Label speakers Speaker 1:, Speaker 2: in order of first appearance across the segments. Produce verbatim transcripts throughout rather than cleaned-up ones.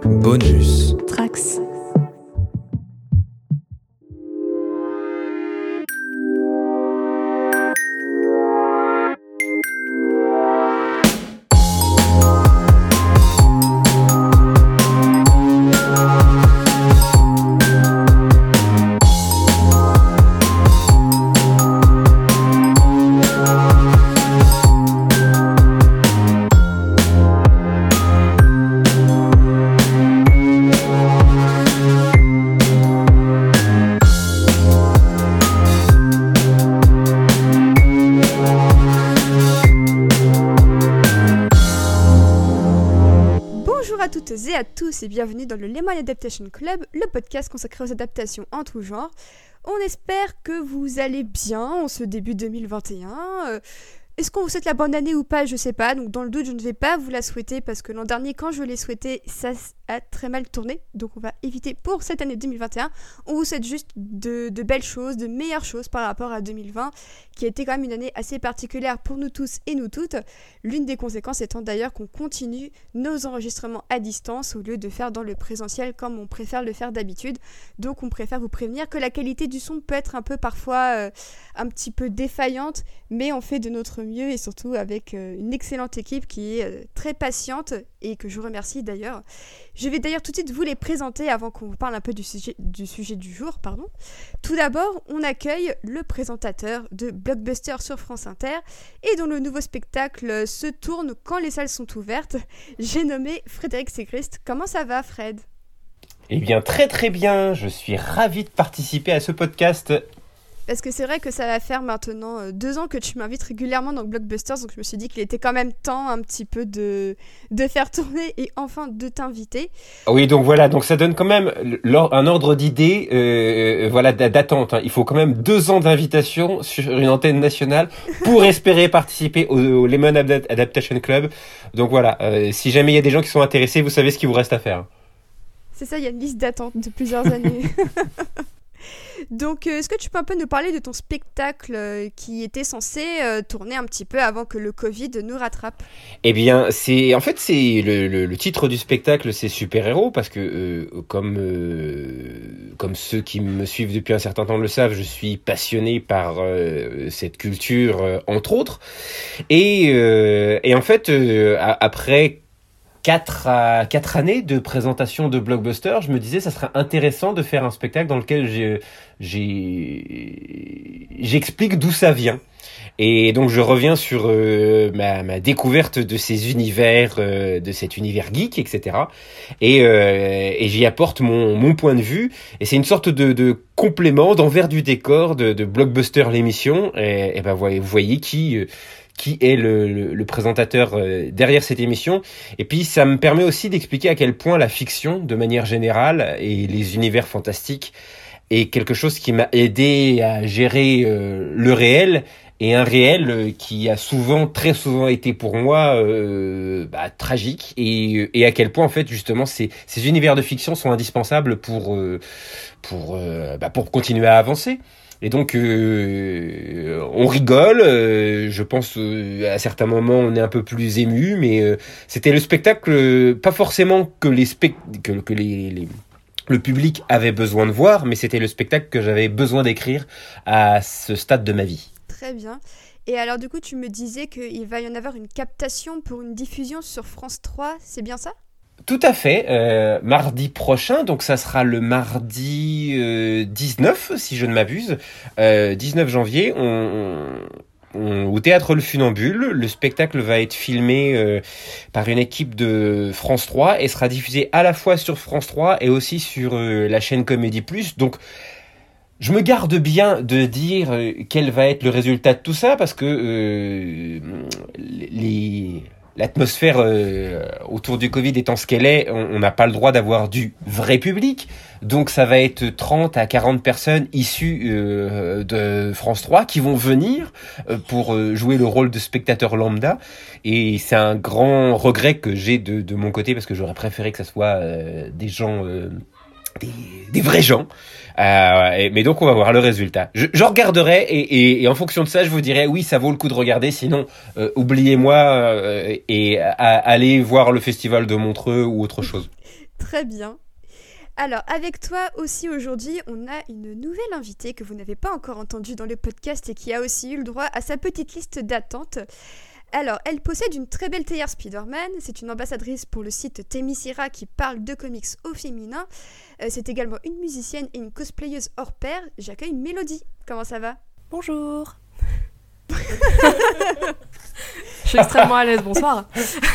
Speaker 1: Bonus.
Speaker 2: Trax.
Speaker 3: Et à tous et bienvenue dans le Lemon Adaptation Club, le podcast consacré aux adaptations en tout genre. On espère que vous allez bien en ce début deux mille vingt et un. Euh, Est-ce qu'on vous souhaite la bonne année ou pas? Je sais pas, donc dans le doute je ne vais pas vous la souhaiter parce que l'an dernier quand je l'ai souhaité ça a très mal tourné, donc on va éviter pour cette année deux mille vingt et un. On vous souhaite juste de, de belles choses, de meilleures choses par rapport à deux mille vingt qui a été quand même une année assez particulière pour nous tous et nous toutes. L'une des conséquences étant d'ailleurs qu'on continue nos enregistrements à distance au lieu de faire dans le présentiel comme on préfère le faire d'habitude. Donc on préfère vous prévenir que la qualité du son peut être un peu parfois euh, un petit peu défaillante, mais on fait de notre mieux et surtout avec euh, une excellente équipe qui est euh, très patiente et que je remercie d'ailleurs. Je vais d'ailleurs tout de suite vous les présenter avant qu'on vous parle un peu du sujet du, sujet du jour. Pardon. Tout d'abord, on accueille le présentateur de Blockbuster sur France Inter et dont le nouveau spectacle se tourne quand les salles sont ouvertes. J'ai nommé Frédéric Segrist. Comment ça va, Fred ?
Speaker 4: Eh bien, très très bien. Je suis ravi de participer à ce podcast.
Speaker 3: Parce que c'est vrai que ça va faire maintenant euh, deux ans que tu m'invites régulièrement dans Blockbusters, donc je me suis dit qu'il était quand même temps un petit peu de, de faire tourner et enfin de t'inviter.
Speaker 4: Oui, donc voilà, donc ça donne quand même un ordre d'idée, euh, voilà, d'attente. Hein. Il faut quand même deux ans d'invitation sur une antenne nationale pour espérer participer au, au Lemon Adaptation Club. Donc voilà, euh, si jamais il y a des gens qui sont intéressés, vous savez ce qu'il vous reste à faire.
Speaker 3: C'est ça, il y a une liste d'attente de plusieurs années. Donc, euh, est-ce que tu peux un peu nous parler de ton spectacle euh, qui était censé euh, tourner un petit peu avant que le Covid nous rattrape ?
Speaker 4: Eh bien, c'est en fait c'est le, le, le titre du spectacle, c'est super-héros parce que euh, comme euh, comme ceux qui me suivent depuis un certain temps le savent, je suis passionné par euh, cette culture euh, entre autres et euh, et en fait euh, après Quatre, à, quatre années de présentation de Blockbuster, je me disais ça serait intéressant de faire un spectacle dans lequel j'ai, j'ai, j'explique d'où ça vient. Et donc je reviens sur euh, ma, ma découverte de ces univers, euh, de cet univers geek, et cetera. Et, euh, et j'y apporte mon, mon point de vue. Et c'est une sorte de, de complément, d'envers du décor de, de Blockbuster l'émission. Et, et ben vous voyez qui... Euh, qui est le, le, le présentateur euh, derrière cette émission. Et puis, ça me permet aussi d'expliquer à quel point la fiction, de manière générale, et les univers fantastiques, est quelque chose qui m'a aidé à gérer euh, le réel, et un réel euh, qui a souvent, très souvent été pour moi euh, bah, tragique, et, et à quel point, en fait, justement, ces, ces univers de fiction sont indispensables pour, euh, pour, euh, bah, pour continuer à avancer. Et donc, euh, on rigole, euh, je pense euh, à certains moments on est un peu plus ému, mais euh, c'était le spectacle, euh, pas forcément que, les, spect- que, que les, les, le public avait besoin de voir, mais c'était le spectacle que j'avais besoin d'écrire à ce stade de ma vie.
Speaker 3: Très bien. Et alors du coup, tu me disais qu'il va y en avoir une captation pour une diffusion sur France trois, c'est bien ça ?
Speaker 4: Tout à fait, euh, mardi prochain, donc ça sera le mardi euh, dix-neuf, si je ne m'abuse, euh, dix-neuf janvier, on, on, au Théâtre Le Funambule. Le spectacle va être filmé euh, par une équipe de France trois et sera diffusé à la fois sur France trois et aussi sur euh, la chaîne Comédie Plus. Donc, je me garde bien de dire euh, quel va être le résultat de tout ça parce que euh, les... L'atmosphère euh, autour du Covid étant ce qu'elle est, on n'a pas le droit d'avoir du vrai public. Donc ça va être trente à quarante personnes issues euh, de France trois qui vont venir euh, pour euh, jouer le rôle de spectateur lambda. Et c'est un grand regret que j'ai de, de mon côté parce que j'aurais préféré que ça soit euh, des gens... Euh, des, des vrais gens. Euh, et, mais donc on va voir le résultat. Je, je regarderai et, et, et en fonction de ça, je vous dirai oui, ça vaut le coup de regarder. Sinon, euh, oubliez-moi euh, et à, allez voir le festival de Montreux ou autre chose.
Speaker 3: Très bien. Alors, avec toi aussi aujourd'hui, on a une nouvelle invitée que vous n'avez pas encore entendue dans le podcast et qui a aussi eu le droit à sa petite liste d'attente. Alors, elle possède une très belle théière Spider-Man, c'est une ambassadrice pour le site Temisira qui parle de comics au féminin. Euh, c'est également une musicienne et une cosplayeuse hors pair. J'accueille Mélodie. Comment ça va ?
Speaker 1: Bonjour. Je suis extrêmement à l'aise, bonsoir.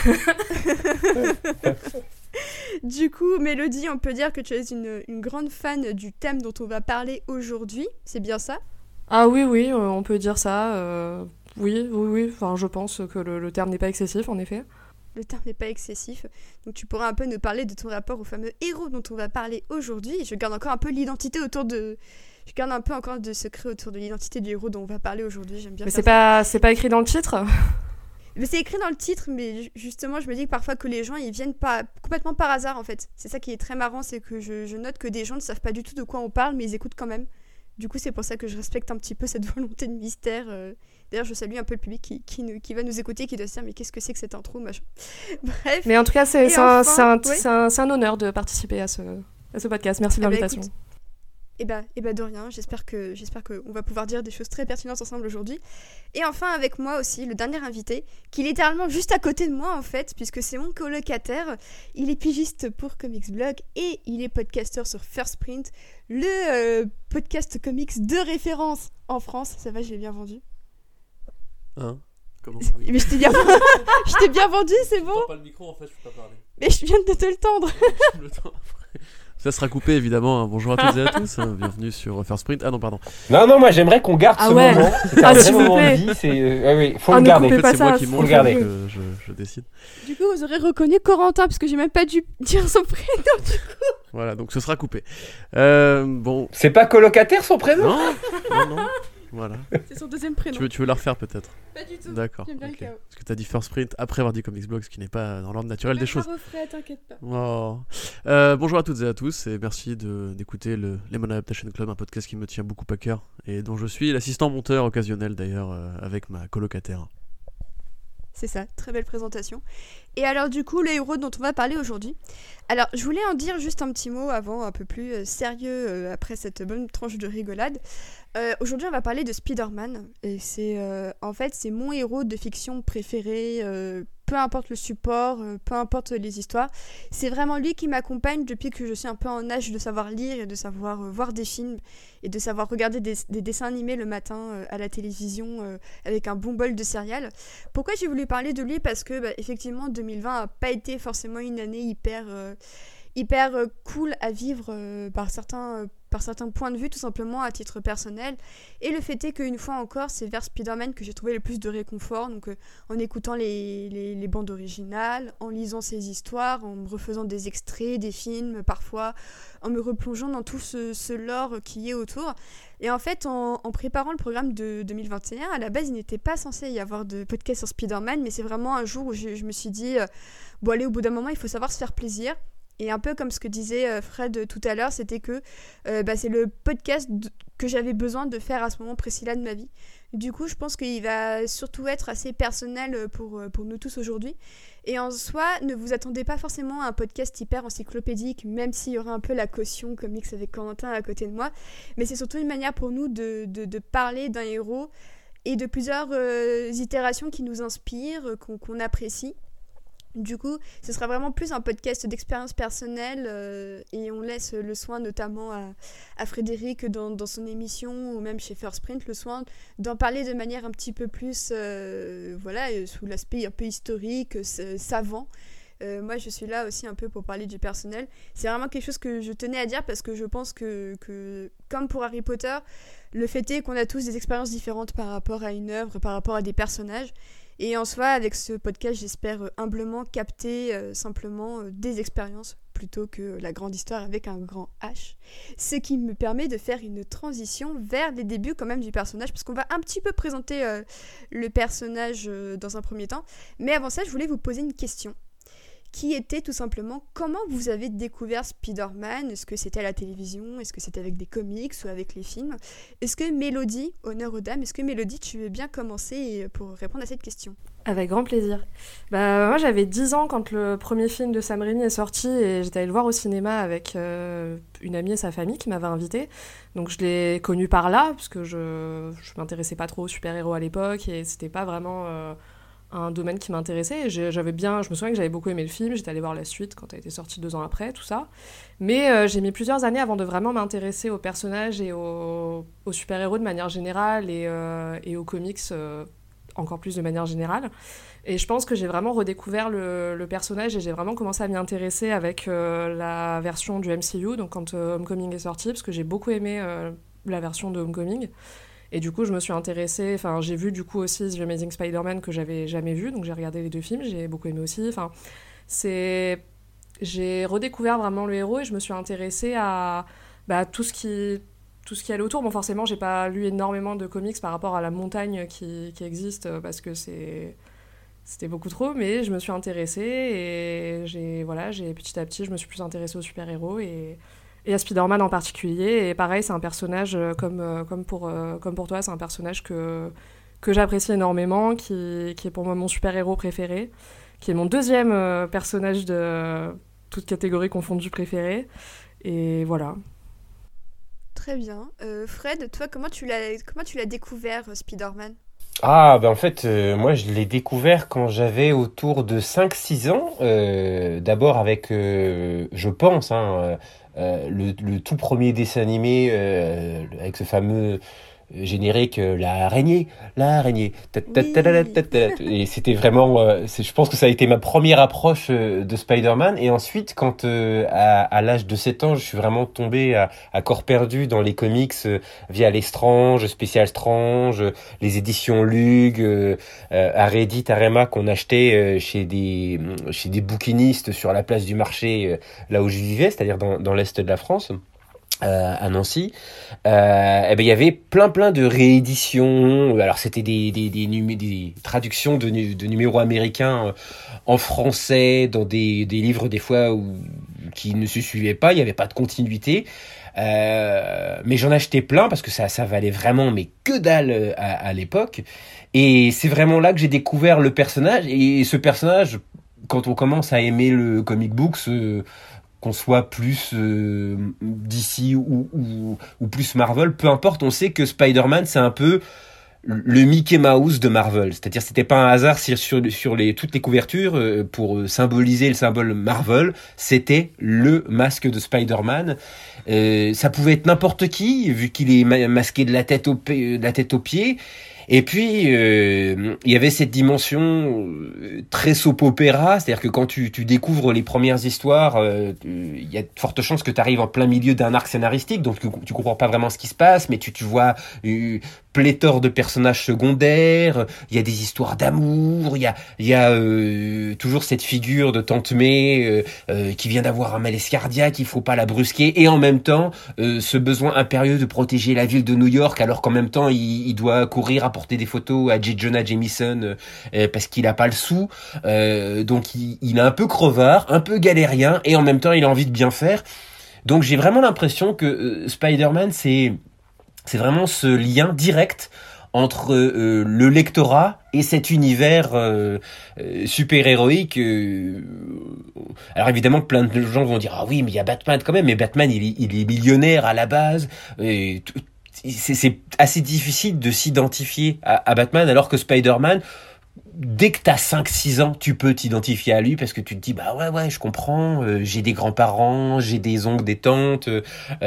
Speaker 3: Du coup, Mélodie, on peut dire que tu es une, une grande fan du thème dont on va parler aujourd'hui, c'est bien ça ?
Speaker 1: Ah oui, oui, euh, on peut dire ça. Euh, oui, oui, oui. Enfin, je pense que le, le terme n'est pas excessif, en effet.
Speaker 3: Le terme n'est pas excessif. Donc tu pourras un peu nous parler de ton rapport au fameux héros dont on va parler aujourd'hui. Je garde encore un peu l'identité autour de... Je garde un peu encore de secret autour de l'identité du héros dont on va parler aujourd'hui. J'aime bien.
Speaker 1: Mais c'est pas, c'est pas écrit dans le titre ?
Speaker 3: Mais c'est écrit dans le titre, mais justement, je me dis que parfois que les gens, ils viennent pas complètement par hasard, en fait. C'est ça qui est très marrant, c'est que je, je note que des gens ne savent pas du tout de quoi on parle, mais ils écoutent quand même. Du coup, c'est pour ça que je respecte un petit peu cette volonté de mystère. Euh... D'ailleurs, je salue un peu le public qui, qui, nous, qui va nous écouter, qui doit se dire, mais qu'est-ce que c'est que cette intro, machin. Bref.
Speaker 1: Mais en tout cas, c'est, c'est,
Speaker 3: enfin,
Speaker 1: un, c'est, un,
Speaker 3: ouais.
Speaker 1: c'est, un, c'est un honneur de participer à ce, à ce podcast. Merci de l'invitation.
Speaker 3: Eh ben, Et bah, et bah de rien, j'espère que j'espère qu'on va pouvoir dire des choses très pertinentes ensemble aujourd'hui. Et enfin avec moi aussi, le dernier invité, qui est littéralement juste à côté de moi en fait, puisque c'est mon colocataire. Il est pigiste pour Comics Blog et il est podcasteur sur First Print, le euh, podcast comics de référence en France. Ça va, je l'ai bien vendu.
Speaker 2: Hein ? Comment ?
Speaker 3: Oui. Mais je t'ai bien, je t'ai bien vendu, c'est bon ?
Speaker 2: Je tends pas le micro en fait, je peux pas parler.
Speaker 3: Mais je viens de te le tendre.
Speaker 2: Je le tends après. Ça sera coupé évidemment. Bonjour à toutes et à tous. Bienvenue sur First Print. Ah non, pardon.
Speaker 4: Non, non, moi j'aimerais qu'on garde
Speaker 1: ah
Speaker 4: ce
Speaker 1: ouais.
Speaker 4: moment. C'est un
Speaker 1: ah,
Speaker 4: vrai
Speaker 1: s'il
Speaker 4: moment
Speaker 1: vous plaît.
Speaker 4: de vie. C'est... Euh, oui, faut
Speaker 1: ah,
Speaker 4: le garder.
Speaker 1: En fait,
Speaker 2: c'est
Speaker 1: ça,
Speaker 2: moi qui monte,
Speaker 4: garder.
Speaker 2: que je, je décide.
Speaker 3: Du coup, vous aurez reconnu Corentin, puisque j'ai même pas dû dire son prénom du coup.
Speaker 2: Voilà, donc ce sera coupé. Euh, bon.
Speaker 4: C'est pas colocataire son prénom ?
Speaker 2: Non, non, non. Voilà.
Speaker 3: C'est son deuxième prénom.
Speaker 2: Tu veux, tu veux la refaire peut-être ?
Speaker 3: Pas du tout.
Speaker 2: D'accord.
Speaker 3: J'aime bien
Speaker 2: Okay.
Speaker 3: le chaos.
Speaker 2: Parce que t'as dit First Print après avoir dit Comics Blog, ce qui n'est pas dans l'ordre naturel des choses.
Speaker 3: Je referai, t'inquiète pas.
Speaker 2: Oh. Euh, bonjour à toutes et à tous et merci de, d'écouter le Lemon Adaptation Club, un podcast qui me tient beaucoup à cœur et dont je suis l'assistant monteur occasionnel d'ailleurs euh, avec ma colocataire.
Speaker 3: C'est ça, très belle présentation. Et alors du coup, le héros dont on va parler aujourd'hui. Alors, je voulais en dire juste un petit mot avant, un peu plus euh, sérieux euh, après cette bonne tranche de rigolade. Euh, aujourd'hui, on va parler de Spider-Man. Et c'est, euh, en fait, c'est mon héros de fiction préféré. Euh, peu importe le support, euh, peu importe les histoires. C'est vraiment lui qui m'accompagne depuis que je suis un peu en âge de savoir lire et de savoir euh, voir des films et de savoir regarder des, des dessins animés le matin euh, à la télévision euh, avec un bon bol de céréales. Pourquoi j'ai voulu parler de lui ? Parce que, bah, effectivement, deux mille vingt n'a pas été forcément une année hyper... Euh, hyper euh, cool à vivre euh, par, certains, euh, par certains points de vue, tout simplement à titre personnel. Et le fait est qu'une fois encore, c'est vers Spider-Man que j'ai trouvé le plus de réconfort, donc euh, en écoutant les, les, les bandes originales, en lisant ses histoires, en me refaisant des extraits, des films parfois, en me replongeant dans tout ce, ce lore qui est autour. Et en fait, en, en préparant le programme de deux mille vingt et un, à la base, il n'était pas censé y avoir de podcast sur Spider-Man, mais c'est vraiment un jour où je, je me suis dit, euh, bon allez, au bout d'un moment, il faut savoir se faire plaisir. Et un peu comme ce que disait Fred tout à l'heure, c'était que euh, bah, c'est le podcast d- que j'avais besoin de faire à ce moment précis-là de ma vie. Du coup, je pense qu'il va surtout être assez personnel pour, pour nous tous aujourd'hui. Et en soi, ne vous attendez pas forcément à un podcast hyper encyclopédique, même s'il y aura un peu la caution comics avec Corentin à côté de moi. Mais c'est surtout une manière pour nous de, de, de parler d'un héros et de plusieurs euh, itérations qui nous inspirent, qu'on, qu'on apprécie. Du coup, ce sera vraiment plus un podcast d'expérience personnelle euh, et on laisse le soin notamment à, à Frédéric dans, dans son émission ou même chez First Print, le soin d'en parler de manière un petit peu plus, euh, voilà, sous l'aspect un peu historique, euh, savant. Euh, moi, je suis là aussi un peu pour parler du personnel. C'est vraiment quelque chose que je tenais à dire parce que je pense que, que comme pour Harry Potter, le fait est qu'on a tous des expériences différentes par rapport à une œuvre, par rapport à des personnages. Et en soi, avec ce podcast, j'espère euh, humblement capter euh, simplement euh, des expériences plutôt que la grande histoire avec un grand H. Ce qui me permet de faire une transition vers les débuts quand même du personnage, parce qu'on va un petit peu présenter euh, le personnage euh, dans un premier temps. Mais avant ça, je voulais vous poser une question. qui était tout simplement comment vous avez découvert Spider-Man. Est-ce que c'était à la télévision? Est-ce que c'était avec des comics ou avec les films? Est-ce que Mélodie, honneur aux dames, est-ce que Mélodie, tu veux bien commencer pour répondre à cette question?
Speaker 1: Avec grand plaisir. Bah, moi, j'avais dix ans quand le premier film de Sam Raimi est sorti et j'étais allée le voir au cinéma avec euh, une amie et sa famille qui m'avait invitée. Donc je l'ai connu par là, parce que je je m'intéressais pas trop aux super-héros à l'époque et c'était pas vraiment euh, un domaine qui m'intéressait. Et j'ai- j'avais bien, je me souviens que j'avais beaucoup aimé le film, j'étais allée voir la suite quand elle était sortie deux ans après, tout ça. Mais euh, j'ai mis plusieurs années avant de vraiment m'intéresser aux personnages et aux, aux super-héros de manière générale et, euh, et aux comics euh, encore plus de manière générale. Et je pense que j'ai vraiment redécouvert le, le personnage et j'ai vraiment commencé à m'y intéresser avec euh, la version du M C U, donc quand euh, Homecoming est sorti, parce que j'ai beaucoup aimé euh, la version de Homecoming. Et du coup, je me suis intéressée, enfin, j'ai vu du coup aussi The Amazing Spider-Man que j'avais jamais vu, donc j'ai regardé les deux films, j'ai beaucoup aimé aussi. Enfin, c'est... J'ai redécouvert vraiment le héros et je me suis intéressée à bah, tout ce qui tout ce qui allait autour. Bon, forcément, j'ai pas lu énormément de comics par rapport à la montagne qui, qui existe euh, parce que c'est c'était beaucoup trop, mais je me suis intéressée et j'ai voilà, j'ai petit à petit, je me suis plus intéressée aux super-héros et et à Spider-Man en particulier. Et pareil, c'est un personnage euh, comme euh, comme pour euh, comme pour toi, c'est un personnage que que j'apprécie énormément, qui qui est pour moi mon super-héros préféré, qui est mon deuxième euh, personnage de toute catégorie confondue préféré. Et voilà.
Speaker 3: Très bien. Euh, Fred, toi, comment tu l'as comment tu l'as découvert, euh, Spider-Man?
Speaker 4: Ah, ben en fait, euh, moi je l'ai découvert quand j'avais autour de cinq six ans. Euh, d'abord avec, euh, je pense, hein, euh, euh, le, le tout premier dessin animé euh, avec ce fameux générique, euh, l'araignée, l'araignée. Ta- ta- ta- ta- ta- ta- ta- Et c'était vraiment, euh, c'est- je pense que ça a été ma première approche euh, de Spider-Man. Et ensuite, quand euh, à, à l'âge de sept ans, je suis vraiment tombé à, à corps perdu dans les comics euh, via les Strange, Spécial Strange, euh, les éditions Lug, euh, euh, Aredit, Arema qu'on achetait euh, chez des chez des bouquinistes sur la place du marché, euh, là où je vivais, c'est-à-dire dans, dans l'est de la France. Euh, à Nancy, euh, eh ben il y avait plein plein de rééditions. Alors c'était des des des, numé- des traductions de, nu- de numéros américains euh, en français dans des des livres des fois où, qui ne se suivaient pas. Il y avait pas de continuité. Euh, mais j'en achetais plein parce que ça ça valait vraiment mais que dalle euh, à, à l'époque. Et c'est vraiment là que j'ai découvert le personnage. Et ce personnage, quand on commence à aimer le comic books, euh, qu'on soit plus euh, D C ou, ou, ou plus Marvel, peu importe, on sait que Spider-Man, c'est un peu le Mickey Mouse de Marvel. C'est-à-dire, c'était pas un hasard si sur, sur les, toutes les couvertures, euh, pour symboliser le symbole Marvel, c'était le masque de Spider-Man. Euh, ça pouvait être n'importe qui, vu qu'il est ma- masqué de la tête aux, pe- de la tête aux pieds. Et puis, euh, il y avait cette dimension euh, très soap opéra, c'est-à-dire que quand tu, tu découvres les premières histoires, euh, tu- il y a de fortes chances que tu arrives en plein milieu d'un arc scénaristique, donc tu, tu comprends pas vraiment ce qui se passe, mais tu, tu vois euh, pléthore de personnages secondaires, il y a des histoires d'amour, il y a, il y a euh, toujours cette figure de Tante May euh, euh, qui vient d'avoir un malaise cardiaque, il faut pas la brusquer, et en même temps, euh, ce besoin impérieux de protéger la ville de New York, alors qu'en même temps, il, il doit courir à porter des photos à J. Jonah Jameson euh, parce qu'il a pas le sou, euh, donc il, il est un peu crevard, un peu galérien, et en même temps, il a envie de bien faire. Donc j'ai vraiment l'impression que euh, Spider-Man, c'est c'est vraiment ce lien direct entre euh, le lectorat et cet univers euh, euh, super-héroïque. Euh, alors évidemment, plein de gens vont dire « Ah oui, mais il y a Batman quand même », mais Batman, il est, il est millionnaire à la base, et t- c'est, c'est assez difficile de s'identifier à, à Batman, alors que Spider-Man, dès que t'as cinq six ans, tu peux t'identifier à lui parce que tu te dis, bah ouais, ouais, je comprends, euh, j'ai des grands-parents, j'ai des oncles, des tantes, euh,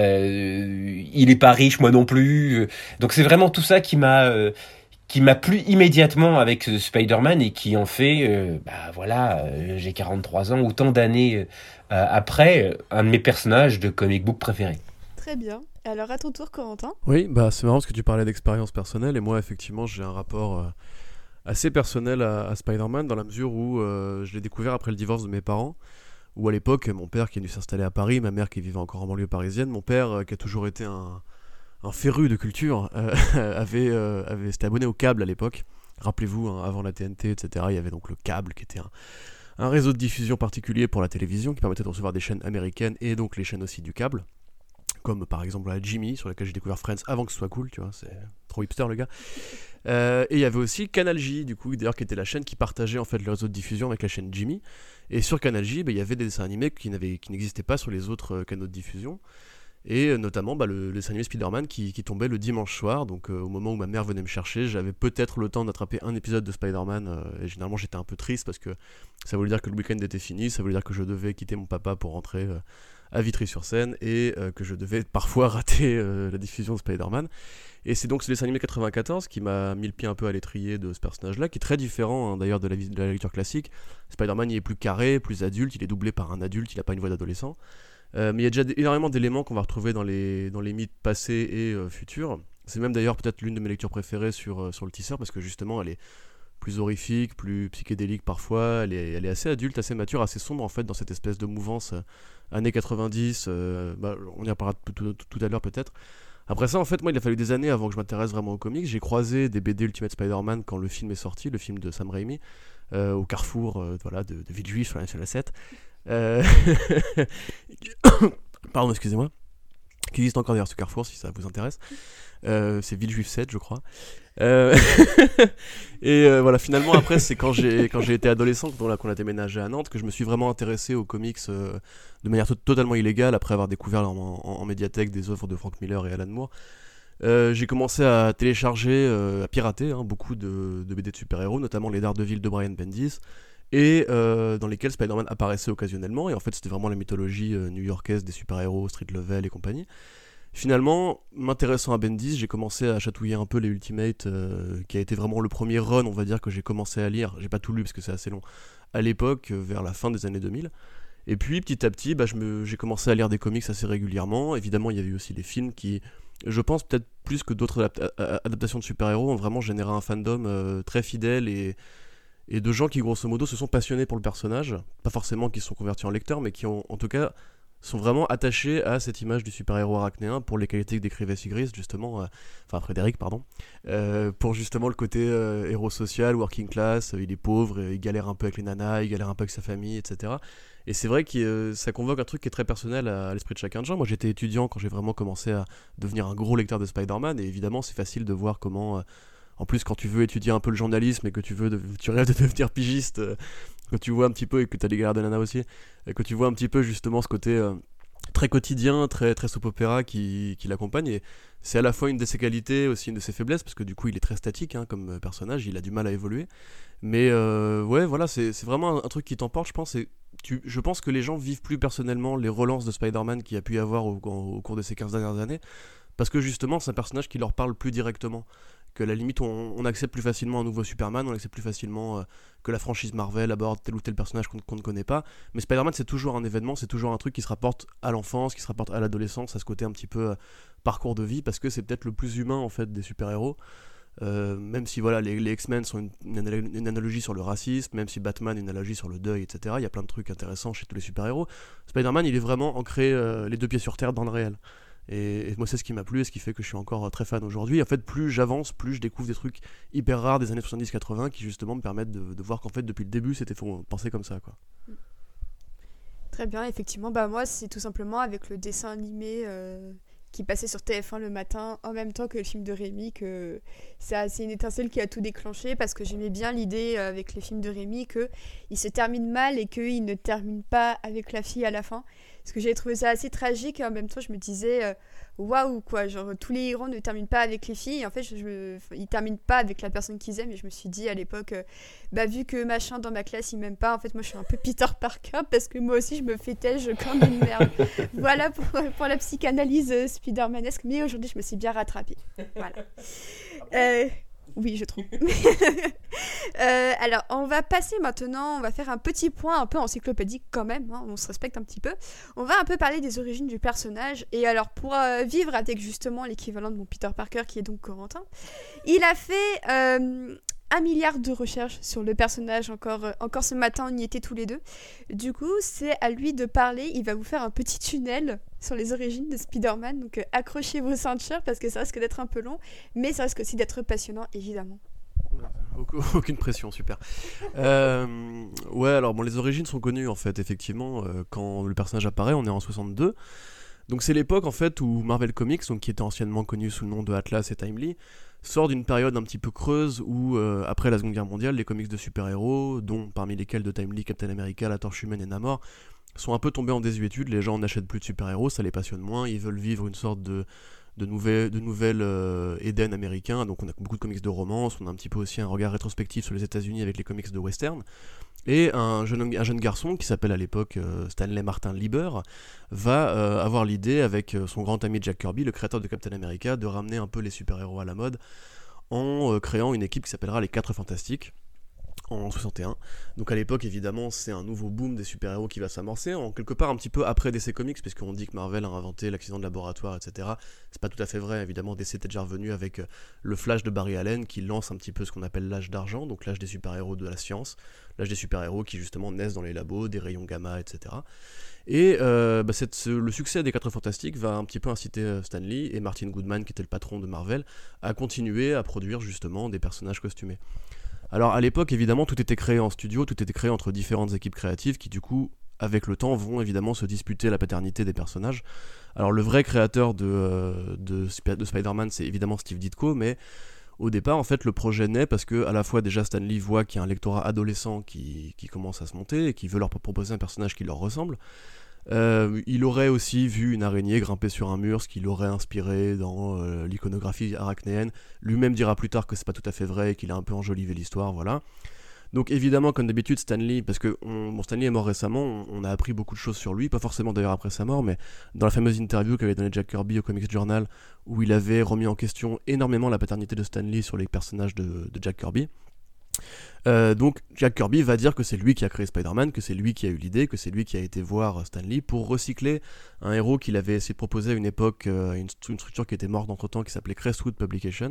Speaker 4: il est pas riche, moi non plus. euh. Donc c'est vraiment tout ça qui m'a, euh, qui m'a plu immédiatement avec euh, Spider-Man et qui en fait, euh, bah voilà, euh, j'ai quarante-trois ans, autant d'années euh, après, euh, un de mes personnages de comic book préférés.
Speaker 3: Très bien. Alors, à ton tour, Corentin.
Speaker 2: Oui, bah c'est marrant parce que tu parlais d'expérience personnelle et moi effectivement j'ai un rapport euh, assez personnel à, à Spider-Man dans la mesure où euh, je l'ai découvert après le divorce de mes parents, où à l'époque mon père qui est venu s'installer à Paris, ma mère qui vivait encore en banlieue parisienne, mon père euh, qui a toujours été un, un féru de culture, euh, avait, euh, avait, s'était abonné au câble à l'époque, rappelez-vous, hein, avant la T N T, et cetera. Il y avait donc le câble qui était un un réseau de diffusion particulier pour la télévision qui permettait de recevoir des chaînes américaines et donc les chaînes aussi du câble, comme par exemple la Jimmy, sur laquelle j'ai découvert Friends avant que ce soit cool, tu vois, c'est trop hipster le gars. Euh, et il y avait aussi Canal J, du coup, d'ailleurs, qui était la chaîne qui partageait en fait le réseau de diffusion avec la chaîne Jimmy. Et sur Canal J, bah, il y avait des dessins animés qui, n'avaient, qui n'existaient pas sur les autres euh, canaux de diffusion. Et euh, notamment bah, le, le dessin animé Spider-Man qui, qui tombait le dimanche soir. Donc euh, au moment où ma mère venait me chercher, j'avais peut-être le temps d'attraper un épisode de Spider-Man. Euh, et généralement, j'étais un peu triste parce que ça voulait dire que le week-end était fini. Ça voulait dire que je devais quitter mon papa pour rentrer euh, à Vitry-sur-Seine. Et euh, que je devais parfois rater euh, la diffusion de Spider-Man. Et c'est donc ce dessin animé quatre-vingt-quatorze qui m'a mis le pied un peu à l'étrier de ce personnage-là, qui est très différent hein, d'ailleurs de la, de la lecture classique. Spider-Man il est plus carré, plus adulte, il est doublé par un adulte, il n'a pas une voix d'adolescent. Euh, mais il y a déjà d- énormément d'éléments qu'on va retrouver dans les, dans les mythes passés et euh, futurs. C'est même d'ailleurs peut-être l'une de mes lectures préférées sur, euh, sur le tisseur, parce que justement elle est plus horrifique, plus psychédélique parfois, elle est, elle est assez adulte, assez mature, assez sombre en fait dans cette espèce de mouvance euh, années quatre-vingt-dix, euh, bah, on y reparlera tout, tout, tout, tout à l'heure peut-être. Après ça, en fait, moi, il a fallu des années avant que je m'intéresse vraiment aux comics. J'ai croisé des B D Ultimate Spider-Man quand le film est sorti, le film de Sam Raimi, euh, au carrefour euh, voilà, de, de Villejuif, sur la sur la sept. Euh... Pardon, excusez-moi. Qui existe encore d'ailleurs ce carrefour, si ça vous intéresse. Euh, c'est Villejuif sept, je crois. Euh... et euh, voilà, finalement, après, c'est quand j'ai, quand j'ai été adolescent, qu'on a, qu'on a déménagé à Nantes, que je me suis vraiment intéressé aux comics euh, de manière to- totalement illégale, après avoir découvert en, en, en médiathèque des œuvres de Frank Miller et Alan Moore. Euh, j'ai commencé à télécharger, euh, à pirater hein, beaucoup de, de B D de super-héros, notamment les Daredevil de Brian Bendis, et euh, dans lesquels Spider-Man apparaissait occasionnellement, et en fait c'était vraiment la mythologie euh, new-yorkaise des super-héros, street level et compagnie. Finalement, m'intéressant à Bendis, j'ai commencé à chatouiller un peu les Ultimates, euh, qui a été vraiment le premier run, on va dire, que j'ai commencé à lire. J'ai pas tout lu parce que c'est assez long, à l'époque, euh, vers la fin des années deux mille. Et puis, petit à petit, bah, je me, j'ai commencé à lire des comics assez régulièrement. Évidemment, il y avait aussi des films qui, je pense, peut-être plus que d'autres adapta- adaptations de super-héros, ont vraiment généré un fandom euh, très fidèle et, et de gens qui, grosso modo, se sont passionnés pour le personnage. Pas forcément qui se sont convertis en lecteurs, mais qui ont, en tout cas... sont vraiment attachés à cette image du super-héros arachnéen pour les qualités que décrivait Sigrist, justement, euh, enfin Frédéric, pardon, euh, pour justement le côté euh, héros social, working class, euh, il est pauvre, euh, il galère un peu avec les nanas, il galère un peu avec sa famille, et cetera. Et c'est vrai que euh, ça convoque un truc qui est très personnel à, à l'esprit de chacun de gens. Moi j'étais étudiant quand j'ai vraiment commencé à devenir un gros lecteur de Spider-Man, et évidemment c'est facile de voir comment... Euh, en plus, quand tu veux étudier un peu le journalisme et que tu veux, de, tu rêves de devenir pigiste, euh, quand tu vois un petit peu et que tu as des galères de nana aussi, et que tu vois un petit peu justement ce côté euh, très quotidien, très très soap opéra qui, qui l'accompagne. Et c'est à la fois une de ses qualités, aussi une de ses faiblesses, parce que du coup, il est très statique hein, comme personnage, il a du mal à évoluer. Mais euh, ouais, voilà, c'est, c'est vraiment un, un truc qui t'emporte, je pense. Et tu, je pense que les gens vivent plus personnellement les relances de Spider-Man qu'il y a pu y avoir au, au, au cours de ces quinze dernières années, parce que justement, c'est un personnage qui leur parle plus directement. Que à la limite on, on accepte plus facilement un nouveau Superman, on accepte plus facilement euh, que la franchise Marvel aborde tel ou tel personnage qu'on, qu'on ne connaît pas, mais Spider-Man c'est toujours un événement, c'est toujours un truc qui se rapporte à l'enfance, qui se rapporte à l'adolescence, à ce côté un petit peu euh, parcours de vie, parce que c'est peut-être le plus humain en fait des super-héros, euh, même si voilà les, les X-Men sont une, une, anal- une analogie sur le racisme, même si Batman est une analogie sur le deuil, et cetera. Il y a plein de trucs intéressants chez tous les super-héros. Spider-Man il est vraiment ancré euh, les deux pieds sur terre dans le réel. Et, et moi c'est ce qui m'a plu et ce qui fait que je suis encore très fan aujourd'hui. En fait plus j'avance, plus je découvre des trucs hyper rares des années soixante-dix quatre-vingts qui justement me permettent de, de voir qu'en fait depuis le début c'était pensé comme ça quoi.
Speaker 3: Très bien, effectivement, bah moi c'est tout simplement avec le dessin animé euh, qui passait sur T F un le matin en même temps que le film de Rémi que c'est, c'est une étincelle qui a tout déclenché, parce que j'aimais bien l'idée euh, avec les films de Rémi qu'il se termine mal et qu'il ne termine pas avec la fille à la fin. Parce que j'ai trouvé ça assez tragique et en même temps je me disais waouh wow, quoi, genre tous les héros ne terminent pas avec les filles et en fait je, je, ils terminent pas avec la personne qu'ils aiment. Et je me suis dit à l'époque euh, bah vu que machin dans ma classe il m'aime pas, en fait moi je suis un peu Peter Parker parce que moi aussi je me fais têche comme une merde. Voilà pour, pour la psychanalyse euh, Spider-Manesque, mais aujourd'hui je me suis bien rattrapée. Voilà. Euh, Oui, je trouve. euh, alors, on va passer maintenant, on va faire un petit point un peu encyclopédique quand même, hein, on se respecte un petit peu. On va un peu parler des origines du personnage. Et alors, pour euh, vivre avec justement l'équivalent de mon Peter Parker, qui est donc Corentin, il a fait euh, un milliard de recherches sur le personnage. Encore, euh, encore ce matin, on y était tous les deux. Du coup, c'est à lui de parler. Il va vous faire un petit tunnel sur les origines de Spider-Man, donc euh, accrochez vos ceintures parce que ça risque d'être un peu long, mais ça risque aussi d'être passionnant, évidemment.
Speaker 2: Aucune pression, super. Euh, ouais, alors bon, les origines sont connues en fait, effectivement. Euh, quand le personnage apparaît, on est en soixante-deux. Donc c'est l'époque en fait où Marvel Comics, donc, qui était anciennement connu sous le nom de Atlas et Timely, sort d'une période un petit peu creuse où, euh, après la Seconde Guerre mondiale, les comics de super-héros, dont parmi lesquels de Timely, Captain America, La Torche Humaine et Namor, sont un peu tombés en désuétude. Les gens n'achètent plus de super-héros, ça les passionne moins, ils veulent vivre une sorte de de nouvelles, de nouvelles euh, Éden américains. Donc on a beaucoup de comics de romance, on a un petit peu aussi un regard rétrospectif sur les États-Unis avec les comics de western. Et un jeune, un jeune garçon qui s'appelle à l'époque euh, Stanley Martin Lieber va euh, avoir l'idée avec euh, son grand ami Jack Kirby, le créateur de Captain America, de ramener un peu les super-héros à la mode en euh, créant une équipe qui s'appellera les Quatre Fantastiques en soixante et un. Donc à l'époque, évidemment, c'est un nouveau boom des super-héros qui va s'amorcer, en quelque part un petit peu après D C Comics, puisqu'on dit que Marvel a inventé l'accident de laboratoire, et cetera. C'est pas tout à fait vrai, évidemment, D C était déjà revenu avec le Flash de Barry Allen, qui lance un petit peu ce qu'on appelle l'âge d'argent, donc l'âge des super-héros de la science, l'âge des super-héros qui justement naissent dans les labos, des rayons gamma, et cetera. Et euh, bah cette, ce, le succès des Quatre Fantastiques va un petit peu inciter Stan Lee et Martin Goodman, qui était le patron de Marvel, à continuer à produire justement des personnages costumés. Alors à l'époque, évidemment, tout était créé en studio, tout était créé entre différentes équipes créatives qui, du coup, avec le temps, vont évidemment se disputer la paternité des personnages. Alors le vrai créateur de, euh, de, de Spider-Man, c'est évidemment Steve Ditko, mais au départ, en fait, le projet naît parce que à la fois déjà Stan Lee voit qu'il y a un lectorat adolescent qui, qui commence à se monter et qui veut leur proposer un personnage qui leur ressemble. Euh, il aurait aussi vu une araignée grimper sur un mur, ce qui l'aurait inspiré dans euh, l'iconographie arachnéenne. Lui-même dira plus tard que c'est pas tout à fait vrai et qu'il a un peu enjolivé l'histoire, voilà. Donc évidemment, comme d'habitude, Stan Lee, parce que on, bon, Stan Lee est mort récemment, on, on a appris beaucoup de choses sur lui, pas forcément d'ailleurs après sa mort, mais dans la fameuse interview qu'avait donnée Jack Kirby au Comics Journal, où il avait remis en question énormément la paternité de Stan Lee sur les personnages de, de Jack Kirby. Euh, donc Jack Kirby va dire que c'est lui qui a créé Spider-Man, que c'est lui qui a eu l'idée, que c'est lui qui a été voir Stan Lee pour recycler un héros qu'il avait essayé de proposer à une époque, euh, une, une structure qui était morte entre temps, qui s'appelait Crestwood Publications,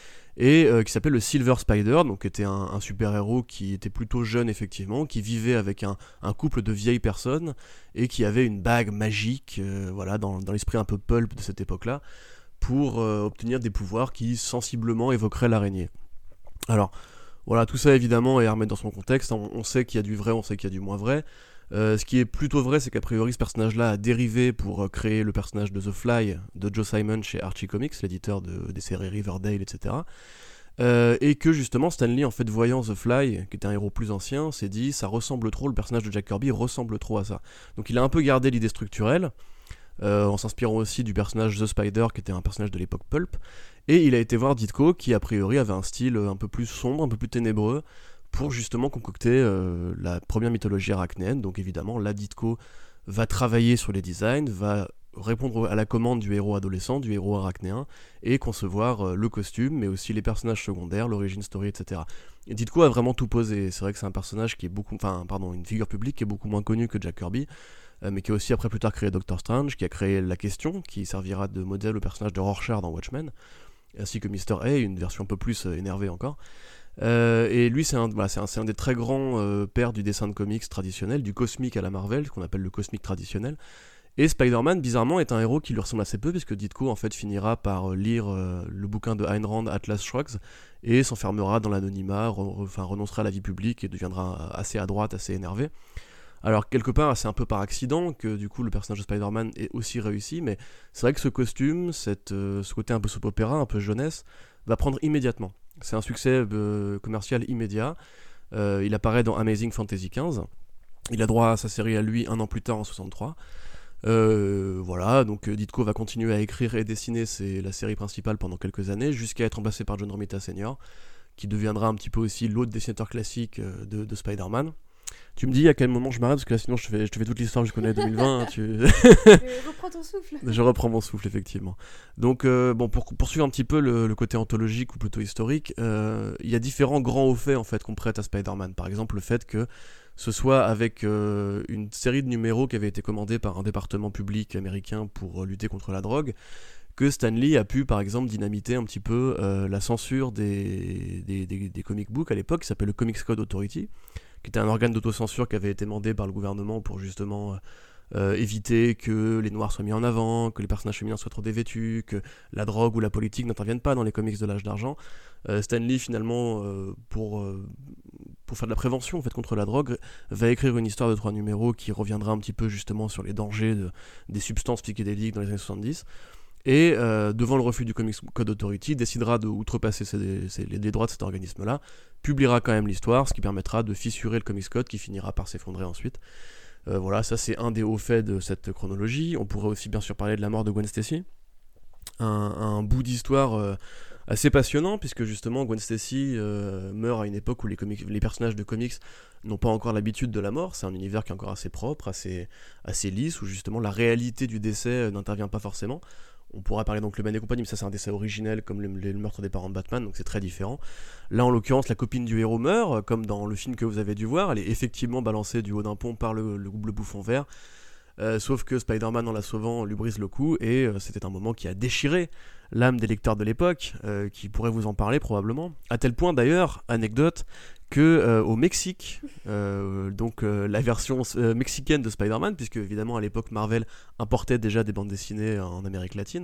Speaker 2: et euh, qui s'appelait le Silver Spider, donc qui était un, un super-héros qui était plutôt jeune effectivement, qui vivait avec un, un couple de vieilles personnes, et qui avait une bague magique, euh, voilà, dans, dans l'esprit un peu pulp de cette époque-là, pour euh, obtenir des pouvoirs qui sensiblement évoqueraient l'araignée. Alors, voilà, tout ça évidemment est à remettre dans son contexte, on, on sait qu'il y a du vrai, on sait qu'il y a du moins vrai. Euh, ce qui est plutôt vrai, c'est qu'a priori ce personnage-là a dérivé pour euh, créer le personnage de The Fly de Joe Simon chez Archie Comics, l'éditeur de, des séries Riverdale, et cetera. Euh, et que justement Stan Lee, en fait, voyant The Fly, qui était un héros plus ancien, s'est dit ça ressemble trop, le personnage de Jack Kirby ressemble trop à ça. Donc il a un peu gardé l'idée structurelle, euh, en s'inspirant aussi du personnage The Spider, qui était un personnage de l'époque pulp, et il a été voir Ditko, qui a priori avait un style un peu plus sombre, un peu plus ténébreux, pour justement concocter euh, la première mythologie arachnéenne. Donc évidemment, là Ditko va travailler sur les designs, va répondre à la commande du héros adolescent, du héros arachnéen, et concevoir euh, le costume, mais aussi les personnages secondaires, l'origin story, et cetera. Et Ditko a vraiment tout posé. C'est vrai que c'est un personnage qui est beaucoup, enfin, pardon, une figure publique qui est beaucoup moins connue que Jack Kirby, euh, mais qui a aussi après plus tard créé Doctor Strange, qui a créé La Question, qui servira de modèle au personnage de Rorschach dans Watchmen, ainsi que mister A, une version un peu plus euh, énervée encore. Euh, et lui, c'est un, voilà, c'est un, c'est un des très grands euh, pères du dessin de comics traditionnel, du cosmique à la Marvel, ce qu'on appelle le cosmique traditionnel. Et Spider-Man, bizarrement, est un héros qui lui ressemble assez peu, puisque Ditko en fait finira par lire euh, le bouquin de Ayn Rand, Atlas Shrugs, et s'enfermera dans l'anonymat, re, enfin renoncera à la vie publique et deviendra assez à droite, assez énervé. Alors quelque part, c'est un peu par accident que du coup le personnage de Spider-Man est aussi réussi, mais c'est vrai que ce costume, cette, euh, ce côté un peu soap opéra, un peu jeunesse, va prendre immédiatement. C'est un succès euh, commercial immédiat. Euh, il apparaît dans Amazing Fantasy quinze. Il a droit à sa série à lui un an plus tard en soixante-trois. Euh, voilà, donc Ditko va continuer à écrire et dessiner c'est la série principale pendant quelques années, jusqu'à être remplacé par John Romita Senior, qui deviendra un petit peu aussi l'autre dessinateur classique de, de Spider-Man. Tu me dis à quel moment je m'arrête, parce que là sinon je te fais, je te fais toute l'histoire jusqu'en année deux mille vingt. Hein, tu...
Speaker 3: je reprends ton souffle.
Speaker 2: Je reprends mon souffle, effectivement. Donc, euh, bon, pour poursuivre un petit peu le, le côté anthologique ou plutôt historique, il euh, y a différents grands hauts faits en fait, qu'on prête à Spider-Man. Par exemple, le fait que ce soit avec euh, une série de numéros qui avait été commandée par un département public américain pour lutter contre la drogue, que Stan Lee a pu par exemple dynamiter un petit peu euh, la censure des, des, des, des comic books à l'époque, qui s'appelle le Comics Code Authority, qui était un organe d'autocensure qui avait été mandé par le gouvernement pour justement euh, éviter que les noirs soient mis en avant, que les personnages féminins soient trop dévêtus, que la drogue ou la politique n'interviennent pas dans les comics de l'âge d'argent. Euh, Stan Lee, finalement, euh, pour, euh, pour faire de la prévention en fait, contre la drogue, va écrire une histoire de trois numéros qui reviendra un petit peu justement sur les dangers de, des substances psychédéliques dans les années soixante-dix. Et euh, devant le refus du Comics Code Authority, décidera de outrepasser ses, ses, les, les droits de cet organisme-là, publiera quand même l'histoire, ce qui permettra de fissurer le Comics Code qui finira par s'effondrer ensuite. Euh, voilà, ça c'est un des hauts faits de cette chronologie. On pourrait aussi bien sûr parler de la mort de Gwen Stacy, un, un bout d'histoire euh, assez passionnant, puisque justement Gwen Stacy euh, meurt à une époque où les, comics, les personnages de comics n'ont pas encore l'habitude de la mort. C'est un univers qui est encore assez propre, assez, assez lisse, où justement la réalité du décès euh, n'intervient pas forcément. On pourra parler donc Le Man et compagnie, mais ça c'est un décès originel comme le, le meurtre des parents de Batman, donc c'est très différent. Là en l'occurrence, la copine du héros meurt, comme dans le film que vous avez dû voir, elle est effectivement balancée du haut d'un pont par le, le, le bouffon vert, euh, sauf que Spider-Man en la sauvant lui brise le cou, et euh, c'était un moment qui a déchiré l'âme des lecteurs de l'époque, euh, qui pourraient vous en parler probablement, à tel point d'ailleurs, anecdote, que euh, au Mexique, euh, donc euh, la version euh, mexicaine de Spider-Man, puisque évidemment à l'époque Marvel importait déjà des bandes dessinées en Amérique latine,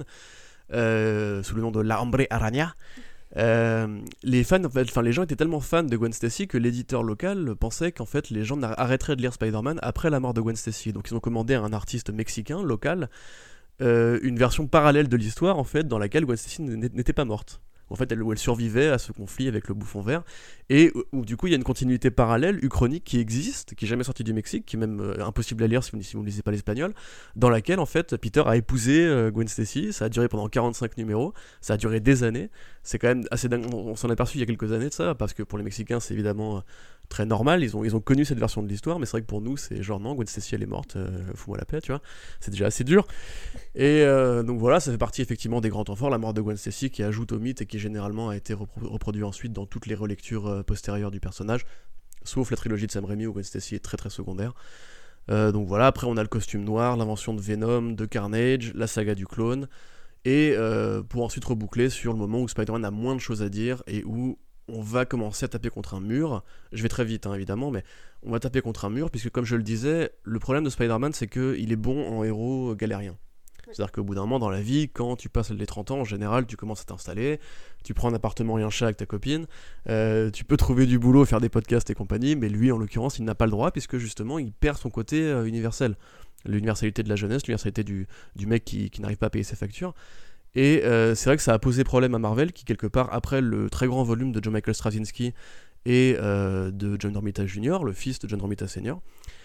Speaker 2: euh, sous le nom de La Hombre Araña, euh, les fans, en fait, enfin les gens étaient tellement fans de Gwen Stacy que l'éditeur local pensait qu'en fait les gens arrêteraient de lire Spider-Man après la mort de Gwen Stacy. Donc ils ont commandé à un artiste mexicain local euh, une version parallèle de l'histoire en fait dans laquelle Gwen Stacy n'était pas morte. En fait, elle, où elle survivait à ce conflit avec le bouffon vert, et où, où du coup il y a une continuité parallèle, uchronique, qui existe, qui est jamais sortie du Mexique, qui est même euh, impossible à lire si vous, si vous ne lisez pas l'espagnol, dans laquelle en fait Peter a épousé euh, Gwen Stacy. Ça a duré pendant quarante-cinq numéros, ça a duré des années, c'est quand même assez dingue, on, on s'en est aperçu il y a quelques années de ça, parce que pour les Mexicains c'est évidemment euh, très normal, ils ont, ils ont connu cette version de l'histoire, mais c'est vrai que pour nous c'est genre non, Gwen Stacy elle est morte, euh, fous-moi la paix, tu vois, c'est déjà assez dur, et euh, donc voilà, ça fait partie effectivement des grands temps forts, la mort de Gwen Stacy qui ajoute au mythe et qui généralement a été repro- reproduit ensuite dans toutes les relectures euh, postérieures du personnage, sauf la trilogie de Sam Raimi où Gwen Stacy est très très secondaire. Euh, donc voilà, après on a le costume noir, l'invention de Venom, de Carnage, la saga du clone, et euh, pour ensuite reboucler sur le moment où Spider-Man a moins de choses à dire et où on va commencer à taper contre un mur. Je vais très vite hein, évidemment, mais on va taper contre un mur, puisque comme je le disais, le problème de Spider-Man c'est qu'il est bon en héros galérien. C'est-à-dire qu'au bout d'un moment dans la vie, quand tu passes les trente ans, en général, tu commences à t'installer, tu prends un appartement et un chat avec ta copine, euh, tu peux trouver du boulot, faire des podcasts et compagnie, mais lui, en l'occurrence, il n'a pas le droit, puisque justement, il perd son côté euh, universel. L'universalité de la jeunesse, l'universalité du, du mec qui, qui n'arrive pas à payer ses factures. Et euh, c'est vrai que ça a posé problème à Marvel, qui quelque part, après le très grand volume de John Michael Straczynski et euh, de John Romita junior, le fils de John Romita senior,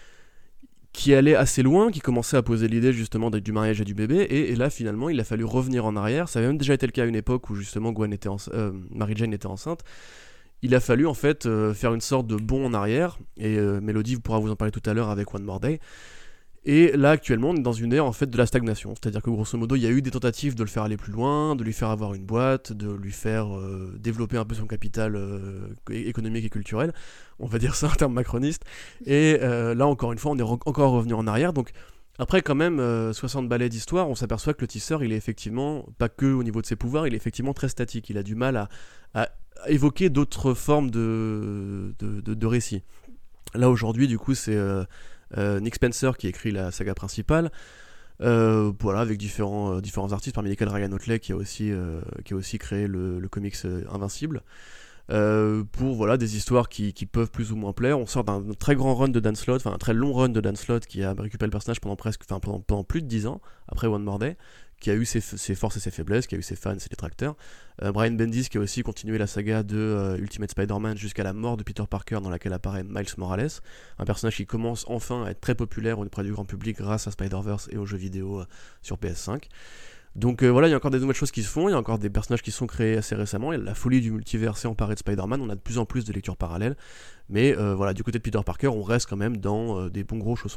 Speaker 2: qui allait assez loin, qui commençait à poser l'idée justement du mariage et du bébé, et, et là finalement il a fallu revenir en arrière. Ça avait même déjà été le cas à une époque où justement Gwen était ence- euh, Mary Jane était enceinte. Il a fallu en fait euh, faire une sorte de bond en arrière, et euh, Mélodie pourra vous en parler tout à l'heure avec One More Day. Et là actuellement on est dans une ère en fait de la stagnation, c'est-à-dire que grosso modo il y a eu des tentatives de le faire aller plus loin, de lui faire avoir une boîte, de lui faire euh, développer un peu son capital euh, économique et culturel, on va dire ça en termes macronistes, et euh, là encore une fois on est re- encore revenu en arrière. Donc après quand même euh, soixante balais d'histoire, on s'aperçoit que le tisseur il est effectivement, pas que au niveau de ses pouvoirs, il est effectivement très statique, il a du mal à, à, à évoquer d'autres formes de, de, de, de récits. Là aujourd'hui du coup c'est... Euh, Euh, Nick Spencer qui écrit la saga principale, euh, voilà, avec différents, euh, différents artistes, parmi lesquels Ryan Otley qui a aussi, euh, qui a aussi créé le, le comics euh, Invincible, euh, pour voilà, des histoires qui, qui peuvent plus ou moins plaire. On sort d'un très grand run de Dan Slott, enfin un très long run de Dan Slott qui a récupéré le personnage pendant, presque, pendant, pendant plus de dix ans, après One More Day, qui a eu ses, ses forces et ses faiblesses, qui a eu ses fans et ses détracteurs. Euh, Brian Bendis qui a aussi continué la saga de euh, Ultimate Spider-Man jusqu'à la mort de Peter Parker, dans laquelle apparaît Miles Morales, un personnage qui commence enfin à être très populaire auprès du grand public grâce à Spider-Verse et aux jeux vidéo euh, sur P S cinq. Donc euh, voilà, il y a encore des nouvelles choses qui se font, il y a encore des personnages qui sont créés assez récemment, il y a la folie du multivers s'est emparée de Spider-Man, on a de plus en plus de lectures parallèles, mais euh, voilà, du côté de Peter Parker, on reste quand même dans euh, des bons gros chaussons.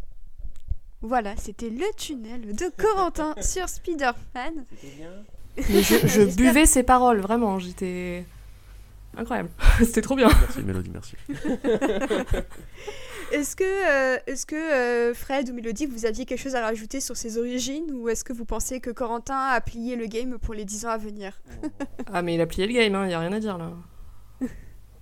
Speaker 3: Voilà, c'était le tunnel de Corentin sur Spider-Man.
Speaker 4: C'était bien.
Speaker 1: Mais je, je buvais ses paroles, vraiment, j'étais... Incroyable, c'était trop bien.
Speaker 2: Merci Mélodie, merci.
Speaker 3: Est-ce que, euh, est-ce que euh, Fred ou Mélodie, vous aviez quelque chose à rajouter sur ses origines, ou est-ce que vous pensez que Corentin a plié le game pour les dix ans à venir?
Speaker 1: Ah mais il a plié le game, il hein, n'y a rien à dire là.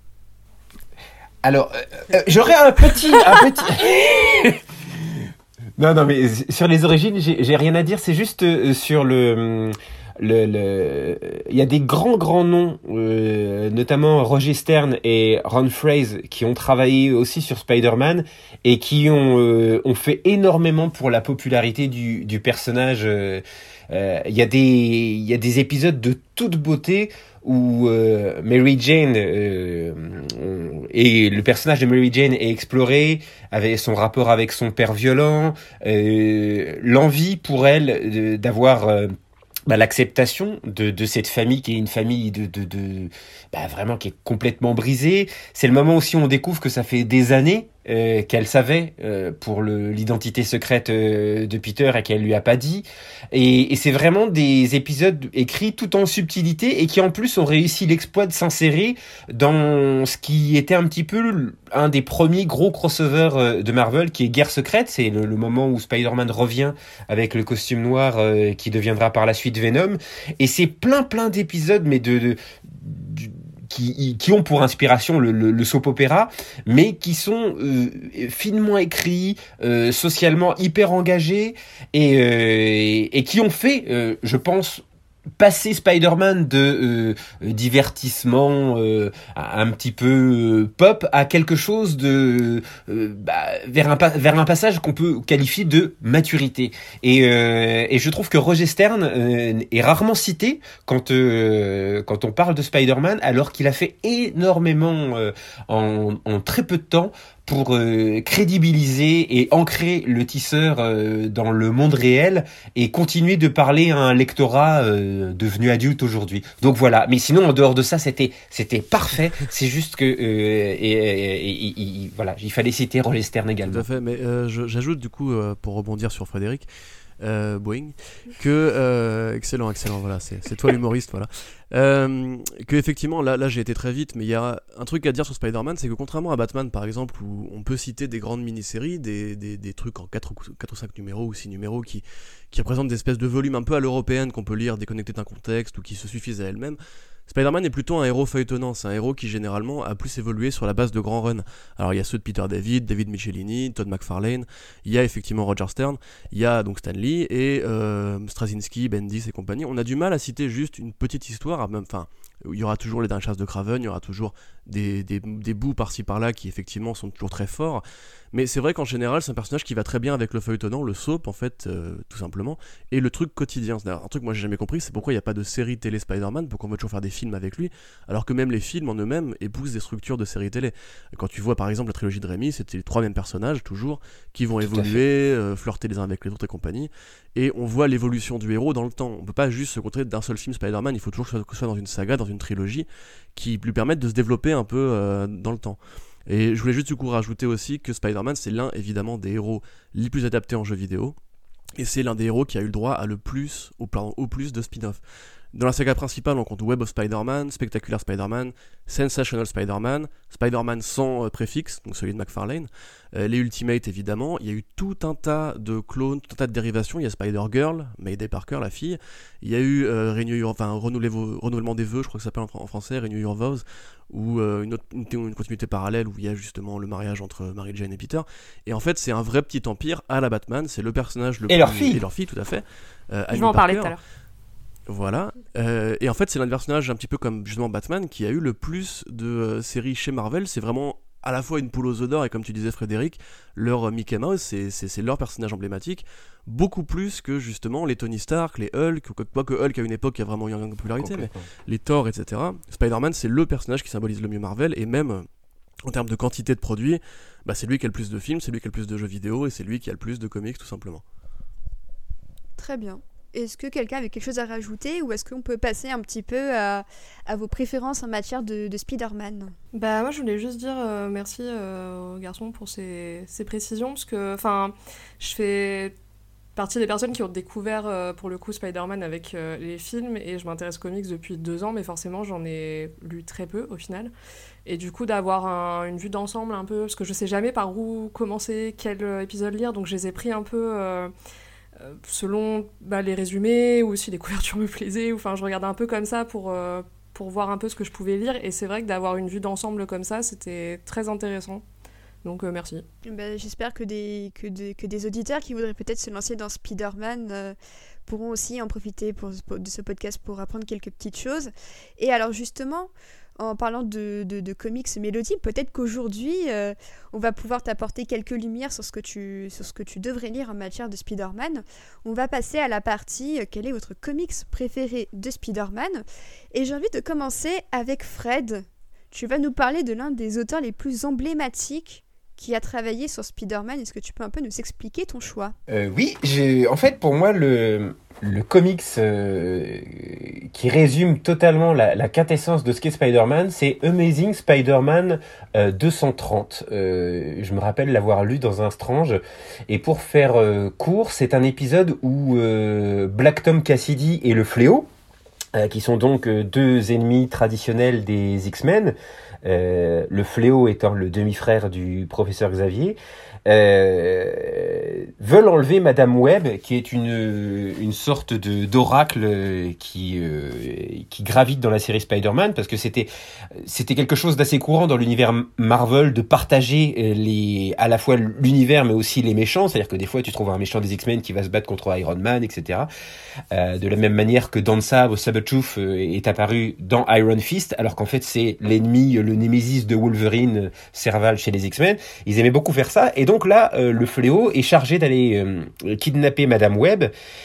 Speaker 4: Alors, euh, euh, j'aurais un petit... un petit... Non, non, mais sur les origines, j'ai, j'ai rien à dire. C'est juste euh, sur le, le, le, il y a des grands, grands noms, euh, notamment Roger Stern et Ron Frais, qui ont travaillé aussi sur Spider-Man et qui ont, euh, ont fait énormément pour la popularité du, du personnage. Euh, euh, il y a des, il y a des épisodes de toute beauté où euh, Mary Jane euh, on, et le personnage de Mary Jane est exploré avec son rapport avec son père violent, euh, l'envie pour elle de, d'avoir euh, bah, l'acceptation de, de cette famille qui est une famille de, de, de bah, vraiment qui est complètement brisée. C'est le moment aussi où on découvre que ça fait des années euh, qu'elle savait euh, pour le, l'identité secrète euh, de Peter et qu'elle lui a pas dit. Et, et c'est vraiment des épisodes écrits tout en subtilité et qui en plus ont réussi l'exploit de s'insérer dans ce qui était un petit peu un des premiers gros crossovers de Marvel, qui est Guerre secrète. C'est le, le moment où Spider-Man revient avec le costume noir euh, qui deviendra par la suite Venom. Et c'est plein plein d'épisodes, mais de, de, de Qui, qui ont pour inspiration le, le, le soap-opéra, mais qui sont euh, finement écrits, euh, socialement hyper engagés, et, euh, et qui ont fait, euh, je pense, passer Spider-Man de euh, divertissement euh, un petit peu euh, pop à quelque chose de euh, bah, vers un pa- vers un passage qu'on peut qualifier de maturité. Et euh, et je trouve que Roger Stern euh, est rarement cité quand euh, quand on parle de Spider-Man, alors qu'il a fait énormément euh, en en très peu de temps pour euh, crédibiliser et ancrer le tisseur euh, dans le monde réel et continuer de parler à un lectorat euh, devenu adulte aujourd'hui. Donc voilà. Mais sinon, en dehors de ça, c'était c'était parfait. C'est juste que euh, et, et, et, et, et, voilà, il fallait citer Roger Stern également.
Speaker 2: Tout à fait. Mais euh, je, j'ajoute du coup euh, pour rebondir sur Frédéric. Euh, Boeing, que euh, excellent, excellent, voilà, c'est, c'est toi l'humoriste, voilà. Euh, que effectivement, là, là j'ai été très vite, mais il y a un truc à dire sur Spider-Man, c'est que contrairement à Batman par exemple, où on peut citer des grandes mini-séries, des, des, des trucs en quatre ou cinq numéros ou six numéros qui, qui représentent des espèces de volumes un peu à l'européenne qu'on peut lire déconnectés d'un contexte ou qui se suffisent à elles-mêmes. Spider-Man est plutôt un héros feuilletonnant, c'est un héros qui généralement a plus évolué sur la base de grands runs. Alors il y a ceux de Peter David, David Michelini, Todd McFarlane, il y a effectivement Roger Stern, il y a donc Stan Lee et euh, Straczynski, Bendis et compagnie. On a du mal à citer juste une petite histoire, même, enfin, il y aura toujours les dernières chasses de Craven, il y aura toujours des, des, des bouts par-ci par-là qui effectivement sont toujours très forts, mais c'est vrai qu'en général c'est un personnage qui va très bien avec le feuilletonnant, le soap en fait, euh, tout simplement, et le truc quotidien. C'est un truc que moi j'ai jamais compris, c'est pourquoi il n'y a pas de série télé Spider-Man, pourquoi on veut toujours faire des films avec lui, alors que même les films en eux-mêmes épousent des structures de séries télé. Quand tu vois par exemple la trilogie de Raimi, c'était les trois mêmes personnages toujours, qui vont tout évoluer, euh, flirter les uns avec les autres et compagnie, et on voit l'évolution du héros dans le temps. On peut pas juste se contenter d'un seul film Spider-Man, il faut toujours que ce soit dans une saga, dans une trilogie, qui lui permettent de se développer un peu euh, dans le temps. Et je voulais juste du coup rajouter aussi que Spider-Man, c'est l'un évidemment des héros les plus adaptés en jeu vidéo, et c'est l'un des héros qui a eu le droit à le plus, au, au plus de spin-off. Dans la saga principale, on compte Web of Spider-Man, Spectacular Spider-Man, Sensational Spider-Man, Spider-Man sans euh, préfixe, donc celui de McFarlane, euh, les Ultimates évidemment. Il y a eu tout un tas de clones, tout un tas de dérivations. Il y a Spider-Girl, Mayday Parker, la fille. Il y a eu euh, Renew Your, enfin, renouvellement, renouvellement des vœux, je crois que ça s'appelle en, en français, Renew Your Vows, ou euh, une, autre, une, une continuité parallèle où il y a justement le mariage entre Mary Jane et Peter. Et en fait, c'est un vrai petit empire à la Batman. C'est le personnage le
Speaker 4: et
Speaker 2: plus...
Speaker 4: leur fille.
Speaker 2: Et leur fille, tout à fait. Euh,
Speaker 1: je vais en parler tout à l'heure.
Speaker 2: Voilà, euh, et en fait c'est l'un des personnages un petit peu comme justement Batman qui a eu le plus de euh, séries chez Marvel. C'est vraiment à la fois une poule aux œufs d'or et comme tu disais Frédéric, leur Mickey Mouse, c'est, c'est, c'est leur personnage emblématique, beaucoup plus que justement les Tony Stark, les Hulk, quoique Hulk à une époque a vraiment eu une popularité, mais les Thor, et cetera. Spider-Man c'est le personnage qui symbolise le mieux Marvel, et même en termes de quantité de produits, bah, c'est lui qui a le plus de films, c'est lui qui a le plus de jeux vidéo, et c'est lui qui a le plus de comics tout simplement.
Speaker 3: Très bien. Est-ce que quelqu'un avait quelque chose à rajouter ou est-ce qu'on peut passer un petit peu à, à vos préférences en matière de, de Spider-Man ?
Speaker 1: Bah moi je voulais juste dire euh, merci euh, aux garçons pour ces, ces précisions parce que enfin je fais partie des personnes qui ont découvert euh, pour le coup Spider-Man avec euh, les films et je m'intéresse aux comics depuis deux ans mais forcément j'en ai lu très peu au final et du coup d'avoir un, une vue d'ensemble un peu parce que je sais jamais par où commencer, quel épisode lire donc je les ai pris un peu... Euh, selon bah, les résumés ou si les couvertures me plaisaient, enfin je regardais un peu comme ça pour, euh, pour voir un peu ce que je pouvais lire et c'est vrai que d'avoir une vue d'ensemble comme ça c'était très intéressant Donc euh, merci.
Speaker 3: Ben, j'espère que des, que, de, que des auditeurs qui voudraient peut-être se lancer dans Spider-Man euh, pourront aussi en profiter pour, pour, de ce podcast pour apprendre quelques petites choses. Et alors justement, en parlant de, de, de comics Mélodie, peut-être qu'aujourd'hui, euh, on va pouvoir t'apporter quelques lumières sur ce, que tu, sur ce que tu devrais lire en matière de Spider-Man. On va passer à la partie euh, « Quel est votre comics préféré de Spider-Man ?» Et j'ai envie de commencer avec Fred. Tu vas nous parler de l'un des auteurs les plus emblématiques qui a travaillé sur Spider-Man. Est-ce que tu peux un peu nous expliquer ton choix ?
Speaker 4: euh, Oui, j'ai... en fait, pour moi, le, le comics euh, qui résume totalement la, la quintessence de ce qu'est Spider-Man, c'est Amazing Spider-Man euh, deux cent trente. Euh, je me rappelle l'avoir lu dans un Strange. Et pour faire euh, court, c'est un épisode où euh, Black Tom Cassidy et le Fléau, euh, qui sont donc euh, deux ennemis traditionnels des X-Men, Euh, le Fléau étant le demi-frère du professeur Xavier, euh, veulent enlever Madame Web, qui est une, une sorte de, d'oracle qui, euh, qui gravite dans la série Spider-Man, parce que c'était, c'était quelque chose d'assez courant dans l'univers Marvel de partager les, à la fois l'univers mais aussi les méchants, c'est-à-dire que des fois tu trouves un méchant des X-Men qui va se battre contre Iron Man, et cetera. Euh, de la même manière que Dan Sabre, Sabretooth est apparu dans Iron Fist, alors qu'en fait c'est l'ennemi, le némésis de Wolverine, Serval chez les X-Men. Ils aimaient beaucoup faire ça, et donc là, euh, le Fléau est chargé d'aller euh, kidnapper Madame Web,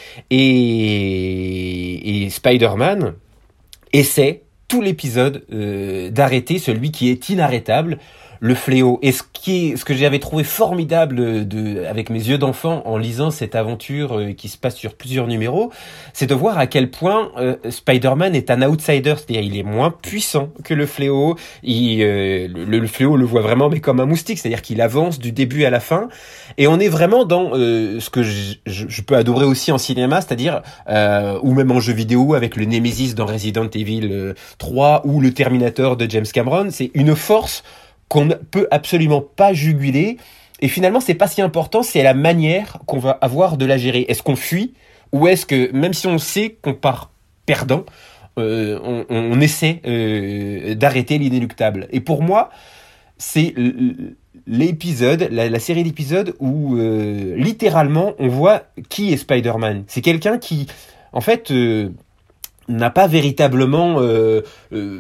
Speaker 4: et, et Spider-Man essaie tout l'épisode euh, d'arrêter celui qui est inarrêtable, le Fléau. Et ce qui est, ce que j'avais trouvé formidable de, avec mes yeux d'enfant en lisant cette aventure euh, qui se passe sur plusieurs numéros, c'est de voir à quel point euh, Spider-Man est un outsider, c'est-à-dire il est moins puissant que le Fléau. Il, euh, le, le Fléau le voit vraiment mais comme un moustique, c'est-à-dire qu'il avance du début à la fin. Et on est vraiment dans euh, ce que je, je, je peux adorer aussi en cinéma, c'est-à-dire euh, ou même en jeu vidéo avec le Nemesis dans Resident Evil trois ou le Terminator de James Cameron. C'est une force qu'on ne peut absolument pas juguler, et finalement c'est pas si important, c'est la manière qu'on va avoir de la gérer. Est-ce qu'on fuit, ou est-ce que même si on sait qu'on part perdant, euh, on, on essaie euh, d'arrêter l'inéluctable. Et pour moi c'est l'épisode, la, la série d'épisodes où euh, littéralement on voit qui est Spider-Man. C'est quelqu'un qui en fait euh, n'a pas véritablement euh, euh,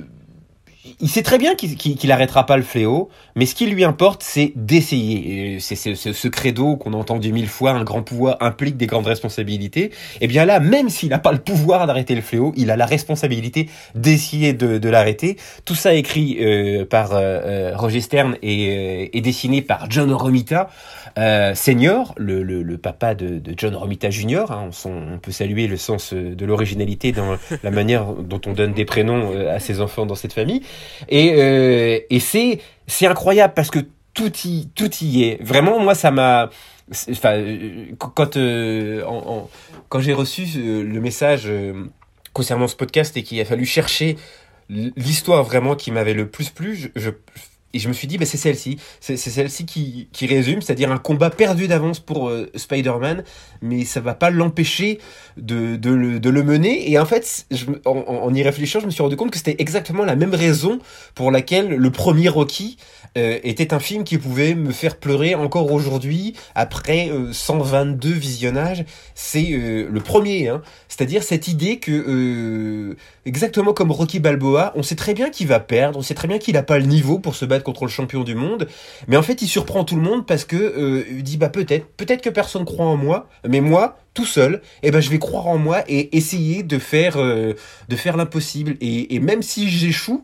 Speaker 4: il sait très bien qu'il, qu'il, qu'il arrêtera pas le Fléau, mais ce qui lui importe, c'est d'essayer. C'est, c'est, c'est ce credo qu'on a entendu mille fois, un grand pouvoir implique des grandes responsabilités. Et bien là, même s'il n'a pas le pouvoir d'arrêter le Fléau, il a la responsabilité d'essayer de, de l'arrêter. Tout ça écrit euh, par euh, Roger Stern et, euh, et dessiné par John Romita euh, Senior, le, le, le papa de, de John Romita Junior Hein. On, on peut saluer le sens de l'originalité dans la manière dont on donne des prénoms à ses enfants dans cette famille. Et, euh, et c'est, c'est incroyable parce que tout y, tout y est. Vraiment, moi, ça m'a... Enfin, quand, euh, en, en, quand j'ai reçu le message euh, concernant ce podcast et qu'il a fallu chercher l'histoire vraiment qui m'avait le plus plu, je... je Et je me suis dit, bah, c'est celle-ci. C'est, c'est celle-ci qui, qui résume, c'est-à-dire un combat perdu d'avance pour euh, Spider-Man, mais ça va pas l'empêcher de, de, le, de le mener. Et en fait, je, en, en y réfléchissant, je me suis rendu compte que c'était exactement la même raison pour laquelle le premier Rocky euh, était un film qui pouvait me faire pleurer encore aujourd'hui, après euh, cent vingt-deux visionnages. C'est euh, le premier, hein. C'est-à-dire cette idée que, euh, exactement comme Rocky Balboa, on sait très bien qu'il va perdre, on sait très bien qu'il a pas le niveau pour se battre contre le champion du monde, mais en fait il surprend tout le monde parce que euh, il dit bah peut-être, peut-être que personne croit en moi, mais moi tout seul, eh ben je vais croire en moi et essayer de faire euh, de faire l'impossible. Et, et même si j'échoue,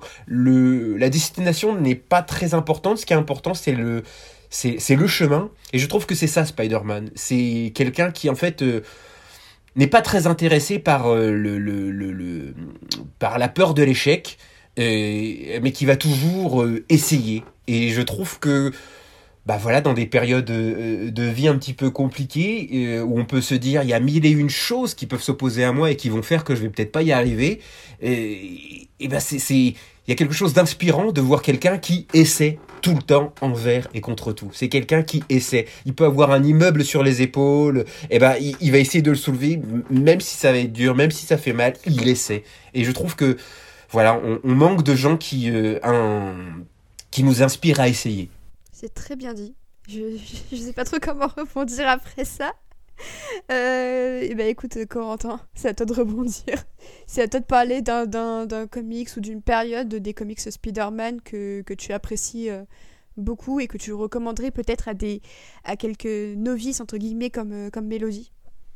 Speaker 4: le la destination n'est pas très importante. Ce qui est important, c'est le c'est c'est le chemin. Et je trouve que c'est ça Spider-Man. C'est quelqu'un qui en fait euh, n'est pas très intéressé par euh, le, le, le, le par la peur de l'échec. Euh, mais qui va toujours euh, essayer. Et je trouve que bah voilà, dans des périodes euh, de vie un petit peu compliquées, euh, où on peut se dire il y a mille et une choses qui peuvent s'opposer à moi et qui vont faire que je vais peut-être pas y arriver, et, et bah c'est, c'est, il y a quelque chose d'inspirant de voir quelqu'un qui essaie tout le temps envers et contre tout. C'est quelqu'un qui essaie. Il peut avoir un immeuble sur les épaules, et ben il, il va essayer de le soulever, même si ça va être dur, même si ça fait mal, il essaie. Et je trouve que voilà, on, on manque de gens qui, euh, un, qui nous inspirent à essayer.
Speaker 3: C'est très bien dit. Je, je, je sais pas trop comment rebondir après ça. Euh, et ben écoute, Corentin, c'est à toi de rebondir. C'est à toi de parler d'un, d'un, d'un comics ou d'une période des comics Spider-Man que, que tu apprécies euh, beaucoup et que tu recommanderais peut-être à, des, à quelques novices, entre guillemets, comme, euh, comme Mélodie.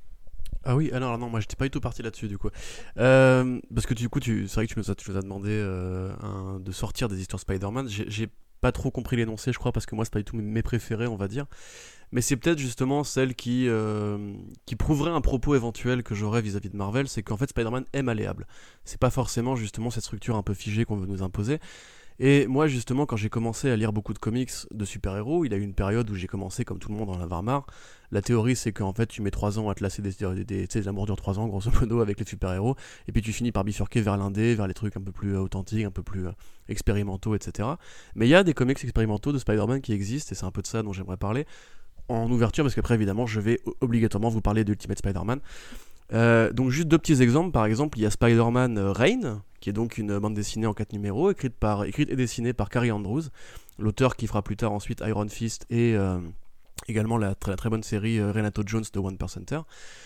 Speaker 2: Ah oui, alors non, moi j'étais pas du tout parti là-dessus du coup. Euh, parce que du coup, tu, c'est vrai que tu nous as, tu nous as demandé euh, un- de sortir des histoires Spider-Man. J'ai, j'ai pas trop compris l'énoncé, je crois, parce que moi c'est pas du tout mes, mes préférés, on va dire. Mais c'est peut-être justement celle qui, euh, qui prouverait un propos éventuel que j'aurais vis-à-vis de Marvel, c'est qu'en fait Spider-Man est malléable. C'est pas forcément justement cette structure un peu figée qu'on veut nous imposer. Et moi, justement, quand j'ai commencé à lire beaucoup de comics de super-héros, il y a eu une période où j'ai commencé, comme tout le monde, en avoir marre. La théorie, c'est qu'en fait, tu mets trois ans à te lasser des, des, des, tu sais, l'amour dure trois ans, grosso modo, avec les super-héros, et puis tu finis par bifurquer vers l'indé, vers les trucs un peu plus euh, authentiques, un peu plus euh, expérimentaux, et cetera. Mais il y a des comics expérimentaux de Spider-Man qui existent, et c'est un peu de ça dont j'aimerais parler, en ouverture, parce qu'après, évidemment, je vais obligatoirement vous parler d'Ultimate Spider-Man. Euh, donc juste deux petits exemples, par exemple il y a Spider-Man euh, Reign, qui est donc une bande dessinée en quatre numéros, écrite, par, écrite et dessinée par Carrie Andrews, l'auteur qui fera plus tard ensuite Iron Fist et euh, également la, la très bonne série euh, Renato Jones de One Percenter.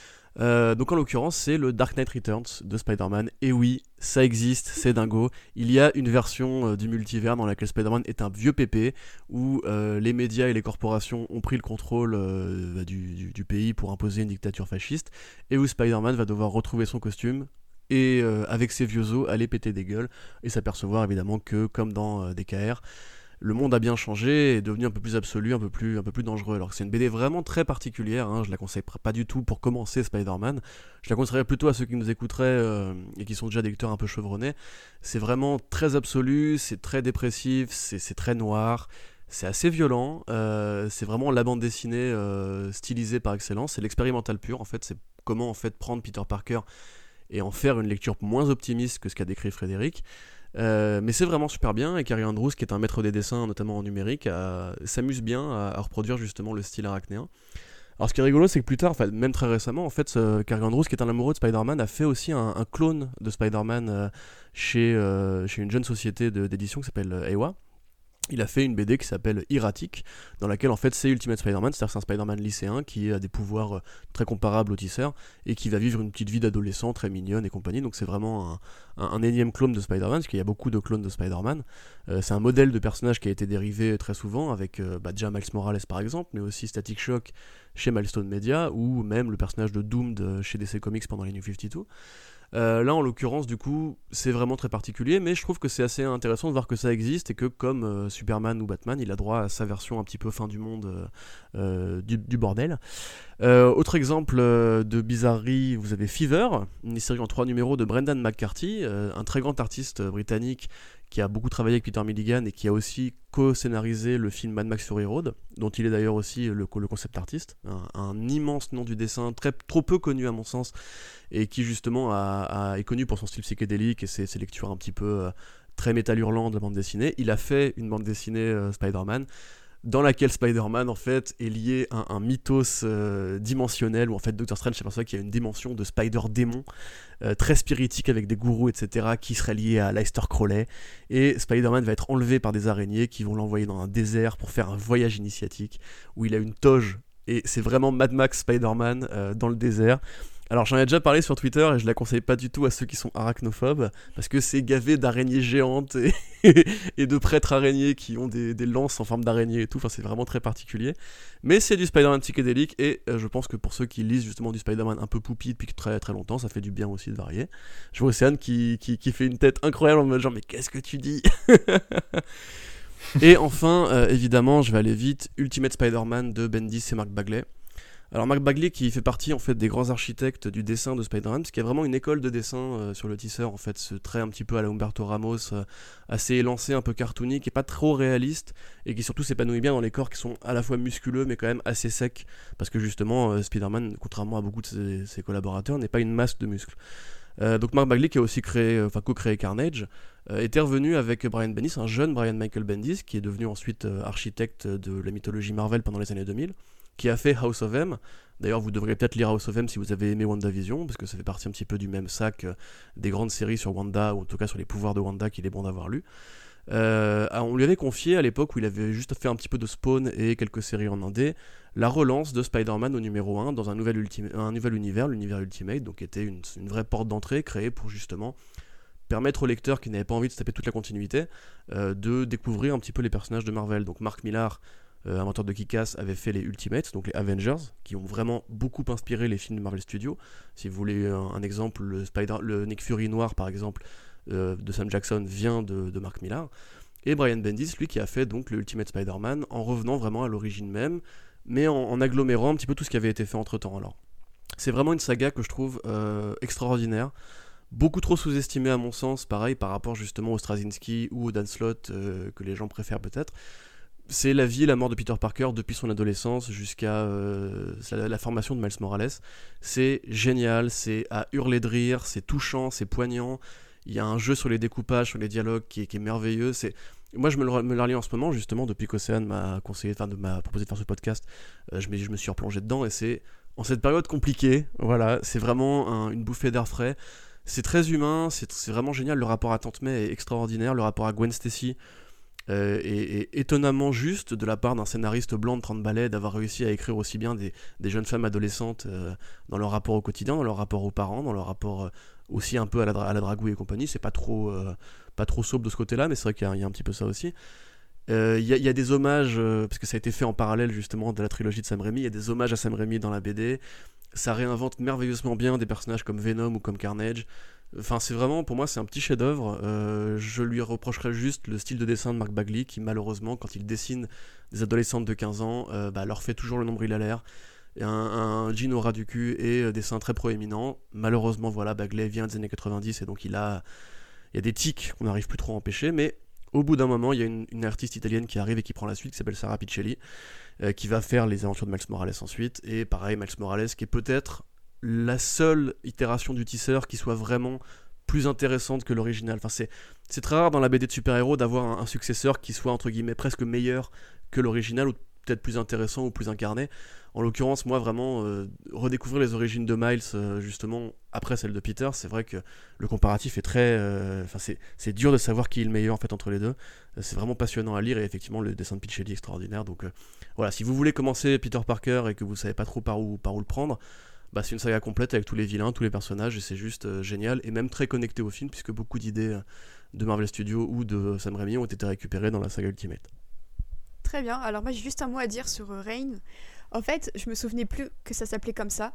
Speaker 2: Euh, donc en l'occurrence c'est le Dark Knight Returns de Spider-Man, et oui, ça existe, c'est dingo. Il y a une version euh, du multivers dans laquelle Spider-Man est un vieux pépé, où euh, les médias et les corporations ont pris le contrôle euh, bah, du, du, du pays pour imposer une dictature fasciste, et où Spider-Man va devoir retrouver son costume, et euh, avec ses vieux os aller péter des gueules, et s'apercevoir évidemment que, comme dans euh, D K R, le monde a bien changé et est devenu un peu plus absolu, un peu plus, un peu plus dangereux. Alors que c'est une B D vraiment très particulière, hein, je la conseille pas du tout pour commencer Spider-Man, je la conseillerais plutôt à ceux qui nous écouteraient euh, et qui sont déjà des lecteurs un peu chevronnés. C'est vraiment très absolu, c'est très dépressif, c'est, c'est très noir, c'est assez violent, euh, c'est vraiment la bande dessinée euh, stylisée par excellence, c'est l'expérimental pur en fait, c'est comment en fait prendre Peter Parker et en faire une lecture moins optimiste que ce qu'a décrit Frédéric. Euh, mais c'est vraiment super bien, et Carrie Andrews, qui est un maître des dessins, notamment en numérique, a- s'amuse bien à, à reproduire justement le style arachnéen. Alors ce qui est rigolo, c'est que plus tard, enfin même très récemment, en fait, ce Carrie Andrews, qui est un amoureux de Spider-Man, a fait aussi un, un clone de Spider-Man euh, chez, euh, chez une jeune société de, d'édition qui s'appelle euh, Ewa. Il a fait une B D qui s'appelle Erratic, dans laquelle en fait c'est Ultimate Spider-Man, c'est-à-dire que c'est un Spider-Man lycéen qui a des pouvoirs euh, très comparables au tisseur et qui va vivre une petite vie d'adolescent très mignonne et compagnie. Donc c'est vraiment un, un, un énième clone de Spider-Man, parce qu'il y a beaucoup de clones de Spider-Man. Euh, c'est un modèle de personnage qui a été dérivé très souvent avec euh, bah, déjà Miles Morales par exemple, mais aussi Static Shock chez Milestone Media, ou même le personnage de Doom de, chez D C Comics pendant les New cinquante-deux. Euh, là en l'occurrence du coup c'est vraiment très particulier, mais je trouve que c'est assez intéressant de voir que ça existe et que comme euh, Superman ou Batman, il a droit à sa version un petit peu fin du monde euh, euh, du, du bordel. Euh, autre exemple euh, de bizarrerie, vous avez Fever, une série en trois numéros de Brendan McCarthy, euh, un très grand artiste euh, britannique qui a beaucoup travaillé avec Peter Milligan et qui a aussi co-scénarisé le film Mad Max Fury Road, dont il est d'ailleurs aussi le, le concept artiste, un, un immense nom du dessin, très, trop peu connu à mon sens, et qui justement a, a, est connu pour son style psychédélique et ses, ses lectures un petit peu euh, très métal hurlant de la bande dessinée. Il a fait une bande dessinée euh, Spider-Man, dans laquelle Spider-Man en fait est lié à un mythos euh, dimensionnel, où en fait Doctor Strange s'aperçoit qu'il y a une dimension de Spider-Démon euh, très spiritique avec des gourous, et cetera, qui serait liée à Aleister Crowley, et Spider-Man va être enlevé par des araignées qui vont l'envoyer dans un désert pour faire un voyage initiatique où il a une toge, et c'est vraiment Mad Max Spider-Man euh, dans le désert. Alors j'en ai déjà parlé sur Twitter et je la conseille pas du tout à ceux qui sont arachnophobes, parce que c'est gavé d'araignées géantes et, et de prêtres araignées qui ont des, des lances en forme d'araignée et tout, enfin c'est vraiment très particulier. Mais c'est du Spider-Man psychédélique, et euh, je pense que pour ceux qui lisent justement du Spider-Man un peu poupi depuis très très longtemps, ça fait du bien aussi de varier. Je vois Océane qui, qui, qui fait une tête incroyable en mode genre mais qu'est-ce que tu dis. Et enfin, euh, évidemment, je vais aller vite, Ultimate Spider-Man de Bendis et Mark Bagley. Alors Mark Bagley qui fait partie en fait des grands architectes du dessin de Spider-Man, parce qu'il y a vraiment une école de dessin euh, sur le tisseur, en fait, ce trait un petit peu à la Humberto Ramos, euh, assez élancé, un peu cartoony, qui est pas trop réaliste, et qui surtout s'épanouit bien dans les corps qui sont à la fois musculeux mais quand même assez secs, parce que justement euh, Spider-Man, contrairement à beaucoup de ses, ses collaborateurs, n'est pas une masse de muscles. Euh, donc Mark Bagley qui a aussi créé, enfin co-créé Carnage, euh, était revenu avec Brian Bendis, un jeune Brian Michael Bendis, qui est devenu ensuite euh, architecte de la mythologie Marvel pendant les années deux mille, qui a fait House of M. D'ailleurs, vous devriez peut-être lire House of M si vous avez aimé WandaVision, parce que ça fait partie un petit peu du même sac euh, des grandes séries sur Wanda, ou en tout cas sur les pouvoirs de Wanda qu'il est bon d'avoir lu. Euh, on lui avait confié à l'époque où il avait juste fait un petit peu de Spawn et quelques séries en indé, la relance de Spider-Man au numéro un dans un nouvel, ultime, un nouvel univers, l'univers Ultimate, donc qui était une, une vraie porte d'entrée créée pour justement permettre aux lecteurs qui n'avaient pas envie de se taper toute la continuité euh, de découvrir un petit peu les personnages de Marvel. Donc Mark Millar, euh, inventeur de Kick-Ass, avait fait les Ultimates, donc les Avengers, qui ont vraiment beaucoup inspiré les films de Marvel Studios. Si vous voulez un, un exemple, le, Spider, le Nick Fury noir par exemple euh, de Sam Jackson vient de, de Mark Millar. Et Brian Bendis, lui, qui a fait donc le Ultimate Spider-Man en revenant vraiment à l'origine même, mais en, en agglomérant un petit peu tout ce qui avait été fait entre-temps. Alors, c'est vraiment une saga que je trouve euh, extraordinaire, beaucoup trop sous-estimée à mon sens, pareil par rapport justement au Straczynski ou au Dan Slott euh, que les gens préfèrent peut-être. C'est la vie et la mort de Peter Parker depuis son adolescence jusqu'à euh, la, la formation de Miles Morales. C'est génial, c'est à hurler de rire, c'est touchant, c'est poignant. Il y a un jeu sur les découpages, sur les dialogues qui est, qui est merveilleux. C'est... Moi, je me le, me le relis en ce moment, justement, depuis qu'Océane m'a, conseillé, enfin, m'a proposé de faire ce podcast. Euh, je, me, je me suis replongé dedans et c'est, en cette période compliquée, voilà, c'est vraiment un, une bouffée d'air frais. C'est très humain, c'est, c'est vraiment génial. Le rapport à Tante May est extraordinaire. Le rapport à Gwen Stacy euh, est, est étonnamment juste de la part d'un scénariste blanc de trente balais d'avoir réussi à écrire aussi bien des, des jeunes femmes adolescentes euh, dans leur rapport au quotidien, dans leur rapport aux parents, dans leur rapport euh, aussi un peu à la, à la dragouille et compagnie. C'est pas trop, euh, pas trop sobre de ce côté-là, mais c'est vrai qu'il y a, il y a un petit peu ça aussi. Il euh, y, y a des hommages, euh, parce que ça a été fait en parallèle justement de la trilogie de Sam Raimi, il y a des hommages à Sam Raimi dans la B D. Ça réinvente merveilleusement bien des personnages comme Venom ou comme Carnage. Enfin, c'est vraiment, pour moi, c'est un petit chef-d'œuvre. Euh, je lui reprocherais juste le style de dessin de Mark Bagley, qui malheureusement, quand il dessine des adolescentes de quinze ans, euh, bah, leur fait toujours le nombril à l'air. Un, un jean au ras du cul et euh, dessin très proéminent. Malheureusement, voilà, Bagley vient des années quatre-vingt-dix et donc il a, il y a des tics qu'on n'arrive plus trop à empêcher, mais au bout d'un moment, il y a une, une artiste italienne qui arrive et qui prend la suite, qui s'appelle Sara Pichelli, euh, qui va faire les aventures de Miles Morales ensuite. Et pareil, Miles Morales, qui est peut-être la seule itération du tisseur qui soit vraiment plus intéressante que l'original. Enfin, c'est, c'est très rare dans la B D de super-héros d'avoir un, un successeur qui soit, entre guillemets, presque meilleur que l'original, ou peut-être plus intéressant ou plus incarné. En l'occurrence, moi, vraiment, euh, redécouvrir les origines de Miles, euh, justement, après celle de Peter, c'est vrai que le comparatif est très... Enfin, euh, c'est, c'est dur de savoir qui est le meilleur, en fait, entre les deux. Euh, c'est vraiment passionnant à lire, et effectivement, le dessin de Pichelli est extraordinaire. Donc, euh, voilà, si vous voulez commencer Peter Parker et que vous savez pas trop par où, par où le prendre, bah, c'est une saga complète avec tous les vilains, tous les personnages, et c'est juste euh, génial, et même très connecté au film, puisque beaucoup d'idées euh, de Marvel Studios ou de Sam Raimi ont été récupérées dans la saga Ultimate.
Speaker 3: Très bien, alors moi j'ai juste un mot à dire sur euh, Reign. En fait, je me souvenais plus que ça s'appelait comme ça.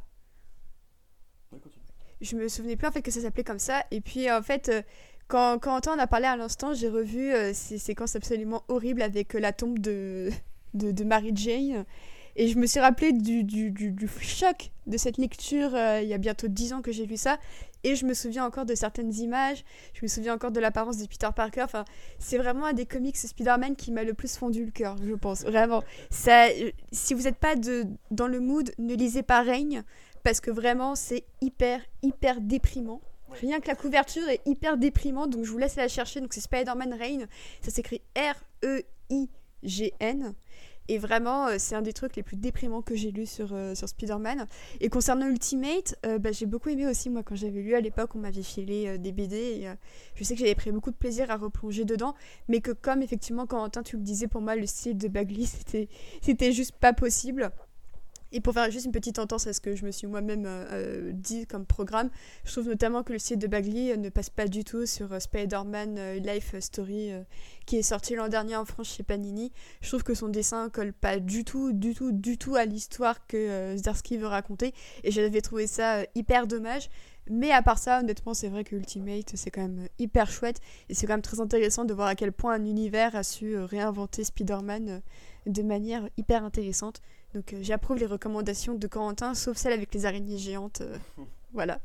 Speaker 3: Je me souvenais plus en fait que ça s'appelait comme ça. Et puis en fait, euh, quand, quand Antoine en a parlé à l'instant, j'ai revu euh, ces séquences absolument horribles avec euh, la tombe de, de, de Mary Jane. Et je me suis rappelé du, du, du, du choc de cette lecture euh, il y a bientôt dix ans que j'ai lu ça. Et je me souviens encore de certaines images, je me souviens encore de l'apparence de Peter Parker. Enfin, c'est vraiment un des comics Spider-Man qui m'a le plus fondu le cœur, je pense. Vraiment. Ça, si vous n'êtes pas de, dans le mood, ne lisez pas Reign, parce que vraiment, c'est hyper, hyper déprimant. Rien que la couverture est hyper déprimante, donc je vous laisse la chercher. Donc c'est Spider-Man Reign, ça s'écrit R E I G N. Et vraiment, euh, c'est un des trucs les plus déprimants que j'ai lu sur, euh, sur Spider-Man. Et concernant Ultimate, euh, bah, j'ai beaucoup aimé aussi, moi, quand j'avais lu à l'époque, on m'avait filé euh, des B D. Et, euh, je sais que j'avais pris beaucoup de plaisir à replonger dedans. Mais que comme, effectivement, Corentin, tu le disais, pour moi, le style de Bagley, c'était, c'était juste pas possible. Et pour faire juste une petite entorse à ce que je me suis moi-même euh, dit comme programme, je trouve notamment que le style de Bagley ne passe pas du tout sur euh, Spider-Man euh, Life Story euh, qui est sorti l'an dernier en France chez Panini. Je trouve que son dessin colle pas du tout, du tout, du tout à l'histoire que euh, Zdarsky veut raconter. Et j'avais trouvé ça euh, hyper dommage. Mais à part ça, honnêtement, c'est vrai que Ultimate, c'est quand même hyper chouette. Et c'est quand même très intéressant de voir à quel point un univers a su euh, réinventer Spider-Man euh, de manière hyper intéressante. Donc euh, j'approuve les recommandations de Corentin, sauf celle avec les araignées géantes. Euh, voilà.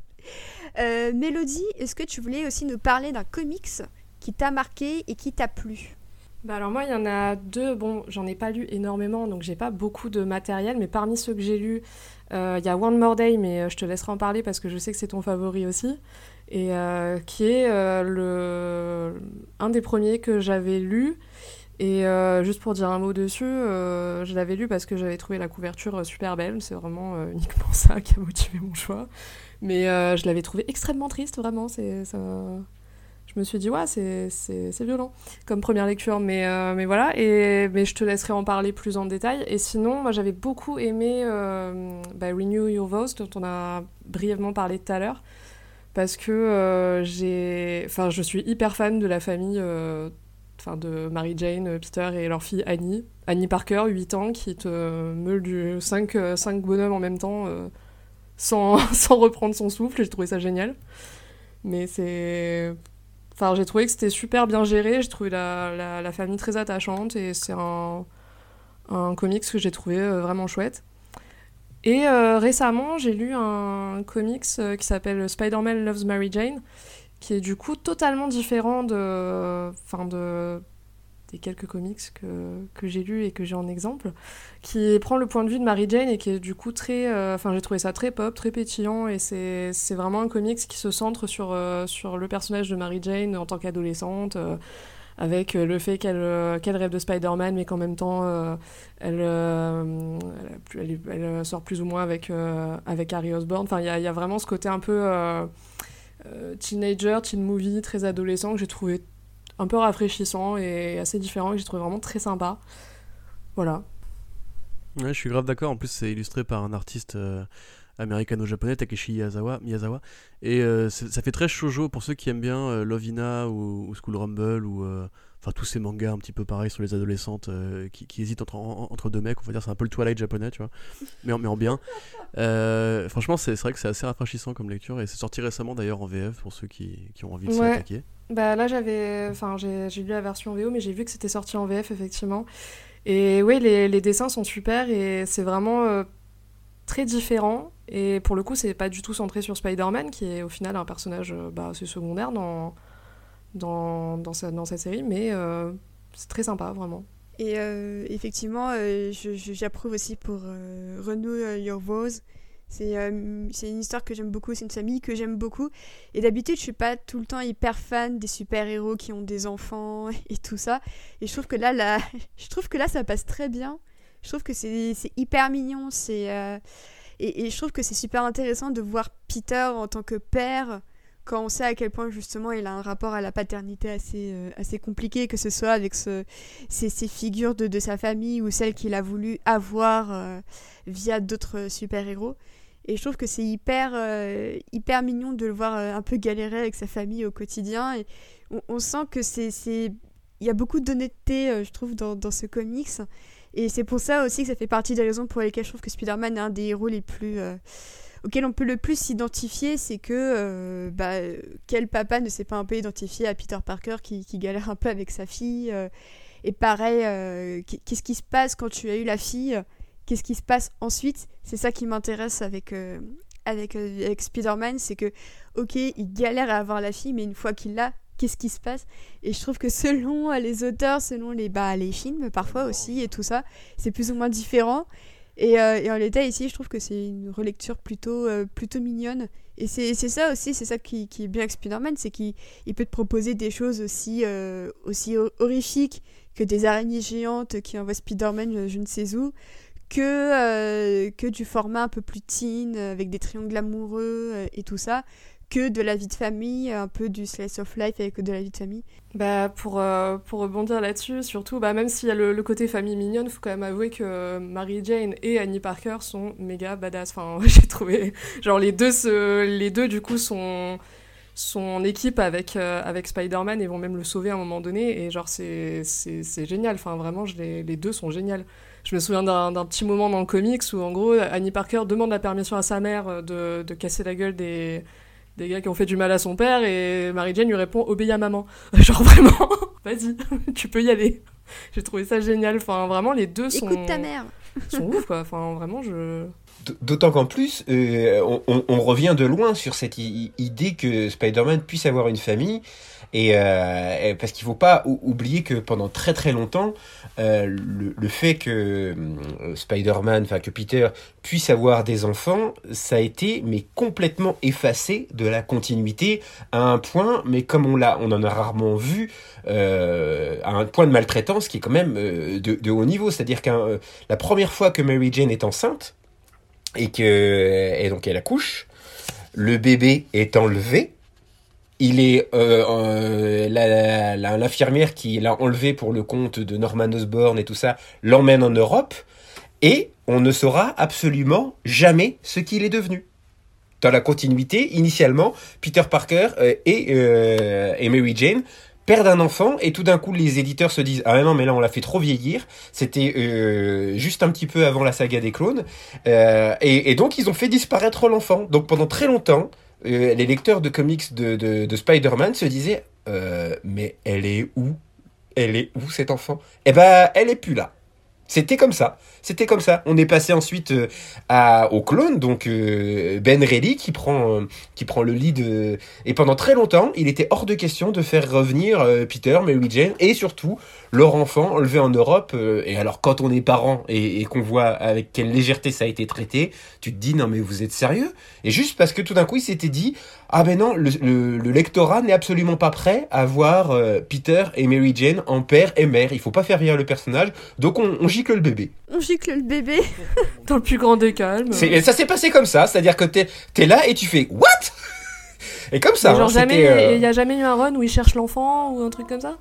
Speaker 3: Euh, Mélodie, est-ce que tu voulais aussi nous parler d'un comics qui t'a marqué et qui t'a plu ?
Speaker 1: Bah alors moi, il y en a deux. Bon, j'en ai pas lu énormément, donc j'ai pas beaucoup de matériel. Mais parmi ceux que j'ai lus, euh, il y a One More Day, mais euh, je te laisserai en parler parce que je sais que c'est ton favori aussi. Et euh, qui est euh, le... un des premiers que j'avais lu. Et euh, juste pour dire un mot dessus, euh, je l'avais lu parce que j'avais trouvé la couverture super belle. C'est vraiment euh, uniquement ça qui a motivé mon choix. Mais euh, je l'avais trouvé extrêmement triste, vraiment. C'est, ça... je me suis dit, ouais, c'est, c'est, c'est violent comme première lecture, mais, euh, mais voilà, et, mais je te laisserai en parler plus en détail. Et sinon, moi, j'avais beaucoup aimé euh, bah, Renew Your Vows, dont on a brièvement parlé tout à l'heure, parce que euh, j'ai... Enfin, je suis hyper fan de la famille euh, de Mary Jane, Peter et leur fille Annie. Annie Parker, huit ans, qui te meule du cinq bonhommes en même temps, euh, sans, sans reprendre son souffle. J'ai trouvé ça génial. Mais c'est... Enfin, j'ai trouvé que c'était super bien géré, j'ai trouvé la, la, la famille très attachante, et c'est un, un comics que j'ai trouvé euh, vraiment chouette. Et euh, récemment, j'ai lu un comics euh, qui s'appelle Spider-Man Loves Mary Jane, qui est du coup totalement différent de, enfin de, des quelques comics que, que j'ai lus et que j'ai en exemple, qui prend le point de vue de Mary Jane et qui est du coup très... Enfin, euh, j'ai trouvé ça très pop, très pétillant, et c'est, c'est vraiment un comics qui se centre sur, euh, sur le personnage de Mary Jane en tant qu'adolescente, euh, avec le fait qu'elle, euh, qu'elle rêve de Spider-Man, mais qu'en même temps, euh, elle, euh, elle, elle, elle sort plus ou moins avec, euh, avec Harry Osborn. Enfin, il y a, y a vraiment ce côté un peu euh, euh, teenager, teen movie, très adolescent, que j'ai trouvé un peu rafraîchissant et assez différent, et que j'ai trouvé vraiment très sympa. Voilà.
Speaker 2: Ouais, je suis grave d'accord. En plus, c'est illustré par un artiste euh, américano-japonais, Takeshi Miyazawa. Miyazawa. Et euh, ça fait très shoujo pour ceux qui aiment bien euh, Love Hina ou, ou School Rumble, ou euh, enfin tous ces mangas un petit peu pareils sur les adolescentes euh, qui, qui hésitent entre, en, entre deux mecs. On va dire c'est un peu le Twilight japonais, tu vois, mais, mais en bien. Euh, franchement, c'est, c'est vrai que c'est assez rafraîchissant comme lecture, et c'est sorti récemment d'ailleurs en V F pour ceux qui, qui ont envie de s'y
Speaker 1: ouais.
Speaker 2: attaquer.
Speaker 1: Bah là, j'avais, enfin, j'ai, j'ai lu la version V O, mais j'ai vu que c'était sorti en V F effectivement. Et oui, les, les dessins sont super, et c'est vraiment euh, très différent. Et pour le coup, c'est pas du tout centré sur Spider-Man, qui est au final un personnage euh, bah, assez secondaire dans, dans, dans, sa, dans cette série, mais euh, c'est très sympa, vraiment.
Speaker 3: Et euh, effectivement, euh, je, je, j'approuve aussi pour euh, Renew Your Vows. C'est, euh, c'est une histoire que j'aime beaucoup, c'est une famille que j'aime beaucoup. Et d'habitude, je suis pas tout le temps hyper fan des super-héros qui ont des enfants et tout ça. Et je trouve que là, là, je trouve que là ça passe très bien. Je trouve que c'est, c'est hyper mignon. C'est, euh, et, et je trouve que c'est super intéressant de voir Peter en tant que père, quand on sait à quel point justement il a un rapport à la paternité assez, euh, assez compliqué, que ce soit avec ce, ces, ces figures de, de sa famille ou celles qu'il a voulu avoir euh, via d'autres super-héros. Et je trouve que c'est hyper, euh, hyper mignon de le voir euh, un peu galérer avec sa famille au quotidien. Et on, on sent que c'est, c'est... il y a beaucoup d'honnêteté, euh, je trouve, dans, dans ce comics. Et c'est pour ça aussi que ça fait partie des raisons pour lesquelles je trouve que Spider-Man est un des héros les plus... Euh, auxquels on peut le plus s'identifier. C'est que euh, bah, quel papa ne s'est pas un peu identifié à Peter Parker qui, qui galère un peu avec sa fille euh, et pareil, euh, qu'est-ce qui se passe quand tu as eu la fille ? Qu'est-ce qui se passe ensuite ? C'est ça qui m'intéresse avec, euh, avec, euh, avec Spider-Man, c'est que, ok, il galère à avoir la fille, mais une fois qu'il l'a, qu'est-ce qui se passe ? Et je trouve que selon les auteurs, selon les, bah, les films parfois aussi, et tout ça, c'est plus ou moins différent. Et, euh, et en l'état ici, je trouve que c'est une relecture plutôt, euh, plutôt mignonne. Et c'est, c'est ça aussi, c'est ça qui, qui est bien avec Spider-Man, c'est qu'il il peut te proposer des choses aussi, euh, aussi horrifiques que des araignées géantes qui envoient Spider-Man je ne sais où, que, euh, que du format un peu plus teen, avec des triangles amoureux euh, et tout ça, que de la vie de famille, un peu du slice of life avec de la vie de famille.
Speaker 1: Bah pour, euh, pour rebondir là-dessus, surtout, bah même s'il y a le, le côté famille mignonne, il faut quand même avouer que Mary Jane et Annie Parker sont méga badass. Enfin, j'ai trouvé... Genre les deux, se, les deux du coup, sont, sont en équipe avec, euh, avec Spider-Man et vont même le sauver à un moment donné. Et genre, c'est, c'est, c'est génial. Enfin, vraiment, je les, les deux sont géniales. Je me souviens d'un, d'un petit moment dans le comics où, en gros, Annie Parker demande la permission à sa mère de, de casser la gueule des... des gars qui ont fait du mal à son père, et Mary Jane lui répond « Obéis à maman ». Genre vraiment, vas-y, tu peux y aller. J'ai trouvé ça génial. Enfin, vraiment, les deux sont...
Speaker 3: Écoute ta mère.
Speaker 1: sont ouf, quoi. Enfin, vraiment, je...
Speaker 4: D'autant qu'en plus, euh, on, on, on revient de loin sur cette i- idée que Spider-Man puisse avoir une famille. Et, euh, parce qu'il ne faut pas ou- oublier que pendant très très longtemps, euh, le, le fait que euh, Spider-Man, enfin que Peter puisse avoir des enfants, ça a été mais complètement effacé de la continuité à un point, mais comme on l'a, on en a rarement vu, euh, à un point de maltraitance qui est quand même euh, de, de haut niveau. C'est-à-dire que euh, la première fois que Mary Jane est enceinte et que et donc elle accouche, le bébé est enlevé. il est euh, euh, la, la, l'infirmière qui l'a enlevé pour le compte de Norman Osborn et tout ça l'emmène en Europe et on ne saura absolument jamais ce qu'il est devenu. Dans la continuité, initialement, Peter Parker euh, et, euh, et Mary Jane perdent un enfant et tout d'un coup les éditeurs se disent ah non mais là on l'a fait trop vieillir, c'était euh, juste un petit peu avant la saga des clones euh, et, et donc ils ont fait disparaître l'enfant. Donc pendant très longtemps euh, les lecteurs de comics de, de, de Spider-Man se disaient euh, mais elle est où elle est où cet enfant? Eh ben elle est plus là. C'était comme ça, c'était comme ça. On est passé ensuite euh, à, au clone, donc euh, Ben Reilly qui prend, euh, qui prend le lead. Euh, et pendant très longtemps, il était hors de question de faire revenir euh, Peter, Mary Jane et surtout leur enfant enlevé en Europe. Euh, et alors quand on est parent et, et qu'on voit avec quelle légèreté ça a été traité, tu te dis non mais vous êtes sérieux? Et juste parce que tout d'un coup il s'était dit ah ben non, le, le, le lectorat n'est absolument pas prêt à voir euh, Peter et Mary Jane en père et mère. Il faut pas faire vieillir le personnage, donc on, on gicle le bébé.
Speaker 3: On gicle le bébé.
Speaker 1: Dans le plus grand des calmes.
Speaker 4: C'est, ça s'est passé comme ça, c'est-à-dire que t'es, t'es là et tu fais what? Et comme ça.
Speaker 1: Mais genre
Speaker 4: hein,
Speaker 1: jamais,
Speaker 4: euh...
Speaker 1: il y a jamais eu un run où il cherche l'enfant ou un truc comme ça?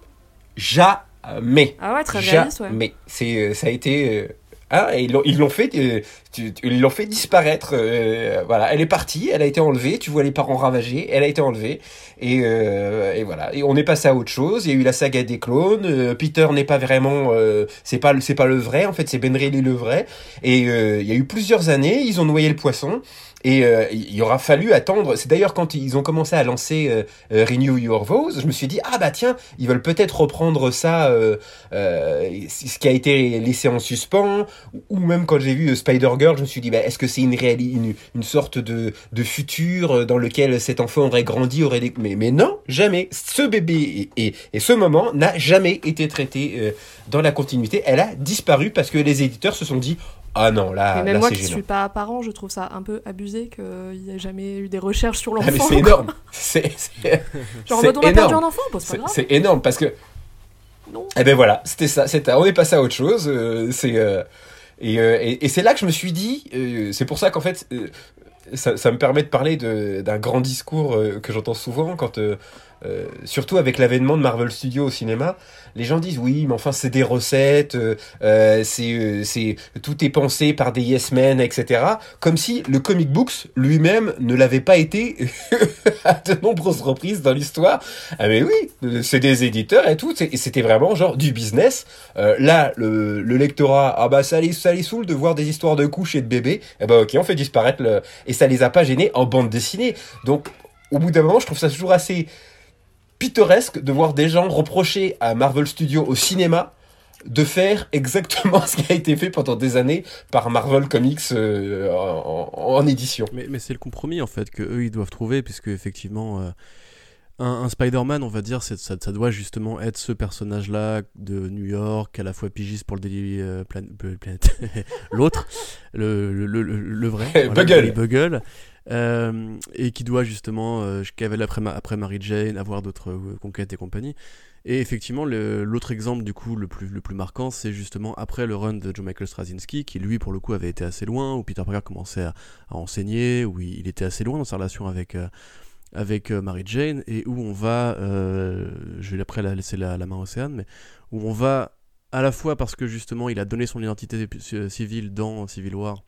Speaker 4: Jamais.
Speaker 1: Ah ouais, très réaliste, ouais.
Speaker 4: Mais c'est, ça a été. Euh... Ah, et ils l'ont, ils l'ont fait, euh, tu, tu, ils l'ont fait disparaître. Euh, voilà, elle est partie, elle a été enlevée. Tu vois les parents ravagés, elle a été enlevée. Et, euh, et voilà. Et on est passé à autre chose. Il y a eu la saga des clones. Euh, Peter n'est pas vraiment, euh, c'est pas, c'est pas le vrai. En fait, c'est Ben Reilly le vrai. Et euh, il y a eu plusieurs années. Ils ont noyé le poisson. Et euh, il aura fallu attendre. C'est d'ailleurs quand ils ont commencé à lancer euh, euh, Renew Your Vows, je me suis dit ah bah tiens, ils veulent peut-être reprendre ça, euh, euh, ce qui a été laissé en suspens. Ou même quand j'ai vu euh, Spider Girl, je me suis dit bah est-ce que c'est une réali- une, une sorte de de futur dans lequel cet enfant aurait grandi, aurait des... mais mais non, jamais. Ce bébé et et, et ce moment n'a jamais été traité euh, dans la continuité. Elle a disparu parce que les éditeurs se sont dit ah non, là,
Speaker 1: mais même
Speaker 4: là
Speaker 1: moi
Speaker 4: c'est
Speaker 1: qui
Speaker 4: gênant.
Speaker 1: suis pas parent, je trouve ça un peu abusé qu'il n'y ait jamais eu des recherches sur l'enfant.
Speaker 4: Ah mais c'est énorme. C'est, c'est,
Speaker 1: genre en
Speaker 4: c'est
Speaker 1: mode on a
Speaker 4: énorme.
Speaker 1: perdu un enfant, bon, c'est pas
Speaker 4: C'est,
Speaker 1: grave.
Speaker 4: c'est énorme parce que.
Speaker 1: Non.
Speaker 4: Eh ben voilà, c'était ça. C'était, on est passé à autre chose. Euh, c'est euh, et, euh, et, et c'est là que je me suis dit. Euh, c'est pour ça qu'en fait, euh, ça, ça me permet de parler de, d'un grand discours euh, que j'entends souvent quand. Euh, Euh, surtout avec l'avènement de Marvel Studios au cinéma, les gens disent oui, mais enfin c'est des recettes, euh, euh, c'est, euh, c'est tout est pensé par des yes men, et cetera. Comme si le comic books lui-même ne l'avait pas été à de nombreuses reprises dans l'histoire. Ah mais oui, c'est des éditeurs et tout, c'est, c'était vraiment genre du business. Euh, là, le, le lectorat, ah bah ça les, ça les saoule de voir des histoires de couches et de bébés. Eh bah ok, on fait disparaître le, et ça les a pas gênés en bande dessinée. Donc au bout d'un moment, je trouve ça toujours assez pittoresque de voir des gens reprocher à Marvel Studios au cinéma de faire exactement ce qui a été fait pendant des années par Marvel Comics euh, en, en, en édition.
Speaker 2: Mais, mais c'est le compromis en fait que eux ils doivent trouver, puisque effectivement euh, un, un Spider-Man, on va dire, c'est, ça, ça doit justement être ce personnage-là de New York, à la fois pigiste pour le Daily euh, Plan- Planet, l'autre, le, le, le, le vrai, voilà,
Speaker 4: Bugle.
Speaker 2: le Bugle. Euh, et qui doit justement euh, cavale après, ma, après Mary Jane, avoir d'autres euh, conquêtes et compagnie. Et effectivement, le, l'autre exemple du coup le plus, le plus marquant, c'est justement après le run de Joe Michael Straczynski, qui lui pour le coup avait été assez loin, où Peter Parker commençait à, à enseigner, où il, il était assez loin dans sa relation avec, euh, avec euh, Mary Jane, et où on va, euh, je vais après la, laisser la, la main à Océane, mais où on va à la fois parce que justement il a donné son identité civile dans Civil War,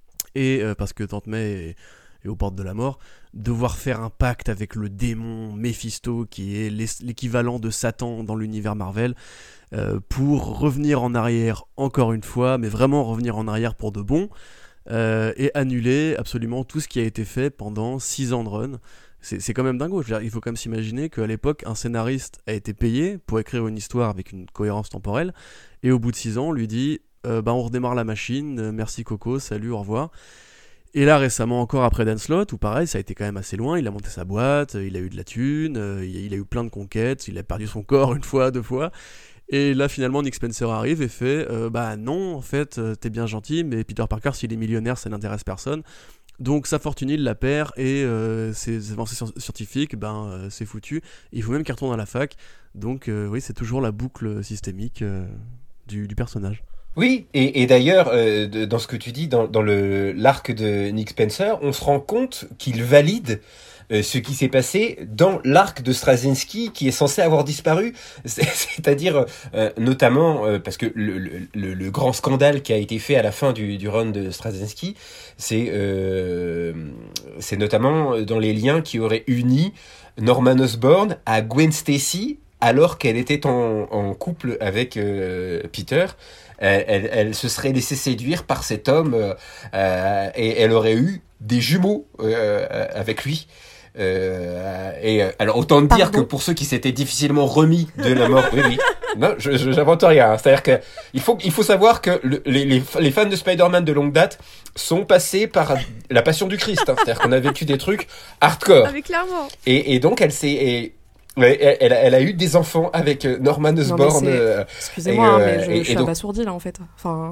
Speaker 2: et euh, parce que Tante May est et aux portes de la mort, devoir faire un pacte avec le démon Mephisto, qui est l'équivalent de Satan dans l'univers Marvel, euh, pour revenir en arrière encore une fois, mais vraiment revenir en arrière pour de bon, euh, et annuler absolument tout ce qui a été fait pendant six ans de run. C'est, c'est quand même dingo. Je veux dire, il faut quand même s'imaginer qu'à l'époque, un scénariste a été payé pour écrire une histoire avec une cohérence temporelle, et au bout de six ans, on lui dit euh, bah, on redémarre la machine, euh, merci Coco, salut, au revoir. Et là récemment encore après Dan Slott, où pareil ça a été quand même assez loin, il a monté sa boîte, il a eu de la thune, euh, il a eu plein de conquêtes, il a perdu son corps une fois, deux fois, et là finalement Nick Spencer arrive et fait euh, bah non en fait euh, t'es bien gentil mais Peter Parker s'il est millionnaire ça n'intéresse personne, donc sa fortune il la perd et euh, ses avancées scientifiques ben euh, c'est foutu, il faut même qu'il retourne à la fac, donc euh, oui c'est toujours la boucle systémique euh, du, du personnage.
Speaker 4: Oui, et, et d'ailleurs, euh, de- dans ce que tu dis, dans, dans le l'arc de Nick Spencer, on se rend compte qu'il valide euh, ce qui s'est passé dans l'arc de Straczynski qui est censé avoir disparu. C'est- C'est-à-dire, euh, notamment, euh, parce que le, le, le, le grand scandale qui a été fait à la fin du, du run de Straczynski, c'est euh, c'est notamment dans les liens qui auraient uni Norman Osborn à Gwen Stacy alors qu'elle était en, en couple avec euh, Peter. Elle, elle, elle se serait laissée séduire par cet homme euh, euh, et elle aurait eu des jumeaux euh, avec lui. Euh, et euh, alors autant dire
Speaker 1: Pardon.
Speaker 4: que pour ceux qui s'étaient difficilement remis de la mort, oui, oui. Non, je, je j'invente rien. hein. C'est-à-dire que il faut il faut savoir que le, les, les les fans de Spider-Man de longue date sont passés par la Passion du Christ. hein. C'est-à-dire qu'on a vécu des trucs hardcore.
Speaker 3: Ah mais clairement.
Speaker 4: Et, et donc elle s'est et, ouais, elle, elle, a- elle a eu des enfants avec euh, Norman Osborn.
Speaker 1: c'est-
Speaker 4: euh,
Speaker 1: Excusez-moi,
Speaker 4: Et,
Speaker 1: hein,
Speaker 4: euh,
Speaker 1: mais je,
Speaker 4: et-
Speaker 1: je suis
Speaker 4: et donc-
Speaker 1: abasourdie là en fait. Enfin,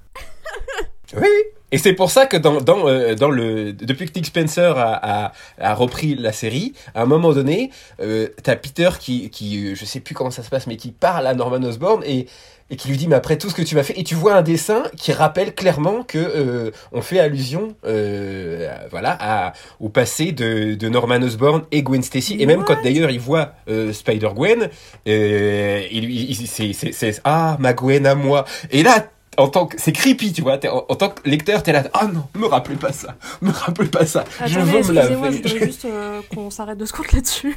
Speaker 4: Oui, oui. Et c'est pour ça que dans dans euh, dans le depuis que Nick Spencer a a, a repris la série, à un moment donné, euh, t'as Peter qui qui euh, je sais plus comment ça se passe, mais qui parle à Norman Osborn et et qui lui dit mais après tout ce que tu m'as fait, et tu vois un dessin qui rappelle clairement que euh, on fait allusion euh, à- voilà à au passé de de Norman Osborn et Gwen Stacy, et même
Speaker 1: What?
Speaker 4: quand d'ailleurs il voit euh, Spider Gwen, euh, il lui il- c'est c'est c'est ah ma Gwen à moi, et là en tant que c'est creepy, tu vois, t'es- en, en tant que lecteur t'es là, ah non, me rappelez pas ça, me rappelez pas ça, je
Speaker 1: attendez,
Speaker 4: veux me
Speaker 1: excusez-moi, je
Speaker 4: laver.
Speaker 1: voudrais juste euh, qu'on s'arrête de secondes là-dessus.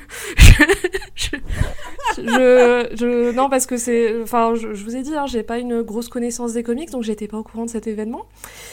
Speaker 1: je, je, je, je- non, parce que c'est, enfin, je, je vous ai dit, hein, j'ai pas une grosse connaissance des comics, donc j'étais pas au courant de cet événement.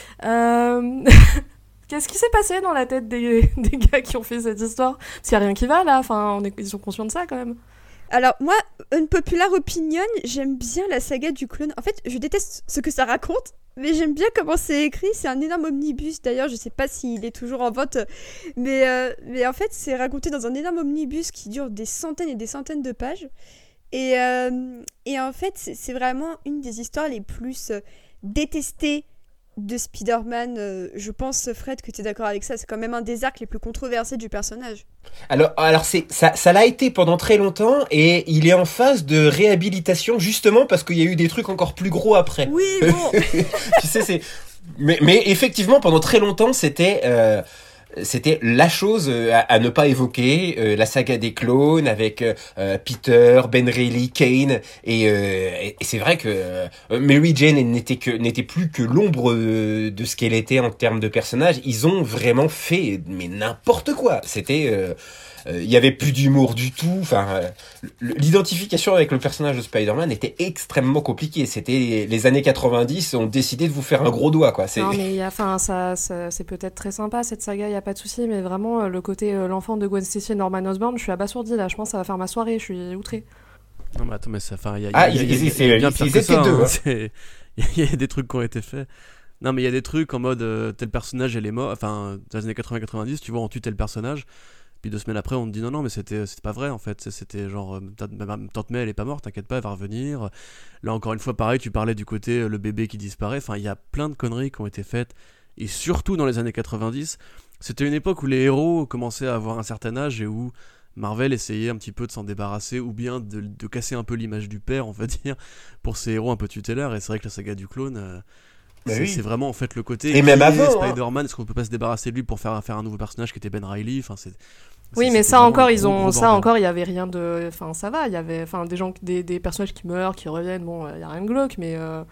Speaker 1: Euh... Qu'est-ce qui s'est passé dans la tête des, des gars qui ont fait cette histoire? Parce qu'il y a rien qui va là. Enfin, on est, ils sont conscients de ça quand même.
Speaker 3: Alors moi, une populaire opinion, j'aime bien la saga du clone. En fait, je déteste ce que ça raconte, mais j'aime bien comment c'est écrit. C'est un énorme omnibus d'ailleurs, je sais pas s'il est toujours en vente, mais, euh, mais en fait c'est raconté dans un énorme omnibus qui dure des centaines et des centaines de pages. Et, euh, et en fait c'est, c'est vraiment une des histoires les plus euh, détestées de Spider-Man. Euh, je pense, Fred, que tu es d'accord avec ça. C'est quand même un des arcs les plus controversés du personnage.
Speaker 4: Alors, alors c'est ça, ça l'a été pendant très longtemps, et il est en phase de réhabilitation justement parce qu'il y a eu des trucs encore plus gros après.
Speaker 3: Oui, bon.
Speaker 4: Tu sais, c'est mais, mais effectivement pendant très longtemps c'était euh, c'était la chose euh, à, à ne pas évoquer, euh, la saga des clones avec euh, Peter, Ben Reilly, Kane, et, euh, et, et c'est vrai que euh, Mary Jane n'était que n'était plus que l'ombre euh, de ce qu'elle était en termes de personnage. Ils ont vraiment fait mais n'importe quoi. C'était euh, il euh, y avait plus d'humour du tout. Enfin, euh, l'identification avec le personnage de Spider-Man était extrêmement compliquée. C'était les, les années quatre-vingt-dix, on décidait de vous faire un gros doigt, quoi. C'est...
Speaker 1: Non, mais il y a, enfin, ça, ça, c'est peut-être très sympa cette saga, il y a pas de souci, mais vraiment euh, le côté euh, l'enfant de Gwen Stacy et Norman Osborn, je suis abasourdie là. Je pense que ça va faire ma soirée. Je suis outrée.
Speaker 2: Non, mais attends, mais ça, enfin, il y a,
Speaker 4: Ah,
Speaker 2: il y a-
Speaker 4: ils-
Speaker 2: il y a-
Speaker 4: ils-
Speaker 2: il y a
Speaker 4: c'est-
Speaker 2: bien
Speaker 4: ils
Speaker 2: pire
Speaker 4: étaient
Speaker 2: que ça,
Speaker 4: deux,
Speaker 2: hein.
Speaker 4: hein.
Speaker 2: C'est- Il y a des trucs qui ont été faits. Non, mais il y a des trucs en mode euh, tel personnage, elle est mort. Enfin, dans les années quatre-vingts quatre-vingt-dix, tu vois, on tue tel personnage. Puis deux semaines après, on te dit non, non, mais c'était, c'était pas vrai en fait. C'était genre, euh, ta- ma- ma tante May, elle est pas morte, t'inquiète pas, elle va revenir. Là, encore une fois, pareil, tu parlais du côté euh, le bébé qui disparaît. Enfin, il y a plein de conneries qui ont été faites. Et surtout dans les années quatre-vingt-dix, c'était une époque où les héros commençaient à avoir un certain âge et où Marvel essayait un petit peu de s'en débarrasser ou bien de, de casser un peu l'image du père, on va dire, pour ces héros un peu tutélaires. Et c'est vrai que la saga du clone. euh,
Speaker 4: Bah
Speaker 2: c'est,
Speaker 4: oui.
Speaker 2: c'est vraiment en fait le côté.
Speaker 4: Et
Speaker 2: qui
Speaker 4: même
Speaker 2: est
Speaker 4: avant, hein.
Speaker 2: Spider-Man, est-ce qu'on peut pas se débarrasser de lui pour faire, faire un nouveau personnage qui était Ben Reilly? Enfin, c'est,
Speaker 1: Oui,
Speaker 2: c'est-
Speaker 1: mais
Speaker 2: c'était
Speaker 1: ça
Speaker 2: vraiment
Speaker 1: encore,
Speaker 2: un
Speaker 1: ils
Speaker 2: gros,
Speaker 1: ont,
Speaker 2: gros
Speaker 1: ça
Speaker 2: bordel.
Speaker 1: encore, il y avait rien de, enfin, ça va. Il y avait, enfin, des gens, des, des personnages qui meurent, qui reviennent. Bon, il y a rien de glauque, mais, euh,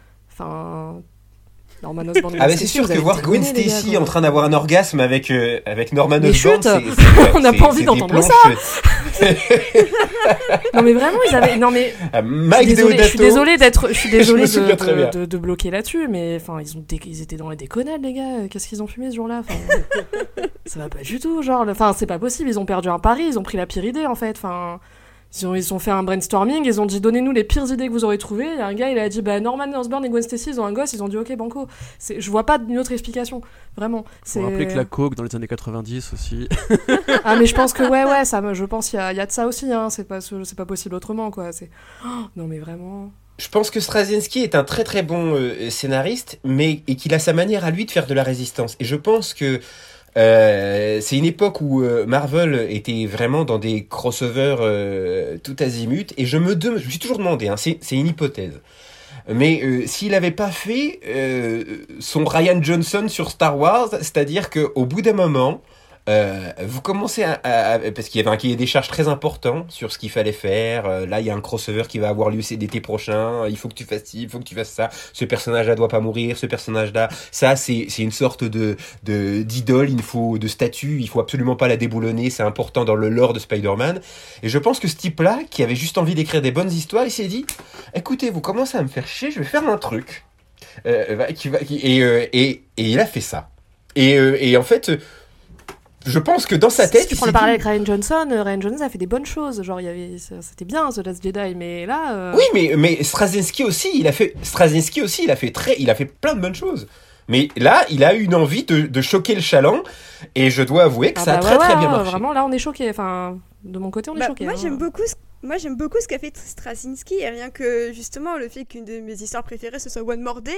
Speaker 1: enfin, Norman Osborn.
Speaker 4: Ah, mais c'est sûr que voir Gwen Stacy en train d'avoir un orgasme avec, euh, avec Norman
Speaker 1: Mais
Speaker 4: Osborn,
Speaker 1: chut,
Speaker 4: c'est, c'est,
Speaker 1: on n'a
Speaker 4: c'est-
Speaker 1: pas envie
Speaker 4: c'est
Speaker 1: d'entendre
Speaker 4: des
Speaker 1: ça.
Speaker 4: planches,
Speaker 1: Non, mais vraiment, ils avaient, non mais.
Speaker 4: euh,
Speaker 1: Je
Speaker 4: Mike
Speaker 1: suis désolée, je suis
Speaker 4: Deodato.
Speaker 1: désolée d'être, je suis
Speaker 4: Je
Speaker 1: désolée
Speaker 4: me
Speaker 1: de,
Speaker 4: souviens très
Speaker 1: de,
Speaker 4: bien.
Speaker 1: de- de bloquer là-dessus, mais enfin ils ont, dé- ils étaient dans les déconnades les gars. Qu'est-ce qu'ils ont fumé ce jour-là? Enfin, ça va pas du tout, genre, enfin c'est pas possible. Ils ont perdu un pari, ils ont pris la pire idée en fait. Enfin, ils ont, ils ont fait un brainstorming, ils ont dit donnez-nous les pires idées que vous aurez trouvées. Il y a un gars, il a dit bah Norman Osborn et Gwen Stacy ils ont un gosse, ils ont dit ok banco. C'est, je vois pas d'une autre explication, vraiment. C'est...
Speaker 2: Faut rappeler que la coke dans les années quatre-vingt-dix aussi.
Speaker 1: Ah mais je pense que ouais ouais ça, me- je pense qu'il y a, il y a de ça aussi. Hein. C'est pas, c'est pas possible autrement quoi. C'est, oh, non mais vraiment.
Speaker 4: Je pense que Straczynski est un très très bon euh, scénariste, mais et qu'il a sa manière à lui de faire de la résistance. Et je pense que euh, c'est une époque où euh, Marvel était vraiment dans des crossovers euh, tout azimut. Et je me, dem- je me suis toujours demandé, hein, c'est, c'est une hypothèse. mais euh, s'il avait pas fait euh, son Ryan Johnson sur Star Wars, c'est-à-dire qu'au bout d'un moment, Euh, vous commencez à, à, à parce qu'il y avait un cahier des charges très important sur ce qu'il fallait faire. Euh, là, il y a un crossover qui va avoir lieu c'est l'été prochain. Il faut que tu fasses ci, il faut que tu fasses ça. Ce personnage-là doit pas mourir. Ce personnage-là, ça, c'est c'est une sorte de de d'idole. Il faut de statue. Il faut absolument pas la déboulonner. C'est important dans le lore de Spider-Man. Et je pense que ce type-là, qui avait juste envie d'écrire des bonnes histoires, il s'est dit écoutez, vous commencez à me faire chier. Je vais faire un truc. Euh, qui va qui, et, euh, et et il a fait ça. Et euh, et en fait. Je pense que dans sa tête...
Speaker 1: Si tu prends le parallèle avec Ryan Johnson, euh, Ryan Johnson a fait des bonnes choses. Genre, il y avait, c'était bien, The Last Jedi, mais là... Euh...
Speaker 4: Oui, mais, mais Straczynski aussi, il a fait... Straczynski aussi, il a fait très... Il a fait plein de bonnes choses. Mais là, il a eu une envie de, de choquer le chaland, et je dois avouer que
Speaker 1: ah
Speaker 4: ça
Speaker 1: bah
Speaker 4: a
Speaker 1: ouais,
Speaker 4: très
Speaker 1: ouais,
Speaker 4: très bien
Speaker 1: ouais,
Speaker 4: marché.
Speaker 1: Vraiment, là, on est choqués. Enfin, de mon côté, on est
Speaker 3: bah,
Speaker 1: choqués.
Speaker 3: Moi,
Speaker 1: hein.
Speaker 3: j'aime beaucoup ce... Moi, j'aime beaucoup ce qu'a fait Straczynski, et rien que, justement, le fait qu'une de mes histoires préférées, ce soit One More Day,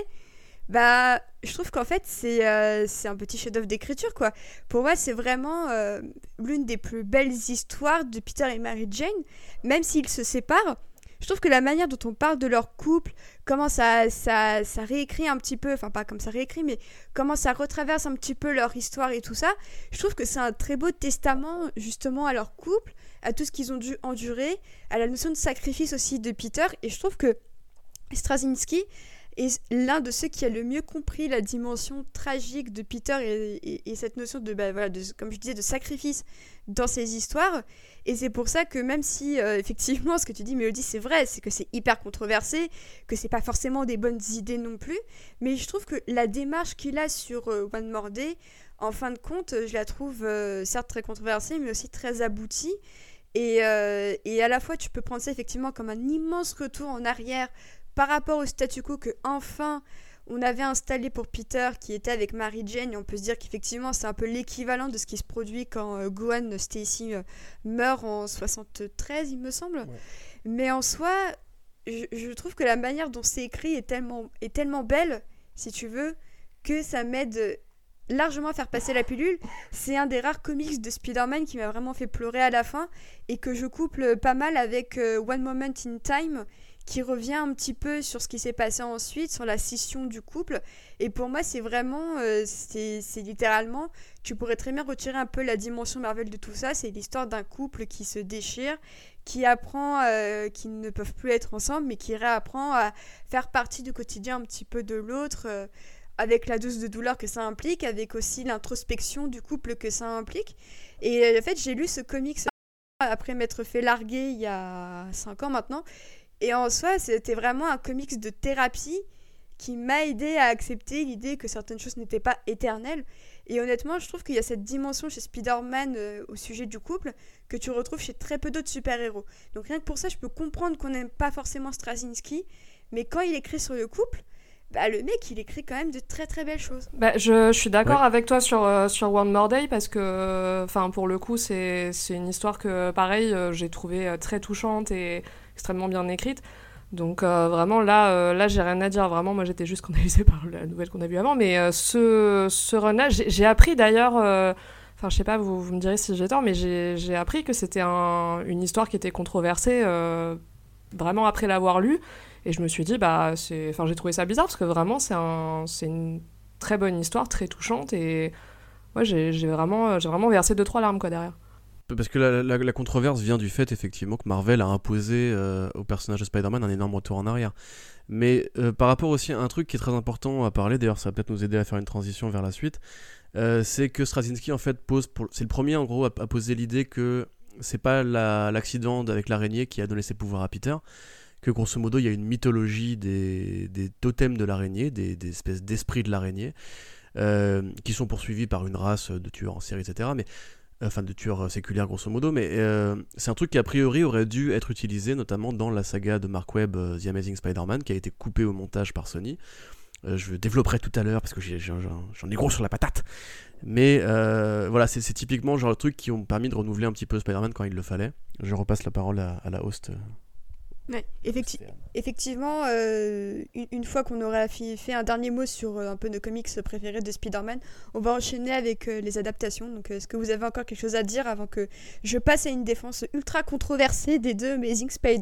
Speaker 3: bah, je trouve qu'en fait, c'est, euh, c'est un petit chef-d'œuvre d'écriture, quoi. Pour moi, c'est vraiment euh, l'une des plus belles histoires de Peter et Mary Jane, même s'ils se séparent. Je trouve que la manière dont on parle de leur couple, comment ça, ça, ça réécrit un petit peu, enfin pas comme ça réécrit, mais comment ça retraverse un petit peu leur histoire et tout ça, je trouve que c'est un très beau testament justement à leur couple, à tout ce qu'ils ont dû endurer, à la notion de sacrifice aussi de Peter, et je trouve que Straczynski est l'un de ceux qui a le mieux compris la dimension tragique de Peter et, et, et cette notion de, bah, voilà, de, comme je disais, de sacrifice dans ses histoires. Et c'est pour ça que même si, euh, effectivement, ce que tu dis, Mélodie, c'est vrai, c'est que c'est hyper controversé, que c'est pas forcément des bonnes idées non plus, mais je trouve que la démarche qu'il a sur euh, One More Day, en fin de compte, je la trouve euh, certes très controversée, mais aussi très aboutie. Et, euh, et à la fois, tu peux prendre ça effectivement comme un immense retour en arrière par rapport au statu quo que enfin on avait installé pour Peter qui était avec Mary Jane, et on peut se dire qu'effectivement c'est un peu l'équivalent de ce qui se produit quand euh, Gwen Stacy euh, meurt en soixante-treize il me semble. Ouais. Mais en soi je, je trouve que la manière dont c'est écrit est tellement, est tellement belle si tu veux que ça m'aide largement à faire passer la pilule. C'est un des rares comics de Spider-Man qui m'a vraiment fait pleurer à la fin et que je couple pas mal avec euh, One Moment in Time qui revient un petit peu sur ce qui s'est passé ensuite, sur la scission du couple. Et pour moi, c'est vraiment, euh, c'est, c'est littéralement, tu pourrais très bien retirer un peu la dimension Marvel de tout ça. C'est l'histoire d'un couple qui se déchire, qui apprend euh, qu'ils ne peuvent plus être ensemble, mais qui réapprend à faire partie du quotidien un petit peu de l'autre, euh, avec la dose de douleur que ça implique, avec aussi l'introspection du couple que ça implique. Et euh, en fait, j'ai lu ce comics après m'être fait larguer il y a cinq ans maintenant. Et en soi, c'était vraiment un comics de thérapie qui m'a aidé à accepter l'idée que certaines choses n'étaient pas éternelles. Et honnêtement, je trouve qu'il y a cette dimension chez Spider-Man euh, au sujet du couple que tu retrouves chez très peu d'autres super-héros. Donc rien que pour ça, je peux comprendre qu'on n'aime pas forcément Straczynski, mais quand il écrit sur le couple, bah, le mec, il écrit quand même de très très belles choses.
Speaker 1: Bah, je, je suis d'accord
Speaker 2: Ouais.
Speaker 1: avec toi sur, euh, sur One More Day parce que, enfin, pour le coup, c'est, c'est une histoire que, pareil, euh, j'ai trouvée euh, très touchante et extrêmement bien écrite. Donc euh, vraiment là, euh, là j'ai rien à dire. Vraiment, moi j'étais juste scandalisée par la nouvelle qu'on a vue avant. Mais euh, ce, ce run-là, j'ai, j'ai appris d'ailleurs, enfin euh, je sais pas, vous, vous me direz si j'ai tort, mais j'ai, j'ai appris que c'était un, une histoire qui était controversée euh, vraiment après l'avoir lue. Et je me suis dit, bah, c'est, enfin j'ai trouvé ça bizarre parce que vraiment c'est, un, c'est une très bonne histoire, très touchante. Et ouais, j'ai, j'ai, vraiment, j'ai vraiment versé deux trois larmes quoi derrière.
Speaker 2: Parce que la, la, la controverse vient du fait effectivement que Marvel a imposé euh, au personnage de Spider-Man un énorme retour en arrière. Mais euh, par rapport aussi à un truc qui est très important à parler, d'ailleurs ça va peut-être nous aider à faire une transition vers la suite, euh, c'est que Straczynski en fait pose, pour, c'est le premier en gros à, à poser l'idée que c'est pas la, l'accident avec l'araignée qui a donné ses pouvoirs à Peter, que grosso modo il y a une mythologie des, des totems de l'araignée, des, des espèces d'esprits de l'araignée, euh, qui sont poursuivis par une race de tueurs en série, et cetera. Mais enfin de tueurs séculaires grosso modo, mais euh, c'est un truc qui a priori aurait dû être utilisé notamment dans la saga de Mark Webb, uh, The Amazing Spider-Man, qui a été coupé au montage par Sony. Euh, je développerai tout à l'heure parce que j'ai, j'ai, j'en ai gros sur la patate, mais euh, voilà, c'est, c'est typiquement genre le truc qui ont permis de renouveler un petit peu Spider-Man quand il le fallait. Je repasse la parole à, à la host.
Speaker 3: Ouais, effecti- effectivement, euh, une, une fois qu'on aura fi- fait un dernier mot sur euh, un peu nos comics préférés de Spider-Man, on va enchaîner avec euh, les adaptations. Donc, euh, est-ce que vous avez encore quelque chose à dire avant que je passe à une défense ultra controversée des deux Amazing Spider-Man ?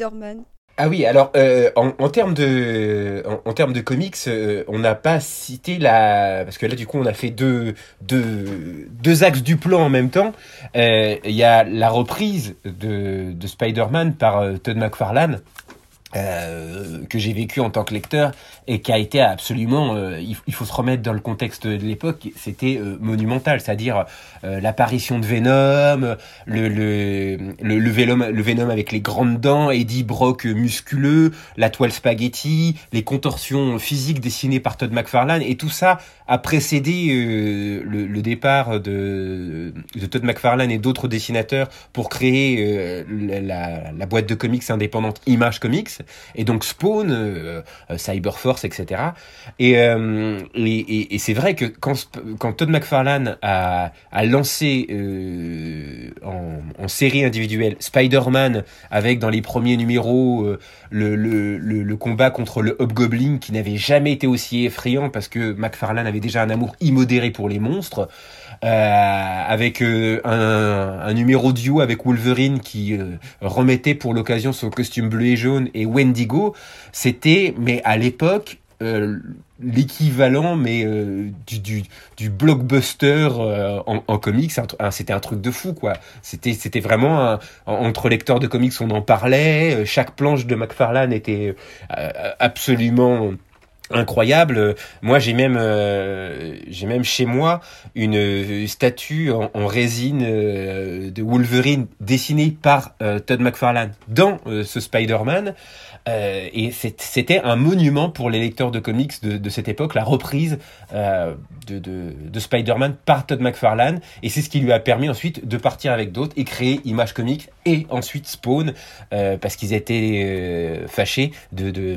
Speaker 4: Ah oui, alors euh, en, en termes de en, en termes de comics, euh, on n'a pas cité la parce que là du coup on a fait deux deux deux axes du plan en même temps. Euh, Il y a la reprise de de Spider-Man par euh, Todd McFarlane. Euh, que j'ai vécu en tant que lecteur et qui a été absolument, euh, il, il faut se remettre dans le contexte de l'époque, c'était euh, monumental, c'est-à-dire euh, l'apparition de Venom, le, le, le, le, Venom, le Venom avec les grandes dents, Eddie Brock musculeux, la toile spaghetti, les contorsions physiques dessinées par Todd McFarlane, et tout ça a précédé euh, le, le départ de, de Todd McFarlane et d'autres dessinateurs pour créer euh, la, la boîte de comics indépendante Image Comics, et donc Spawn, euh, Cyberforce, et cetera. Et, euh, et, et, et c'est vrai que quand, quand Todd McFarlane a, a lancé euh, en, en série individuelle Spider-Man, avec dans les premiers numéros euh, le, le, le, le combat contre le Hobgoblin qui n'avait jamais été aussi effrayant parce que McFarlane avait déjà un amour immodéré pour les monstres, euh, avec euh, un, un numéro duo avec Wolverine qui euh, remettait pour l'occasion son costume bleu et jaune, et Wendigo, c'était, mais à l'époque, euh, l'équivalent mais euh, du, du, du blockbuster euh, en, en comics. Un, c'était un truc de fou, quoi. C'était, c'était vraiment un, entre lecteurs de comics, on en parlait. Chaque planche de McFarlane était euh, absolument incroyable. Moi, j'ai même, euh, j'ai même chez moi une statue en, en résine euh, de Wolverine dessinée par euh, Todd McFarlane dans euh, ce Spider-Man. Euh, et c'est, c'était un monument pour les lecteurs de comics de, de cette époque, la reprise euh, de, de, de Spider-Man par Todd McFarlane. Et c'est ce qui lui a permis ensuite de partir avec d'autres et créer Image Comics et ensuite Spawn, euh, parce qu'ils étaient euh, fâchés de... de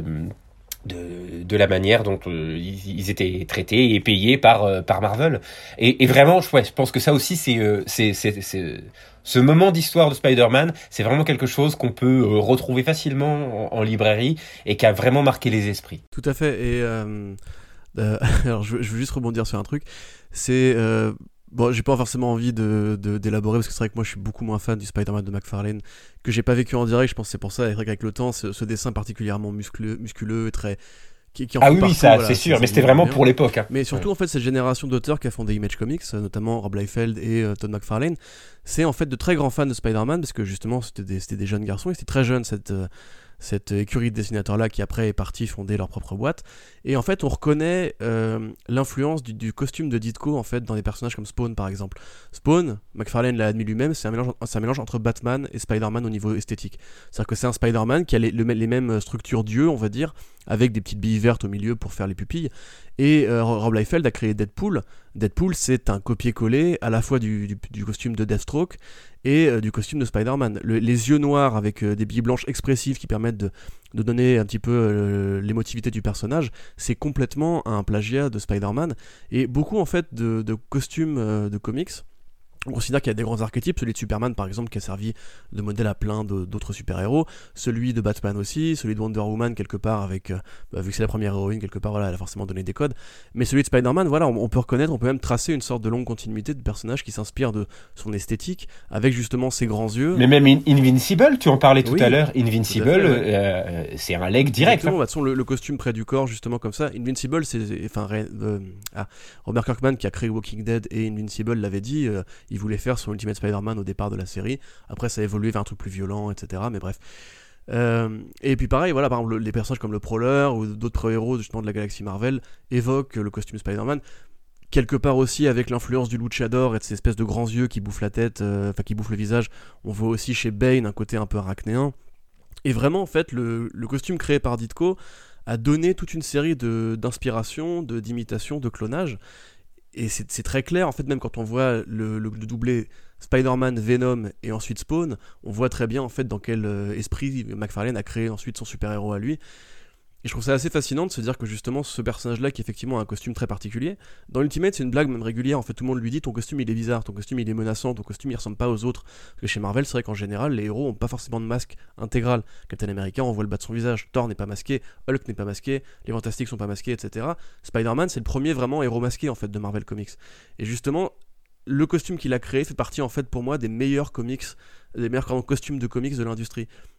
Speaker 4: De, de la manière dont euh, ils, ils étaient traités et payés par euh, par Marvel. Et, et vraiment, je, ouais, je pense que ça aussi, c'est, euh, c'est, c'est, c'est ce moment d'histoire de Spider-Man, c'est vraiment quelque chose qu'on peut euh, retrouver facilement en, en librairie et qui a vraiment marqué les esprits.
Speaker 2: Tout à fait. Et euh, euh, alors, je, je veux juste rebondir sur un truc. C'est euh, bon, j'ai pas forcément envie de, de, d'élaborer parce que c'est vrai que moi je suis beaucoup moins fan du Spider-Man de McFarlane, que j'ai pas vécu en direct. Je pense que c'est pour ça. Et c'est vrai qu'avec le temps, ce, ce dessin particulièrement musculeux, musculeux, très qui, qui en
Speaker 4: ah oui,
Speaker 2: partout,
Speaker 4: ça,
Speaker 2: voilà,
Speaker 4: c'est sûr.
Speaker 2: ça,
Speaker 4: mais
Speaker 2: ça
Speaker 4: c'était vraiment
Speaker 2: bien.
Speaker 4: pour l'époque. Hein.
Speaker 2: Mais surtout,
Speaker 4: ouais.
Speaker 2: en fait, cette génération d'auteurs qui a fondé Image Comics, notamment Rob Liefeld et euh, Todd McFarlane, c'est en fait de très grands fans de Spider-Man parce que justement, c'était des, c'était des jeunes garçons. Ils étaient très jeunes, cette euh, cette écurie de dessinateurs-là qui après est partie fonder leur propre boîte. Et en fait, on reconnaît euh, l'influence du, du costume de Ditko en fait dans des personnages comme Spawn par exemple. Spawn, McFarlane l'a admis lui-même, c'est un mélange, c'est un mélange entre Batman et Spider-Man au niveau esthétique. C'est-à-dire que c'est un Spider-Man qui a les, le, les mêmes structures d'yeux, on va dire, avec des petites billes vertes au milieu pour faire les pupilles. Et euh, Rob Liefeld a créé Deadpool. Deadpool, c'est un copier-coller à la fois du, du, du costume de Deathstroke et euh, du costume de Spider-Man. Le, les yeux noirs avec euh, des billes blanches expressives qui permettent de, de donner un petit peu euh, l'émotivité du personnage, c'est complètement un plagiat de Spider-Man. Et beaucoup en fait de, de costumes euh, de comics, on considère qu'il y a des grands archétypes, celui de Superman par exemple qui a servi de modèle à plein de, d'autres super-héros, celui de Batman aussi, celui de Wonder Woman quelque part avec, euh, bah, vu que c'est la première héroïne quelque part, voilà, elle a forcément donné des codes, mais celui de Spider-Man, voilà, on, on peut reconnaître, on peut même tracer une sorte de longue continuité de personnages qui s'inspirent de son esthétique, avec justement ses grands yeux.
Speaker 4: Mais même In- Invincible, tu en parlais tout
Speaker 2: oui,
Speaker 4: à l'heure, Invincible,
Speaker 2: tout à fait, ouais.
Speaker 4: euh, c'est un leg direct.
Speaker 2: Exactement,
Speaker 4: Hein.
Speaker 2: bah, de toute façon, le, le costume près du corps, justement comme ça, Invincible, c'est, enfin, euh, ah, Robert Kirkman qui a créé Walking Dead et Invincible l'avait dit, euh, il voulait faire son Ultimate Spider-Man au départ de la série, après ça a évolué vers un truc plus violent, et cetera, mais bref. Euh, et puis pareil, voilà, par exemple, les personnages comme le Prowler ou d'autres héros justement de la galaxie Marvel évoquent le costume Spider-Man, quelque part aussi avec l'influence du Luchador et de ces espèces de grands yeux qui bouffent la tête, enfin euh, qui bouffent le visage. On voit aussi chez Bane un côté un peu arachnéen. Et vraiment, en fait, le, le costume créé par Ditko a donné toute une série de, d'inspirations, de, d'imitations, de clonages. Et c'est, c'est très clair, en fait, même quand on voit le, le, le doublé Spider-Man, Venom et ensuite Spawn, on voit très bien, en fait, dans quel euh, esprit McFarlane a créé ensuite son super-héros à lui. Et je trouve ça assez fascinant de se dire que justement ce personnage-là qui effectivement a un costume très particulier, dans Ultimate c'est une blague même régulière, en fait tout le monde lui dit ton costume il est bizarre, ton costume il est menaçant, ton costume il ressemble pas aux autres, parce que chez Marvel c'est vrai qu'en général les héros ont pas forcément de masque intégral. Captain America on voit le bas de son visage, Thor n'est pas masqué, Hulk n'est pas masqué, les Fantastiques sont pas masqués, et cetera. Spider-Man c'est le premier vraiment héros masqué en fait de Marvel Comics. Et justement le costume qu'il a créé fait partie en fait pour moi des meilleurs comics, des meilleurs costumes de comics de l'industrie.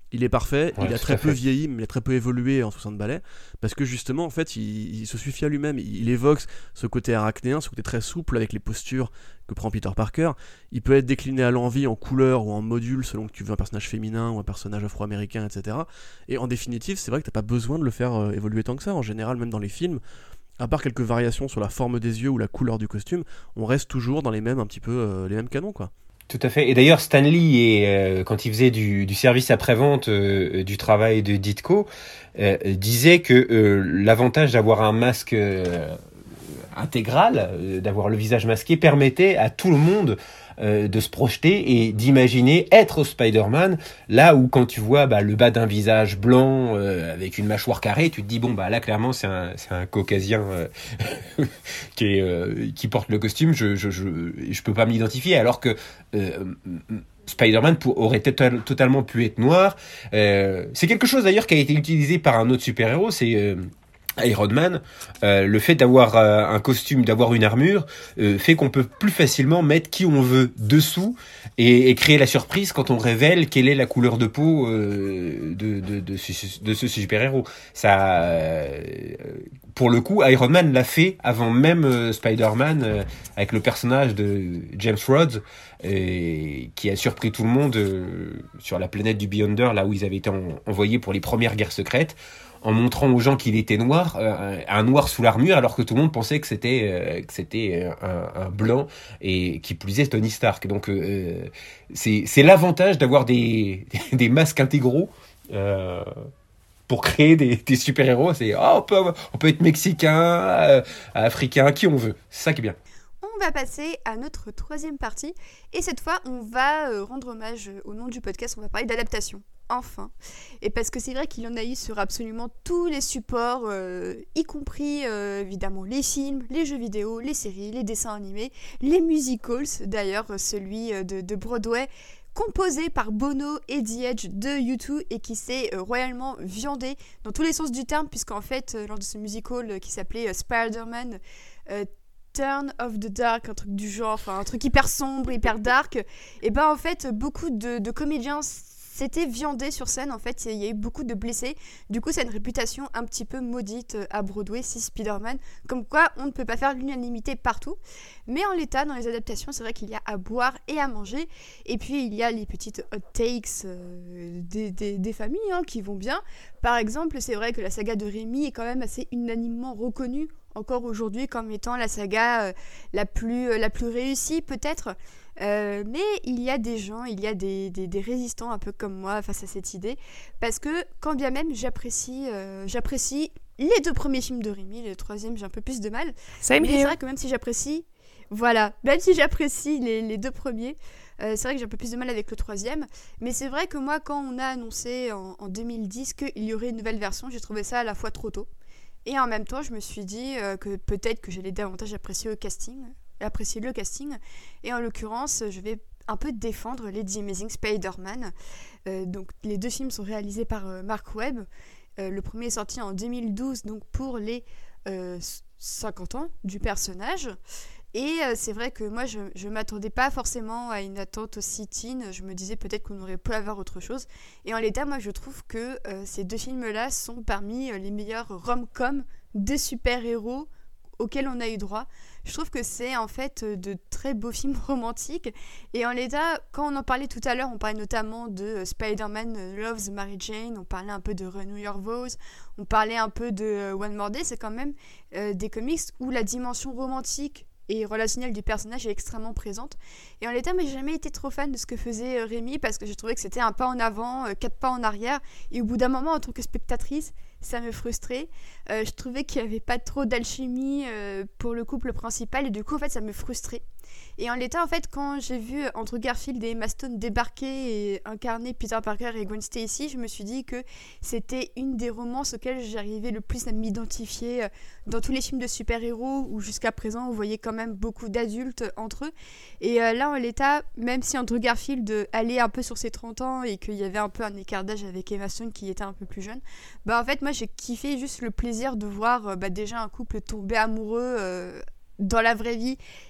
Speaker 2: Il est parfait,
Speaker 4: Ouais,
Speaker 2: il a
Speaker 4: tout
Speaker 2: très
Speaker 4: à
Speaker 2: peu
Speaker 4: fait.
Speaker 2: vieilli, mais il a très peu évolué en soixante balais, parce que justement, en fait, il, il se suffit à lui-même. Il, il évoque ce côté arachnéen, ce côté très souple avec les postures que prend Peter Parker. Il peut être décliné à l'envie en couleur ou en module selon que tu veux un personnage féminin ou un personnage afro-américain, et cetera. Et en définitive, c'est vrai que t'as pas besoin de le faire euh, évoluer tant que ça. En général, même dans les films, à part quelques variations sur la forme des yeux ou la couleur du costume, on reste toujours dans les mêmes, un petit peu, euh, les mêmes canons, quoi.
Speaker 4: Tout à fait. Et d'ailleurs, Stan Lee, et, euh, quand il faisait du, du service après-vente euh, du travail de Ditko, euh, disait que euh, l'avantage d'avoir un masque euh, intégral, euh, d'avoir le visage masqué, permettait à tout le monde euh, de se projeter et d'imaginer être Spider-Man, là où quand tu vois bah, le bas d'un visage blanc euh, avec une mâchoire carrée, tu te dis bon bah là clairement c'est un c'est un caucasien euh, qui est euh, qui porte le costume, je je je je peux pas m'identifier, alors que euh, Spider-Man pour, aurait total, totalement pu être noir. Euh, c'est quelque chose d'ailleurs qui a été utilisé par un autre super-héros, c'est euh, Iron Man. Euh, le fait d'avoir euh, un costume, d'avoir une armure, euh, fait qu'on peut plus facilement mettre qui on veut dessous et, et créer la surprise quand on révèle quelle est la couleur de peau euh, de, de, de, ce, de ce super-héros. Ça, euh, pour le coup, Iron Man l'a fait avant même euh, Spider-Man euh, avec le personnage de James Rhodes, euh, qui a surpris tout le monde euh, sur la planète du Beyonder, là où ils avaient été en, envoyés pour les premières guerres secrètes, en montrant aux gens qu'il était noir, euh, un noir sous l'armure, alors que tout le monde pensait que c'était euh, que c'était un, un blanc, et qui plus est Tony Stark. Donc euh, c'est c'est l'avantage d'avoir des des masques intégraux euh, pour créer des, des super-héros. C'est oh, on peut on peut être mexicain, euh, africain, qui on veut. C'est ça qui est bien.
Speaker 3: On va passer à notre troisième partie, et cette fois on va euh, rendre hommage au nom du podcast, on va parler d'adaptation. Enfin, et parce que c'est vrai qu'il y en a eu sur absolument tous les supports, euh, y compris euh, évidemment les films, les jeux vidéo, les séries, les dessins animés, les musicals, d'ailleurs celui de, de Broadway, composé par Bono et The Edge de U deux, et qui s'est euh, royalement viandé dans tous les sens du terme, puisqu'en fait, euh, lors de ce musical euh, qui s'appelait euh, Spider-Man, euh, Turn of the Dark, un truc du genre, enfin un truc hyper sombre, hyper dark, et ben en fait, beaucoup de, de comédiens s'étaient viandés sur scène, en fait, il y a eu beaucoup de blessés, du coup, c'est une réputation un petit peu maudite à Broadway, si Spider-Man, comme quoi on ne peut pas faire l'unanimité partout, mais en l'état, dans les adaptations, c'est vrai qu'il y a à boire et à manger, et puis il y a les petites hot takes euh, des, des, des familles hein, qui vont bien. Par exemple, c'est vrai que la saga de Raimi est quand même assez unanimement reconnue encore aujourd'hui comme étant la saga euh, la, plus, euh, la plus réussie peut-être, euh, mais il y a des gens, il y a des, des, des résistants un peu comme moi face à cette idée, parce que quand bien même j'apprécie, euh, j'apprécie les deux premiers films de Raimi, le troisième j'ai un peu plus de mal,
Speaker 1: Same
Speaker 3: mais
Speaker 1: here.
Speaker 3: c'est vrai que même si j'apprécie, voilà, même si j'apprécie les, les deux premiers, euh, c'est vrai que j'ai un peu plus de mal avec le troisième, mais c'est vrai que moi quand on a annoncé en, en deux mille dix qu'il y aurait une nouvelle version, j'ai trouvé ça à la fois trop tôt. Et en même temps, je me suis dit euh, que peut-être que j'allais davantage apprécier le casting, apprécier le casting. Et en l'occurrence, je vais un peu défendre les The Amazing Spider-Man. Euh, donc, les deux films sont réalisés par euh, Mark Webb. Euh, le premier est sorti en deux mille douze, donc pour les euh, cinquante ans du personnage. Et euh, c'est vrai que moi, je ne m'attendais pas forcément à une attente aussi teen. Je me disais peut-être qu'on aurait pu avoir autre chose. Et en l'état, moi, je trouve que euh, ces deux films-là sont parmi euh, les meilleurs rom-com de super-héros auxquels on a eu droit. Je trouve que c'est en fait de très beaux films romantiques. Et en l'état, quand on en parlait tout à l'heure, on parlait notamment de euh, Spider-Man Loves Mary Jane, on parlait un peu de Renew Your Vows, on parlait un peu de euh, One More Day. C'est quand même euh, des comics où la dimension romantique et relationnelle du personnage est extrêmement présente. Et en l'état, moi, j'ai jamais été trop fan de ce que faisait euh, Raimi, parce que j'ai trouvé que c'était un pas en avant, euh, quatre pas en arrière, et au bout d'un moment, en tant que spectatrice, ça me frustrait. Euh, je trouvais qu'il n'y avait pas trop d'alchimie euh, pour le couple principal, et du coup, en fait, ça me frustrait. Et en l'état, en fait, quand j'ai vu Andrew Garfield et Emma Stone débarquer et incarner Peter Parker et Gwen Stacy, je me suis dit que c'était une des romances auxquelles j'arrivais le plus à m'identifier euh, dans tous les films de super-héros, où jusqu'à présent, on voyait quand même beaucoup d'adultes entre eux. Et euh, là, en l'état, même si Andrew Garfield allait un peu sur ses trente ans et qu'il y avait un peu un écart d'âge avec Emma Stone qui était un peu plus jeune, bah en fait, moi, j'ai kiffé juste le plaisir de voir euh, bah, déjà un couple tomber amoureux euh, dans la vraie vie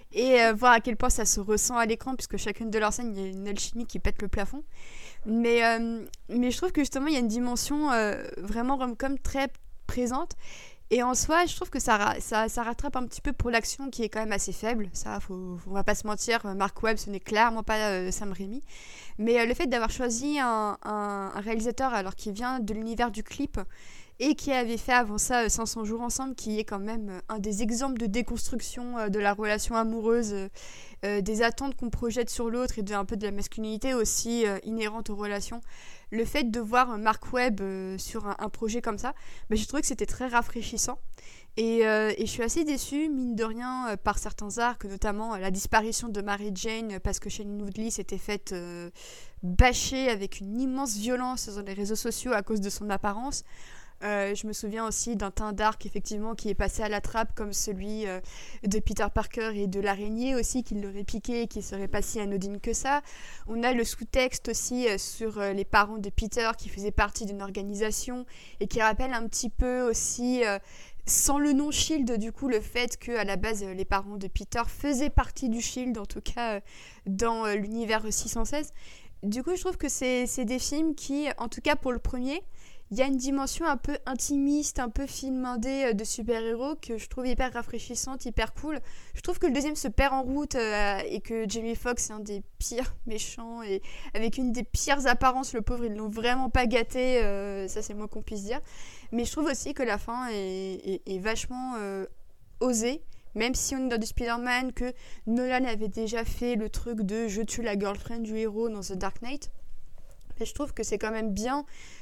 Speaker 3: et euh, voir à quel point ça se ressent à l'écran, puisque chacune de leurs scènes, il y a une alchimie qui pète le plafond. Mais, euh, mais je trouve que justement, il y a une dimension euh, vraiment rom-com très présente. Et en soi, je trouve que ça, ça, ça rattrape un petit peu pour l'action qui est quand même assez faible. Ça, faut, faut, on va pas se mentir, Mark Webb, ce n'est clairement pas euh, Sam Raimi. Mais euh, le fait d'avoir choisi un, un, un réalisateur alors qu'il vient de l'univers du clip et qui avait fait avant ça euh, cinq cents jours ensemble, qui est quand même euh, un des exemples de déconstruction euh, de la relation amoureuse, euh, euh, des attentes qu'on projette sur l'autre et de, un peu de la masculinité aussi euh, inhérente aux relations. Le fait de voir Mark Webb euh, sur un, un projet comme ça, bah, j'ai trouvé que c'était très rafraîchissant. Et, euh, et je suis assez déçue, mine de rien, euh, par certains arcs, notamment euh, la disparition de Mary Jane, euh, parce que Shailene Woodley s'était faite euh, bâcher avec une immense violence sur les réseaux sociaux à cause de son apparence. Euh, je me souviens aussi d'un teint d'arc effectivement qui est passé à la trappe, comme celui euh, de Peter Parker et de l'araignée aussi, qui l'aurait piqué et qui serait pas si anodine que ça. On a le sous-texte aussi euh, sur euh, les parents de Peter qui faisaient partie d'une organisation et qui rappelle un petit peu aussi, euh, sans le nom Shield, du coup, le fait que à la base euh, les parents de Peter faisaient partie du Shield, en tout cas euh, dans euh, l'univers six cent seize. Du coup, je trouve que c'est, c'est des films qui, en tout cas pour le premier, il y a une dimension un peu intimiste, un peu film indé de super-héros que je trouve hyper rafraîchissante, hyper cool. Je trouve que le deuxième se perd en route euh, et que Jamie Foxx est un des pires méchants et avec une des pires apparences. Le pauvre, ils l'ont vraiment pas gâté, euh, ça c'est le moins qu'on puisse dire. Mais je trouve aussi que la fin est, est, est vachement euh, osée. Même si on est dans du Spider-Man, que Nolan avait déjà fait le truc de « je tue la girlfriend du héros » dans The Dark Knight. Mais je trouve que c'est quand même bien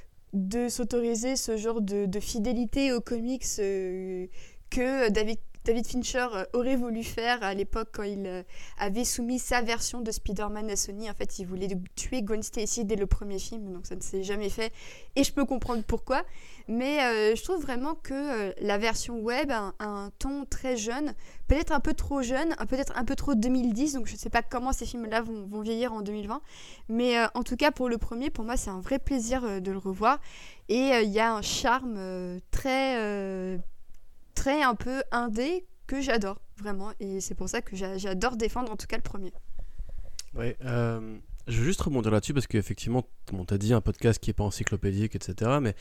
Speaker 3: de s'autoriser ce genre de, de fidélité aux comics euh, que David, David Fincher aurait voulu faire à l'époque quand il euh, avait soumis sa version de Spider-Man à Sony. En fait, il voulait tuer Gwen Stacy dès le premier film, donc ça ne s'est jamais fait. Et je peux comprendre pourquoi. Mais euh, je trouve vraiment que euh, la version web a un, a un ton très jeune, peut-être un peu trop jeune, peut-être un peu trop deux mille dix, donc je ne sais pas comment ces films-là vont, vont vieillir en deux mille vingt. Mais euh, en tout cas, pour le premier, pour moi, c'est un vrai plaisir euh, de le revoir. Et il euh, y a un charme euh, très, euh, très un peu indé que j'adore, vraiment. Et c'est pour ça que j'a- j'adore défendre en tout cas le premier.
Speaker 2: Ouais, euh, je veux juste rebondir là-dessus parce qu'effectivement, on t'a dit un podcast qui est pas encyclopédique, et cetera. Mais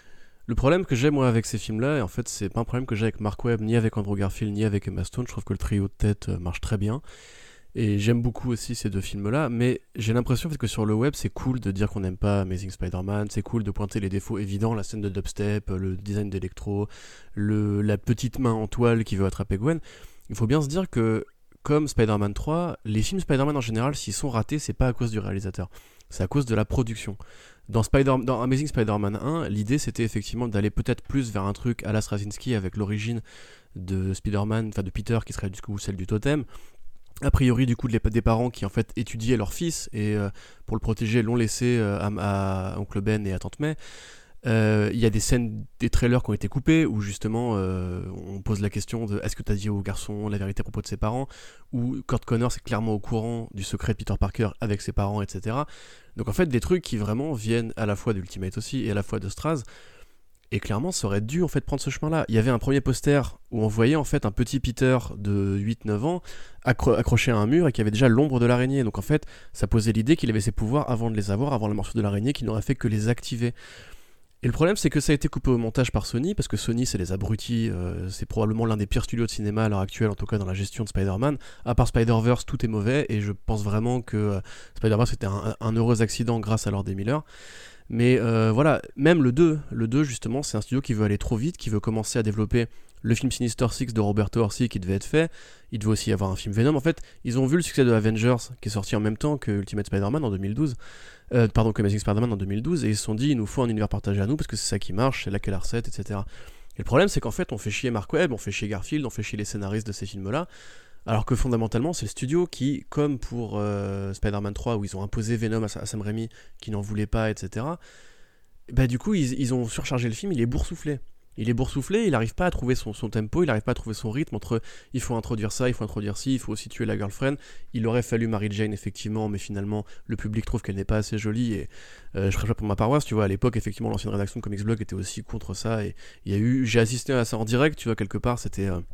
Speaker 2: le problème que j'ai moi avec ces films-là, et en fait, c'est pas un problème que j'ai avec Mark Webb, ni avec Andrew Garfield, ni avec Emma Stone. Je trouve que le trio de tête euh, marche très bien. Et j'aime beaucoup aussi ces deux films-là, mais j'ai l'impression en fait, que sur le web, c'est cool de dire qu'on n'aime pas Amazing Spider-Man, c'est cool de pointer les défauts évidents, la scène de dubstep, le design d'électro, le, la petite main en toile qui veut attraper Gwen. Il faut bien se dire que, comme Spider-Man trois, les films Spider-Man en général, s'ils sont ratés, c'est pas à cause du réalisateur, c'est à cause de la production. Dans, Spider- dans Amazing Spider-Man un, l'idée c'était effectivement d'aller peut-être plus vers un truc à la Straczynski avec l'origine de Spider-Man, enfin de Peter qui serait du coup celle du totem. A priori du coup de les, des parents qui en fait étudiaient leur fils et euh, pour le protéger l'ont laissé euh, à, à Oncle Ben et à Tante May. Il euh, y a des scènes, des trailers qui ont été coupés où justement euh, on pose la question de est-ce que tu as dit au garçon la vérité à propos de ses parents, où Kurt Connors est clairement au courant du secret de Peter Parker avec ses parents, et cetera. Donc en fait des trucs qui vraiment viennent à la fois d'Ultimate aussi et à la fois de Straz. Et clairement, ça aurait dû en fait prendre ce chemin-là. Il y avait un premier poster où on voyait en fait un petit Peter de huit neuf ans accro- accroché à un mur et qui avait déjà l'ombre de l'araignée. Donc en fait, ça posait l'idée qu'il avait ses pouvoirs avant de les avoir, avant la morsure de l'araignée, qui n'aurait fait que les activer. Et le problème, c'est que ça a été coupé au montage par Sony, parce que Sony, c'est les abrutis, euh, c'est probablement l'un des pires studios de cinéma à l'heure actuelle, en tout cas dans la gestion de Spider-Man. À part Spider-Verse, tout est mauvais, et je pense vraiment que euh, Spider-Verse était un, un heureux accident grâce à Lord D. Miller. Mais euh, voilà, même le deux, le deux justement, c'est un studio qui veut aller trop vite, qui veut commencer à développer le film Sinister Six de Roberto Orci qui devait être fait. Il devait aussi y avoir un film Venom. En fait, ils ont vu le succès de Avengers qui est sorti en même temps que Ultimate Spider-Man en deux mille douze, euh, pardon, que Amazing Spider-Man en deux mille douze, et ils se sont dit, il nous faut un univers partagé à nous parce que c'est ça qui marche, c'est là qu'est la recette, et cetera. Et le problème, c'est qu'en fait, on fait chier Mark Webb, on fait chier Garfield, on fait chier les scénaristes de ces films-là. Alors que fondamentalement, c'est le studio qui, comme pour euh, Spider-Man trois, où ils ont imposé Venom à, à Sam Raimi, qui n'en voulait pas, et cetera, bah du coup, ils, ils ont surchargé le film, il est boursouflé. Il est boursouflé, il n'arrive pas à trouver son, son tempo, il n'arrive pas à trouver son rythme entre il faut introduire ça, il faut introduire ci, il faut aussi tuer la girlfriend. Il aurait fallu Mary Jane, effectivement, mais finalement, le public trouve qu'elle n'est pas assez jolie. Et euh, je prêche pas pour ma paroisse, tu vois, à l'époque, effectivement, l'ancienne rédaction de Comics Blog était aussi contre ça. Et il y a eu, j'ai assisté à ça en direct, tu vois, quelque part, c'était. Euh,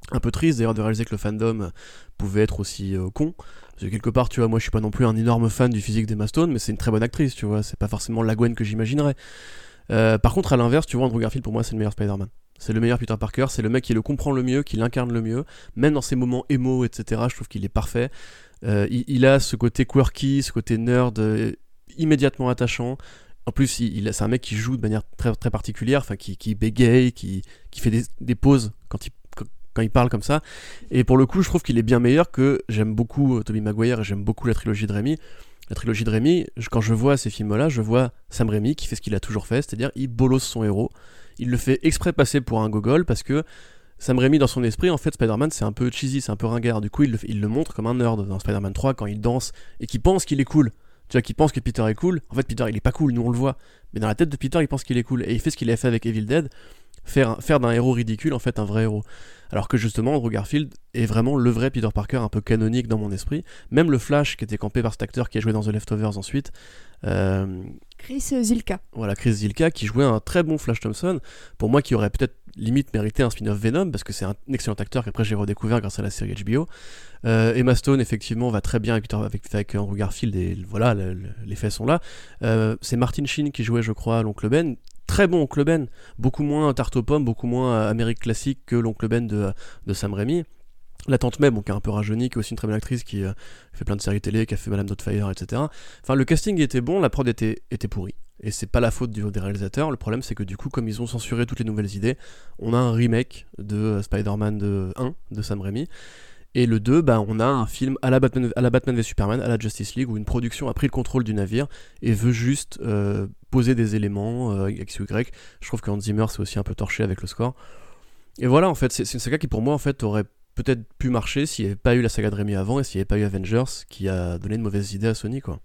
Speaker 2: un peu triste d'ailleurs de réaliser que le fandom pouvait être aussi euh, con. Parce que quelque part, tu vois, moi je suis pas non plus un énorme fan du physique d'Emma Stone, mais c'est une très bonne actrice, tu vois, c'est pas forcément la Gwen que j'imaginerais. Euh, par contre, à l'inverse, tu vois, Andrew Garfield pour moi c'est le meilleur Spider-Man. C'est le meilleur Peter Parker, c'est le mec qui le comprend le mieux, qui l'incarne le mieux, même dans ses moments émo, et cetera. Je trouve qu'il est parfait. Euh, il, il a ce côté quirky, ce côté nerd euh, immédiatement attachant. En plus, il, il, c'est un mec qui joue de manière très, très particulière, enfin qui, qui bégaye, qui, qui fait des, des pauses quand il, quand, quand il parle comme ça. Et pour le coup, je trouve qu'il est bien meilleur que j'aime beaucoup Tobey Maguire et j'aime beaucoup la trilogie de Raimi. La trilogie de Raimi, je, quand je vois ces films-là, je vois Sam Raimi qui fait ce qu'il a toujours fait, c'est-à-dire il bolosse son héros. Il le fait exprès passer pour un gogol parce que Sam Raimi, dans son esprit, en fait, Spider-Man, c'est un peu cheesy, c'est un peu ringard. Du coup, il le, il le montre comme un nerd dans Spider-Man trois quand il danse et qu'il pense qu'il est cool. Tu vois, qu'il pense que Peter est cool. En fait, Peter, il est pas cool, nous on le voit. Mais dans la tête de Peter, il pense qu'il est cool. Et il fait ce qu'il a fait avec Evil Dead, faire, faire d'un héros ridicule, en fait, un vrai héros. Alors que justement, Andrew Garfield est vraiment le vrai Peter Parker, un peu canonique dans mon esprit. Même le Flash, qui était campé par cet acteur qui a joué dans The Leftovers ensuite. Euh...
Speaker 3: Chris Zilka.
Speaker 2: Voilà, Chris Zilka, qui jouait un très bon Flash Thompson. Pour moi, qui aurait peut-être limite mérité un spin-off Venom, parce que c'est un excellent acteur qu'après j'ai redécouvert grâce à la série H B O. Euh, Emma Stone, effectivement, va très bien avec, avec, avec Andrew Garfield, et voilà, le, le, les faits sont là. Euh, c'est Martin Sheen qui jouait, je crois, l'oncle Ben. Très bon oncle Ben, beaucoup moins tarte aux pommes, beaucoup moins Amérique classique que l'oncle Ben de, de Sam Raimi. La tante May, bon, qui est un peu rajeunie, qui est aussi une très bonne actrice, qui euh, fait plein de séries télé, qui a fait Madame Doubtfire, et cetera. Enfin, le casting était bon, la prod était, était pourrie. Et c'est pas la faute du, des réalisateurs, le problème c'est que du coup, comme ils ont censuré toutes les nouvelles idées, on a un remake de euh, Spider-Man de un, de Sam Raimi. Et le deux, bah, on a un film à la Batman, à la Batman v Superman, à la Justice League, où une production a pris le contrôle du navire et veut juste euh, poser des éléments, euh, X ou Y. Je trouve que Hans Zimmer s'est aussi un peu torché avec le score. Et voilà, en fait, c'est, c'est une saga qui pour moi, en fait, aurait peut-être pu marcher s'il n'y avait pas eu la saga de Raimi avant et s'il n'y avait pas eu Avengers qui a donné de mauvaises idées à Sony, quoi.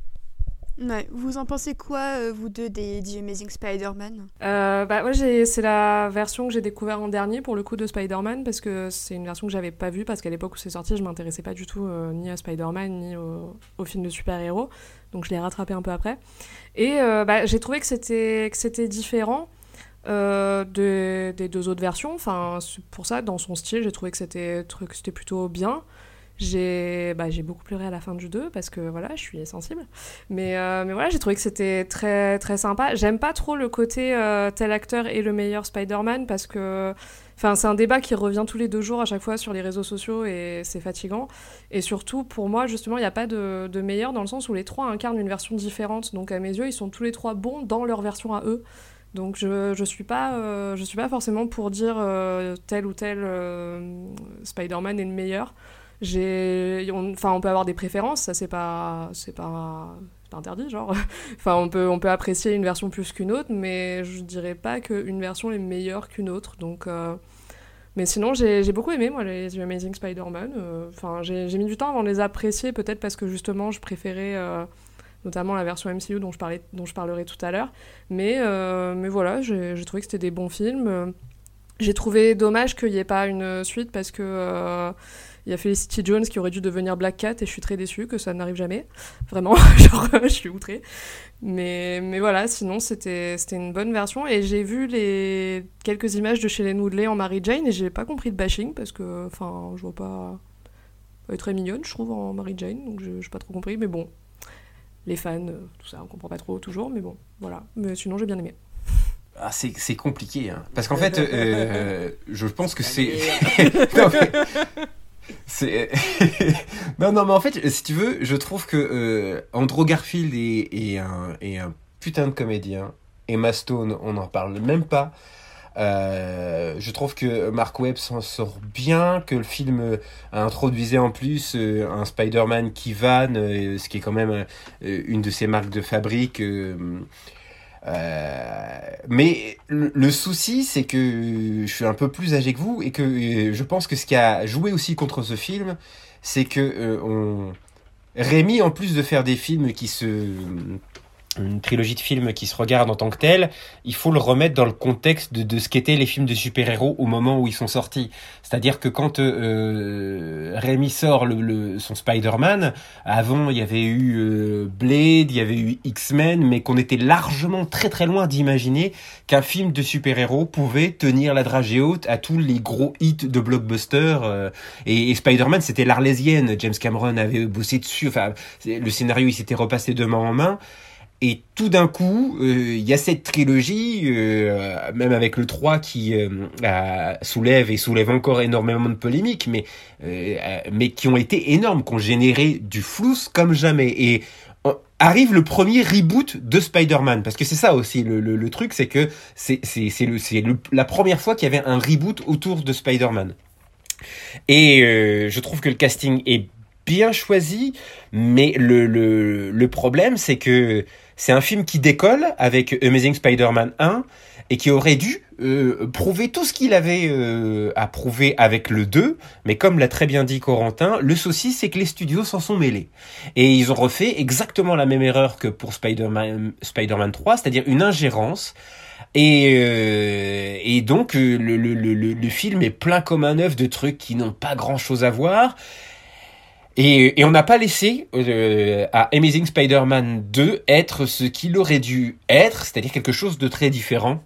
Speaker 3: Ouais, vous en pensez quoi, euh, vous deux, des The Amazing Spider-Man ?
Speaker 1: euh, bah, ouais, j'ai, c'est la version que j'ai découvert en dernier, pour le coup, de Spider-Man, parce que c'est une version que j'avais pas vue, parce qu'à l'époque où c'est sorti, je m'intéressais pas du tout euh, ni à Spider-Man, ni au, au film de super-héros, donc je l'ai rattrapé un peu après. Et euh, bah, j'ai trouvé que c'était, que c'était différent euh, de, des deux autres versions, enfin, pour ça, dans son style, j'ai trouvé que c'était, que c'était plutôt bien. J'ai, bah, j'ai beaucoup pleuré à la fin du deux parce que voilà, je suis sensible. Mais, euh, mais voilà, j'ai trouvé que c'était très, très sympa. J'aime pas trop le côté euh, tel acteur est le meilleur Spider-Man parce que c'est un débat qui revient tous les deux jours à chaque fois sur les réseaux sociaux et c'est fatigant. Et surtout, pour moi, justement, il n'y a pas de, de meilleur dans le sens où les trois incarnent une version différente. Donc à mes yeux, ils sont tous les trois bons dans leur version à eux. Donc je je suis pas euh, je suis pas forcément pour dire euh, tel ou tel euh, Spider-Man est le meilleur. J'ai on, enfin on peut avoir des préférences, ça c'est pas c'est pas c'est pas interdit genre. Enfin on peut on peut apprécier une version plus qu'une autre, mais je dirais pas qu'une version est meilleure qu'une autre. Donc euh, mais sinon j'ai j'ai beaucoup aimé moi les The Amazing Spider-Man. Enfin euh, j'ai j'ai mis du temps avant de les apprécier, peut-être parce que justement je préférais euh, notamment la version M C U dont je, parlais, dont je parlerai tout à l'heure. Mais, euh, mais voilà, j'ai, j'ai trouvé que c'était des bons films. J'ai trouvé dommage qu'il n'y ait pas une suite parce que euh, il y a Felicity Jones qui aurait dû devenir Black Cat et je suis très déçue que ça n'arrive jamais. Vraiment, genre, je suis outrée. Mais, mais voilà, sinon c'était, c'était une bonne version. Et j'ai vu les quelques images de Shailene Woodley en Mary Jane et j'ai pas compris de bashing parce que, enfin, je vois pas... Elle est très mignonne, je trouve, en Mary Jane, donc je n'ai pas trop compris, mais bon. Les fans, tout ça, on comprend pas trop toujours, mais bon, voilà. Mais sinon, j'ai bien aimé.
Speaker 4: Ah, c'est, c'est compliqué, hein. Parce qu'en fait, euh, je pense que c'est... non, mais... c'est... non, non, mais en fait, si tu veux, je trouve que euh, Andrew Garfield est, est, un, est un putain de comédien. Emma Stone, on n'en parle même pas. Euh, je trouve que Mark Webb s'en sort bien, que le film a introduisait en plus euh, un Spider-Man qui vanne, euh, ce qui est quand même euh, une de ses marques de fabrique. Euh, euh, mais le, le souci, c'est que je suis un peu plus âgé que vous et que euh, je pense que ce qui a joué aussi contre ce film, c'est que euh, on... Raimi, en plus de faire des films qui se une trilogie de films qui se regarde en tant que telle, il faut le remettre dans le contexte de, de ce qu'étaient les films de super-héros au moment où ils sont sortis. C'est-à-dire que quand euh, Raimi sort le, le, son Spider-Man, avant il y avait eu euh, Blade, il y avait eu X-Men, mais qu'on était largement très très loin d'imaginer qu'un film de super-héros pouvait tenir la dragée haute à tous les gros hits de blockbuster. Euh, et, et Spider-Man, c'était l'Arlésienne. James Cameron avait bossé dessus. Enfin, le scénario, il s'était repassé de main en main. Et tout d'un coup, il euh, y a cette trilogie, euh, même avec le trois qui euh, euh, soulève et soulève encore énormément de polémiques, mais, euh, mais qui ont été énormes, qui ont généré du flou comme jamais. Et euh, arrive le premier reboot de Spider-Man, parce que c'est ça aussi, le, le, le truc, c'est que c'est, c'est, c'est, le, c'est le, la première fois qu'il y avait un reboot autour de Spider-Man. Et euh, je trouve que le casting est bien choisi, mais le, le, le problème, c'est que c'est un film qui décolle avec Amazing Spider-Man un et qui aurait dû euh, prouver tout ce qu'il avait euh, à prouver avec le deux, mais comme l'a très bien dit Corentin, le souci c'est que les studios s'en sont mêlés. Et ils ont refait exactement la même erreur que pour Spider-Man, Spider-Man trois, c'est-à-dire une ingérence. Et, euh, et donc le, le, le, le, le film est plein comme un œuf de trucs qui n'ont pas grand-chose à voir. Et, et on n'a pas laissé euh, à Amazing Spider-Man deux être ce qu'il aurait dû être, c'est-à-dire quelque chose de très différent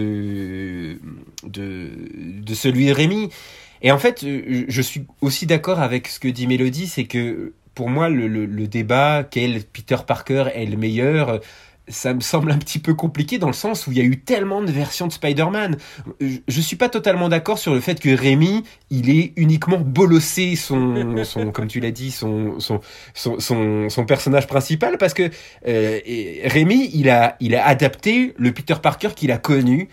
Speaker 4: de, de, de celui de Raimi. Et en fait, je suis aussi d'accord avec ce que dit Mélodie, c'est que pour moi, le, le, le débat, quel Peter Parker est le meilleur, ça me semble un petit peu compliqué dans le sens où il y a eu tellement de versions de Spider-Man. Je, je suis pas totalement d'accord sur le fait que Raimi, il ait uniquement bolossé son, son comme tu l'as dit, son, son, son, son, son personnage principal, parce que euh, Raimi, il a, il a adapté le Peter Parker qu'il a connu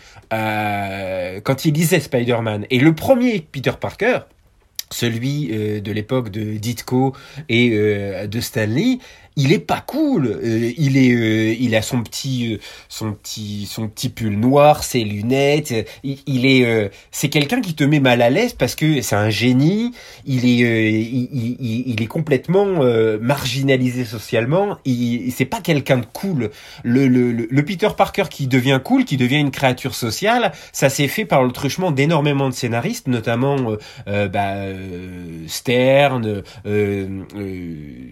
Speaker 4: euh, quand il lisait Spider-Man. Et le premier Peter Parker, celui euh, de l'époque de Ditko et euh, de Stan Lee, il est pas cool. Euh, il est, euh, il a son petit, euh, son petit, son petit pull noir, ses lunettes. Il, il est, euh, c'est quelqu'un qui te met mal à l'aise parce que c'est un génie. Il est, euh, il, il, il est complètement euh, marginalisé socialement. Il, c'est pas quelqu'un de cool. Le, le, le, le Peter Parker qui devient cool, qui devient une créature sociale, ça s'est fait par le truchement d'énormément de scénaristes, notamment euh, euh, bah, euh, Stern. Euh, euh,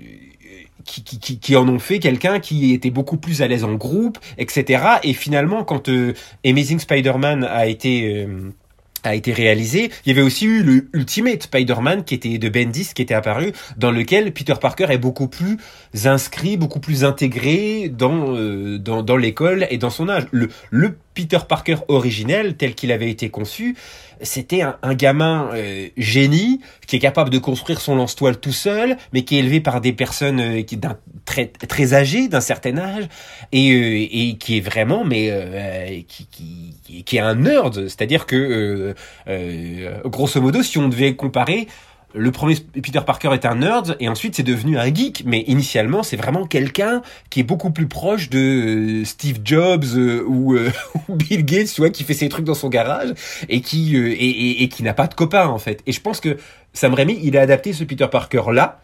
Speaker 4: Qui, qui, qui en ont fait quelqu'un qui était beaucoup plus à l'aise en groupe, et cetera. Et finalement, quand euh, Amazing Spider-Man a été euh, a été réalisé, il y avait aussi eu le Ultimate Spider-Man qui était de Bendis, qui était apparu, dans lequel Peter Parker est beaucoup plus inscrit, beaucoup plus intégré dans euh, dans, dans l'école et dans son âge. Le, le Peter Parker originel, tel qu'il avait été conçu, c'était un, un gamin euh, génie qui est capable de construire son lance-toile tout seul, mais qui est élevé par des personnes euh, qui d'un très très âgées, d'un certain âge, et euh, et qui est vraiment mais euh, qui, qui qui est un nerd, c'est-à-dire que euh, euh, grosso modo, si on devait comparer, le premier Peter Parker est un nerd et ensuite c'est devenu un geek, mais initialement c'est vraiment quelqu'un qui est beaucoup plus proche de euh, Steve Jobs euh, ou, euh, ou Bill Gates, tu vois, qui fait ses trucs dans son garage et qui euh, et, et, et qui n'a pas de copains en fait. Et je pense que Sam Raimi, il a adapté ce Peter Parker là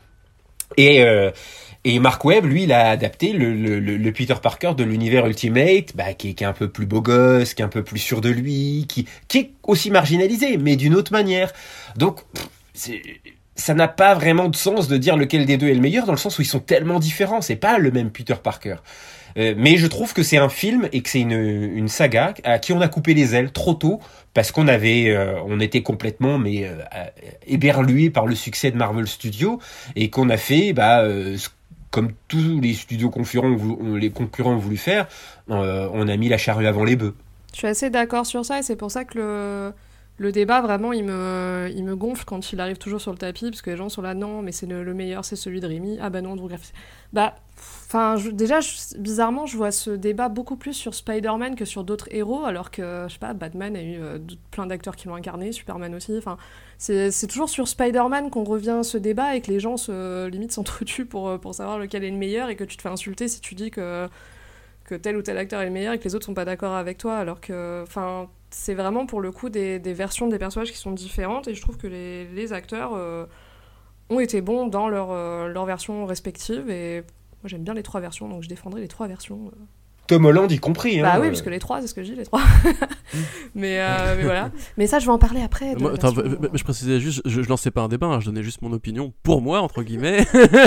Speaker 4: et euh, et Mark Webb, lui, il a adapté le, le, le Peter Parker de l'univers Ultimate, bah, qui, est, qui est un peu plus beau gosse, qui est un peu plus sûr de lui, qui, qui est aussi marginalisé, mais d'une autre manière. Donc, c'est, ça n'a pas vraiment de sens de dire lequel des deux est le meilleur, dans le sens où ils sont tellement différents. C'est pas le même Peter Parker. Euh, mais je trouve que c'est un film et que c'est une, une saga à qui on a coupé les ailes trop tôt, parce qu'on avait, euh, on était complètement mais euh, éberlué par le succès de Marvel Studios et qu'on a fait, bah, euh, comme tous les studios concurrents, les concurrents ont voulu faire, euh, on a mis la charrue avant les bœufs.
Speaker 1: Je suis assez d'accord sur ça et c'est pour ça que le, le débat, vraiment, il me, il me gonfle quand il arrive toujours sur le tapis, parce que les gens sont là, non, mais c'est le, le meilleur, c'est celui de Raimi. Ah bah non, donc... Bah, enfin, déjà, je, bizarrement, je vois ce débat beaucoup plus sur Spider-Man que sur d'autres héros, alors que, je sais pas, Batman a eu euh, plein d'acteurs qui l'ont incarné, Superman aussi, enfin... C'est, c'est toujours sur Spider-Man qu'on revient à ce débat et que les gens se limite s'entretuent pour, pour savoir lequel est le meilleur et que tu te fais insulter si tu dis que, que tel ou tel acteur est le meilleur et que les autres sont pas d'accord avec toi, alors que c'est vraiment pour le coup des, des versions des personnages qui sont différentes et je trouve que les, les acteurs euh, ont été bons dans leur, euh, leur version respective et Moi, j'aime bien les trois versions, donc je défendrai les trois versions. Euh.
Speaker 4: Tom Holland y compris. Hein,
Speaker 1: bah oui,
Speaker 4: euh...
Speaker 1: parce que les trois, c'est ce que je dis, les trois. mais, euh, mais voilà. Mais ça, je vais en parler après.
Speaker 2: Moi, attends, version, euh... je précisais juste, je, je lançais pas un débat, hein, je donnais juste mon opinion pour moi, entre guillemets.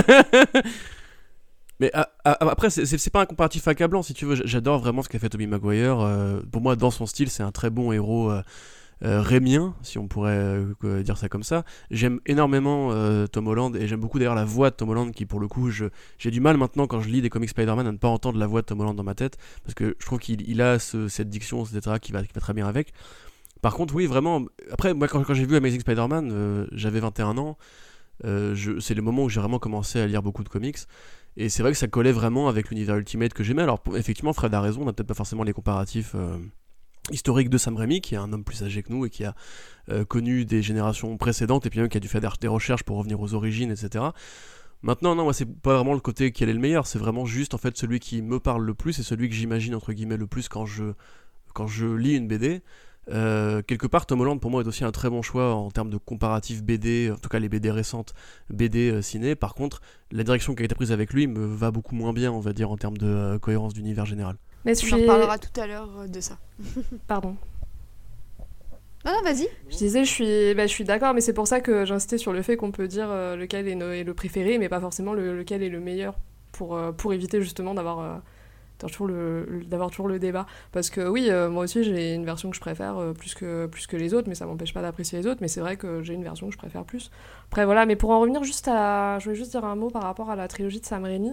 Speaker 2: Mais à, à, après, c'est, c'est, c'est pas un comparatif accablant, si tu veux. J'adore vraiment ce qu'a fait Tobey Maguire. Euh, pour moi, dans son style, c'est un très bon héros euh, euh, rémien, si on pourrait euh, dire ça comme ça. J'aime énormément euh, Tom Holland, et j'aime beaucoup d'ailleurs la voix de Tom Holland, qui pour le coup, je, j'ai du mal maintenant quand je lis des comics Spider-Man à ne pas entendre la voix de Tom Holland dans ma tête, parce que je trouve qu'il il a ce, cette diction, et cetera, qui va, qui va très bien avec. Par contre, oui, vraiment. Après, moi, quand, quand j'ai vu Amazing Spider-Man, euh, j'avais vingt et un ans. Euh, je, c'est le moment où j'ai vraiment commencé à lire beaucoup de comics. Et c'est vrai que ça collait vraiment avec l'univers Ultimate que j'aimais. Alors effectivement, Fred a raison, on n'a peut-être pas forcément les comparatifs euh, historiques de Sam Raimi, qui est un homme plus âgé que nous et qui a euh, connu des générations précédentes, et puis même qui a dû faire des recherches pour revenir aux origines, et cetera. Maintenant, non, moi c'est pas vraiment le côté qui est le meilleur, c'est vraiment juste en fait celui qui me parle le plus et celui que j'imagine entre guillemets le plus quand je, quand je lis une B D. Euh, quelque part, Tom Holland pour moi est aussi un très bon choix en termes de comparatif B D, en tout cas les B D récentes, B D euh, ciné. Par contre, la direction qui a été prise avec lui me va beaucoup moins bien, on va dire, en termes de euh, cohérence d'univers général.
Speaker 3: Mais on suis... en reparlera tout à l'heure de ça.
Speaker 1: Pardon.
Speaker 3: Non, non, vas-y.
Speaker 1: Je disais, je suis, bah, je suis d'accord, mais c'est pour ça que j'insistais sur le fait qu'on peut dire euh, lequel est, no- est le préféré, mais pas forcément le, lequel est le meilleur, pour, euh, pour éviter justement d'avoir... Euh, Toujours le, d'avoir toujours le débat, parce que oui, euh, moi aussi j'ai une version que je préfère euh, plus, que, plus que les autres, mais ça m'empêche pas d'apprécier les autres, mais c'est vrai que j'ai une version que je préfère plus. Après voilà, mais pour en revenir juste à, je voulais juste dire un mot par rapport à la trilogie de Sam Raimi.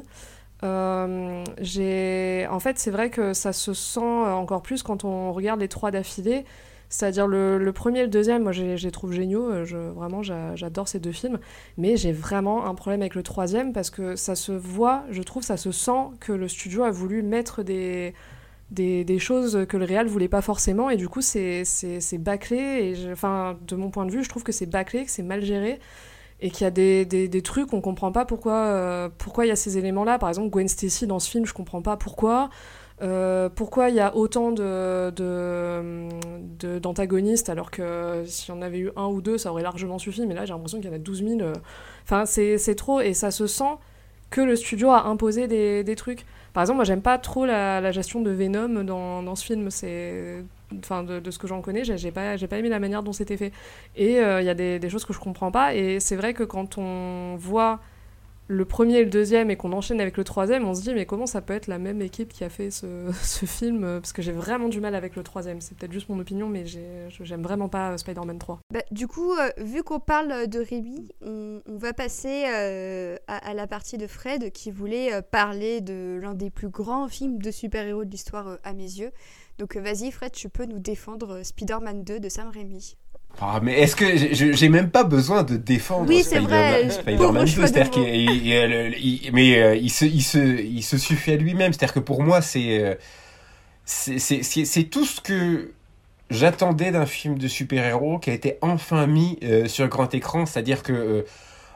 Speaker 1: Euh, j'ai... En fait c'est vrai que ça se sent encore plus quand on regarde les trois d'affilée. C'est-à-dire le, le premier et le deuxième, moi je les trouve géniaux, je, vraiment j'a, j'adore ces deux films, mais j'ai vraiment un problème avec le troisième parce que ça se voit, je trouve, ça se sent que le studio a voulu mettre des, des, des choses que le réal voulait pas forcément, et du coup c'est, c'est, c'est bâclé, et je, enfin, de mon point de vue, je trouve que c'est bâclé, que c'est mal géré, et qu'il y a des, des, des trucs qu'on comprend pas pourquoi euh, pourquoi il y a ces éléments-là. Par exemple, Gwen Stacy dans ce film, je comprends pas pourquoi. Euh, pourquoi il y a autant de, de, de, d'antagonistes alors que si on avait eu un ou deux ça aurait largement suffi, mais là j'ai l'impression qu'il y en a douze mille. Enfin euh... c'est, c'est trop, et ça se sent que le studio a imposé des, des trucs. Par exemple, moi j'aime pas trop la, la gestion de Venom dans, dans ce film, c'est... Enfin, de, de ce que j'en connais, j'ai, j'ai, pas, j'ai pas aimé la manière dont c'était fait, et il euh, y a des, des choses que je comprends pas, et c'est vrai que quand on voit le premier et le deuxième et qu'on enchaîne avec le troisième, on se dit mais comment ça peut être la même équipe qui a fait ce, ce film, parce que j'ai vraiment du mal avec le troisième, c'est peut-être juste mon opinion, mais j'ai, j'aime vraiment pas Spider-Man trois.
Speaker 3: Bah, du coup, euh, vu qu'on parle de Raimi, on, on va passer euh, à, à la partie de Fred qui voulait euh, parler de l'un des plus grands films de super-héros de l'histoire euh, à mes yeux. Donc euh, vas-y Fred, tu peux nous défendre euh, Spider-Man deux de Sam Raimi.
Speaker 4: Ah, mais est-ce que je, j'ai même pas besoin de défendre
Speaker 3: oui,
Speaker 4: Spider-Man,
Speaker 3: vrai,
Speaker 4: Spider-Man deux, c'est-à-dire qu'il il, il, il, mais euh, il se il se il se suffit à lui-même, c'est-à-dire que pour moi c'est c'est c'est c'est, c'est tout ce que j'attendais d'un film de super-héros qui a été enfin mis euh, sur grand écran, c'est-à-dire que euh,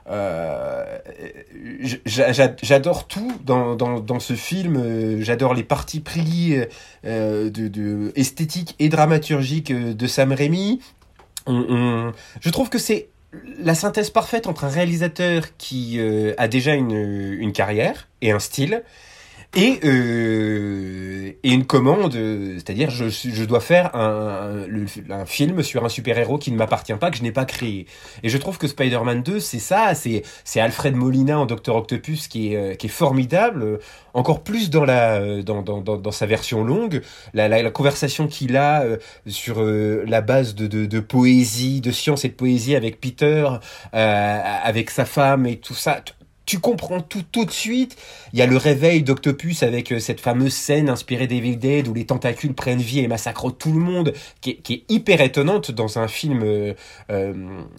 Speaker 4: Euh, j'adore tout dans, dans, dans ce film, j'adore les partis pris euh, de, de esthétique et dramaturgique de Sam Raimi. On, on, je trouve que c'est la synthèse parfaite entre un réalisateur qui euh, a déjà une, une carrière et un style, et, euh, et une commande, c'est-à-dire je, je dois faire un, un, un film sur un super-héros qui ne m'appartient pas, que je n'ai pas créé. Et je trouve que Spider-Man deux, c'est ça, c'est, c'est Alfred Molina en docteur Octopus qui est, qui est formidable, encore plus dans, la, dans, dans, dans, dans sa version longue, la, la, la conversation qu'il a sur euh, la base de, de, de poésie, de science et de poésie avec Peter, euh, avec sa femme et tout ça. Tu comprends tout tout de suite. Il y a le réveil d'Octopus avec cette fameuse scène inspirée d'Evil Dead où les tentacules prennent vie et massacrent tout le monde, qui est, qui est hyper étonnante dans un film euh, euh,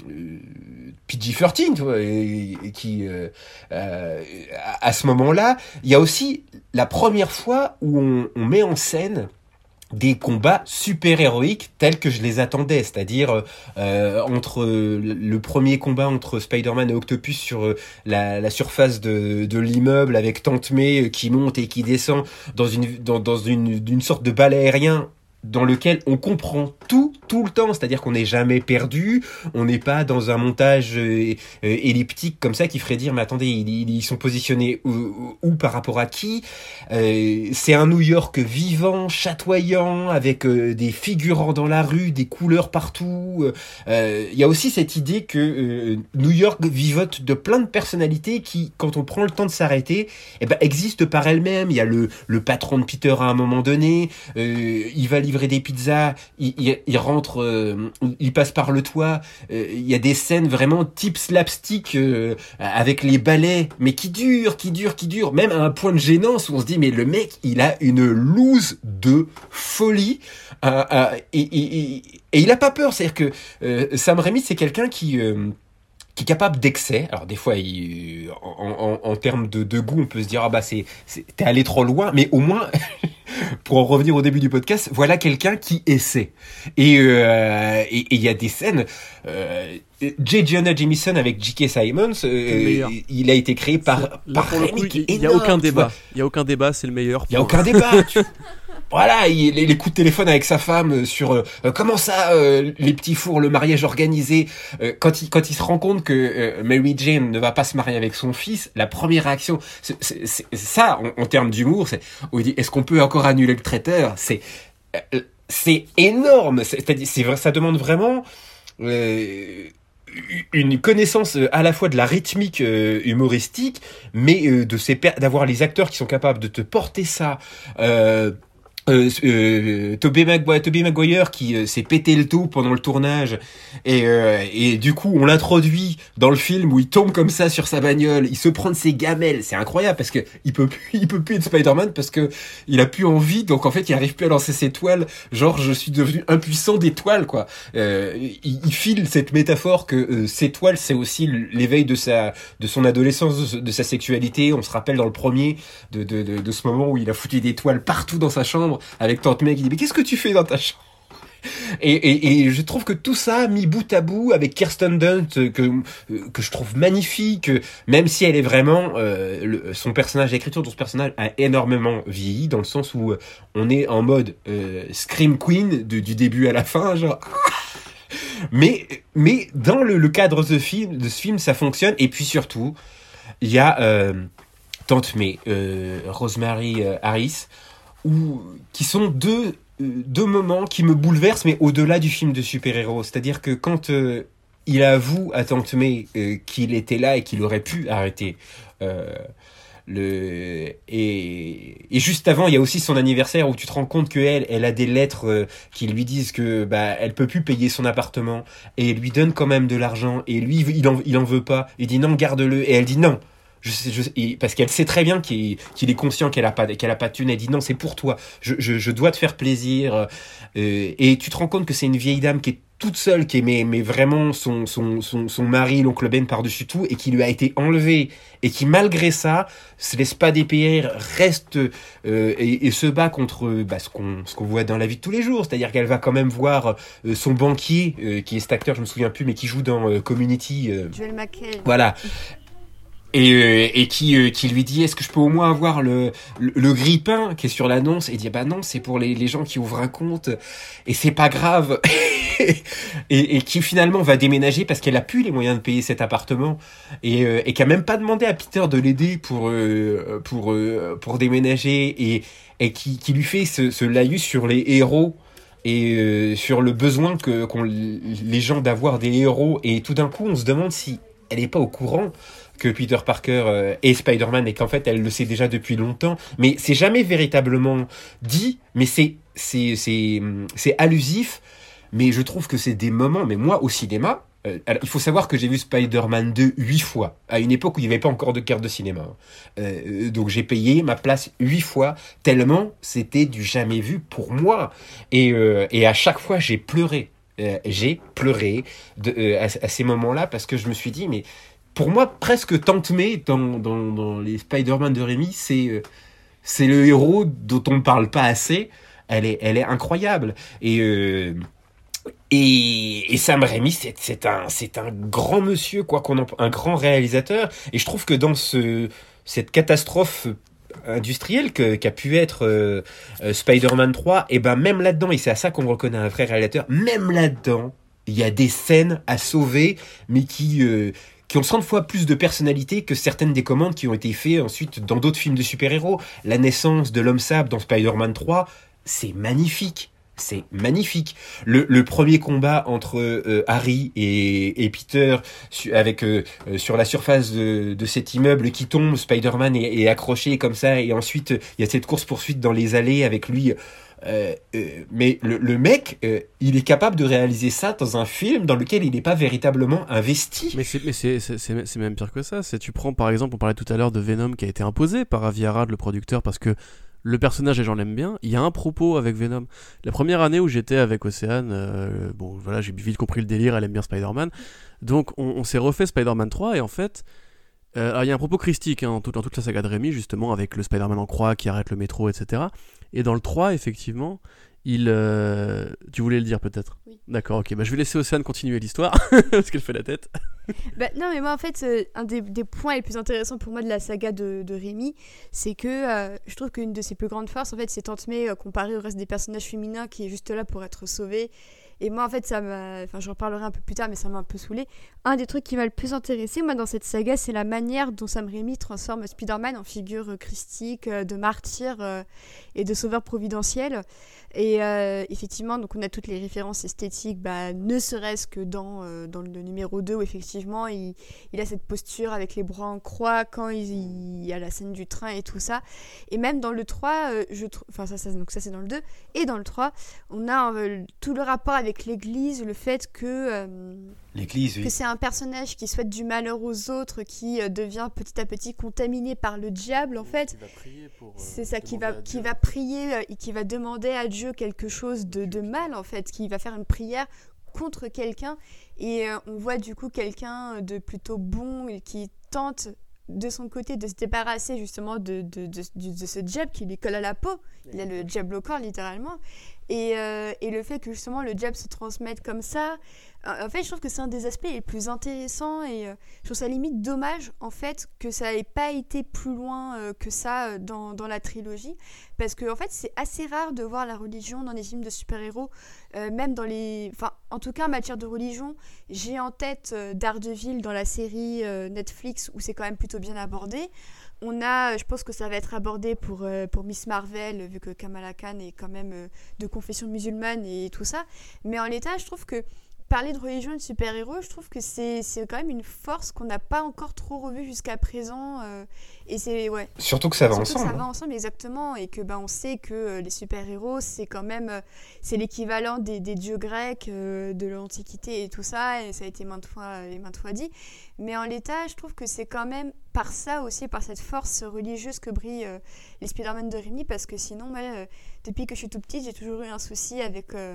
Speaker 4: P G treize, tu vois, et, et qui euh, euh, à, à ce moment-là, il y a aussi la première fois où on, on met en scène des combats super-héroïques tels que je les attendais, c'est-à-dire euh, entre le premier combat entre Spider-Man et Octopus sur euh, la, la surface de, de l'immeuble avec Tante May qui monte et qui descend dans une, dans, dans une, d'une sorte de balai aérien dans lequel on comprend tout, tout le temps, c'est-à-dire qu'on n'est jamais perdu, on n'est pas dans un montage euh, euh, elliptique comme ça qui ferait dire mais attendez, ils, ils sont positionnés où, où, où par rapport à qui, euh, c'est un New York vivant, chatoyant, avec euh, des figurants dans la rue, des couleurs partout, il euh, y a aussi cette idée que euh, New York vivote de plein de personnalités qui, quand on prend le temps de s'arrêter, eh ben, existent par elles-mêmes. Il y a le, le patron de Peter à un moment donné, euh, il va livrer des pizzas, il, il, il rentre, euh, il passe par le toit, euh, il y a des scènes vraiment type slapstick euh, avec les balais, mais qui durent, qui durent, qui durent, même à un point de gênance où on se dit mais le mec il a une loose de folie euh, euh, et, et, et, et il a pas peur, c'est-à-dire que euh, Sam Raimi c'est quelqu'un qui euh, qui est capable d'excès. Alors des fois, il, en, en, en termes de, de goût, on peut se dire ah bah c'est, c'est t'es allé trop loin, mais au moins pour en revenir au début du podcast, voilà quelqu'un qui essaie. Et il euh, et, et y a des scènes. Euh, J. Jonah Jameson avec J K. Simmons, euh, il a été créé par
Speaker 2: là,
Speaker 4: par
Speaker 2: pour le
Speaker 4: Raimi,
Speaker 2: coup,
Speaker 4: qui est
Speaker 2: il n'y a
Speaker 4: énorme,
Speaker 2: aucun
Speaker 4: tu
Speaker 2: débat.
Speaker 4: vois.
Speaker 2: Il y a aucun débat, c'est le meilleur.
Speaker 4: Il y a aucun débat. Tu... Voilà, il, les, les coups de téléphone avec sa femme sur euh, comment ça, euh, les petits fours, le mariage organisé. Euh, quand il quand il se rend compte que euh, Mary Jane ne va pas se marier avec son fils, la première réaction, c'est, c'est, c'est ça en, en termes d'humour, c'est on dit est-ce qu'on peut encore annuler le traiteur ? C'est euh, c'est énorme. C'est, c'est-à-dire, c'est vrai, ça demande vraiment. Euh, une connaissance à la fois de la rythmique euh, humoristique, mais euh, de ces per- d'avoir les acteurs qui sont capables de te porter ça. Euh, Euh, euh, Tobey Maguire, Tobey Maguire qui euh, s'est pété le dos pendant le tournage et, euh, et du coup on l'introduit dans le film où il tombe comme ça sur sa bagnole, il se prend de ses gamelles, c'est incroyable parce que il peut plus, il peut plus être Spider-Man parce que il a plus envie, donc en fait il arrive plus à lancer ses toiles, genre je suis devenu impuissant des toiles quoi. Euh, il, il file cette métaphore que euh, ses toiles c'est aussi l'éveil de sa, de son adolescence, de, de sa sexualité. On se rappelle dans le premier de, de, de, de ce moment où il a foutu des toiles partout dans sa chambre avec Tante May qui dit mais qu'est-ce que tu fais dans ta chambre et, et, et je trouve que tout ça mis bout à bout avec Kirsten Dunst que, que je trouve magnifique, même si elle est vraiment euh, le, son personnage, l'écriture de son personnage a énormément vieilli dans le sens où on est en mode euh, Scream Queen de, du début à la fin genre mais, mais dans le, le cadre de ce film, de ce film ça fonctionne. Et puis surtout il y a euh, Tante May, euh, Rosemary euh, Harris Ou, qui sont deux, euh, deux moments qui me bouleversent, mais au-delà du film de super-héros. C'est-à-dire que quand euh, il avoue à Tante May euh, qu'il était là et qu'il aurait pu arrêter euh, le... Et, et juste avant, il y a aussi son anniversaire où tu te rends compte qu'elle, elle a des lettres euh, qui lui disent que bah elle peut plus payer son appartement et elle lui donne quand même de l'argent et lui, il en, il en veut pas. Il dit non, garde-le. Et elle dit non. Je sais, je sais, parce qu'elle sait très bien qu'il, qu'il est conscient qu'elle a pas, qu'elle a pas de thune. Elle dit non, c'est pour toi. Je, je, je dois te faire plaisir. Euh, et tu te rends compte que c'est une vieille dame qui est toute seule, qui aimait mais vraiment son, son, son, son mari, l'oncle Ben par-dessus tout, et qui lui a été enlevé. Et qui, malgré ça, se laisse pas dépérir, reste euh, et, et se bat contre bah, ce, qu'on, ce qu'on voit dans la vie de tous les jours. C'est-à-dire qu'elle va quand même voir euh, son banquier, euh, qui est cet acteur, je me souviens plus, mais qui joue dans euh, Community. Euh,
Speaker 3: Joel McHale.
Speaker 4: Voilà. Et, euh, et qui, euh, qui lui dit est-ce que je peux au moins avoir le, le, le grille-pain qui est sur l'annonce, et il dit bah non, c'est pour les, les gens qui ouvrent un compte et c'est pas grave. et, et qui finalement va déménager parce qu'elle a plus les moyens de payer cet appartement et, euh, et qui a même pas demandé à Peter de l'aider pour, euh, pour, euh, pour déménager et, et qui, qui lui fait ce, ce laïus sur les héros et euh, sur le besoin que qu'ont les gens d'avoir des héros. Et tout d'un coup on se demande si elle est pas au courant que Peter Parker euh, est Spider-Man et qu'en fait elle le sait déjà depuis longtemps, mais c'est jamais véritablement dit, mais c'est c'est c'est c'est allusif. Mais je trouve que c'est des moments, mais moi au cinéma, euh, alors, il faut savoir que j'ai vu Spider-Man deux huit fois à une époque où il n'y avait pas encore de carte de cinéma, euh, donc j'ai payé ma place huit fois tellement c'était du jamais vu pour moi et euh, et à chaque fois j'ai pleuré, euh, j'ai pleuré de, euh, à, à ces moments-là parce que je me suis dit mais pour moi, presque Tante May dans, dans, dans les Spider-Man de Raimi, c'est, euh, c'est le héros dont on ne parle pas assez. Elle est, elle est incroyable. Et, euh, et, et Sam Raimi, c'est, c'est, un, c'est un grand monsieur, quoi qu'on en, un grand réalisateur. Et je trouve que dans ce, cette catastrophe industriel que, qu'a pu être euh, euh, Spider-Man trois, et ben même là-dedans, et c'est à ça qu'on reconnaît un vrai réalisateur, même là-dedans, il y a des scènes à sauver, mais qui... Euh, qui ont cent fois plus de personnalité que certaines des commandes qui ont été faites ensuite dans d'autres films de super-héros. La naissance de l'homme sable dans Spider-Man trois, c'est magnifique. C'est magnifique. Le, le premier combat entre euh, Harry et, et Peter su, avec euh, sur la surface de, de cet immeuble qui tombe, Spider-Man est, est accroché comme ça, et ensuite il y a cette course-poursuite dans les allées avec lui... Euh, euh, mais le, le mec, euh, il est capable de réaliser ça dans un film dans lequel il n'est pas véritablement investi.
Speaker 2: Mais c'est, mais c'est, c'est, c'est, c'est même pire que ça. C'est, tu prends par exemple, on parlait tout à l'heure de Venom qui a été imposé par Avi Arad, le producteur, parce que le personnage, les gens l'aiment bien. Il y a un propos avec Venom. La première année où j'étais avec Océane, euh, bon voilà, j'ai vite compris le délire, elle aime bien Spider-Man. Donc on, on s'est refait Spider-Man trois, et en fait, euh, alors, il y a un propos christique hein, dans toute la saga de Raimi, justement, avec le Spider-Man en croix qui arrête le métro, et cetera. Et dans le trois, effectivement, il... Euh... Tu voulais le dire, peut-être ?
Speaker 3: Oui.
Speaker 2: D'accord, ok. Bah, je vais laisser Océane continuer l'histoire, parce qu'elle fait la tête.
Speaker 3: Bah, non, mais moi, en fait, euh, un des, des points les plus intéressants pour moi de la saga de, de Raimi, c'est que euh, je trouve qu'une de ses plus grandes forces, en fait, c'est Tante May euh, comparée au reste des personnages féminins qui est juste là pour être sauvée. Et moi, en fait, ça m'a... Enfin, je reparlerai un peu plus tard, mais ça m'a un peu saoulée. Un des trucs qui m'a le plus intéressé, moi, dans cette saga, c'est la manière dont Sam Raimi transforme Spider-Man en figure euh, christique, euh, de martyr euh, et de sauveur providentiel. Et euh, effectivement, donc on a toutes les références esthétiques, bah, ne serait-ce que dans, euh, dans le numéro deux, où effectivement, il, il a cette posture avec les bras en croix quand il, il y a la scène du train et tout ça. Et même dans le trois, euh, je trouve... Enfin, ça, ça, donc ça, c'est dans le deux. Et dans le trois, on a euh, tout le rapport avec Avec l'Église, le fait que, euh,
Speaker 4: L'Église, oui.
Speaker 3: que c'est un personnage qui souhaite du malheur aux autres, qui euh, devient petit à petit contaminé par le diable, en fait.
Speaker 2: Qui va prier pour, euh,
Speaker 3: c'est ça, qui va, qui va prier euh, et qui va demander à Dieu quelque chose de, de mal, en fait, qui va faire une prière contre quelqu'un. Et euh, on voit du coup quelqu'un de plutôt bon et qui tente de son côté de se débarrasser justement de, de, de, de, de ce diable qui lui colle à la peau. Il a le diable au corps, littéralement. Et, euh, et le fait que justement le diable se transmette comme ça, euh, en fait je trouve que c'est un des aspects les plus intéressants, et euh, je trouve ça limite dommage en fait que ça n'ait pas été plus loin euh, que ça euh, dans, dans la trilogie, parce que en fait c'est assez rare de voir la religion dans des films de super-héros, euh, même dans les... Enfin en tout cas en matière de religion, j'ai en tête euh, Daredevil dans la série euh, Netflix où c'est quand même plutôt bien abordé. On a, je pense que ça va être abordé pour, euh, pour Miss Marvel, vu que Kamala Khan est quand même euh, de confession musulmane et tout ça. Mais en l'état, je trouve que parler de religion et de super-héros, je trouve que c'est, c'est quand même une force qu'on n'a pas encore trop revue jusqu'à présent. Euh, et c'est, ouais.
Speaker 4: Surtout que ça va
Speaker 3: Surtout
Speaker 4: ensemble.
Speaker 3: Que ça va ensemble, exactement. Et que ben, on sait que euh, les super-héros, c'est quand même euh, c'est l'équivalent des, des dieux grecs, euh, de l'Antiquité et tout ça. Et ça a été maintes fois, et maintes fois dit. Mais en l'état, je trouve que c'est quand même par ça aussi, par cette force religieuse que brillent euh, les Spider-Man de Raimi. Parce que sinon, moi, euh, depuis que je suis toute petite, j'ai toujours eu un souci avec... Euh,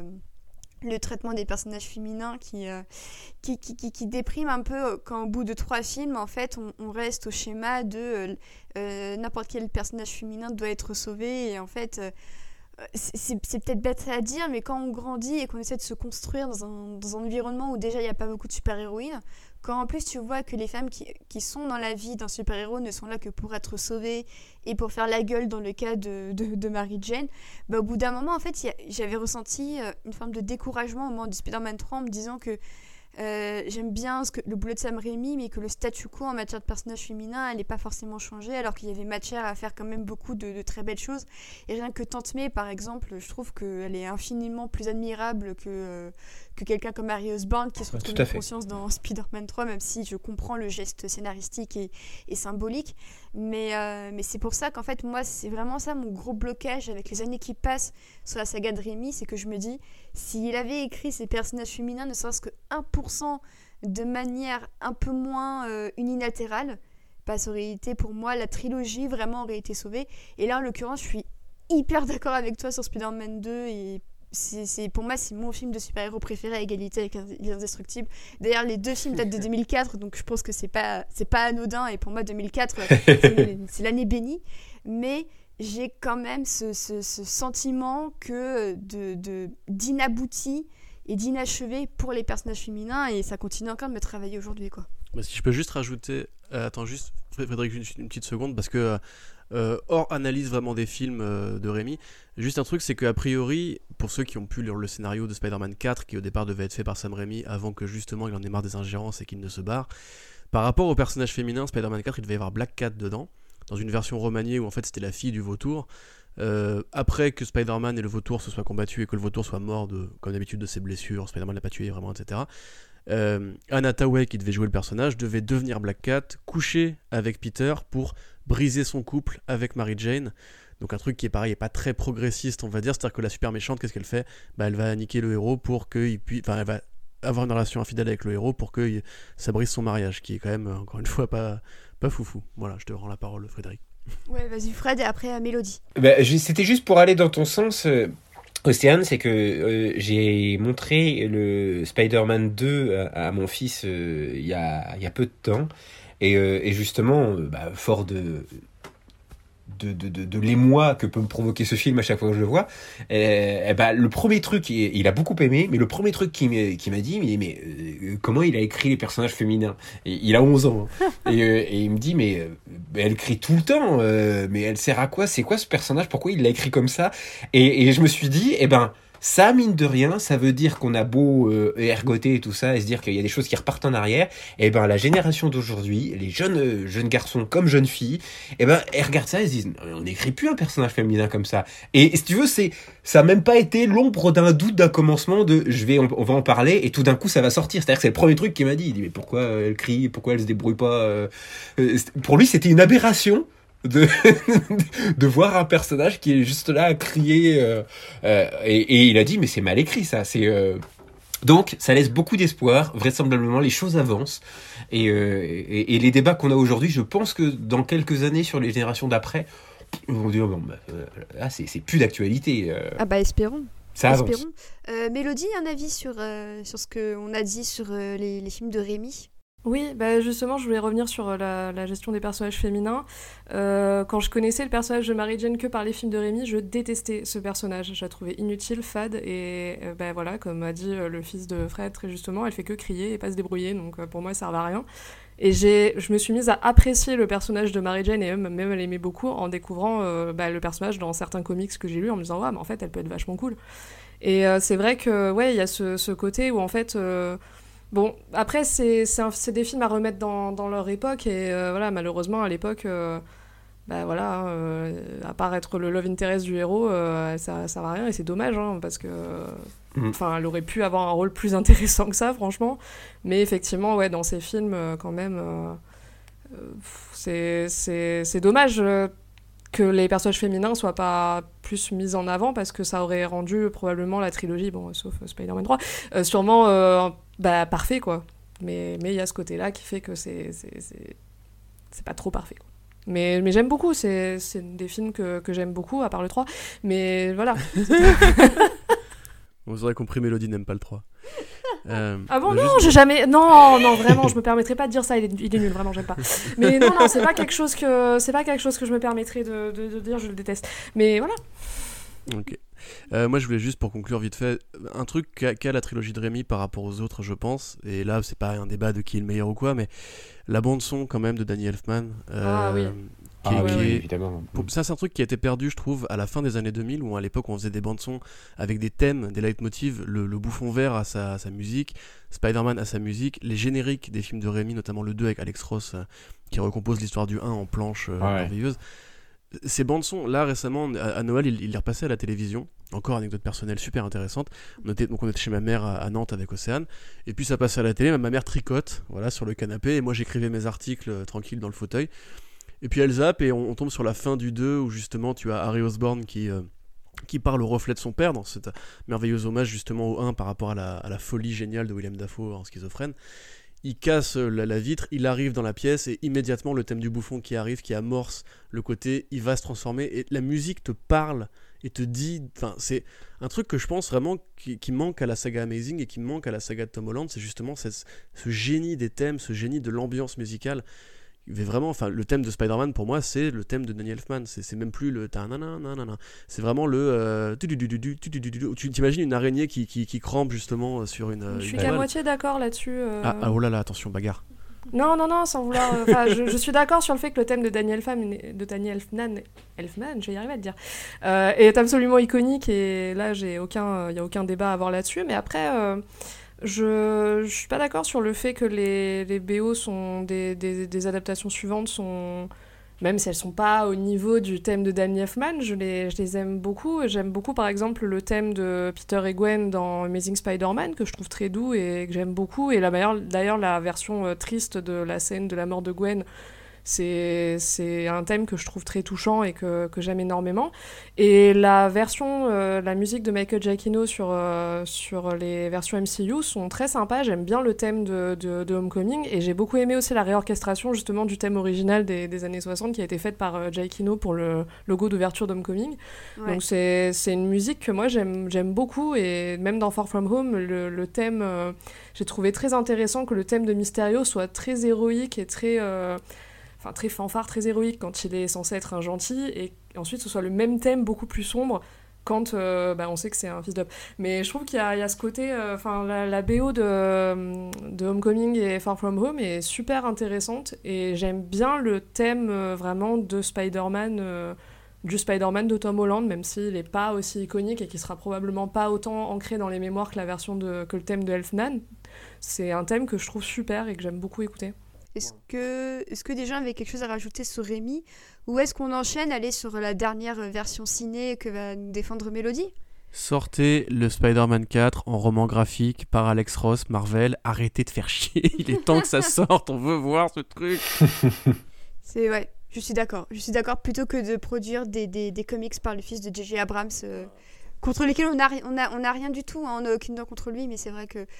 Speaker 3: le traitement des personnages féminins qui, euh, qui, qui, qui, qui déprime un peu quand au bout de trois films, en fait, on, on reste au schéma de euh, euh, n'importe quel personnage féminin doit être sauvé. Et en fait, euh, c'est, c'est peut-être bête à dire, mais quand on grandit et qu'on essaie de se construire dans un, dans un environnement où déjà il n'y a pas beaucoup de super-héroïnes, quand en plus tu vois que les femmes qui, qui sont dans la vie d'un super-héros ne sont là que pour être sauvées et pour faire la gueule dans le cas de, de, de Mary Jane, bah au bout d'un moment, en fait, y a, j'avais ressenti une forme de découragement au moment du Spider-Man trois en me disant que euh, j'aime bien ce que, le boulot de Sam Raimi, mais que le statu quo en matière de personnages féminins n'allait pas forcément changer, alors qu'il y avait matière à faire quand même beaucoup de, de très belles choses. Et rien que Tante May, par exemple, je trouve qu'elle est infiniment plus admirable que, euh, que quelqu'un comme Harry Osborn qui se retrouve en conscience dans Spider-Man trois, même si je comprends le geste scénaristique et, et symbolique. Mais, euh, mais c'est pour ça qu'en fait, moi, c'est vraiment ça mon gros blocage avec les années qui passent sur la saga de Raimi, c'est que je me dis, s'il avait écrit ces personnages féminins, ne serait-ce que un pour cent de manière un peu moins euh, unilatérale, bah, ça aurait été pour moi, la trilogie vraiment aurait été sauvée. Et là, en l'occurrence, je suis hyper d'accord avec toi sur Spider-Man deux, et c'est, c'est, pour moi, c'est mon film de super-héros préféré à égalité avec Les Indestructibles. D'ailleurs, les deux films datent de deux mille quatre, donc je pense que c'est pas, c'est pas anodin, et pour moi, deux mille quatre, c'est, c'est l'année bénie. Mais j'ai quand même ce, ce, ce sentiment que de, de, d'inabouti et d'inachevé pour les personnages féminins, et ça continue encore de me travailler aujourd'hui, quoi.
Speaker 2: Bah, si je peux juste rajouter, euh, attends juste Frédéric une, une petite seconde, parce que Euh, hors analyse vraiment des films euh, de Rémi, juste un truc, c'est qu'a priori, pour ceux qui ont pu lire le scénario de Spider-Man quatre, qui au départ devait être fait par Sam Raimi avant que justement il en ait marre des ingérences et qu'il ne se barre, par rapport au personnage féminin, Spider-Man quatre, il devait y avoir Black Cat dedans, dans une version remaniée où en fait c'était la fille du vautour. Euh, après que Spider-Man et le vautour se soient combattus et que le vautour soit mort de, comme d'habitude de ses blessures, Spider-Man l'a pas tué vraiment, et cetera. Euh, Anna Tawai, qui devait jouer le personnage, devait devenir Black Cat, coucher avec Peter pour briser son couple avec Mary Jane. Donc un truc qui est pareil, est pas très progressiste, on va dire. C'est-à-dire que la super méchante, qu'est-ce qu'elle fait ? Bah, elle va niquer le héros pour qu'il puisse, enfin, elle va avoir une relation infidèle avec le héros pour que ça brise son mariage, qui est quand même encore une fois pas pas foufou. Voilà, je te rends la parole, Frédéric.
Speaker 3: Ouais, vas-y Fred et après à Mélodie.
Speaker 4: Bah, c'était juste pour aller dans ton sens. Euh... Océane, c'est que euh, j'ai montré le Spider-Man deux à, à mon fils euh, il y a, y a peu de temps. Et, euh, et justement, euh, bah, fort de, de, de, de, de l'émoi que peut me provoquer ce film à chaque fois que je le vois, euh, et bah, le premier truc, il, il a beaucoup aimé, mais le premier truc qu'il m'a, qu'il m'a dit, il mais euh, comment il a écrit les personnages féminins ? Et il a onze ans. Hein. et, euh, et il me dit, mais euh, elle écrit tout le temps, euh, mais elle sert à quoi ? C'est quoi ce personnage ? Pourquoi il l'a écrit comme ça ? et, et je me suis dit, eh ben... Ça, mine de rien, ça veut dire qu'on a beau euh, ergoter et tout ça, et se dire qu'il y a des choses qui repartent en arrière, et ben la génération d'aujourd'hui, les jeunes euh, jeunes garçons comme jeunes filles, et ben elles regardent ça et se disent on n'écrit plus un personnage féminin comme ça. Et, et si tu veux, c'est ça a même pas été l'ombre d'un doute d'un commencement de je vais on, on va en parler et tout d'un coup ça va sortir. C'est-à-dire que c'est le premier truc qu'il m'a dit. Il dit mais pourquoi elle crie, pourquoi elle se débrouille pas euh... Pour lui, c'était une aberration. De, de voir un personnage qui est juste là à crier euh, euh, et, et il a dit mais c'est mal écrit ça c'est euh... donc ça laisse beaucoup d'espoir, vraisemblablement les choses avancent et, euh, et, et les débats qu'on a aujourd'hui, je pense que dans quelques années sur les générations d'après ils vont dire bon bah, euh, là c'est, c'est plus d'actualité euh...
Speaker 3: ah bah espérons
Speaker 4: ça
Speaker 3: espérons.
Speaker 4: avance.
Speaker 3: euh, Mélodie, un avis sur, euh, sur ce qu'on a dit sur euh, les, les films de Rémi?
Speaker 1: Oui, bah justement, je voulais revenir sur la, la gestion des personnages féminins. Euh, quand je connaissais le personnage de Mary Jane que par les films de Rémi, je détestais ce personnage. Je la trouvais inutile, fade, et euh, bah voilà, comme a dit euh, le fils de Fred très justement, elle fait que crier et pas se débrouiller, donc euh, pour moi, ça servait à rien. Et j'ai, je me suis mise à apprécier le personnage de Mary Jane, et même, même elle aimait beaucoup, en découvrant euh, bah, le personnage dans certains comics que j'ai lus, en me disant « Ouais, mais en fait, elle peut être vachement cool ». Et euh, c'est vrai que, ouais, il y a ce, ce côté où, en fait... Euh, Bon, après, c'est, c'est, un, c'est des films à remettre dans, dans leur époque, et euh, voilà, malheureusement, à l'époque, euh, bah voilà, euh, à part être le love interest du héros, euh, ça, ça va rien, et c'est dommage, hein, parce que, enfin, mmh. elle aurait pu avoir un rôle plus intéressant que ça, franchement, mais effectivement, ouais, dans ces films, euh, quand même, euh, euh, c'est, c'est, c'est dommage euh, que les personnages féminins soient pas plus mis en avant, parce que ça aurait rendu probablement la trilogie, bon, sauf euh, Spider-Man trois, euh, sûrement euh, bah, parfait, quoi. Mais il y a ce côté-là qui fait que c'est, c'est, c'est, c'est pas trop parfait, quoi. Mais, mais j'aime beaucoup, c'est, c'est des films que, que j'aime beaucoup, à part le trois. Mais voilà.
Speaker 2: Vous aurez compris, Mélodie n'aime pas le trois.
Speaker 1: Euh, ah bon, non, juste... j'ai jamais... Non, non, vraiment, je me permettrais pas de dire ça, il est, il est nul, vraiment, j'aime pas. Mais non, non, c'est pas quelque chose que, c'est pas quelque chose que je me permettrais de, de, de dire, je le déteste. Mais voilà.
Speaker 2: Ok. Euh, moi, je voulais juste, pour conclure vite fait, un truc qu'a, qu'a la trilogie de Rémi par rapport aux autres, je pense, et là, c'est pas un débat de qui est le meilleur ou quoi, mais la bande-son, quand même, de Danny Elfman. Euh,
Speaker 1: ah oui.
Speaker 4: Qui, ah, qui oui,
Speaker 2: est,
Speaker 4: évidemment.
Speaker 2: Pour, ça, c'est un truc qui a été perdu, je trouve, à la fin des années deux mille, où à l'époque, on faisait des bandes-sons avec des thèmes, des leitmotivs, le, le Bouffon Vert à sa, à sa musique, Spider-Man à sa musique, les génériques des films de Rémi, notamment le deux avec Alex Ross, euh, qui recompose l'histoire du un en planche euh, ouais. merveilleuse. Ces bandes-sons, là, récemment, à, à Noël, il, il les repassait à la télévision. Encore anecdote personnelle super intéressante. On était, donc on était chez ma mère à, à Nantes avec Océane, et puis ça passait à la télé, ma mère tricote, voilà, sur le canapé, et moi j'écrivais mes articles euh, tranquille dans le fauteuil. Et puis elle zappe, et on, on tombe sur la fin du deux, où justement tu as Harry Osborn qui, euh, qui parle au reflet de son père, dans cet merveilleux hommage justement au un par rapport à la, à la folie géniale de Willem Dafoe en schizophrène. Il casse la, la vitre, il arrive dans la pièce, et immédiatement le thème du bouffon qui arrive, qui amorce le côté, il va se transformer, et la musique te parle et te dit, enfin c'est un truc que je pense vraiment qui, qui manque à la saga Amazing et qui manque à la saga de Tom Holland, c'est justement cette, ce génie des thèmes, ce génie de l'ambiance musicale. Mais vraiment, enfin, le thème de Spider-Man pour moi, c'est le thème de Danny Elfman. C'est, c'est même plus le ta nanana, c'est vraiment le. Euh, tu t'imagines une araignée qui, qui, qui crampe justement sur une.
Speaker 1: Je suis
Speaker 2: une
Speaker 1: qu'à moitié d'accord là-dessus. Euh...
Speaker 2: Ah, ah oh là là, attention, bagarre.
Speaker 1: Non, non, non, sans vouloir... Enfin, je, je suis d'accord sur le fait que le thème de Danny Elfman, de Danny Elfman, Elfman, je vais y arriver à le dire, euh, est absolument iconique, et là, il n'y aucun, y a aucun débat à avoir là-dessus, mais après... Euh, Je, je suis pas d'accord sur le fait que les, les B O sont des, des, des adaptations suivantes sont, même si elles sont pas au niveau du thème de Danny Elfman, je les, je les aime beaucoup. J'aime beaucoup par exemple le thème de Peter et Gwen dans Amazing Spider-Man, que je trouve très doux et que j'aime beaucoup. Et la, d'ailleurs la version euh, triste de la scène de la mort de Gwen, c'est, c'est un thème que je trouve très touchant et que, que j'aime énormément. Et la version, euh, la musique de Michael Giacchino sur, euh, sur les versions M C U sont très sympas. J'aime bien le thème de, de, de Homecoming, et j'ai beaucoup aimé aussi la réorchestration justement du thème original des, des années soixante qui a été faite par euh, Giacchino pour le logo d'ouverture d'Homecoming. Ouais. Donc c'est, c'est une musique que moi j'aime, j'aime beaucoup, et même dans Far From Home, le, le thème, euh, j'ai trouvé très intéressant que le thème de Mysterio soit très héroïque et très... Euh, Enfin, très fanfare, très héroïque quand il est censé être un gentil, et ensuite ce soit le même thème beaucoup plus sombre quand euh, bah, on sait que c'est un fils d'up. Mais je trouve qu'il y a, il y a ce côté, enfin euh, la, la B O de, de Homecoming et Far From Home est super intéressante, et j'aime bien le thème euh, vraiment de Spider-Man, euh, du Spider-Man de Tom Holland, même s'il n'est pas aussi iconique et qu'il sera probablement pas autant ancré dans les mémoires que la version de, que le thème de Elfman. C'est un thème que je trouve super et que j'aime beaucoup écouter.
Speaker 3: Est-ce que, est-ce que des gens avaient quelque chose à rajouter sur Rémi, ou est-ce qu'on enchaîne, aller sur la dernière version ciné que va nous défendre Mélodie ?
Speaker 2: Sortez le Spider-Man quatre en roman graphique par Alex Ross, Marvel. Arrêtez de faire chier, il est temps que ça sorte, on veut voir ce truc.
Speaker 3: C'est ouais, je suis d'accord. Je suis d'accord, plutôt que de produire des, des, des comics par le fils de J J Abrams, euh, contre lesquels on n'a on a, on a rien du tout, hein, on n'a aucune dent contre lui, mais c'est vrai que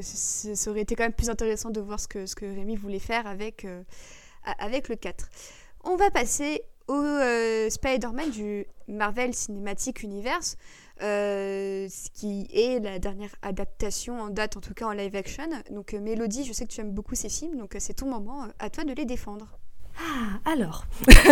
Speaker 3: ça aurait été quand même plus intéressant de voir ce que, ce que Rémi voulait faire avec, euh, avec le quatre. On va passer au euh, Spider-Man du Marvel Cinematic Universe, euh, qui est la dernière adaptation en date, en tout cas en live action. Donc euh, Mélodie, je sais que tu aimes beaucoup ces films, donc euh, c'est ton moment, à toi de les défendre.
Speaker 1: Ah, alors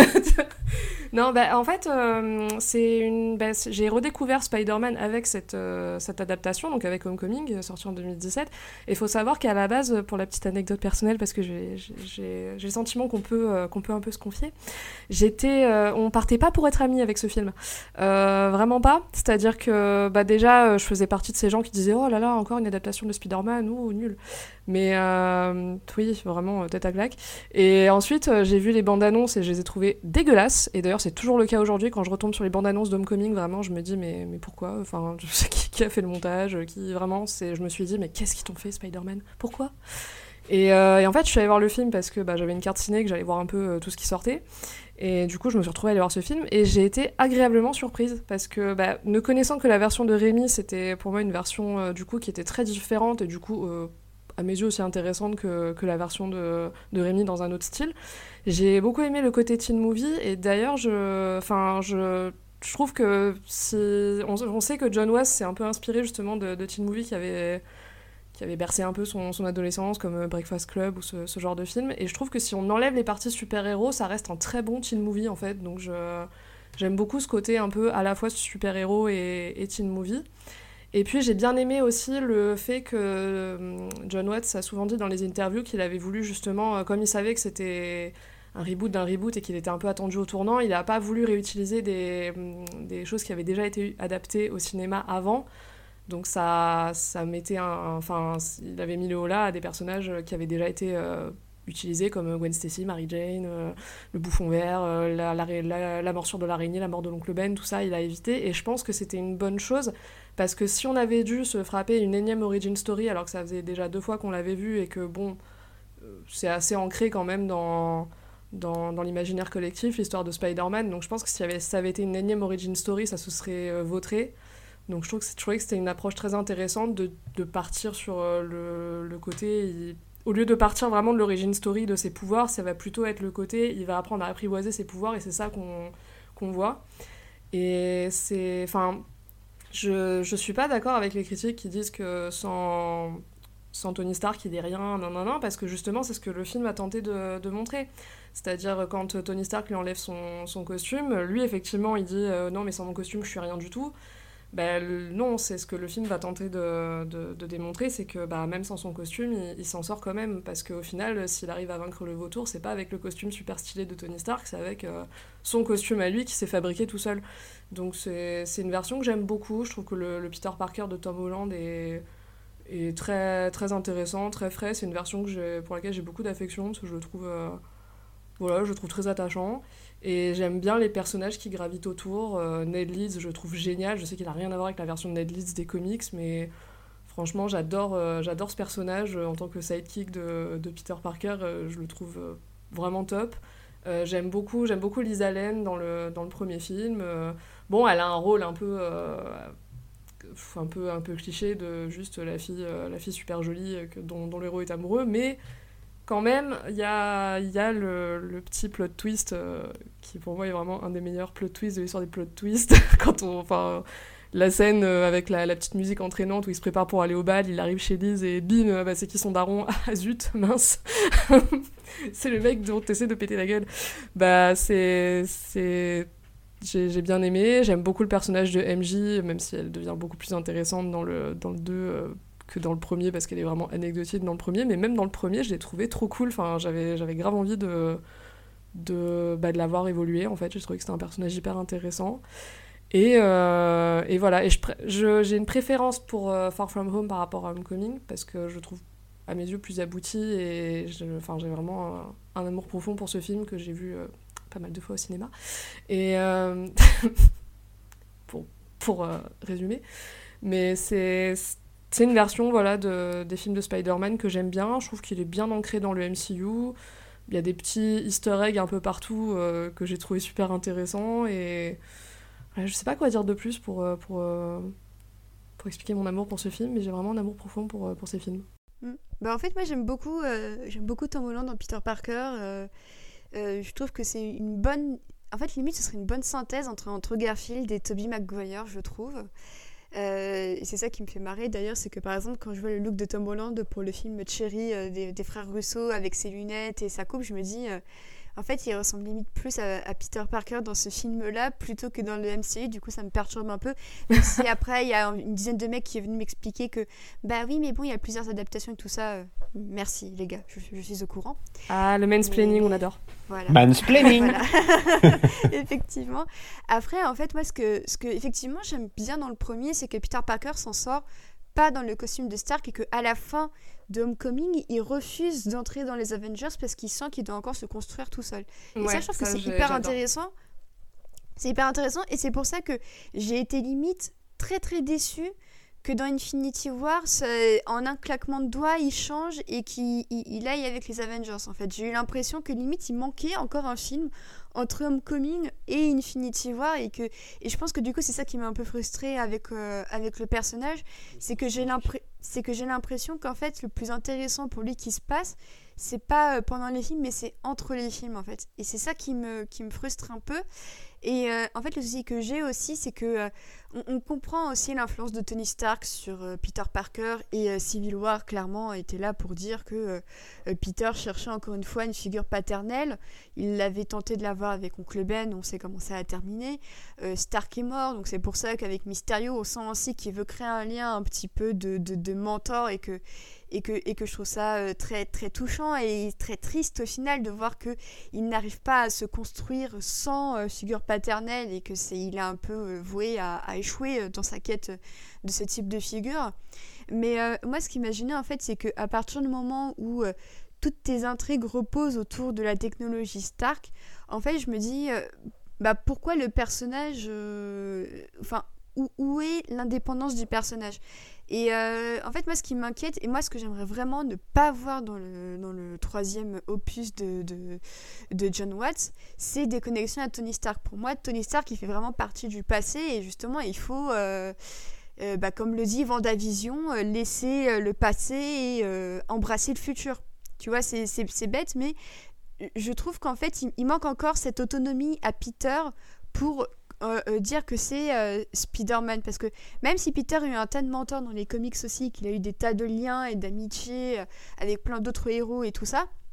Speaker 1: Non, bah, en fait, euh, c'est une, bah, c'est, j'ai redécouvert Spider-Man avec cette, euh, cette adaptation, donc avec Homecoming, euh, sorti en deux mille dix-sept. Et il faut savoir qu'à la base, pour la petite anecdote personnelle, parce que j'ai, j'ai, j'ai le sentiment qu'on peut, euh, qu'on peut un peu se confier, j'étais, euh, on partait pas pour être amis avec ce film. Euh, vraiment pas. C'est-à-dire que bah, déjà, je faisais partie de ces gens qui disaient « Oh là là, encore une adaptation de Spider-Man, ouh, nul ». Mais euh, oui, vraiment, tête à claque. Et ensuite, euh, j'ai vu les bandes annonces et je les ai trouvées dégueulasses. Et d'ailleurs, c'est toujours le cas aujourd'hui. Quand je retombe sur les bandes annonces d'Homecoming, vraiment, je me dis, mais, mais pourquoi ? Enfin, je sais qui, qui a fait le montage, qui vraiment, c'est... je me suis dit, mais qu'est-ce qu'ils t'ont fait, Spider-Man ? Pourquoi ? et, euh, et en fait, je suis allée voir le film parce que bah, j'avais une carte ciné, que j'allais voir un peu euh, tout ce qui sortait. Et du coup, je me suis retrouvée à aller voir ce film et j'ai été agréablement surprise parce que, bah, ne connaissant que la version de Rémi, c'était pour moi une version euh, du coup qui était très différente et du coup. Euh, à mes yeux aussi intéressante que, que la version de, de Rémi dans un autre style. J'ai beaucoup aimé le côté teen movie, et d'ailleurs, je, enfin, je, je trouve que si... On, on sait que John Watts s'est un peu inspiré justement de, de teen movie qui avait, qui avait bercé un peu son, son adolescence, comme Breakfast Club ou ce, ce genre de film, et je trouve que si on enlève les parties super-héros, ça reste un très bon teen movie en fait, donc je, j'aime beaucoup ce côté un peu à la fois super-héros et, et teen movie. Et puis j'ai bien aimé aussi le fait que John Watts a souvent dit dans les interviews qu'il avait voulu justement, comme il savait que c'était un reboot d'un reboot et qu'il était un peu attendu au tournant, il n'a pas voulu réutiliser des, des choses qui avaient déjà été adaptées au cinéma avant. Donc ça, ça mettait un... Enfin, il avait mis le holà à des personnages qui avaient déjà été... Euh, utilisés comme Gwen Stacy, Mary Jane, euh, le bouffon vert, euh, la, la, la, la morsure de l'araignée, la mort de l'oncle Ben, tout ça, il a évité. Et je pense que c'était une bonne chose, parce que si on avait dû se frapper une énième origin story, alors que ça faisait déjà deux fois qu'on l'avait vu, et que bon, euh, c'est assez ancré quand même dans, dans, dans l'imaginaire collectif, l'histoire de Spider-Man, donc je pense que si ça avait été une énième origin story, ça se serait euh, vautré. Donc je, trouve que, je trouvais que c'était une approche très intéressante de, de partir sur euh, le, le côté... Il, au lieu de partir vraiment de l'origin story de ses pouvoirs, ça va plutôt être le côté, il va apprendre à apprivoiser ses pouvoirs, et c'est ça qu'on, qu'on voit. Et c'est... Enfin, je, je suis pas d'accord avec les critiques qui disent que sans, sans Tony Stark, il n'est rien, non, non, non, parce que justement, c'est ce que le film a tenté de, de montrer. C'est-à-dire, quand Tony Stark lui enlève son, son costume, lui, effectivement, il dit euh, « Non, mais sans mon costume, je suis rien du tout ». bah, le- non, c'est ce que le film va tenter de, de, de démontrer, c'est que bah, même sans son costume, il, il s'en sort quand même, parce qu'au final, s'il arrive à vaincre le vautour, c'est pas avec le costume super stylé de Tony Stark, c'est avec euh, son costume à lui qui s'est fabriqué tout seul. Donc c'est, c'est une version que j'aime beaucoup, je trouve que le, le Peter Parker de Tom Holland est, est très, très intéressant, très frais, c'est une version que j'ai, pour laquelle j'ai beaucoup d'affection, parce que je le trouve, euh, voilà, je le trouve très attachant. Et j'aime bien les personnages qui gravitent autour. Euh, Ned Leeds, je le trouve génial. Je sais qu'il n'a rien à voir avec la version de Ned Leeds des comics, mais franchement, j'adore, euh, j'adore ce personnage euh, en tant que sidekick de, de Peter Parker. Euh, je le trouve euh, vraiment top. Euh, j'aime beaucoup, j'aime beaucoup Lisa Lane dans le, dans le premier film. Euh, bon, elle a un rôle un peu, euh, un peu, un peu cliché de juste la fille, euh, la fille super jolie euh, que, dont, dont le héros est amoureux, mais quand même, il y a, y a le, le petit plot twist euh, qui, pour moi, est vraiment un des meilleurs plot twists de l'histoire des plot twists. Quand on, enfin, la scène euh, avec la, la petite musique entraînante où il se prépare pour aller au bal, il arrive chez Liz et bim, euh, bah, c'est qui son daron? Ah zut, mince. C'est le mec dont t'essaies de péter la gueule. Bah, c'est... c'est... J'ai, j'ai bien aimé. J'aime beaucoup le personnage de M J, même si elle devient beaucoup plus intéressante dans le, dans le deux... Euh, que dans le premier, parce qu'elle est vraiment anecdotique dans le premier, mais même dans le premier, je l'ai trouvé trop cool. Enfin, j'avais, j'avais grave envie de, de, bah, de la voir évoluer, en fait. J'ai trouvé que c'était un personnage hyper intéressant. Et, euh, et voilà, et je, je, j'ai une préférence pour euh, Far From Home par rapport à Homecoming, parce que je trouve, à mes yeux, plus abouti, et je, enfin, j'ai vraiment un, un amour profond pour ce film que j'ai vu euh, pas mal de fois au cinéma. Et euh, pour, pour euh, résumer, mais c'est... C'est une version voilà, de, des films de Spider-Man que j'aime bien. Je trouve qu'il est bien ancré dans le M C U. Il y a des petits easter eggs un peu partout euh, que j'ai trouvé super intéressants. Et voilà, je sais pas quoi dire de plus pour, pour, pour expliquer mon amour pour ce film, mais j'ai vraiment un amour profond pour, pour ces films.
Speaker 3: Mm. Bah en fait, moi j'aime beaucoup, euh, j'aime beaucoup Tom Holland dans Peter Parker. Euh, euh, je trouve que c'est une bonne. En fait, limite, ce serait une bonne synthèse entre, entre Garfield et Tobey Maguire, je trouve. Euh, et c'est ça qui me fait marrer d'ailleurs, c'est que par exemple quand je vois le look de Tom Holland pour le film Cherry euh, des, des frères Russo avec ses lunettes et sa coupe, je me dis euh, en fait il ressemble limite plus à, à Peter Parker dans ce film là plutôt que dans le M C U. Du coup ça me perturbe un peu, même si après il y a une dizaine de mecs qui est venu m'expliquer que bah oui mais bon il y a plusieurs adaptations et tout ça. euh, merci les gars, je, je suis au courant.
Speaker 1: Ah, le mansplaining,
Speaker 3: mais...
Speaker 1: on adore.
Speaker 3: Voilà.
Speaker 4: Mansplaining.
Speaker 3: Voilà. Effectivement. Après, en fait, moi, ce que, ce que effectivement j'aime bien dans le premier, c'est que Peter Parker s'en sort pas dans le costume de Stark et qu'à la fin de Homecoming, il refuse d'entrer dans les Avengers parce qu'il sent qu'il doit encore se construire tout seul. Et
Speaker 1: Ouais,
Speaker 3: ça, je trouve
Speaker 1: ça,
Speaker 3: que c'est
Speaker 1: j'ai-
Speaker 3: hyper
Speaker 1: j'adore.
Speaker 3: intéressant. C'est hyper intéressant et c'est pour ça que j'ai été limite très très déçue que dans Infinity War, c'est- en un claquement de doigts, il change et qu'il il, il aille avec les Avengers. En fait, j'ai eu l'impression que limite il manquait encore un film entre Homecoming et Infinity War et que et je pense que du coup c'est ça qui m'a un peu frustrée avec euh, avec le personnage, c'est que j'ai l'impression c'est que j'ai l'impression qu'en fait le plus intéressant pour lui qui se passe, c'est pas euh, pendant les films mais c'est entre les films en fait. Et c'est ça qui me qui me frustre un peu. Et euh, en fait, le souci que j'ai aussi, c'est que euh, on, on comprend aussi l'influence de Tony Stark sur euh, Peter Parker et euh, Civil War, clairement, était là pour dire que euh, euh, Peter cherchait encore une fois une figure paternelle. Il avait tenté de l'avoir avec Oncle Ben, on sait comment ça a terminé. Euh, Stark est mort, donc c'est pour ça qu'avec Mysterio, on sent aussi qu'il veut créer un lien un petit peu de, de, de mentor et que, et, que, et que je trouve ça euh, très, très touchant et très triste au final de voir qu'il n'arrive pas à se construire sans euh, figure paternelle et que c'est il est un peu euh, voué à, à échouer euh, dans sa quête de ce type de figure. Mais euh, moi, ce qui m'a gêné en fait, c'est qu'à partir du moment où euh, toutes tes intrigues reposent autour de la technologie Stark, en fait, je me dis, euh, bah pourquoi le personnage, euh, enfin, où, où est l'indépendance du personnage ? Et euh, en fait, moi, ce qui m'inquiète, et moi, ce que j'aimerais vraiment ne pas voir dans le, dans le troisième opus de, de, de John Watts, c'est des connexions à Tony Stark. Pour moi, Tony Stark, il fait vraiment partie du passé, et justement, il faut, euh, euh, bah, comme le dit WandaVision, euh, laisser euh, le passé et euh, embrasser le futur. Tu vois, c'est, c'est, c'est bête, mais je trouve qu'en fait, il, il manque encore cette autonomie à Peter pour euh, euh, dire que c'est euh, Spider-Man. Parce que même si Peter a eu un tas de mentors dans les comics aussi, qu'il a eu des tas de liens et d'amitiés euh, avec plein d'autres héros et tout ça,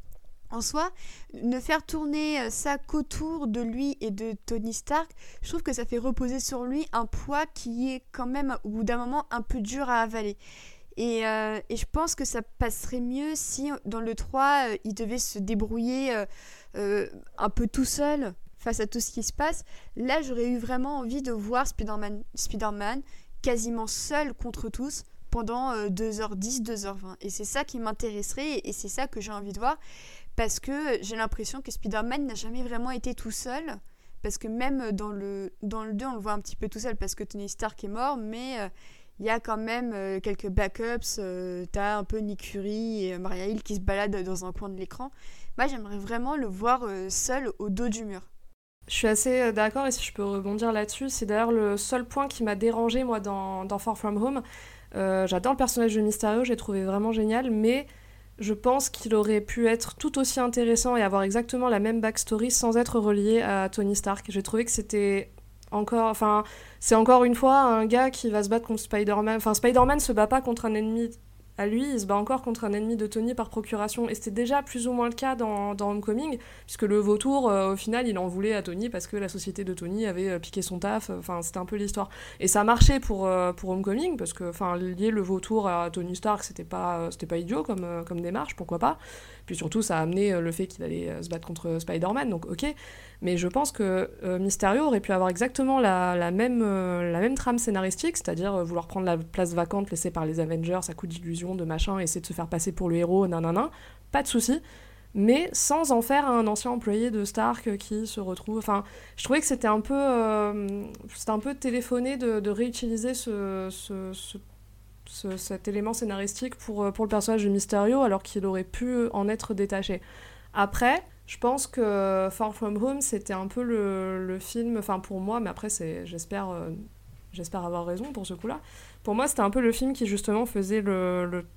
Speaker 3: En soi, ne faire tourner euh, ça qu'autour de lui et de Tony Stark, je trouve que ça fait reposer sur lui un poids qui est quand même, au bout d'un moment, un peu dur à avaler. Et, euh, et je pense que ça passerait mieux si, dans le trois, euh, il devait se débrouiller euh, euh, un peu tout seul face à tout ce qui se passe. Là, j'aurais eu vraiment envie de voir Spider-Man, Spider-Man quasiment seul contre tous pendant euh, deux heures dix, deux heures vingt. Et c'est ça qui m'intéresserait et c'est ça que j'ai envie de voir. Parce que j'ai l'impression que Spider-Man n'a jamais vraiment été tout seul. Parce que même dans le, dans le deux, on le voit un petit peu tout seul parce que Tony Stark est mort. Mais il euh, y a quand même euh, quelques backups. Euh, T'as un peu Nick Fury et Maria Hill qui se baladent dans un coin de l'écran. Moi, j'aimerais vraiment le voir euh, seul au dos du mur.
Speaker 1: Je suis assez d'accord et si je peux rebondir là-dessus, c'est d'ailleurs le seul point qui m'a dérangé moi dans, dans Far From Home. Euh, j'adore le personnage de Mysterio, j'ai trouvé vraiment génial, mais je pense qu'il aurait pu être tout aussi intéressant et avoir exactement la même backstory sans être relié à Tony Stark. J'ai trouvé que c'était encore... Enfin, c'est encore une fois un gars qui va se battre contre Spider-Man. Enfin, Spider-Man se bat pas contre un ennemi à lui, il se bat encore contre un ennemi de Tony par procuration. Et c'était déjà plus ou moins le cas dans, dans Homecoming, puisque le vautour, euh, au final, il en voulait à Tony parce que la société de Tony avait euh, piqué son taf. Enfin, c'était un peu l'histoire. Et ça marchait pour, euh, pour Homecoming, parce que enfin, lier le vautour à Tony Stark, c'était pas, euh, c'était pas idiot comme, euh, comme démarche, pourquoi pas. Puis surtout, ça a amené euh, le fait qu'il allait euh, se battre contre Spider-Man, donc ok. Mais je pense que euh, Mysterio aurait pu avoir exactement la, la, même, euh, la même trame scénaristique, c'est-à-dire euh, vouloir prendre la place vacante laissée par les Avengers à coup d'illusion, de machin, essayer de se faire passer pour le héros, nanana, pas de souci, mais sans en faire un ancien employé de Stark qui se retrouve... Enfin, je trouvais que c'était un peu, euh, c'était un peu téléphoné de, de réutiliser ce, ce, ce, ce, cet élément scénaristique pour, pour le personnage de Mysterio, alors qu'il aurait pu en être détaché. Après... Je pense que Far From Home, c'était un peu le, le film, enfin pour moi, mais après c'est, j'espère, euh, j'espère avoir raison pour ce coup-là. Pour moi, c'était un peu le film qui justement faisait le, le,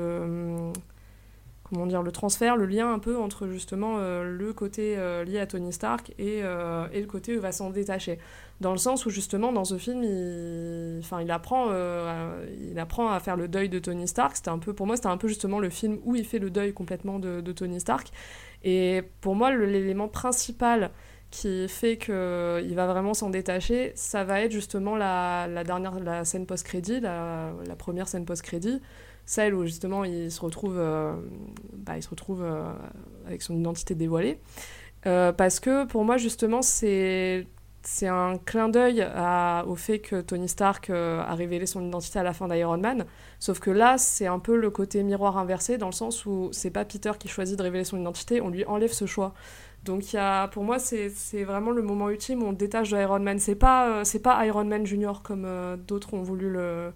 Speaker 1: le comment dire, le transfert, le lien un peu entre justement euh, le côté euh, lié à Tony Stark et, euh, et le côté où il va s'en détacher. Dans le sens où justement dans ce film, il, enfin, il, apprend, euh, il apprend à faire le deuil de Tony Stark. C'était un peu, pour moi, c'était un peu justement le film où il fait le deuil complètement de, de Tony Stark. Et pour moi, le, l'élément principal qui fait qu'il va vraiment s'en détacher, ça va être justement la, la dernière la scène post-crédit, la, la première scène post-crédit, celle où justement il se retrouve, euh, bah, il se retrouve euh, avec son identité dévoilée. Euh, parce que pour moi, justement, c'est, c'est un clin d'œil à, au fait que Tony Stark euh, a révélé son identité à la fin d'Iron Man. Sauf que là, c'est un peu le côté miroir inversé, dans le sens où c'est pas Peter qui choisit de révéler son identité, on lui enlève ce choix. Donc y a, pour moi, c'est, c'est vraiment le moment ultime où on détache de Iron Man. C'est pas, euh, c'est pas Iron Man Junior comme euh, d'autres ont voulu le,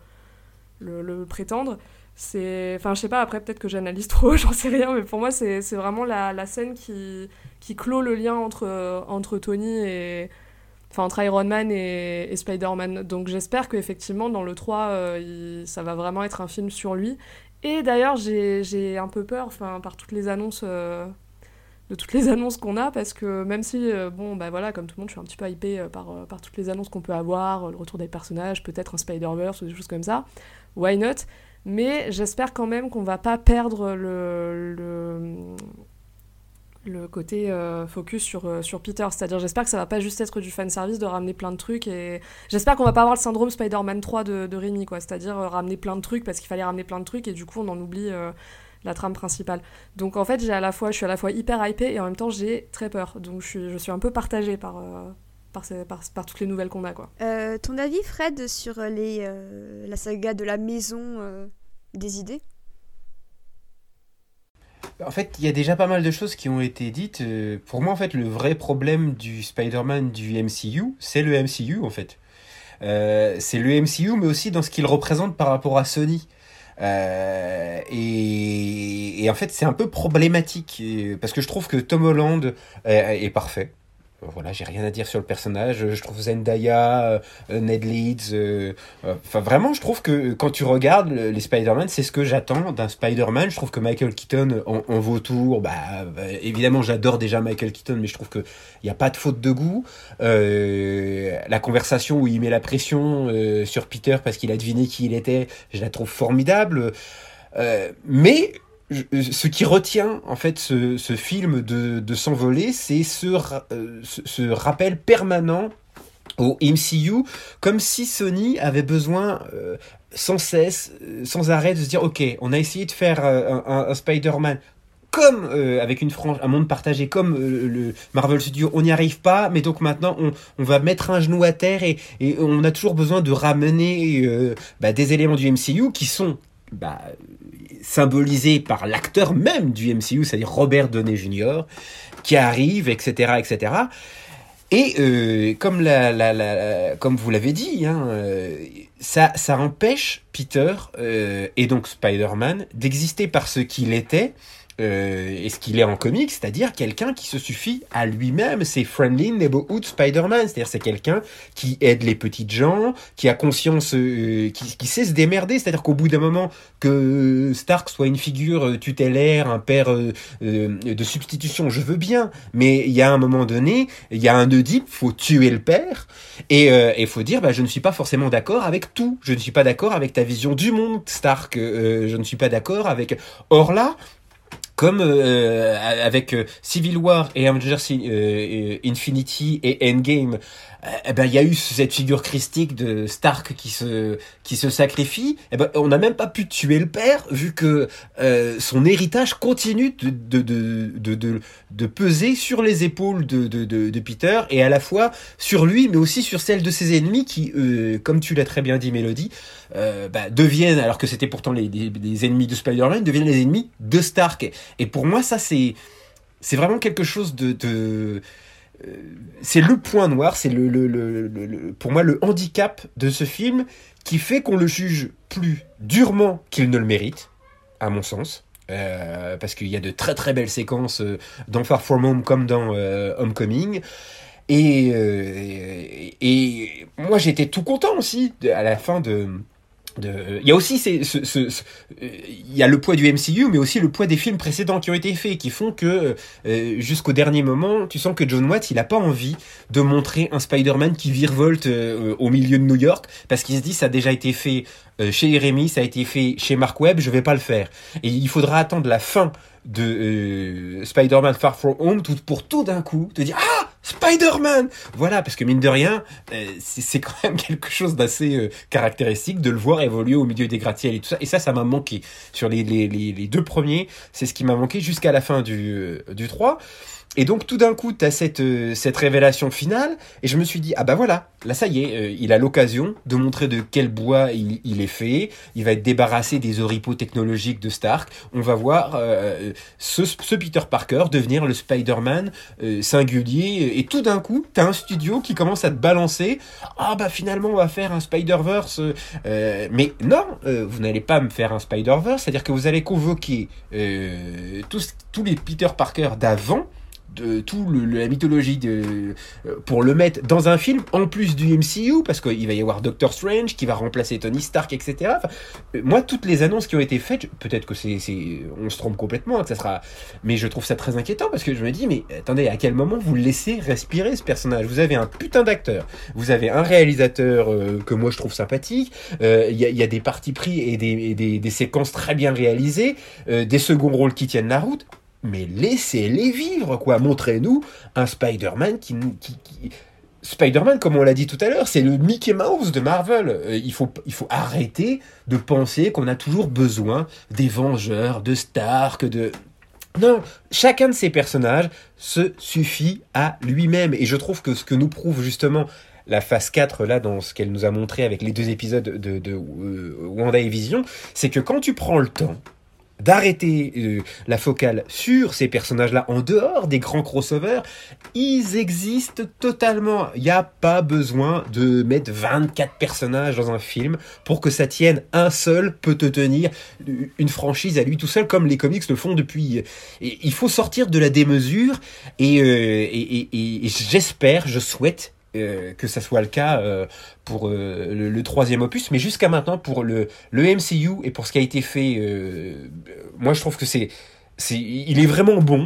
Speaker 1: le, le prétendre. C'est, enfin, je sais pas, après peut-être que j'analyse trop, j'en sais rien, mais pour moi, c'est, c'est vraiment la, la scène qui, qui clôt le lien entre, euh, entre Tony et... Enfin, entre Iron Man et, et Spider-Man. Donc j'espère qu'effectivement, dans le trois, euh, il, ça va vraiment être un film sur lui. Et d'ailleurs, j'ai, j'ai un peu peur, enfin, par toutes les annonces... Euh, de toutes les annonces qu'on a, parce que même si, euh, bon, bah voilà, comme tout le monde, je suis un petit peu hypée euh, par, euh, par toutes les annonces qu'on peut avoir, euh, le retour des personnages, peut-être un Spider-Verse ou des choses comme ça, why not? Mais j'espère quand même qu'on va pas perdre le, le, le côté euh, focus sur, euh, sur Peter, c'est-à-dire j'espère que ça va pas juste être du fanservice de ramener plein de trucs, et j'espère qu'on va pas avoir le syndrome Spider-Man trois de, de Raimi, quoi, c'est-à-dire euh, ramener plein de trucs parce qu'il fallait ramener plein de trucs, et du coup on en oublie... Euh, la trame principale. Donc en fait, j'ai à la fois, je suis à la fois hyper hypée et en même temps j'ai très peur. Donc je suis, je suis un peu partagée par, euh, par, ces, par, par toutes les nouvelles qu'on a, quoi.
Speaker 3: Euh, ton avis, Fred, sur les, euh, la saga de la maison euh, des idées ?
Speaker 4: En fait, il y a déjà pas mal de choses qui ont été dites. Pour moi, en fait, le vrai problème du Spider-Man du M C U, c'est le M C U, en fait. Euh, c'est le M C U, mais aussi dans ce qu'il représente par rapport à Sony. Euh, et, et en fait c'est un peu problématique parce que je trouve que Tom Holland est, est parfait. Voilà, j'ai rien à dire sur le personnage. Je trouve Zendaya, euh, Ned Leeds, euh, enfin vraiment, je trouve que quand tu regardes les Spider-Man, c'est ce que j'attends d'un Spider-Man. Je trouve que Michael Keaton en, en vautour, bah, bah évidemment, j'adore déjà Michael Keaton, mais je trouve que il y a pas de faute de goût. Euh, la conversation où il met la pression euh, sur Peter parce qu'il a deviné qui il était, je la trouve formidable. Euh, mais je, ce qui retient en fait ce, ce film de, de s'envoler, c'est ce, euh, ce, ce rappel permanent au M C U, comme si Sony avait besoin euh, sans cesse, euh, sans arrêt de se dire ok, on a essayé de faire euh, un, un, un Spider-Man comme euh, avec une frange, un monde partagé comme euh, le Marvel Studios, on n'y arrive pas, mais donc maintenant on, on va mettre un genou à terre et, et on a toujours besoin de ramener euh, bah, des éléments du M C U qui sont bah, symbolisés par l'acteur même du M C U, c'est-à-dire Robert Downey junior, qui arrive, et cetera, et cetera. Et euh, comme, la, la, la, comme vous l'avez dit, hein, euh, ça, ça empêche Peter euh, et donc Spider-Man d'exister par ce qu'il était euh, et ce qu'il est en comics, c'est-à-dire quelqu'un qui se suffit à lui-même. C'est Friendly Neighborhood Spider-Man, c'est-à-dire c'est quelqu'un qui aide les petites gens, qui a conscience, euh, qui, qui sait se démerder, c'est-à-dire qu'au bout d'un moment, que Stark soit une figure tutélaire, un père euh, euh, de substitution, je veux bien, mais il y a un moment donné, il y a un Oedipe, faut tuer le père, et il euh, faut dire, bah, je ne suis pas forcément d'accord avec tout, je ne suis pas d'accord avec ta vision du monde, Stark, euh, je ne suis pas d'accord avec... Or là, comme euh, avec euh, Civil War et Avengers euh, Infinity et Endgame, eh ben il y a eu cette figure christique de Stark qui se qui se sacrifie. Eh ben on n'a même pas pu tuer le père vu que euh, son héritage continue de de, de de de de peser sur les épaules de de de de Peter et à la fois sur lui mais aussi sur celles de ses ennemis qui euh, comme tu l'as très bien dit Mélodie euh, bah, deviennent alors que c'était pourtant les, les les ennemis de Spider-Man deviennent les ennemis de Stark. Et pour moi ça c'est c'est vraiment quelque chose de de c'est le point noir, c'est le, le, le, le, le, pour moi le handicap de ce film qui fait qu'on le juge plus durement qu'il ne le mérite, à mon sens. Euh, parce qu'il y a de très très belles séquences euh, dans Far From Home comme dans euh, Homecoming. Et, euh, et, et moi j'étais tout content aussi de, à la fin de... De... Il y a aussi ces, ce, ce, ce, il y a le poids du M C U mais aussi le poids des films précédents qui ont été faits qui font que euh, jusqu'au dernier moment tu sens que John Watts il a pas envie de montrer un Spider-Man qui virevolte euh, au milieu de New York parce qu'il se dit ça a déjà été fait euh, chez Raimi, ça a été fait chez Mark Webb, je vais pas le faire et il faudra attendre la fin de euh, Spider-Man Far From Home tout, pour tout d'un coup te dire ah Spider-Man, voilà, parce que mine de rien, euh, c'est, c'est quand même quelque chose d'assez euh, caractéristique de le voir évoluer au milieu des gratte-ciels et tout ça. Et ça, ça m'a manqué sur les les les, les deux premiers. C'est ce qui m'a manqué jusqu'à la fin du euh, du trois. Et donc tout d'un coup, t'as cette euh, cette révélation finale, et je me suis dit ah bah voilà, là ça y est, euh, il a l'occasion de montrer de quel bois il, il est fait. Il va être débarrassé des oripeaux technologiques de Stark. On va voir euh, ce, ce Peter Parker devenir le Spider-Man euh, singulier. Et tout d'un coup, t'as un studio qui commence à te balancer. Ah bah finalement, on va faire un Spider-Verse. Euh, mais non, euh, vous n'allez pas me faire un Spider-Verse. C'est-à-dire que vous allez convoquer euh, tous tous les Peter Parker d'avant. De tout le, la mythologie de, euh, pour le mettre dans un film en plus du M C U parce qu'il va y avoir Doctor Strange qui va remplacer Tony Stark, et cetera. Enfin, euh, moi toutes les annonces qui ont été faites, peut-être que c'est, c'est on se trompe complètement, hein, que ça sera, mais je trouve ça très inquiétant parce que je me dis mais attendez, à quel moment vous laissez respirer ce personnage? Vous avez un putain d'acteur, vous avez un réalisateur euh, que moi je trouve sympathique, il euh, y, a, y a des partis pris et des, et des, des séquences très bien réalisées, euh, des seconds rôles qui tiennent la route. Mais laissez-les vivre, quoi. Montrez-nous un Spider-Man qui, qui, qui... Spider-Man, comme on l'a dit tout à l'heure, c'est le Mickey Mouse de Marvel. Euh, il faut, il faut arrêter de penser qu'on a toujours besoin des Vengeurs, de Stark, de... Non, chacun de ces personnages se suffit à lui-même. Et je trouve que ce que nous prouve justement la phase quatre, là, dans ce qu'elle nous a montré avec les deux épisodes de, de, de euh, Wanda et Vision, c'est que quand tu prends le temps d'arrêter euh, la focale sur ces personnages-là en dehors des grands crossovers, ils existent totalement. Il n'y a pas besoin de mettre vingt-quatre personnages dans un film pour que ça tienne. Un seul peut te tenir une franchise à lui tout seul, comme les comics le font depuis. Et il faut sortir de la démesure et, euh, et, et, et j'espère, je souhaite Euh, que ça soit le cas euh, pour euh, le, le troisième opus, mais jusqu'à maintenant pour le, le M C U et pour ce qui a été fait, euh, moi je trouve que c'est, c'est, il est vraiment bon.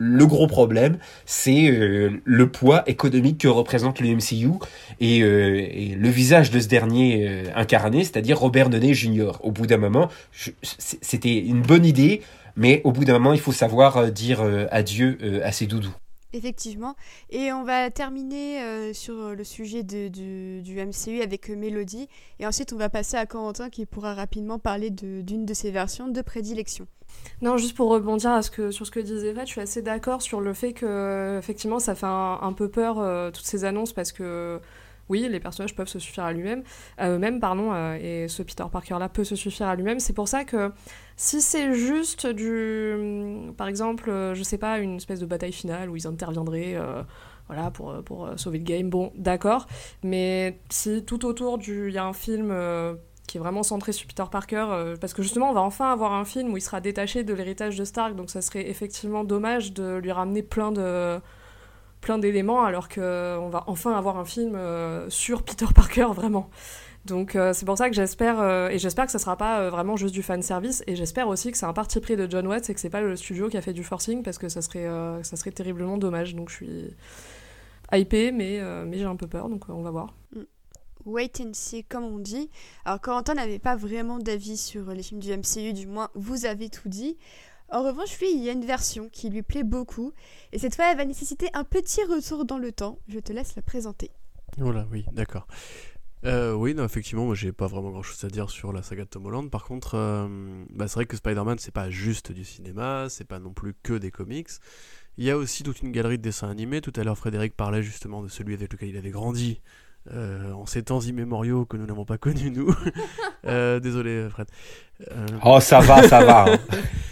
Speaker 4: le gros problème, c'est euh, le poids économique que représente le M C U et, euh, et le visage de ce dernier euh, incarné, c'est-à-dire Robert Downey junior Au bout d'un moment, je, c'était une bonne idée, mais au bout d'un moment, il faut savoir euh, dire euh, adieu euh, à ses doudous.
Speaker 3: Effectivement. Et on va terminer euh, sur le sujet de, du, du M C U avec euh, Mélodie. Et ensuite, on va passer à Corentin qui pourra rapidement parler de, d'une de ses versions de prédilection.
Speaker 1: Non, juste pour rebondir à ce que, sur ce que disait Fred, je suis assez d'accord sur le fait que, effectivement, ça fait un, un peu peur, euh, toutes ces annonces, parce que, oui, les personnages peuvent se suffire à lui-même, à eux-mêmes, pardon, euh, et ce Peter Parker-là peut se suffire à lui-même. C'est pour ça que, si c'est juste du... Par exemple, euh, je sais pas, une espèce de bataille finale où ils interviendraient... Euh, voilà, pour, pour euh, sauver le game, bon, d'accord, mais si tout autour du... Il y a un film... Euh, qui est vraiment centré sur Peter Parker, euh, parce que justement, on va enfin avoir un film où il sera détaché de l'héritage de Stark, donc ça serait effectivement dommage de lui ramener plein, de, plein d'éléments, alors qu'on va enfin avoir un film euh, sur Peter Parker, vraiment. Donc euh, c'est pour ça que j'espère, euh, et j'espère que ça sera pas euh, vraiment juste du fanservice, et j'espère aussi que c'est un parti pris de John Watts, et que c'est pas le studio qui a fait du forcing, parce que ça serait, euh, ça serait terriblement dommage, donc je suis hypée, mais, euh, mais j'ai un peu peur, donc euh, on va voir.
Speaker 3: Mm. Wait and see, comme on dit. Alors, Corentin n'avait pas vraiment d'avis sur les films du M C U, du moins, vous avez tout dit. En revanche, lui, il y a une version qui lui plaît beaucoup, et cette fois, elle va nécessiter un petit retour dans le temps. Je te laisse la présenter.
Speaker 2: Voilà, oui, d'accord. Euh, oui, non, effectivement, moi j'ai pas vraiment grand chose à dire sur la saga de Tom Holland. Par contre, euh, bah, c'est vrai que Spider-Man, c'est pas juste du cinéma, c'est pas non plus que des comics. Il y a aussi toute une galerie de dessins animés. Tout à l'heure, Frédéric parlait justement de celui avec lequel il avait grandi. Euh, en ces temps immémoriaux que nous n'avons pas connus, nous. euh, désolé, Fred. Euh...
Speaker 4: Oh, ça va, ça va. Hein.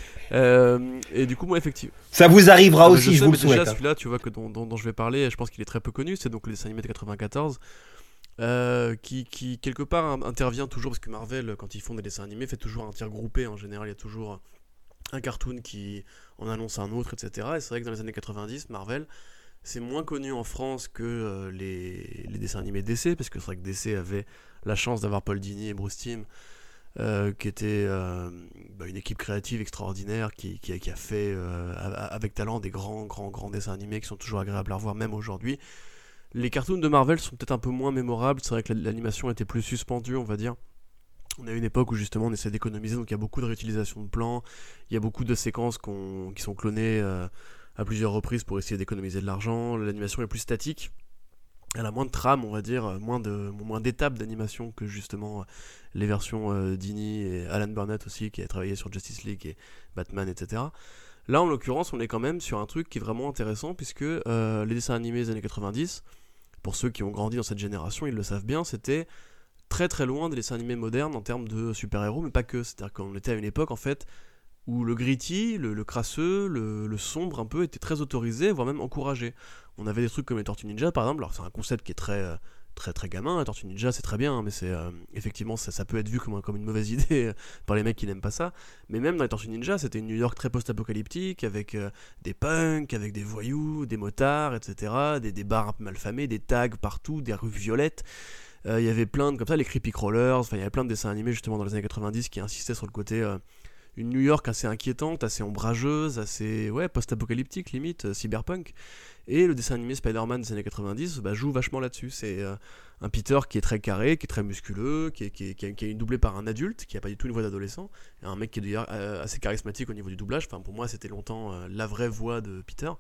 Speaker 2: euh, et du coup, moi, effectivement.
Speaker 4: Ça vous arrivera
Speaker 2: ah,
Speaker 4: aussi,
Speaker 2: je,
Speaker 4: je
Speaker 2: sais,
Speaker 4: vous le
Speaker 2: déjà,
Speaker 4: souhaite.
Speaker 2: Celui-là, tu vois, que dont, dont, dont je vais parler, je pense qu'il est très peu connu. C'est donc le dessin animé de quatre-vingt-quatorze. Euh, qui, qui, quelque part, intervient toujours, parce que Marvel, quand ils font des dessins animés, fait toujours un tir groupé. En général, il y a toujours un cartoon qui en annonce un autre, et cetera. Et c'est vrai que dans les années quatre-vingt-dix, Marvel. C'est moins connu en France que euh, les, les dessins animés D C, parce que c'est vrai que D C avait la chance d'avoir Paul Dini et Bruce Timm, euh, qui était euh, bah, une équipe créative extraordinaire, qui, qui, qui a fait euh, avec talent des grands, grands, grands dessins animés qui sont toujours agréables à revoir, même aujourd'hui. Les cartoons de Marvel sont peut-être un peu moins mémorables, c'est vrai que l'animation était plus suspendue, on va dire. On a eu une époque où justement on essaie d'économiser, donc il y a beaucoup de réutilisation de plans, il y a beaucoup de séquences qu'on, qui sont clonées euh, à plusieurs reprises pour essayer d'économiser de l'argent. L'animation est plus statique, elle a moins de trame, on va dire, moins, de, moins d'étapes d'animation que justement les versions euh, Dini et Alan Burnett aussi, qui a travaillé sur Justice League et Batman, et cetera. Là, en l'occurrence, on est quand même sur un truc qui est vraiment intéressant, puisque euh, les dessins animés des années quatre-vingt-dix, pour ceux qui ont grandi dans cette génération, ils le savent bien, c'était très très loin des dessins animés modernes en termes de super-héros, mais pas que. C'est-à-dire qu'on était à une époque, en fait, où le gritty, le, le crasseux, le, le sombre un peu était très autorisé, voire même encouragé. On avait des trucs comme les Tortues Ninja, par exemple. Alors c'est un concept qui est très euh, très très gamin. Les Tortues Ninja, c'est très bien, hein, mais c'est euh, effectivement ça, ça peut être vu comme, comme une mauvaise idée euh, par les mecs qui n'aiment pas ça. Mais même dans les Tortues Ninja, c'était une New York très post-apocalyptique, avec euh, des punks, avec des voyous, des motards, et cetera. Des, des bars un peu malfamés, des tags partout, des rues violettes. Il euh, y avait plein de comme ça, les Creepy Crawlers. Enfin, il y avait plein de dessins animés justement dans les années quatre-vingt-dix qui insistaient sur le côté euh, une New York assez inquiétante, assez ombrageuse, assez ouais, post-apocalyptique limite, euh, cyberpunk. Et le dessin animé Spider-Man des années quatre-vingt-dix bah, joue vachement là-dessus. C'est euh, un Peter qui est très carré, qui est très musculeux, qui est, qui est, qui est, qui est doublé par un adulte, qui n'a pas du tout une voix d'adolescent, et un mec qui est d'ailleurs euh, assez charismatique au niveau du doublage. Enfin, pour moi, c'était longtemps euh, la vraie voix de Peter.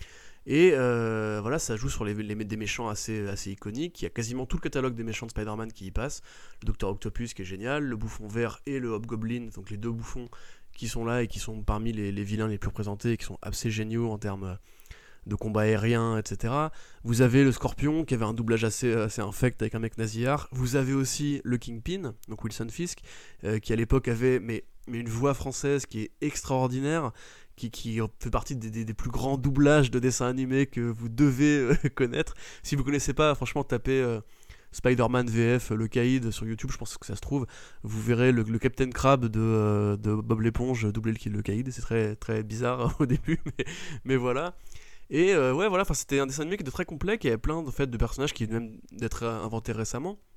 Speaker 2: Et euh, voilà, ça joue sur les, les, des méchants assez, assez iconiques. Il y a quasiment tout le catalogue des méchants de Spider-Man qui y passe. Le Docteur Octopus qui est génial, le Bouffon Vert et le Hobgoblin, donc les deux bouffons qui sont là et qui sont parmi les, les vilains les plus représentés et qui sont assez géniaux en termes de combat aérien, et cetera. Vous avez le Scorpion qui avait un doublage assez, assez infect avec un mec nasillard. Vous avez aussi le Kingpin, donc Wilson Fisk, euh, qui à l'époque avait mais, mais une voix française qui est extraordinaire, qui, qui fait partie des, des, des plus grands doublages de dessins animés que vous devez euh, connaître. Si vous ne connaissez pas, franchement, tapez euh, Spider-Man V F Le Caïd sur YouTube, je pense que ça se trouve. Vous verrez le, le Captain Crab de, euh, de Bob l'éponge doubler le, le Caïd. C'est très, très bizarre au début, mais, mais voilà. Et euh, ouais, voilà, c'était un dessin animé qui était très complet, qui avait plein de, fait, de personnages qui venaient même d'être inventés récemment.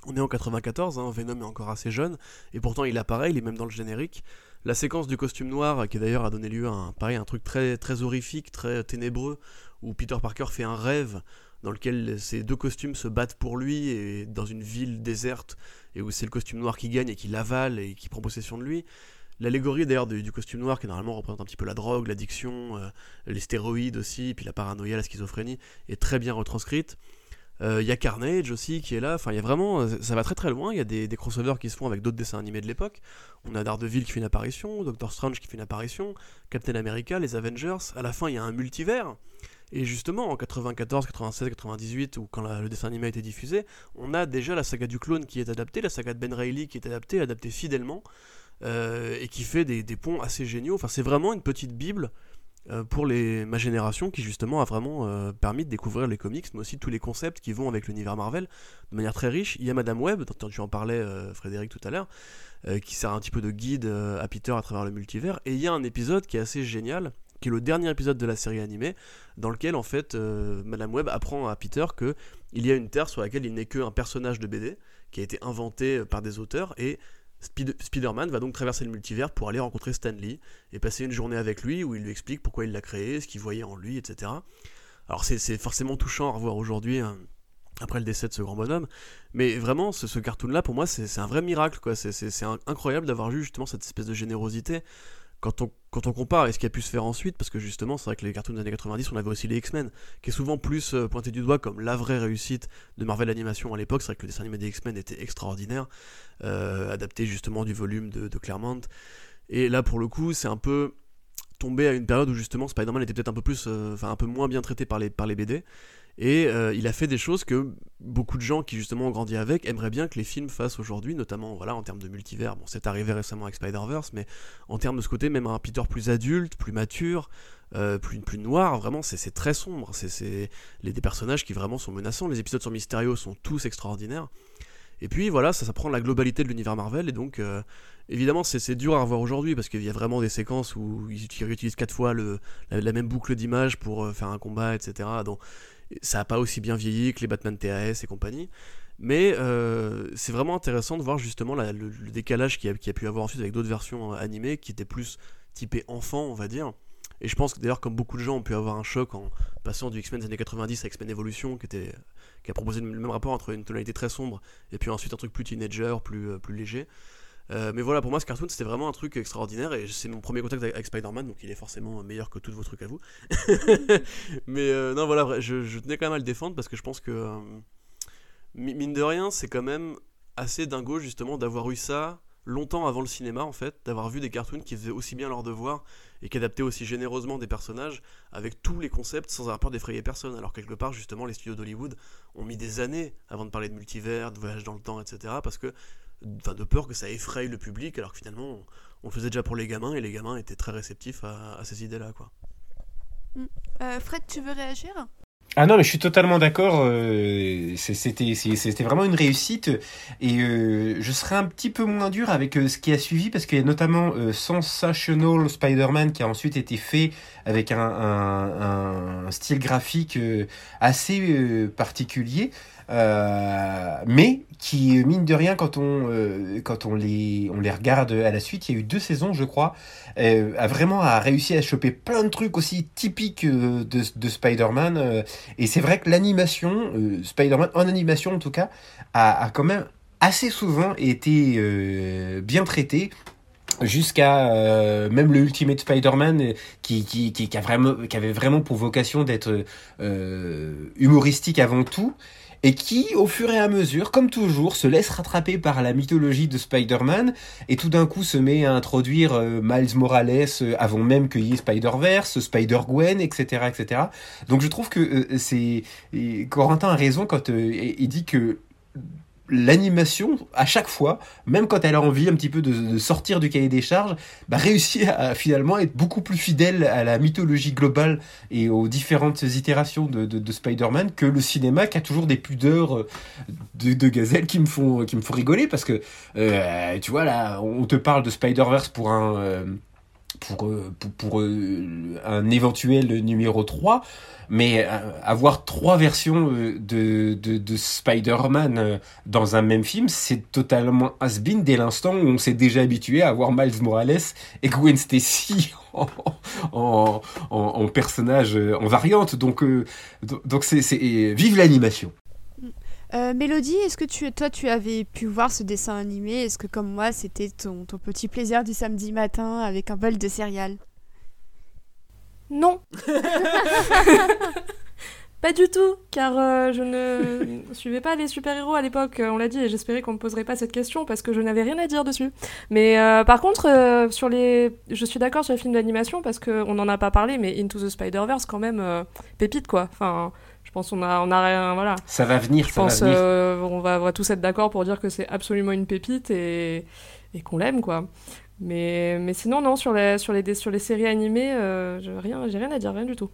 Speaker 2: On est en quatre-vingt-quatorze, hein, Venom est encore assez jeune, et pourtant il apparaît, il est même dans le générique. La séquence du costume noir, qui d'ailleurs a donné lieu à un, pareil, un truc très, très horrifique, très ténébreux, où Peter Parker fait un rêve dans lequel ces deux costumes se battent pour lui, et dans une ville déserte, et où c'est le costume noir qui gagne et qui l'avale et qui prend possession de lui. L'allégorie d'ailleurs du, du costume noir, qui normalement représente un petit peu la drogue, l'addiction, euh, les stéroïdes aussi, puis la paranoïa, la schizophrénie, est très bien retranscrite. Il euh, y a Carnage aussi qui est là, enfin il y a vraiment, ça va très très loin, il y a des, des crossovers qui se font avec d'autres dessins animés de l'époque. On a Daredevil qui fait une apparition, Doctor Strange qui fait une apparition, Captain America, les Avengers, à la fin il y a un multivers. Et justement en quatre-vingt-quatorze, quatre-vingt-seize, quatre-vingt-dix-huit, ou quand la, le dessin animé a été diffusé, on a déjà la saga du clone qui est adaptée, la saga de Ben Reilly qui est adaptée, adaptée fidèlement, euh, et qui fait des, des ponts assez géniaux. Enfin c'est vraiment une petite bible Euh, pour les, ma génération qui justement a vraiment euh, permis de découvrir les comics, mais aussi tous les concepts qui vont avec l'univers Marvel de manière très riche. Il y a Madame Web, dont tu en parlais euh, Frédéric tout à l'heure, euh, qui sert un petit peu de guide euh, à Peter à travers le multivers, et il y a un épisode qui est assez génial, qui est le dernier épisode de la série animée, dans lequel en fait euh, Madame Web apprend à Peter que il y a une terre sur laquelle il n'est qu'un personnage de B D qui a été inventé par des auteurs, et Spider- Spider-Man va donc traverser le multivers pour aller rencontrer Stan Lee et passer une journée avec lui où il lui explique pourquoi il l'a créé, ce qu'il voyait en lui, et cetera. Alors c'est, c'est forcément touchant à revoir aujourd'hui, hein, après le décès de ce grand bonhomme, mais vraiment ce, ce cartoon-là pour moi c'est, c'est un vrai miracle, quoi. C'est, c'est, c'est un, incroyable d'avoir vu justement cette espèce de générosité quand on, quand on compare à ce qui a pu se faire ensuite, parce que justement c'est vrai que les cartoons des années quatre-vingt-dix, on avait aussi les X-Men, qui est souvent plus euh, pointé du doigt comme la vraie réussite de Marvel Animation à l'époque. C'est vrai que le dessin animé des X-Men était extraordinaire, euh, adapté justement du volume de, de Claremont, et là pour le coup c'est un peu tombé à une période où justement Spider-Man était peut-être un peu plus, enfin euh, un peu moins bien traité par les, par les B D, et euh, il a fait des choses que beaucoup de gens qui justement ont grandi avec aimeraient bien que les films fassent aujourd'hui, notamment voilà, en termes de multivers. Bon, c'est arrivé récemment avec Spider-Verse, mais en termes de ce côté, même un Peter plus adulte, plus mature, euh, plus, plus noir, vraiment c'est, c'est très sombre, c'est, c'est les, des personnages qui vraiment sont menaçants. Les épisodes sur Mysterio sont tous extraordinaires, et puis voilà, ça, ça prend la globalité de l'univers Marvel, et donc euh, évidemment c'est, c'est dur à revoir aujourd'hui, parce qu'il y a vraiment des séquences où ils utilisent quatre fois le, la, la même boucle d'image pour euh, faire un combat, et cetera. Donc ça n'a pas aussi bien vieilli que les Batman T A S et compagnie, mais euh, c'est vraiment intéressant de voir justement la, le, le décalage qu'il y, a, qu'il y a pu avoir ensuite avec d'autres versions animées qui étaient plus typées enfants, on va dire. Et je pense que d'ailleurs, comme beaucoup de gens ont pu avoir un choc en passant du X-Men des années quatre-vingt-dix à X-Men Evolution, qui, était, qui a proposé le même rapport entre une tonalité très sombre et puis ensuite un truc plus teenager, plus, plus léger. Euh, mais voilà, pour moi ce cartoon c'était vraiment un truc extraordinaire, et c'est mon premier contact avec, avec Spider-Man, donc il est forcément meilleur que tous vos trucs à vous. Mais euh, non voilà, je, je tenais quand même à le défendre, parce que je pense que euh, mine de rien c'est quand même assez dingo justement d'avoir eu ça longtemps avant le cinéma, en fait, d'avoir vu des cartoons qui faisaient aussi bien leur devoir et qui adaptaient aussi généreusement des personnages avec tous les concepts sans avoir peur d'effrayer personne. Alors quelque part justement les studios d'Hollywood ont mis des années avant de parler de multivers, de voyage dans le temps, et cetera, parce que enfin de peur que ça effraie le public, alors que finalement on, on le faisait déjà pour les gamins, et les gamins étaient très réceptifs à, à ces idées-là, quoi.
Speaker 3: Euh, Fred, tu veux réagir ?
Speaker 4: Ah non, mais je suis totalement d'accord. Euh, c'est, c'était, c'est, c'était vraiment une réussite, et euh, je serais un petit peu moins dur avec euh, ce qui a suivi, parce qu'il y a notamment euh, Sensational Spider-Man qui a ensuite été fait avec un, un, un style graphique euh, assez euh, particulier. Euh, mais qui, mine de rien, quand on euh, quand on les on les regarde à la suite, il y a eu deux saisons, je crois, euh, a vraiment a réussi à choper plein de trucs aussi typiques euh, de, de Spider-Man, euh, et c'est vrai que l'animation, euh, Spider-Man en animation en tout cas, a, a quand même assez souvent été euh, bien traité. Jusqu'à euh, même le Ultimate Spider-Man qui, qui, qui, qui, a vraiment, qui avait vraiment pour vocation d'être euh, humoristique avant tout, et qui, au fur et à mesure, comme toujours, se laisse rattraper par la mythologie de Spider-Man, et tout d'un coup se met à introduire euh, Miles Morales euh, avant même qu'il y ait Spider-Verse, Spider-Gwen, et cetera, et cetera. Donc je trouve que euh, c'est... Et Corentin a raison quand euh, il dit que l'animation, à chaque fois, même quand elle a envie un petit peu de, de sortir du cahier des charges, bah, réussit à, à finalement être beaucoup plus fidèle à la mythologie globale et aux différentes itérations de, de, de Spider-Man que le cinéma, qui a toujours des pudeurs de, de gazelle qui me font, qui me font rigoler, parce que, euh, tu vois, là, on te parle de Spider-Verse pour un... Euh, pour, euh, pour, pour euh, un éventuel numéro trois, mais euh, avoir trois versions euh, de, de, de Spider-Man euh, dans un même film, c'est totalement has-been dès l'instant où on s'est déjà habitué à voir Miles Morales et Gwen Stacy en, en, en, en personnage, euh, en variante. Donc, euh, donc c'est, c'est, vive l'animation.
Speaker 3: Euh, Mélodie, est-ce que tu, toi tu avais pu voir ce dessin animé? Est-ce que comme moi c'était ton, ton petit plaisir du samedi matin avec un bol de céréales?
Speaker 1: Non. Pas du tout, car euh, je ne suivais pas les super-héros à l'époque, on l'a dit, et j'espérais qu'on me poserait pas cette question parce que je n'avais rien à dire dessus. Mais euh, par contre, euh, sur les... je suis d'accord sur les films d'animation parce qu'on n'en a pas parlé, mais Into the Spider-Verse, quand même, euh, pépite quoi. Enfin, je pense qu'on a, on a rien, voilà.
Speaker 4: Ça va venir,
Speaker 1: je
Speaker 4: ça
Speaker 1: pense,
Speaker 4: va venir.
Speaker 1: Euh, on, va, on va tous être d'accord pour dire que c'est absolument une pépite et, et qu'on l'aime quoi. Mais, mais sinon, non, sur les, sur les, sur les séries animées, euh, j'ai rien, j'ai rien à dire, rien du tout.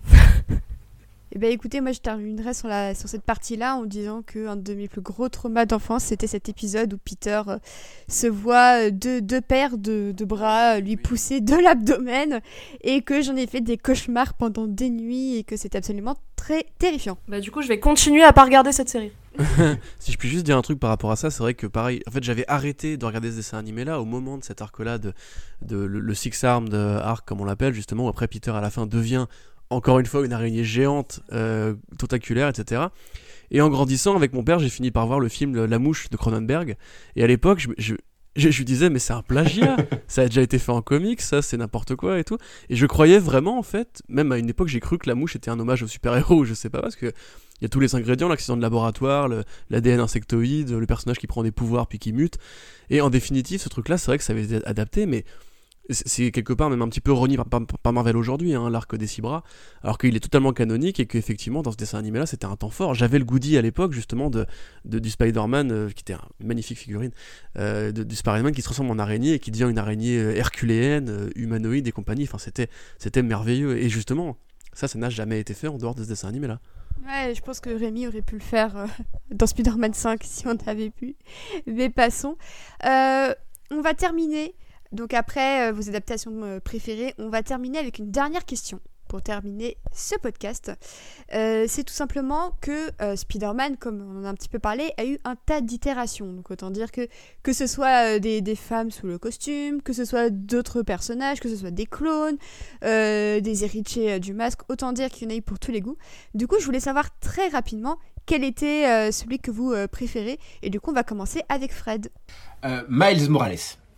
Speaker 3: Eh ben écoutez, moi je terminerai sur, la, sur cette partie-là en disant qu'un de mes plus gros traumas d'enfance, c'était cet épisode où Peter euh, se voit euh, deux, deux paires de, de bras euh, lui pousser de l'abdomen et que j'en ai fait des cauchemars pendant des nuits et que c'est absolument très terrifiant.
Speaker 1: Bah du coup, je vais continuer à pas regarder cette série.
Speaker 2: Si je puis juste dire un truc par rapport à ça, c'est vrai que pareil, en fait j'avais arrêté de regarder ce dessin animé là au moment de cet arc là, de, de, le, le Six Armed arc comme on l'appelle justement, où après Peter à la fin devient encore une fois une araignée géante, euh, tentaculaire, et cetera. Et en grandissant avec mon père, j'ai fini par voir le film La Mouche de Cronenberg, et à l'époque je, je, je, je lui disais mais c'est un plagiat, ça a déjà été fait en comics, ça c'est n'importe quoi et tout, et je croyais vraiment en fait, même à une époque j'ai cru que La Mouche était un hommage aux super-héros, je sais pas, parce que il y a tous les ingrédients, l'accident de laboratoire, le, l'A D N insectoïde, le personnage qui prend des pouvoirs puis qui mute. Et en définitive, ce truc-là, c'est vrai que ça avait été adapté, mais c'est, c'est quelque part même un petit peu renié par, par, par Marvel aujourd'hui, hein, l'arc des six bras, alors qu'il est totalement canonique et qu'effectivement, dans ce dessin animé-là, c'était un temps fort. J'avais le goodie à l'époque, justement, de, de, du Spider-Man, euh, qui était une magnifique figurine, euh, de, du Spider-Man qui se transforme en araignée et qui devient une araignée euh, herculéenne, euh, humanoïde et compagnie. Enfin, c'était, c'était merveilleux. Et justement, ça, ça n'a jamais été fait en dehors de ce dessin animé-là.
Speaker 3: Ouais, je pense que Rémi aurait pu le faire euh, dans Spider-Man cinq si on avait pu. Mais passons. Euh, on va terminer, donc après euh, vos adaptations euh, préférées, on va terminer avec une dernière question pour terminer ce podcast. Euh, c'est tout simplement que euh, Spider-Man, comme on en a un petit peu parlé, a eu un tas d'itérations. Donc autant dire que que ce soit euh, des, des femmes sous le costume, que ce soit d'autres personnages, que ce soit des clones, euh, des héritiers euh, du masque, autant dire qu'il y en a eu pour tous les goûts. Du coup, je voulais savoir très rapidement quel était euh, celui que vous euh, préférez. Et du coup, on va commencer avec Fred.
Speaker 4: Euh, Miles Morales.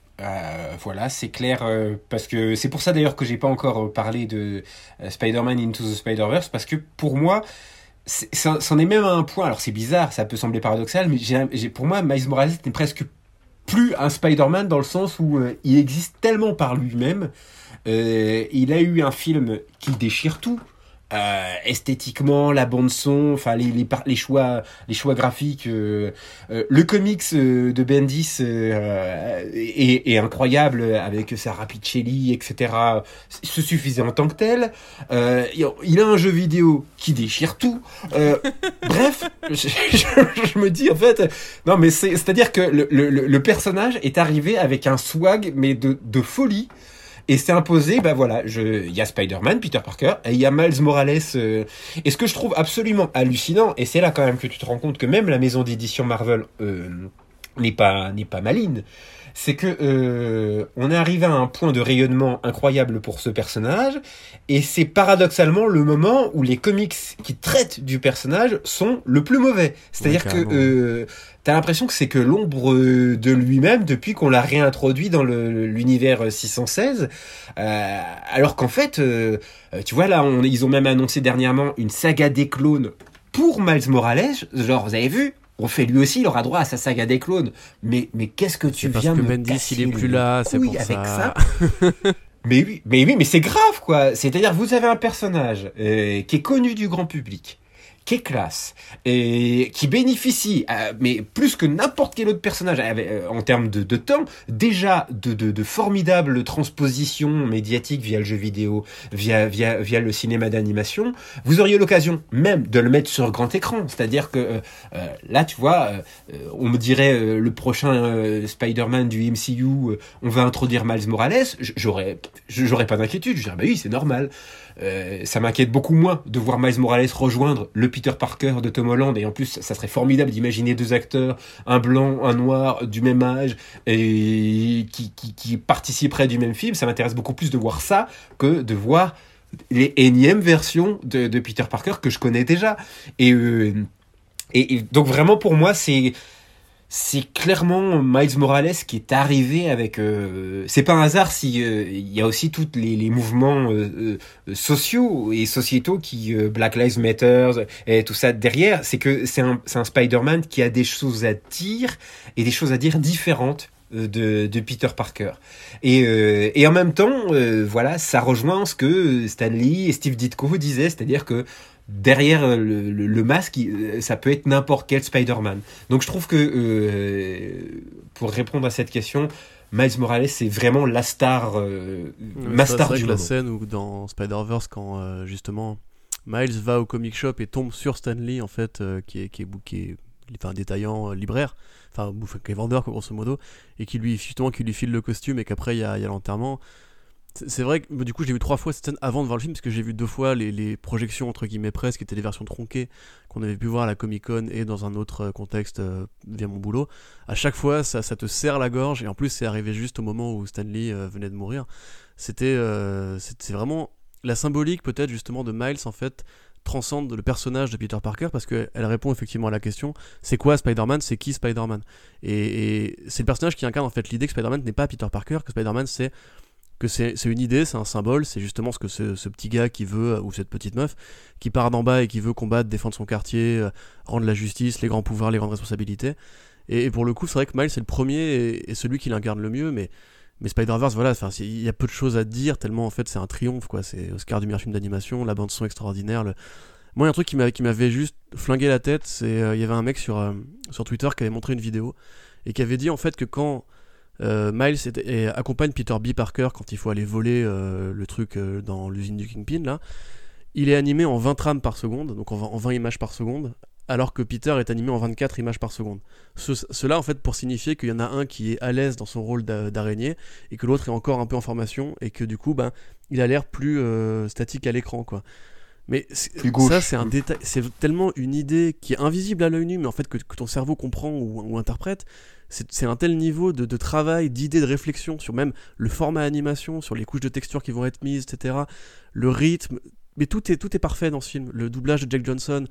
Speaker 4: Euh, voilà, c'est clair, euh, parce que c'est pour ça d'ailleurs que j'ai pas encore parlé de euh, Spider-Man Into the Spider-Verse, parce que pour moi, c'est, ça, c'en est même à un point, alors c'est bizarre, ça peut sembler paradoxal, mais j'ai, j'ai, pour moi, Miles Morales n'est presque plus un Spider-Man dans le sens où euh, il existe tellement par lui-même, euh, il a eu un film qui déchire tout. Euh, esthétiquement, la bande son, enfin les, les les choix les choix graphiques, euh, euh, le comics euh, de Bendis euh, est, est incroyable avec Sarah Pichelli, et cetera. Se suffisait en tant que tel. Euh, il a un jeu vidéo qui déchire tout. Euh, bref, je, je, je me dis en fait, non mais c'est c'est à dire que le, le le personnage est arrivé avec un swag mais de de folie. Et c'est imposé, bah voilà, je, il y a Spider-Man, Peter Parker, et il y a Miles Morales. Euh, et ce que je trouve absolument hallucinant, et c'est là quand même que tu te rends compte que même la maison d'édition Marvel euh, n'est pas n'est pas maligne, c'est que euh, on est arrivé à un point de rayonnement incroyable pour ce personnage, et c'est paradoxalement le moment où les comics qui traitent du personnage sont le plus mauvais. C'est-à-dire ouais, que euh, t'as l'impression que c'est que l'ombre de lui-même depuis qu'on l'a réintroduit dans le, l'univers six cent seize, euh, alors qu'en fait, euh, tu vois là, on, ils ont même annoncé dernièrement une saga des clones pour Miles Morales. Genre, vous avez vu? On fait lui aussi, il aura droit à sa saga des clones. Mais, mais qu'est-ce que tu
Speaker 2: c'est
Speaker 4: viens de me
Speaker 2: Bendis,
Speaker 4: casser
Speaker 2: il est plus là, c'est pour
Speaker 4: avec
Speaker 2: ça.
Speaker 4: ça mais oui, mais oui, mais c'est grave quoi. C'est-à-dire vous avez un personnage euh, qui est connu du grand public, qui est classe, et qui bénéficie, euh, mais plus que n'importe quel autre personnage, euh, en termes de, de temps, déjà de, de, de formidables transpositions médiatiques via le jeu vidéo, via, via, via le cinéma d'animation, vous auriez l'occasion même de le mettre sur grand écran. C'est-à-dire que euh, euh, là, tu vois, euh, on me dirait euh, le prochain euh, Spider-Man du M C U, euh, on va introduire Miles Morales, j'aurais, j'aurais pas d'inquiétude, je dirais bah oui, c'est normal. Euh, ça m'inquiète beaucoup moins de voir Miles Morales rejoindre le Peter Parker de Tom Holland, et en plus ça serait formidable d'imaginer deux acteurs, un blanc, un noir, du même âge, et qui, qui, qui participeraient du même film. Ça m'intéresse beaucoup plus de voir ça que de voir les énièmes versions de, de Peter Parker que je connais déjà. Et, euh, et, et donc vraiment pour moi c'est... c'est clairement Miles Morales qui est arrivé avec... Euh, c'est pas un hasard si euh, il y a aussi tous les, les mouvements euh, euh, sociaux et sociétaux qui... Euh, Black Lives Matter et tout ça derrière. C'est que c'est un, c'est un Spider-Man qui a des choses à dire et des choses à dire différentes de, de Peter Parker. Et, euh, et en même temps, euh, voilà, ça rejoint ce que Stan Lee et Steve Ditko disaient, c'est-à-dire que derrière le, le, le masque, ça peut être n'importe quel Spider-Man. Donc je trouve que, euh, pour répondre à cette question, Miles Morales, c'est vraiment la star, euh,
Speaker 2: Ouais,
Speaker 4: ma
Speaker 2: c'est
Speaker 4: star
Speaker 2: vrai
Speaker 4: du
Speaker 2: que
Speaker 4: moment.
Speaker 2: la scène où dans Spider-Verse, quand euh, justement Miles va au comic shop et tombe sur Stan Lee, en fait, euh, qui est, qui est, qui est enfin, détaillant, euh, libraire, enfin, qui est vendeur, grosso modo, et qui lui, justement, qui lui file le costume et qu'après il y a, il y a l'enterrement. C'est vrai que bah, du coup j'ai vu trois fois cette scène avant de voir le film, parce que j'ai vu deux fois les, les projections entre guillemets presse, qui étaient des versions tronquées qu'on avait pu voir à la Comic Con et dans un autre euh, contexte euh, via mon boulot. À chaque fois ça, ça te serre la gorge, et en plus c'est arrivé juste au moment où Stan Lee euh, venait de mourir. C'était euh, c'est, c'est vraiment la symbolique peut-être justement de Miles, en fait, transcende le personnage de Peter Parker, parce qu'elle répond effectivement à la question, c'est quoi Spider-Man, c'est qui Spider-Man, et, et c'est le personnage qui incarne en fait l'idée que Spider-Man n'est pas Peter Parker, que Spider-Man c'est que c'est, c'est une idée, c'est un symbole, c'est justement ce que ce, ce petit gars qui veut, ou cette petite meuf, qui part d'en bas et qui veut combattre, défendre son quartier, euh, rendre la justice, les grands pouvoirs, les grandes responsabilités. Et, et pour le coup, c'est vrai que Miles c'est le premier et, et celui qui l'incarne le mieux, mais, mais Spider-Verse, voilà, il y a peu de choses à dire, tellement en fait c'est un triomphe, quoi. C'est Oscar du meilleur film d'animation, la bande-son extraordinaire. Le... Moi, il y a un truc qui m'avait, qui m'avait juste flingué la tête, c'est il euh, y avait un mec sur, euh, sur Twitter qui avait montré une vidéo et qui avait dit en fait que quand Euh, Miles est, est, accompagne Peter B. Parker quand il faut aller voler euh, le truc euh, dans l'usine du Kingpin, là, il est animé en vingt trames par seconde, donc en vingt, en vingt images par seconde, alors que Peter est animé en vingt-quatre images par seconde. Ce, cela en fait pour signifier qu'il y en a un qui est à l'aise dans son rôle d'a, d'araignée et que l'autre est encore un peu en formation, et que du coup ben, il a l'air plus euh, statique à l'écran, quoi. Mais ça c'est un détail, c'est tellement une idée qui est invisible à l'œil nu, mais en fait que, que ton cerveau comprend ou, ou interprète. C'est, c'est un tel niveau de, de travail, d'idées, de réflexion sur même le format animation, sur les couches de texture qui vont être mises, et cetera. Le rythme, mais tout est, tout est parfait dans ce film. Le doublage de Jack Johnson,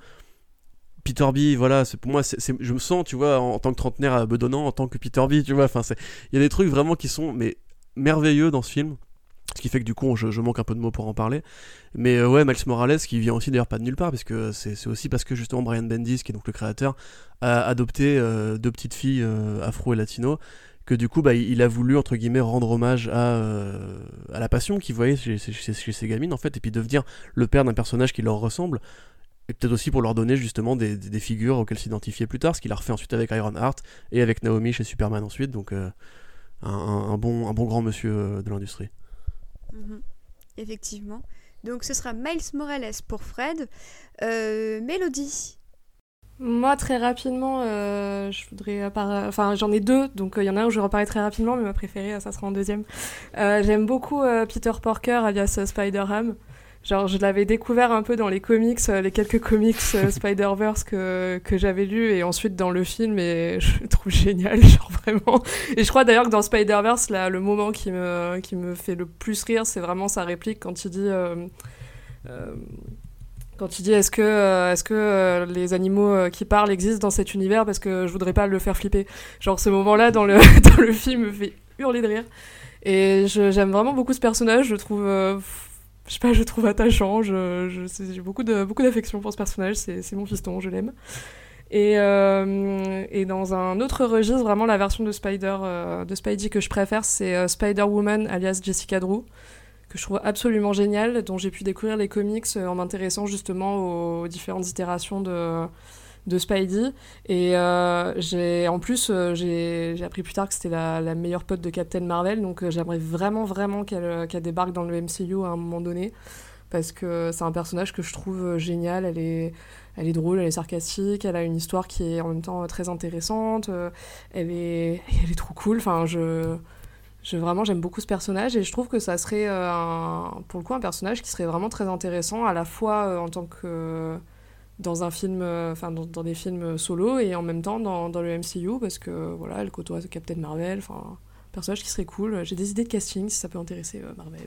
Speaker 2: Peter B, voilà, c'est, pour moi, c'est, c'est, je me sens, tu vois, en, en tant que trentenaire bedonnant, en tant que Peter B, tu vois, enfin, il y a des trucs vraiment qui sont mais, merveilleux dans ce film. Ce qui fait que du coup je, je manque un peu de mots pour en parler. Mais euh, ouais, Miles Morales, qui vient aussi d'ailleurs pas de nulle part, parce que c'est, c'est aussi parce que justement Brian Bendis, qui est donc le créateur, a adopté euh, deux petites filles euh, afro et latino, que du coup bah, il a voulu entre guillemets rendre hommage à, euh, à la passion qu'il voyait chez, chez, chez ces gamines, en fait, et puis devenir le père d'un personnage qui leur ressemble, et peut-être aussi pour leur donner justement des, des, des figures auxquelles s'identifier plus tard, ce qu'il a refait ensuite avec Ironheart et avec Naomi chez Superman ensuite, donc euh, un, un, un, bon, un bon grand monsieur de l'industrie.
Speaker 3: Mmh, effectivement. Donc ce sera Miles Morales pour Fred. Euh, Mélodie.
Speaker 1: Moi, très rapidement, euh, je voudrais appara- enfin j'en ai deux, donc il euh, y en a un où je reparlerai très rapidement, mais ma préférée, ça sera en deuxième. Euh, j'aime beaucoup euh, Peter Parker alias euh, Spider-Ham. Genre, je l'avais découvert un peu dans les comics, euh, les quelques comics euh, Spider-Verse que, que j'avais lus, et ensuite dans le film, et je le trouve génial, genre vraiment. Et je crois d'ailleurs que dans Spider-Verse, là, le moment qui me, qui me fait le plus rire, c'est vraiment sa réplique quand il dit... Euh, euh, quand il dit est-ce que, euh, est-ce que euh, les animaux euh, qui parlent existent dans cet univers, parce que je voudrais pas le faire flipper. Genre, ce moment-là dans le, dans le film me fait hurler de rire. Et je, j'aime vraiment beaucoup ce personnage, je trouve... Euh, Je sais pas, je le trouve attachant, je, je, j'ai beaucoup, de, beaucoup d'affection pour ce personnage, c'est, c'est mon fiston, je l'aime. Et, euh, et dans un autre registre, vraiment la version de, Spider, euh, de Spidey que je préfère, c'est euh, Spider-Woman alias Jessica Drew, que je trouve absolument génial, dont j'ai pu découvrir les comics en m'intéressant justement aux différentes itérations de, de Spidey. Et euh, j'ai, en plus, euh, j'ai, j'ai appris plus tard que c'était la, la meilleure pote de Captain Marvel, donc euh, j'aimerais vraiment, vraiment qu'elle, qu'elle débarque dans le M C U à un moment donné, parce que c'est un personnage que je trouve génial. Elle est, elle est drôle, elle est sarcastique, elle a une histoire qui est en même temps très intéressante, euh, elle est, elle est trop cool. Enfin, je... Je, vraiment, j'aime beaucoup ce personnage et je trouve que ça serait, euh, un, pour le coup, un personnage qui serait vraiment très intéressant, à la fois euh, en tant que euh, dans un film, enfin euh, dans, dans des films solo et en même temps dans, dans le M C U, parce que voilà, elle côtoie Captain Marvel, enfin, un personnage qui serait cool. J'ai des idées de casting si ça peut intéresser euh, Marvel.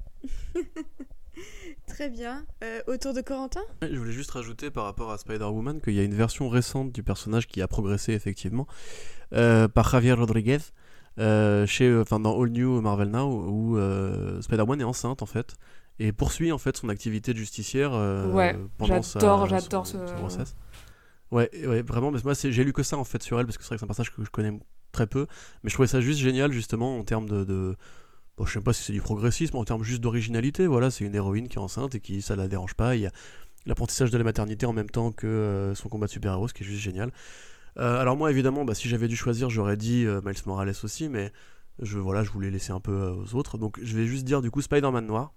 Speaker 3: Très bien. Euh, autour de Corentin ?
Speaker 2: Je voulais juste rajouter par rapport à Spider-Woman qu'il y a une version récente du personnage qui a progressé effectivement euh, par Javier Rodriguez. Euh, chez, enfin dans All New Marvel Now, où euh, Spider-Man est enceinte en fait et poursuit en fait son activité de justicière euh,
Speaker 1: ouais,
Speaker 2: pendant
Speaker 1: j'adore,
Speaker 2: sa,
Speaker 1: j'adore
Speaker 2: son,
Speaker 1: ce...
Speaker 2: sa grossesse. Ouais, ouais, vraiment. Mais moi, c'est, j'ai lu que ça en fait sur elle parce que c'est vrai que c'est un personnage que je connais très peu, mais je trouvais ça juste génial justement en termes de, de... Bon, je sais pas si c'est du progressisme, en termes juste d'originalité. Voilà, c'est une héroïne qui est enceinte et qui ça la dérange pas. Il y a l'apprentissage de la maternité en même temps que euh, son combat de super-héros, ce qui est juste génial. Euh, alors moi évidemment bah, si j'avais dû choisir j'aurais dit euh, Miles Morales aussi, mais je, voilà, je voulais laisser un peu euh, aux autres, donc je vais juste dire du coup Spider-Man noir,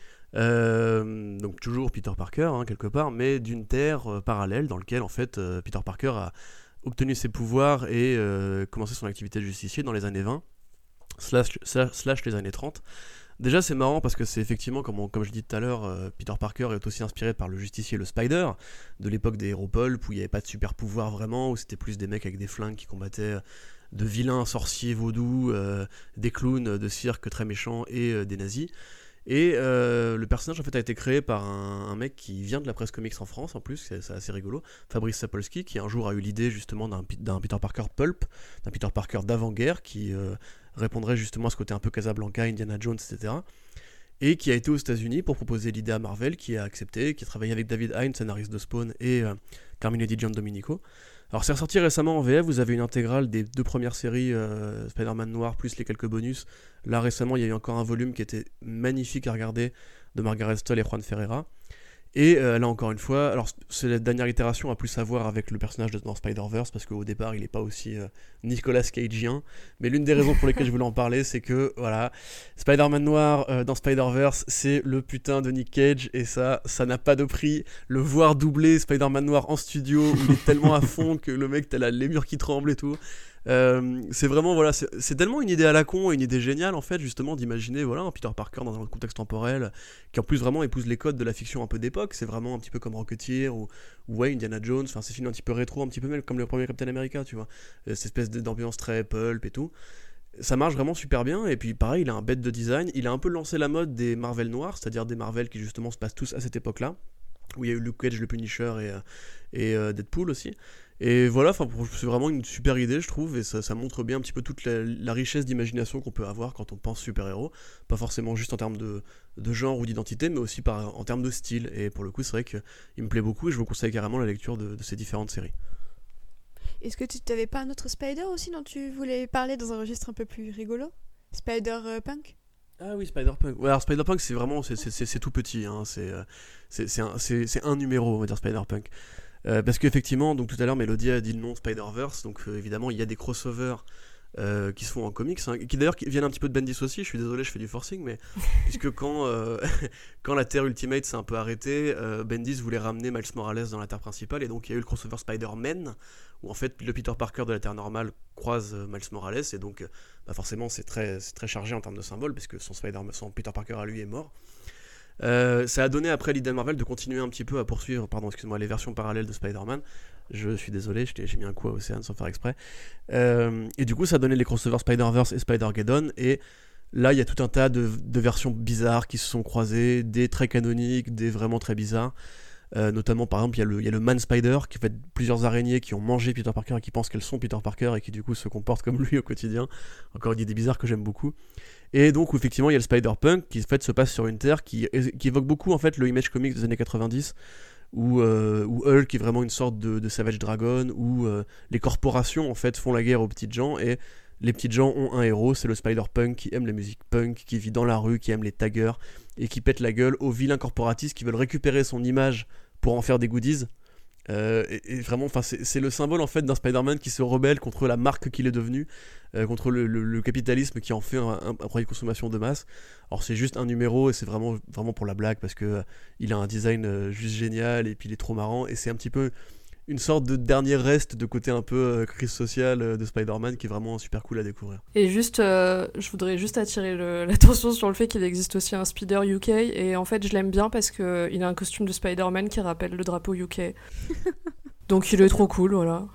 Speaker 2: euh, donc toujours Peter Parker hein, quelque part, mais d'une terre euh, parallèle dans laquelle en fait euh, Peter Parker a obtenu ses pouvoirs et euh, commencé son activité de justicier dans les années vingt slash, slash, slash les années trente. Déjà c'est marrant parce que c'est effectivement, comme, on, comme je dis tout à l'heure, euh, Peter Parker est aussi inspiré par le justicier le Spider, de l'époque des héros pulp, où il n'y avait pas de super pouvoir vraiment, où c'était plus des mecs avec des flingues qui combattaient de vilains sorciers vaudous, euh, des clowns de cirque très méchants et euh, des nazis. Et euh, le personnage en fait a été créé par un, un mec qui vient de la presse comics en France en plus, c'est, c'est assez rigolo, Fabrice Sapolsky, qui un jour a eu l'idée justement d'un, d'un Peter Parker pulp, d'un Peter Parker d'avant-guerre qui euh, répondrait justement à ce côté un peu Casablanca, Indiana Jones, et cetera. Et qui a été aux États-Unis pour proposer l'idée à Marvel, qui a accepté, qui a travaillé avec David Hine, scénariste de Spawn, et euh, Carmine Di Giandomenico. Alors c'est ressorti récemment en V F, vous avez une intégrale des deux premières séries, euh, Spider-Man Noir plus les quelques bonus. Là récemment il y a eu encore un volume qui était magnifique à regarder de Margaret Stoll et Juan Ferreira. Et euh, là encore une fois, alors c'est la dernière itération à plus à voir avec le personnage de dans Spider-Verse, parce qu'au départ il n'est pas aussi euh, Nicolas Cageien, mais l'une des raisons pour lesquelles je voulais en parler, c'est que voilà, Spider-Man noir euh, dans Spider-Verse, c'est le putain de Nick Cage, et ça, ça n'a pas de prix. Le voir doubler Spider-Man noir en studio, où il est tellement à fond que le mec, t'as là, les murs qui tremblent et tout. Euh, c'est vraiment voilà, c'est, c'est tellement une idée à la con, une idée géniale en fait, justement d'imaginer voilà un Peter Parker dans un contexte temporel qui en plus vraiment épouse les codes de la fiction un peu d'époque. C'est vraiment un petit peu comme Rocketeer ou, ou ouais, Indiana Jones. Enfin, c'est film un petit peu rétro, un petit peu même comme le premier Captain America, tu vois. Euh, cette espèce d'ambiance très pulp et tout. Ça marche vraiment super bien, et puis pareil, il a un bête de design. Il a un peu lancé la mode des Marvel noirs, c'est-à-dire des Marvel qui justement se passent tous à cette époque-là, où il y a eu Luke Cage, le Punisher et, et euh, Deadpool aussi. Et voilà, c'est vraiment une super idée, je trouve, et ça, ça montre bien un petit peu toute la, la richesse d'imagination qu'on peut avoir quand on pense super-héros, pas forcément juste en termes de, de genre ou d'identité, mais aussi par, en termes de style. Et pour le coup, c'est vrai qu'il me plaît beaucoup, et je vous conseille carrément la lecture de, de ces différentes séries.
Speaker 3: Est-ce que tu n'avais pas un autre Spider aussi dont tu voulais parler dans un registre un peu plus rigolo ? Spider-Punk ?
Speaker 2: Ah oui, Spider-Punk. Ouais, alors Spider-Punk, c'est vraiment, c'est, c'est, c'est, c'est tout petit, hein. c'est, c'est, c'est, un, c'est, c'est un numéro, on va dire, Spider-Punk. Euh, parce qu'effectivement, donc tout à l'heure, Mélodie a dit le nom Spider-Verse, donc euh, évidemment, il y a des crossovers euh, qui se font en comics, hein, qui d'ailleurs qui viennent un petit peu de Bendis aussi. Je suis désolé, je fais du forcing, mais puisque quand, euh, quand la Terre Ultimate s'est un peu arrêtée, euh, Bendis voulait ramener Miles Morales dans la Terre principale, et donc il y a eu le crossover Spider-Man, où en fait le Peter Parker de la Terre normale croise euh, Miles Morales, et donc euh, bah forcément c'est très, c'est très chargé en termes de symboles, parce que son, Spider- son Peter Parker à lui est mort. Euh, ça a donné après l'idée de Marvel de continuer un petit peu à poursuivre pardon, excuse-moi, les versions parallèles de Spider-Man. Je suis désolé, j'ai mis un coup à Océane sans faire exprès. Euh, et du coup, ça a donné les crossovers Spider-Verse et Spider-Geddon. Et là, il y a tout un tas de, de versions bizarres qui se sont croisées, des très canoniques, des vraiment très bizarres. Euh, notamment, par exemple, il y, y a le Man Spider qui fait plusieurs araignées qui ont mangé Peter Parker et qui pensent qu'elles sont Peter Parker et qui du coup se comportent comme lui au quotidien. Encore une idée bizarre que j'aime beaucoup. Et donc, effectivement, il y a le Spider-Punk qui en fait, se passe sur une Terre qui, qui évoque beaucoup en fait, le Image Comics des années quatre-vingt-dix, où, euh, où Hulk est vraiment une sorte de, de Savage Dragon, où euh, les corporations en fait, font la guerre aux petites gens et les petites gens ont un héros, c'est le Spider-Punk qui aime la musique punk, qui vit dans la rue, qui aime les taggers et qui pète la gueule aux vilains corporatistes qui veulent récupérer son image pour en faire des goodies. Euh, et, et vraiment, c'est, c'est le symbole en fait d'un Spider-Man qui se rebelle contre la marque qu'il est devenu, euh, contre le, le, le capitalisme qui en fait un, un, un produit de consommation de masse. Alors c'est juste un numéro et c'est vraiment, vraiment pour la blague parce que euh, il a un design euh, juste génial et puis il est trop marrant et c'est un petit peu une sorte de dernier reste de côté un peu euh, crise sociale euh, de Spider-Man qui est vraiment super cool à découvrir.
Speaker 1: Et juste, euh, je voudrais juste attirer le, l'attention sur le fait qu'il existe aussi un Spider U K, et en fait je l'aime bien parce qu'il a un costume de Spider-Man qui rappelle le drapeau U K. Donc il est trop cool, voilà.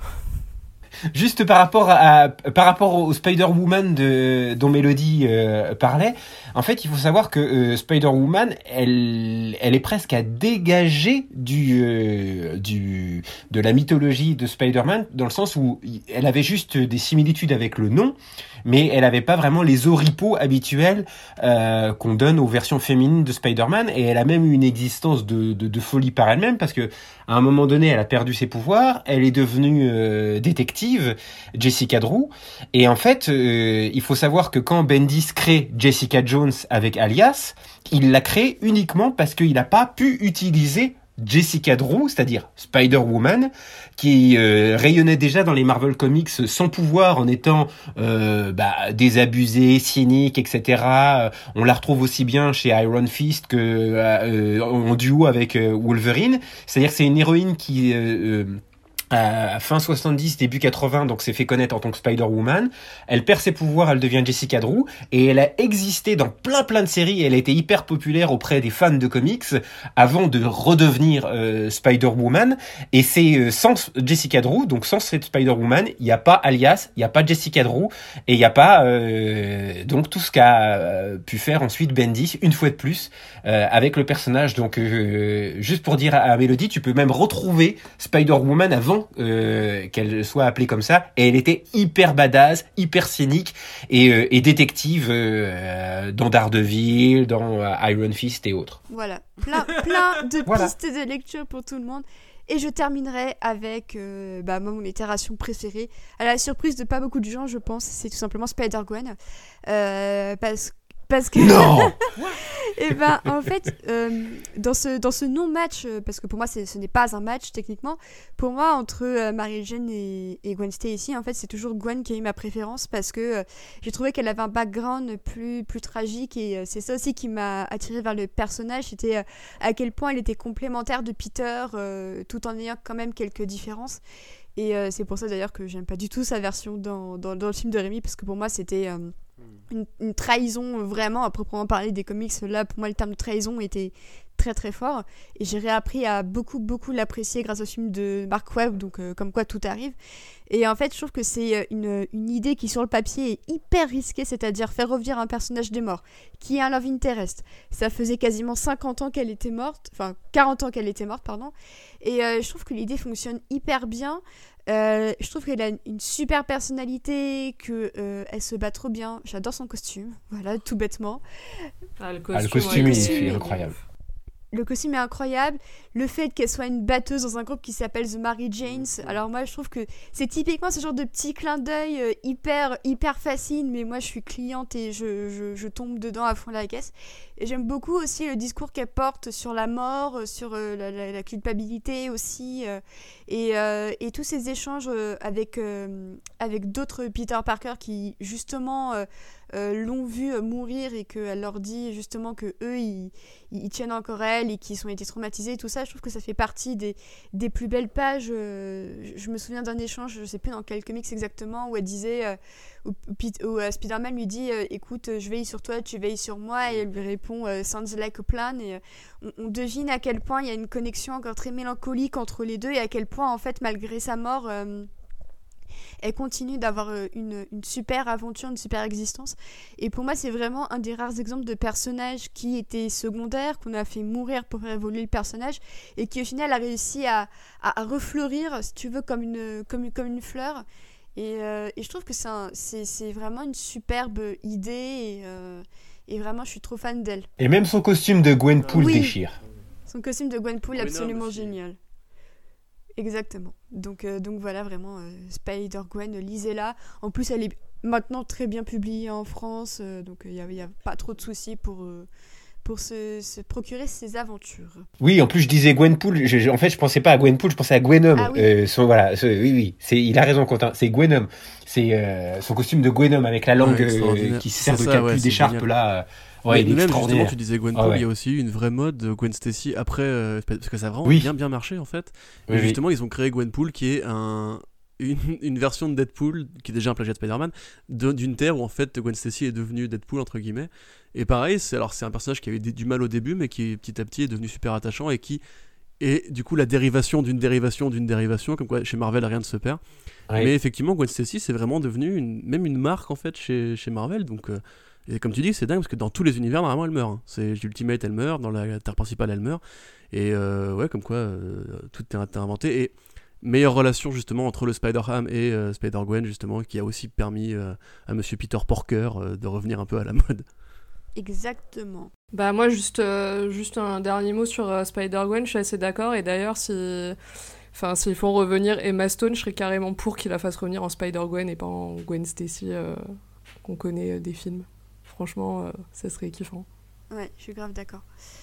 Speaker 4: Juste par rapport à, par rapport au Spider-Woman de, dont Mélodie euh, parlait, en fait, il faut savoir que euh, Spider-Woman, elle, elle est presque à dégager du, euh, du, de la mythologie de Spider-Man, dans le sens où elle avait juste des similitudes avec le nom, mais elle n'avait pas vraiment les oripeaux habituels euh, qu'on donne aux versions féminines de Spider-Man, et elle a même eu une existence de, de, de folie par elle-même, parce que à un moment donné, elle a perdu ses pouvoirs, elle est devenue euh, détective, Jessica Drew, et en fait, euh, il faut savoir que quand Bendis crée Jessica Jones avec Alias, il l'a créé uniquement parce qu'il n'a pas pu utiliser Jessica Drew, c'est-à-dire Spider-Woman, qui euh, rayonnait déjà dans les Marvel Comics sans pouvoir, en étant euh, bah, désabusée, cynique, et cetera. On la retrouve aussi bien chez Iron Fist que euh, en duo avec euh, Wolverine. C'est-à-dire que c'est une héroïne qui euh, euh, à fin soixante-dix, début quatre-vingts, donc s'est fait connaître en tant que Spider-Woman. Elle perd ses pouvoirs, elle devient Jessica Drew, et elle a existé dans plein plein de séries, elle a été hyper populaire auprès des fans de comics, avant de redevenir euh, Spider-Woman, et c'est euh, sans Jessica Drew, donc sans cette Spider-Woman, il n'y a pas Alias, il n'y a pas Jessica Drew, et il n'y a pas euh, donc tout ce qu'a euh, pu faire ensuite Bendis, une fois de plus, euh, avec le personnage. Donc euh, juste pour dire à, à Mélodie, tu peux même retrouver Spider-Woman avant Euh, qu'elle soit appelée comme ça, et elle était hyper badass, hyper cynique et, euh, et détective euh, dans Daredevil, dans euh, Iron Fist et autres.
Speaker 3: Voilà, plein, plein de
Speaker 4: Voilà.
Speaker 3: pistes de lecture pour tout le monde. Et je terminerai avec euh, bah, moi, mon itération préférée. À la surprise de pas beaucoup de gens, je pense, c'est tout simplement Spider-Gwen. Euh, parce, parce que...
Speaker 4: Non.
Speaker 3: Et ben en fait, euh, dans ce dans ce non-match, euh, parce que pour moi c'est, ce n'est pas un match techniquement, pour moi entre euh, Mary Jane et, et Gwen Stacy, en fait c'est toujours Gwen qui a eu ma préférence, parce que euh, j'ai trouvé qu'elle avait un background plus plus tragique, et euh, c'est ça aussi qui m'a attirée vers le personnage, c'était euh, à quel point elle était complémentaire de Peter, euh, tout en ayant quand même quelques différences. Et euh, c'est pour ça d'ailleurs que j'aime pas du tout sa version dans dans, dans le film de Rémi, parce que pour moi c'était euh, Une, une trahison vraiment à proprement parler des comics. Là pour moi le terme de trahison était très très fort, et j'ai réappris à beaucoup beaucoup l'apprécier grâce au film de Mark Webb, donc euh, comme quoi tout arrive. Et en fait je trouve que c'est une, une idée qui sur le papier est hyper risquée, c'est-à-dire faire revenir un personnage des morts qui est un love interest. Ça faisait quasiment cinquante ans qu'elle était morte, enfin quarante ans qu'elle était morte pardon, et euh, je trouve que l'idée fonctionne hyper bien. Euh, je trouve qu'elle a une super personnalité, que euh, elle se bat trop bien. J'adore son costume, voilà, tout bêtement.
Speaker 1: Ah, le
Speaker 4: Ah,
Speaker 1: costume,
Speaker 4: le costume
Speaker 1: ouais,
Speaker 4: il
Speaker 3: il
Speaker 4: est
Speaker 3: est
Speaker 4: incroyable.
Speaker 3: Le costume est incroyable. Le fait qu'elle soit une batteuse dans un groupe qui s'appelle The Mary Janes. Alors moi, je trouve que c'est typiquement ce genre de petit clin d'œil euh, hyper, hyper facile. Mais moi, je suis cliente et je, je, je tombe dedans à fond la caisse. Et j'aime beaucoup aussi le discours qu'elle porte sur la mort, sur euh, la, la, la culpabilité aussi. Euh, et, euh, et tous ces échanges euh, avec, euh, avec d'autres Peter Parker qui, justement... Euh, Euh, l'ont vu euh, mourir, et qu'elle leur dit justement que eux ils, ils tiennent encore elle, et qu'ils ont été traumatisés et tout ça. Je trouve que ça fait partie des, des plus belles pages. euh, je me souviens d'un échange, je sais plus dans quel comics exactement, où elle disait euh, où, où euh, Spider-Man lui dit euh, écoute, je veille sur toi, tu veilles sur moi, et elle lui répond euh, sounds like a plan. Et euh, on, on devine à quel point il y a une connexion encore très mélancolique entre les deux, et à quel point en fait malgré sa mort euh, elle continue d'avoir une, une super aventure, une super existence. Et pour moi, c'est vraiment un des rares exemples de personnages qui étaient secondaires, qu'on a fait mourir pour faire évoluer le personnage, et qui au final a réussi à, à, à refleurir, si tu veux, comme une, comme, comme une fleur. Et, euh, et je trouve que c'est, un, c'est, c'est vraiment une superbe idée, et, euh, et vraiment, je suis trop fan d'elle.
Speaker 4: Et même son costume de Gwenpool
Speaker 3: Oui.
Speaker 4: déchire.
Speaker 3: Son costume de Gwenpool,
Speaker 2: Green
Speaker 3: absolument
Speaker 2: Arm aussi.
Speaker 3: génial. Exactement. Donc, euh, donc voilà, vraiment, euh, Spider-Gwen, lisez-la. En plus, elle est maintenant très bien publié en France, euh, donc il n'y a, a pas trop de soucis pour, euh, pour se, se procurer ces aventures.
Speaker 4: Oui, en plus je disais Gwenpool, je, je, en fait je pensais pas à Gwenpool, je pensais à Gwenom.
Speaker 3: Ah oui.
Speaker 4: euh, son, voilà, ce, oui, oui, c'est, il a raison Quentin, c'est Gwenom. C'est euh, son costume de Gwenom avec la langue
Speaker 2: Ouais,
Speaker 4: euh, qui sert
Speaker 2: c'est
Speaker 4: de
Speaker 2: ça,
Speaker 4: capuce
Speaker 2: ouais,
Speaker 4: d'écharpe
Speaker 2: génial.
Speaker 4: là. Ouais,
Speaker 2: mais
Speaker 4: il est
Speaker 2: même
Speaker 4: extraordinaire.
Speaker 2: justement, tu disais Gwenpool,
Speaker 4: Ah ouais.
Speaker 2: il y a aussi eu une vraie mode de Gwen Stacy après, euh, parce que ça a vraiment
Speaker 4: Oui.
Speaker 2: bien bien marché en fait.
Speaker 4: Oui,
Speaker 2: Et
Speaker 4: oui.
Speaker 2: justement, ils ont créé Gwenpool qui est un, une, une version de Deadpool, qui est déjà un plagiat de Spider-Man, de- d'une terre où en fait Gwen Stacy est devenue Deadpool entre guillemets. Et pareil, c'est, alors, c'est un personnage qui avait du mal au début, mais qui petit à petit est devenu super attachant et qui est du coup la dérivation d'une dérivation d'une dérivation, comme quoi chez Marvel rien ne se perd.
Speaker 4: Ouais.
Speaker 2: Mais effectivement, Gwen Stacy, c'est vraiment devenu une, même une marque en fait chez, chez Marvel. Donc, euh, et comme tu dis, c'est dingue parce que dans tous les univers, normalement, elle meurt. Hein. C'est Ultimate, elle meurt. Dans la Terre principale, elle meurt. Et euh, ouais, comme quoi, euh, tout est, est inventé. Et meilleure relation justement entre le Spider-Ham et euh, Spider-Gwen, justement, qui a aussi permis euh, à Monsieur Peter Porker euh, de revenir un peu à la mode.
Speaker 3: Exactement.
Speaker 1: Bah moi juste, euh, juste un dernier mot sur euh, Spider-Gwen, je suis assez d'accord et d'ailleurs si... Enfin, s'ils font revenir Emma Stone, je serais carrément pour qu'il la fasse revenir en Spider-Gwen et pas en Gwen Stacy euh, qu'on connaît euh, des films. Franchement, euh, ça serait kiffant.
Speaker 3: Ouais, je suis grave d'accord.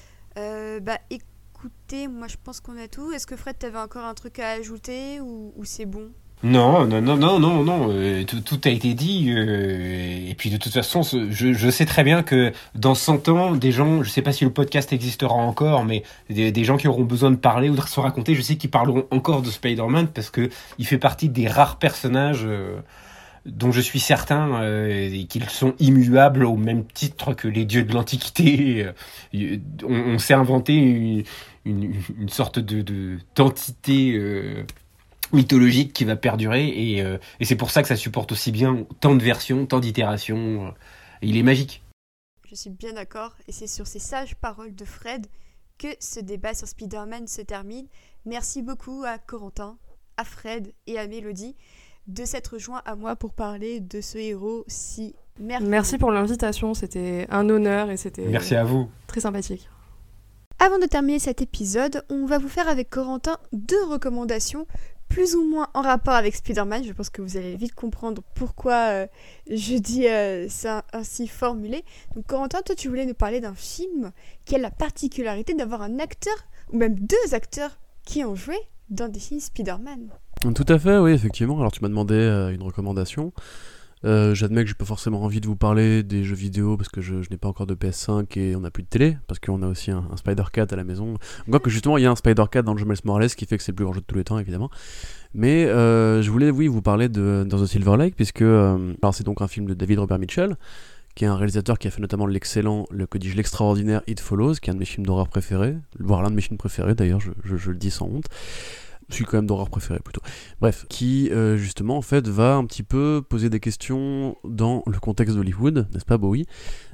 Speaker 3: Euh, bah écoutez, moi je pense qu'on a tout. Est-ce que Fred, t'avais encore un truc à ajouter ou, ou c'est bon?
Speaker 4: Non, non, non, non, non, non. euh, tout, tout a été dit. euh, et puis de toute façon, ce- je, je sais très bien que dans cent ans, des gens, je sais pas si le podcast existera encore, mais des, des gens qui auront besoin de parler ou de se raconter, je sais qu'ils parleront encore de Spider-Man parce que il fait partie des rares personnages euh, dont je suis certain euh, et qu'ils sont immuables au même titre que les dieux de l'Antiquité. Euh, on, on s'est inventé une, une, une sorte de, de d'entité. Euh, mythologique qui va perdurer et, euh, et c'est pour ça que ça supporte aussi bien tant de versions, tant d'itérations. euh, Il est magique.
Speaker 3: Je suis bien d'accord, et c'est sur ces sages paroles de Fred que ce débat sur Spider-Man se termine. Merci beaucoup à Corentin, à Fred et à Mélodie de s'être joints à moi pour parler de ce héros si merveilleux.
Speaker 1: Merci pour l'invitation, c'était un honneur et c'était
Speaker 4: Merci à vous.
Speaker 1: très sympathique.
Speaker 3: Avant de terminer cet épisode, on va vous faire avec Corentin deux recommandations plus ou moins en rapport avec Spider-Man. Je pense que vous allez vite comprendre pourquoi euh, je dis euh, ça ainsi formulé. Donc Corentin, toi tu voulais nous parler d'un film qui a la particularité d'avoir un acteur, ou même deux acteurs, qui ont joué dans des films Spider-Man.
Speaker 2: Tout à fait, oui, effectivement. Alors tu m'as demandé euh, une recommandation. Euh, j'admets que j'ai pas forcément envie de vous parler des jeux vidéo parce que je, je n'ai pas encore de P S cinq et on n'a plus de télé parce qu'on a aussi un, un Spider-Cat à la maison. Encore que justement il y a un Spider-Cat dans le jeu Miles Morales qui fait que c'est le plus grand jeu de tous les temps évidemment. Mais euh, je voulais oui vous parler de dans The Silver Lake puisque euh, alors c'est donc un film de David Robert Mitchell qui est un réalisateur qui a fait notamment l'excellent, le que dis-je, l'extraordinaire It Follows, qui est un de mes films d'horreur préférés, voire l'un de mes films préférés d'ailleurs, je, je, je le dis sans honte. Je suis quand même d'horreur préféré plutôt. Bref, qui euh, justement en fait va un petit peu poser des questions dans le contexte d'Hollywood, n'est-ce pas Bowie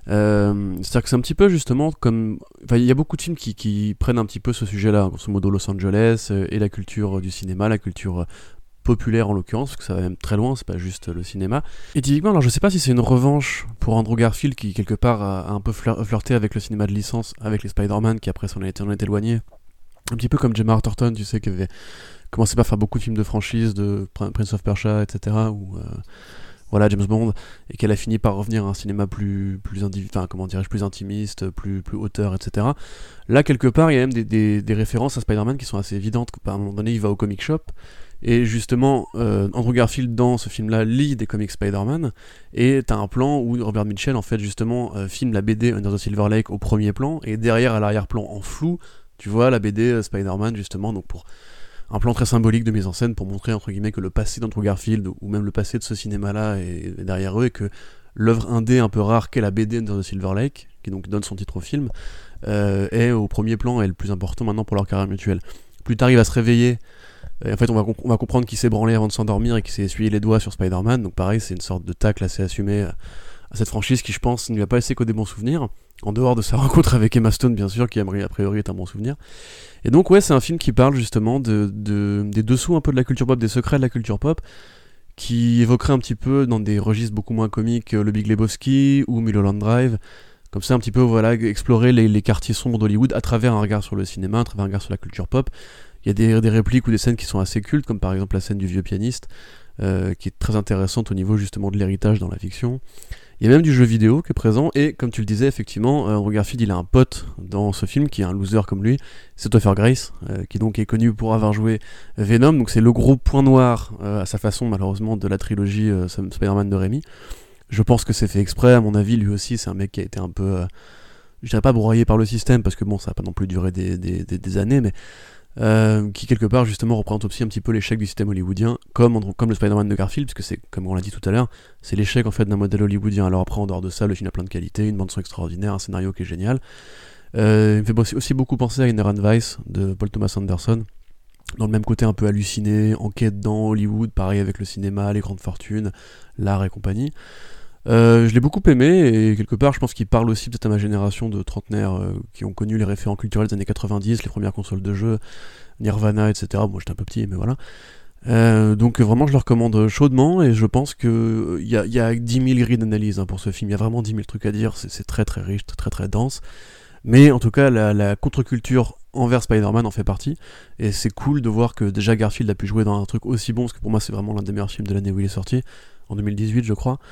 Speaker 2: euh, C'est-à-dire que c'est un petit peu justement comme... Enfin, il y a beaucoup de films qui, qui prennent un petit peu ce sujet-là, grosso modo Los Angeles euh, et la culture du cinéma, la culture euh, populaire en l'occurrence, parce que ça va même très loin, c'est pas juste le cinéma. Et typiquement, alors je sais pas si c'est une revanche pour Andrew Garfield qui quelque part a, a un peu fleur, flirté avec le cinéma de licence, avec les Spider-Man qui après s'en est, en est éloigné. Un petit peu comme Gemma Arterton, tu sais, qui avait commencé par faire beaucoup de films de franchise, de Prince of Persia, et cetera, ou euh, voilà, James Bond, et qu'elle a fini par revenir à un cinéma plus, plus, indiv- enfin, comment dirais-je, plus intimiste, plus, plus auteur, et cetera. Là, quelque part, il y a même des, des, des références à Spider-Man qui sont assez évidentes. À un moment donné, il va au comic shop, et justement, euh, Andrew Garfield, dans ce film-là, lit des comics Spider-Man, et t'as un plan où Robert Mitchell, en fait, justement, euh, filme la B D Under the Silver Lake au premier plan, et derrière, à l'arrière-plan, en flou, tu vois la B D euh, Spider-Man justement, donc pour un plan très symbolique de mise en scène pour montrer entre guillemets que le passé d'Andrew Garfield ou même le passé de ce cinéma-là est, est derrière eux et que l'œuvre indé un peu rare qu'est la B D Under the Silver Lake, qui donc donne son titre au film, euh, est au premier plan et le plus important maintenant pour leur carrière mutuelle. Plus tard il va se réveiller, et en fait on va, comp- on va comprendre qu'il s'est branlé avant de s'endormir et qu'il s'est essuyé les doigts sur Spider-Man, donc pareil c'est une sorte de tacle assez assumé à cette franchise qui je pense ne lui a pas laissé que des bons souvenirs. En dehors de sa rencontre avec Emma Stone, bien sûr, qui a priori est un bon souvenir. Et donc, ouais, c'est un film qui parle justement de, de, des dessous un peu de la culture pop, des secrets de la culture pop, qui évoquerait un petit peu dans des registres beaucoup moins comiques Le Big Lebowski ou Mulholland Drive. Comme ça, un petit peu, voilà, explorer les, les quartiers sombres d'Hollywood à travers un regard sur le cinéma, à travers un regard sur la culture pop. Il y a des, des répliques ou des scènes qui sont assez cultes, comme par exemple la scène du vieux pianiste, euh, qui est très intéressante au niveau justement de l'héritage dans la fiction. Il y a même du jeu vidéo qui est présent, et comme tu le disais, effectivement, euh, Andrew Garfield, il a un pote dans ce film qui est un loser comme lui, c'est Topher Grace, euh, qui donc est connu pour avoir joué Venom, donc c'est le gros point noir, euh, à sa façon malheureusement, de la trilogie euh, Spider-Man de Raimi. Je pense que c'est fait exprès, à mon avis, lui aussi, c'est un mec qui a été un peu, euh, je dirais pas broyé par le système, parce que bon, ça n'a pas non plus duré des, des, des, des années, mais Euh, qui quelque part justement représente aussi un petit peu l'échec du système hollywoodien, comme, comme le Spider-Man de Garfield, puisque c'est, comme on l'a dit tout à l'heure, c'est l'échec en fait d'un modèle hollywoodien. Alors après, en dehors de ça, le film a plein de qualités, une bande-son extraordinaire, un scénario qui est génial. Euh, il me fait aussi, aussi beaucoup penser à Inherent Vice de Paul Thomas Anderson, dans le même côté un peu halluciné, enquête dans Hollywood, pareil avec le cinéma, les grandes fortunes, l'art et compagnie. Euh, je l'ai beaucoup aimé, et quelque part je pense qu'il parle aussi peut-être à ma génération de trentenaires euh, qui ont connu les référents culturels des années quatre-vingt-dix, les premières consoles de jeux, Nirvana, et cetera. Bon, j'étais un peu petit, mais voilà. Euh, donc vraiment je le recommande chaudement, et je pense qu'il euh, y, a, y a dix mille grilles d'analyse hein, pour ce film, il y a vraiment dix mille trucs à dire, c'est, c'est très très riche, très très très dense. Mais en tout cas, la, la contre-culture envers Spider-Man en fait partie, et c'est cool de voir que déjà Garfield a pu jouer dans un truc aussi bon, parce que pour moi c'est vraiment l'un des meilleurs films de l'année où il est sorti, en deux mille dix-huit je crois.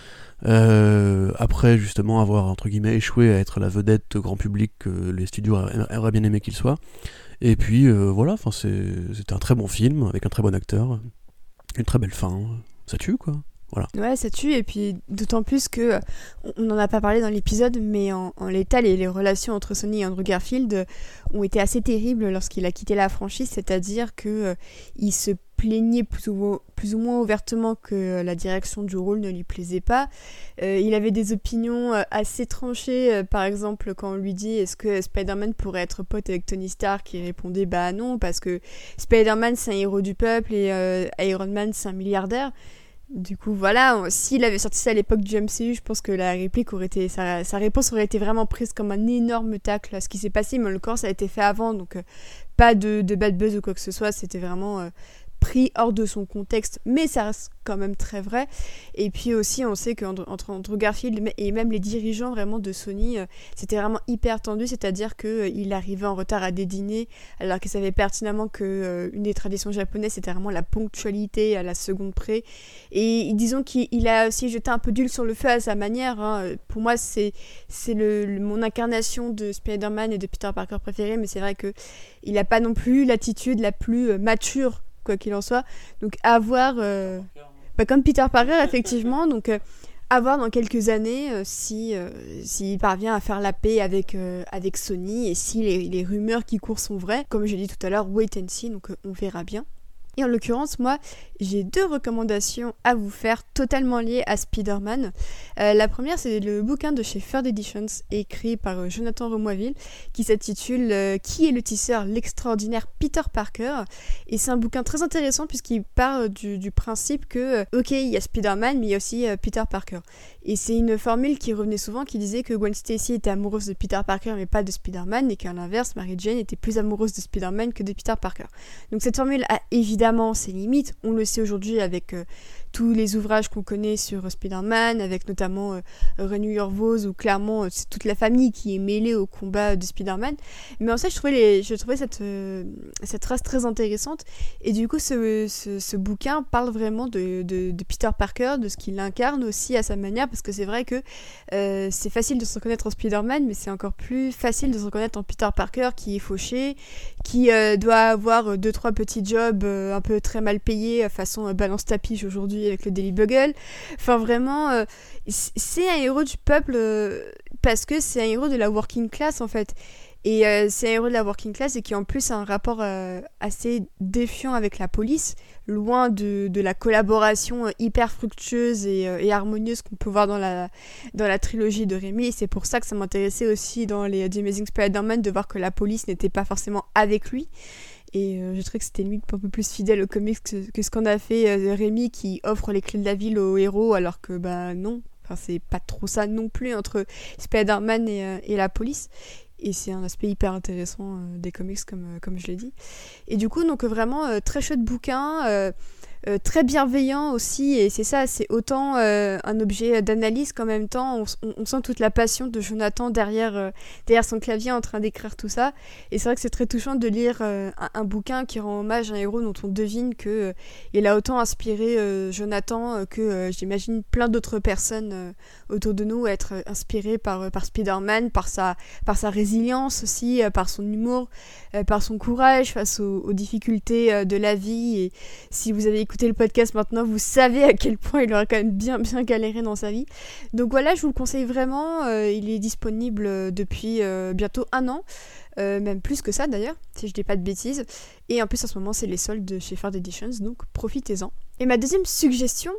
Speaker 2: Euh, après justement avoir entre guillemets échoué à être la vedette grand public que les studios auraient bien aimé qu'il soit. Et puis euh, voilà, enfin c'est, c'était un très bon film avec un très bon acteur, une très belle fin, ça tue quoi. Voilà.
Speaker 3: Ouais, ça tue, et puis d'autant plus que, on n'en a pas parlé dans l'épisode, mais en, en l'état, les, les relations entre Sony et Andrew Garfield ont été assez terribles lorsqu'il a quitté la franchise, c'est-à-dire qu'il euh, se plaignait plus ou, plus ou moins ouvertement que la direction du rôle ne lui plaisait pas. Euh, il avait des opinions euh, assez tranchées, euh, par exemple quand on lui dit est-ce que Spider-Man pourrait être pote avec Tony Stark, il répondait bah non, parce que Spider-Man c'est un héros du peuple et euh, Iron Man c'est un milliardaire. Du coup, voilà, s'il avait sorti ça à l'époque du M C U, je pense que la réplique aurait été, sa, sa réponse aurait été vraiment prise comme un énorme tacle à ce qui s'est passé, mais le corps, ça a été fait avant, donc euh, pas de, de bad buzz ou quoi que ce soit, c'était vraiment euh, pris hors de son contexte, mais ça reste quand même très vrai. Et puis aussi, on sait qu'entre entre Andrew Garfield et même les dirigeants vraiment de Sony, euh, c'était vraiment hyper tendu, c'est-à-dire qu'il euh, arrivait en retard à des dîners, alors qu'il savait pertinemment qu'une euh, des traditions japonaises, c'était vraiment la ponctualité à la seconde près. Et disons qu'il a aussi jeté un peu d'huile sur le feu à sa manière. Hein. Pour moi, c'est, c'est le, le, mon incarnation de Spider-Man et de Peter Parker préféré, mais c'est vrai qu'il n'a pas non plus l'attitude la plus euh, mature, quoi qu'il en soit. Donc, avoir... Euh, bah, comme Peter Parker, effectivement. Donc, euh, à voir dans quelques années euh, si, euh, s'il parvient à faire la paix avec, euh, avec Sony et si les, les rumeurs qui courent sont vraies. Comme je l'ai dit tout à l'heure, wait and see, donc euh, on verra bien. Et en l'occurrence, moi, j'ai deux recommandations à vous faire totalement liées à Spider-Man. Euh, la première, c'est le bouquin de chez Third Editions, écrit par euh, Jonathan Romoisville, qui s'intitule euh, « Qui est le tisseur, l'extraordinaire Peter Parker ?» Et c'est un bouquin très intéressant puisqu'il part du, du principe que, euh, ok, il y a Spider-Man, mais il y a aussi euh, Peter Parker. Et c'est une formule qui revenait souvent, qui disait que Gwen Stacy était amoureuse de Peter Parker, mais pas de Spider-Man, et qu'à l'inverse, Mary Jane était plus amoureuse de Spider-Man que de Peter Parker. Donc cette formule a évidemment ses limites, on le sait aujourd'hui avec euh, tous les ouvrages qu'on connaît sur Spider-Man, avec notamment euh, Renew Your Vows, où clairement euh, c'est toute la famille qui est mêlée au combat de Spider-Man. Mais en fait, je trouvais, les, je trouvais cette, euh, cette race très intéressante, et du coup, ce, ce, ce bouquin parle vraiment de, de, de Peter Parker, de ce qu'il incarne aussi à sa manière, parce que c'est vrai que euh, c'est facile de se reconnaître en Spider-Man, mais c'est encore plus facile de se reconnaître en Peter Parker, qui est fauché, qui euh, doit avoir deux, trois petits jobs euh, un peu très mal payés, façon euh, balance tapis aujourd'hui avec le Daily Bugle. Enfin vraiment, euh, c'est un héros du peuple euh, parce que c'est un héros de la working class en fait. Et euh, c'est un héros de la working class et qui en plus a un rapport euh, assez défiant avec la police, loin de, de la collaboration euh, hyper fructueuse et, euh, et harmonieuse qu'on peut voir dans la, dans la trilogie de Raimi. Et c'est pour ça que ça m'intéressait aussi dans les The Amazing Spider-Man de voir que la police n'était pas forcément avec lui. Et euh, je trouvais que c'était limite un peu plus fidèle aux comics que, que ce qu'on a fait euh, Raimi qui offre les clés de la ville aux héros alors que bah non, enfin, c'est pas trop ça non plus entre Spider-Man et, euh, et la police. Et c'est un aspect hyper intéressant euh, des comics comme, euh, comme je l'ai dit. Et du coup, donc vraiment, euh, très chouette bouquin. Euh, euh, très bienveillant aussi, et c'est ça, c'est autant euh, un objet d'analyse qu'en même temps, on, on, on sent toute la passion de Jonathan derrière, euh, derrière son clavier en train d'écrire tout ça. Et c'est vrai que c'est très touchant de lire euh, un, un bouquin qui rend hommage à un héros dont on devine que euh, il a autant inspiré euh, Jonathan euh, que euh, j'imagine plein d'autres personnes euh, autour de nous être inspirées par, euh, par Spider-Man, par sa, par sa résilience aussi, euh, par son humour, euh, par son courage face aux, aux difficultés euh, de la vie. Et si vous avez écouté le podcast maintenant, vous savez à quel point il aura quand même bien, bien galéré dans sa vie. Donc voilà, je vous le conseille vraiment. Euh, il est disponible euh, depuis euh, bientôt un an. Euh, même plus que ça d'ailleurs, si je dis pas de bêtises. Et en plus en ce moment c'est les soldes chez Fard Editions, donc profitez-en. Et ma deuxième suggestion,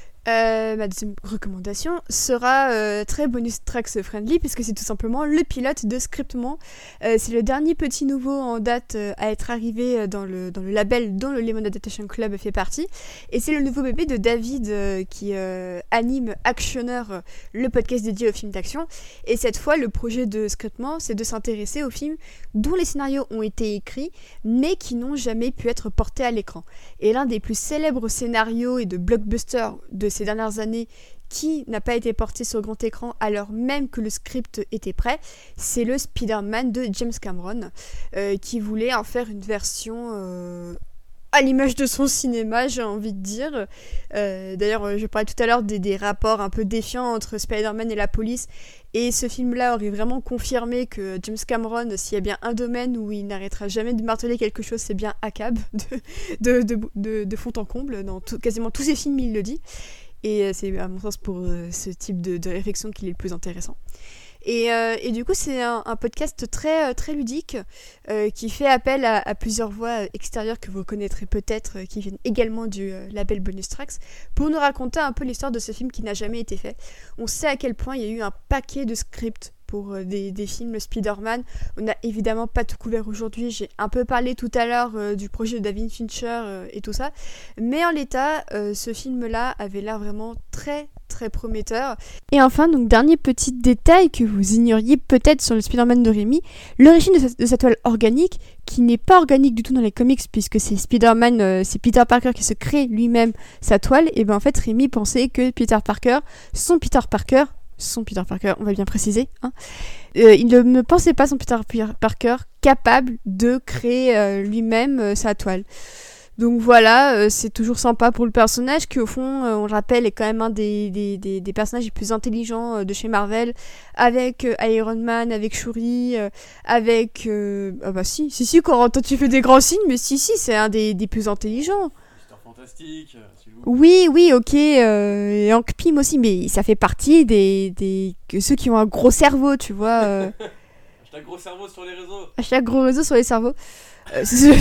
Speaker 3: euh, ma deuxième recommandation sera euh, très bonus tracks friendly, puisque c'est tout simplement le pilote de Scriptement. Euh, c'est le dernier petit nouveau en date euh, à être arrivé dans le, dans le label dont le Lemon Adaptation Club fait partie. Et c'est le nouveau bébé de David euh, qui euh, anime Actionneur, euh, le podcast dédié aux films d'action. Et cette fois, le projet de Scriptement, c'est de s'intéresser aux films dont les scénarios ont été écrits, mais qui n'ont jamais pu être portés à l'écran. Et l'un des plus célèbres scénarios et de blockbusters de ces dernières années qui n'a pas été porté sur grand écran alors même que le script était prêt, c'est le Spider-Man de James Cameron, euh, qui voulait en faire une version euh, à l'image de son cinéma, j'ai envie de dire. Euh, d'ailleurs, je parlais tout à l'heure des, des rapports un peu défiants entre Spider-Man et la police, et ce film-là aurait vraiment confirmé que James Cameron, s'il y a bien un domaine où il n'arrêtera jamais de marteler quelque chose, c'est bien A C A B, de, de, de, de, de fond en comble. Dans tout, quasiment tous ses films, il le dit. Et c'est à mon sens pour euh, ce type de, de réflexion qu'il est le plus intéressant. Et, euh, et du coup, c'est un, un podcast très, très ludique euh, qui fait appel à, à plusieurs voix extérieures que vous connaîtrez peut-être, euh, qui viennent également du euh, label Bonus Tracks, pour nous raconter un peu l'histoire de ce film qui n'a jamais été fait. On sait à quel point il y a eu un paquet de scripts pour euh, des, des films Spider-Man. On n'a évidemment pas tout couvert aujourd'hui. J'ai un peu parlé tout à l'heure euh, du projet de David Fincher euh, et tout ça. Mais en l'état, euh, ce film-là avait l'air vraiment très très prometteur. Et enfin, donc dernier petit détail que vous ignoriez peut-être sur le Spider-Man de Raimi, l'origine de, sa, de sa toile organique, qui n'est pas organique du tout dans les comics, puisque c'est Spider-Man, euh, c'est Peter Parker qui se crée lui-même sa toile, et ben en fait Raimi pensait que Peter Parker, son Peter Parker, son Peter Parker, on va bien préciser, hein, euh, il ne pensait pas son Peter Parker capable de créer euh, lui-même euh, sa toile. Donc voilà, euh, c'est toujours sympa pour le personnage qui au fond, euh, on le rappelle, est quand même un des, des, des, des personnages les plus intelligents euh, de chez Marvel, avec euh, Iron Man, avec Shuri, euh, avec... Euh... Ah bah si, si, si, quand toi tu fais des grands signes, mais si, si, c'est un des, des plus intelligents.
Speaker 2: Mister Fantastique, s'il vous plaît.
Speaker 3: Oui, oui, ok, euh, et Hank Pym aussi, mais ça fait partie des, des... que ceux qui ont un gros cerveau, tu vois. Euh...
Speaker 2: Hashtag gros cerveau sur les réseaux.
Speaker 3: Hashtag gros réseau sur les cerveaux. Euh,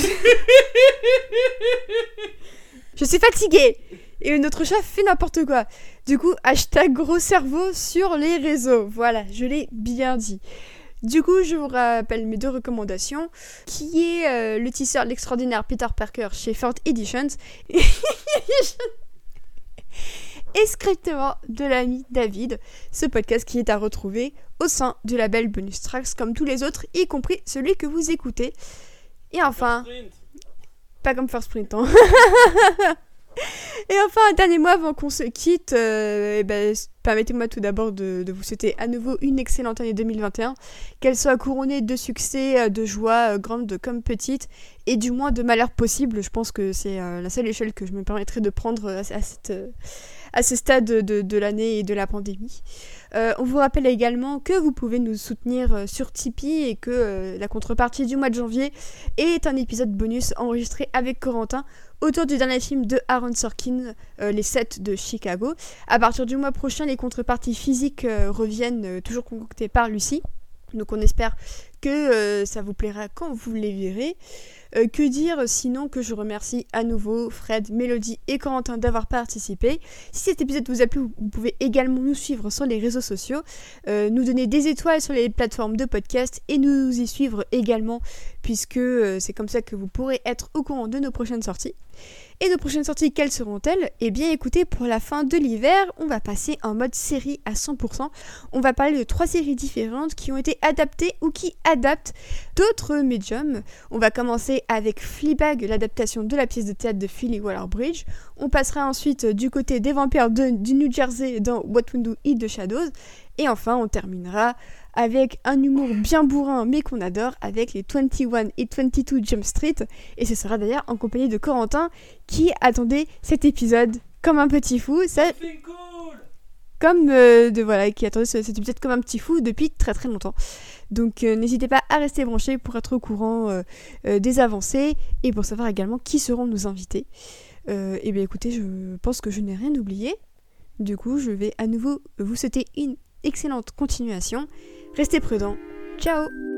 Speaker 3: je suis fatiguée et notre chat fait n'importe quoi. Du coup, hashtag gros cerveau sur les réseaux. Voilà, je l'ai bien dit. Du coup, je vous rappelle mes deux recommandations, qui est euh, le tisseur l'extraordinaire Peter Parker chez Fard Editions et Scriptement de l'ami David, ce podcast qui est à retrouver au sein du label Bonus Tracks comme tous les autres, y compris celui que vous écoutez. Et enfin, pas comme First Sprint, hein. Et enfin, un dernier mot avant qu'on se quitte, euh, et ben, permettez-moi tout d'abord de, de vous souhaiter à nouveau une excellente année deux mille vingt et un, qu'elle soit couronnée de succès, de joie, grande comme petite, et du moins de malheur possible. Je pense que c'est euh, la seule échelle que je me permettrai de prendre à, à, cette, euh, à ce stade de, de, de l'année et de la pandémie. Euh, on vous rappelle également que vous pouvez nous soutenir euh, sur Tipeee et que euh, la contrepartie du mois de janvier est un épisode bonus enregistré avec Corentin autour du dernier film de Aaron Sorkin, euh, Les sept de Chicago. À partir du mois prochain, les contreparties physiques euh, reviennent, euh, toujours concoctées par Lucie. Donc on espère que euh, ça vous plaira quand vous les verrez. Euh, que dire sinon que je remercie à nouveau Fred, Mélodie et Corentin d'avoir participé. Si cet épisode vous a plu, vous pouvez également nous suivre sur les réseaux sociaux, euh, nous donner des étoiles sur les plateformes de podcast et nous y suivre également, puisque euh, c'est comme ça que vous pourrez être au courant de nos prochaines sorties. Et nos prochaines sorties, quelles seront-elles ? Eh bien écoutez, pour la fin de l'hiver, on va passer en mode série à cent pour cent. On va parler de trois séries différentes qui ont été adaptées ou qui adaptent d'autres médiums. On va commencer avec Fleabag, l'adaptation de la pièce de théâtre de Phoebe Waller-Bridge. On passera ensuite du côté des vampires de, du New Jersey dans What We Do Eat the Shadows. Et enfin, on terminera avec un humour bien bourrin mais qu'on adore avec les vingt et un et vingt-deux Jump Street. Et ce sera d'ailleurs en compagnie de Corentin qui attendait cet épisode comme un petit fou. Ça...
Speaker 2: Cool.
Speaker 3: Comme euh, de voilà, qui attendait cet épisode comme un petit fou depuis très très longtemps. Donc euh, n'hésitez pas à rester branchés pour être au courant euh, euh, des avancées et pour savoir également qui seront nos invités. Euh, et bien écoutez, je pense que je n'ai rien oublié. Du coup, je vais à nouveau vous souhaiter une excellente continuation. Restez prudents. Ciao!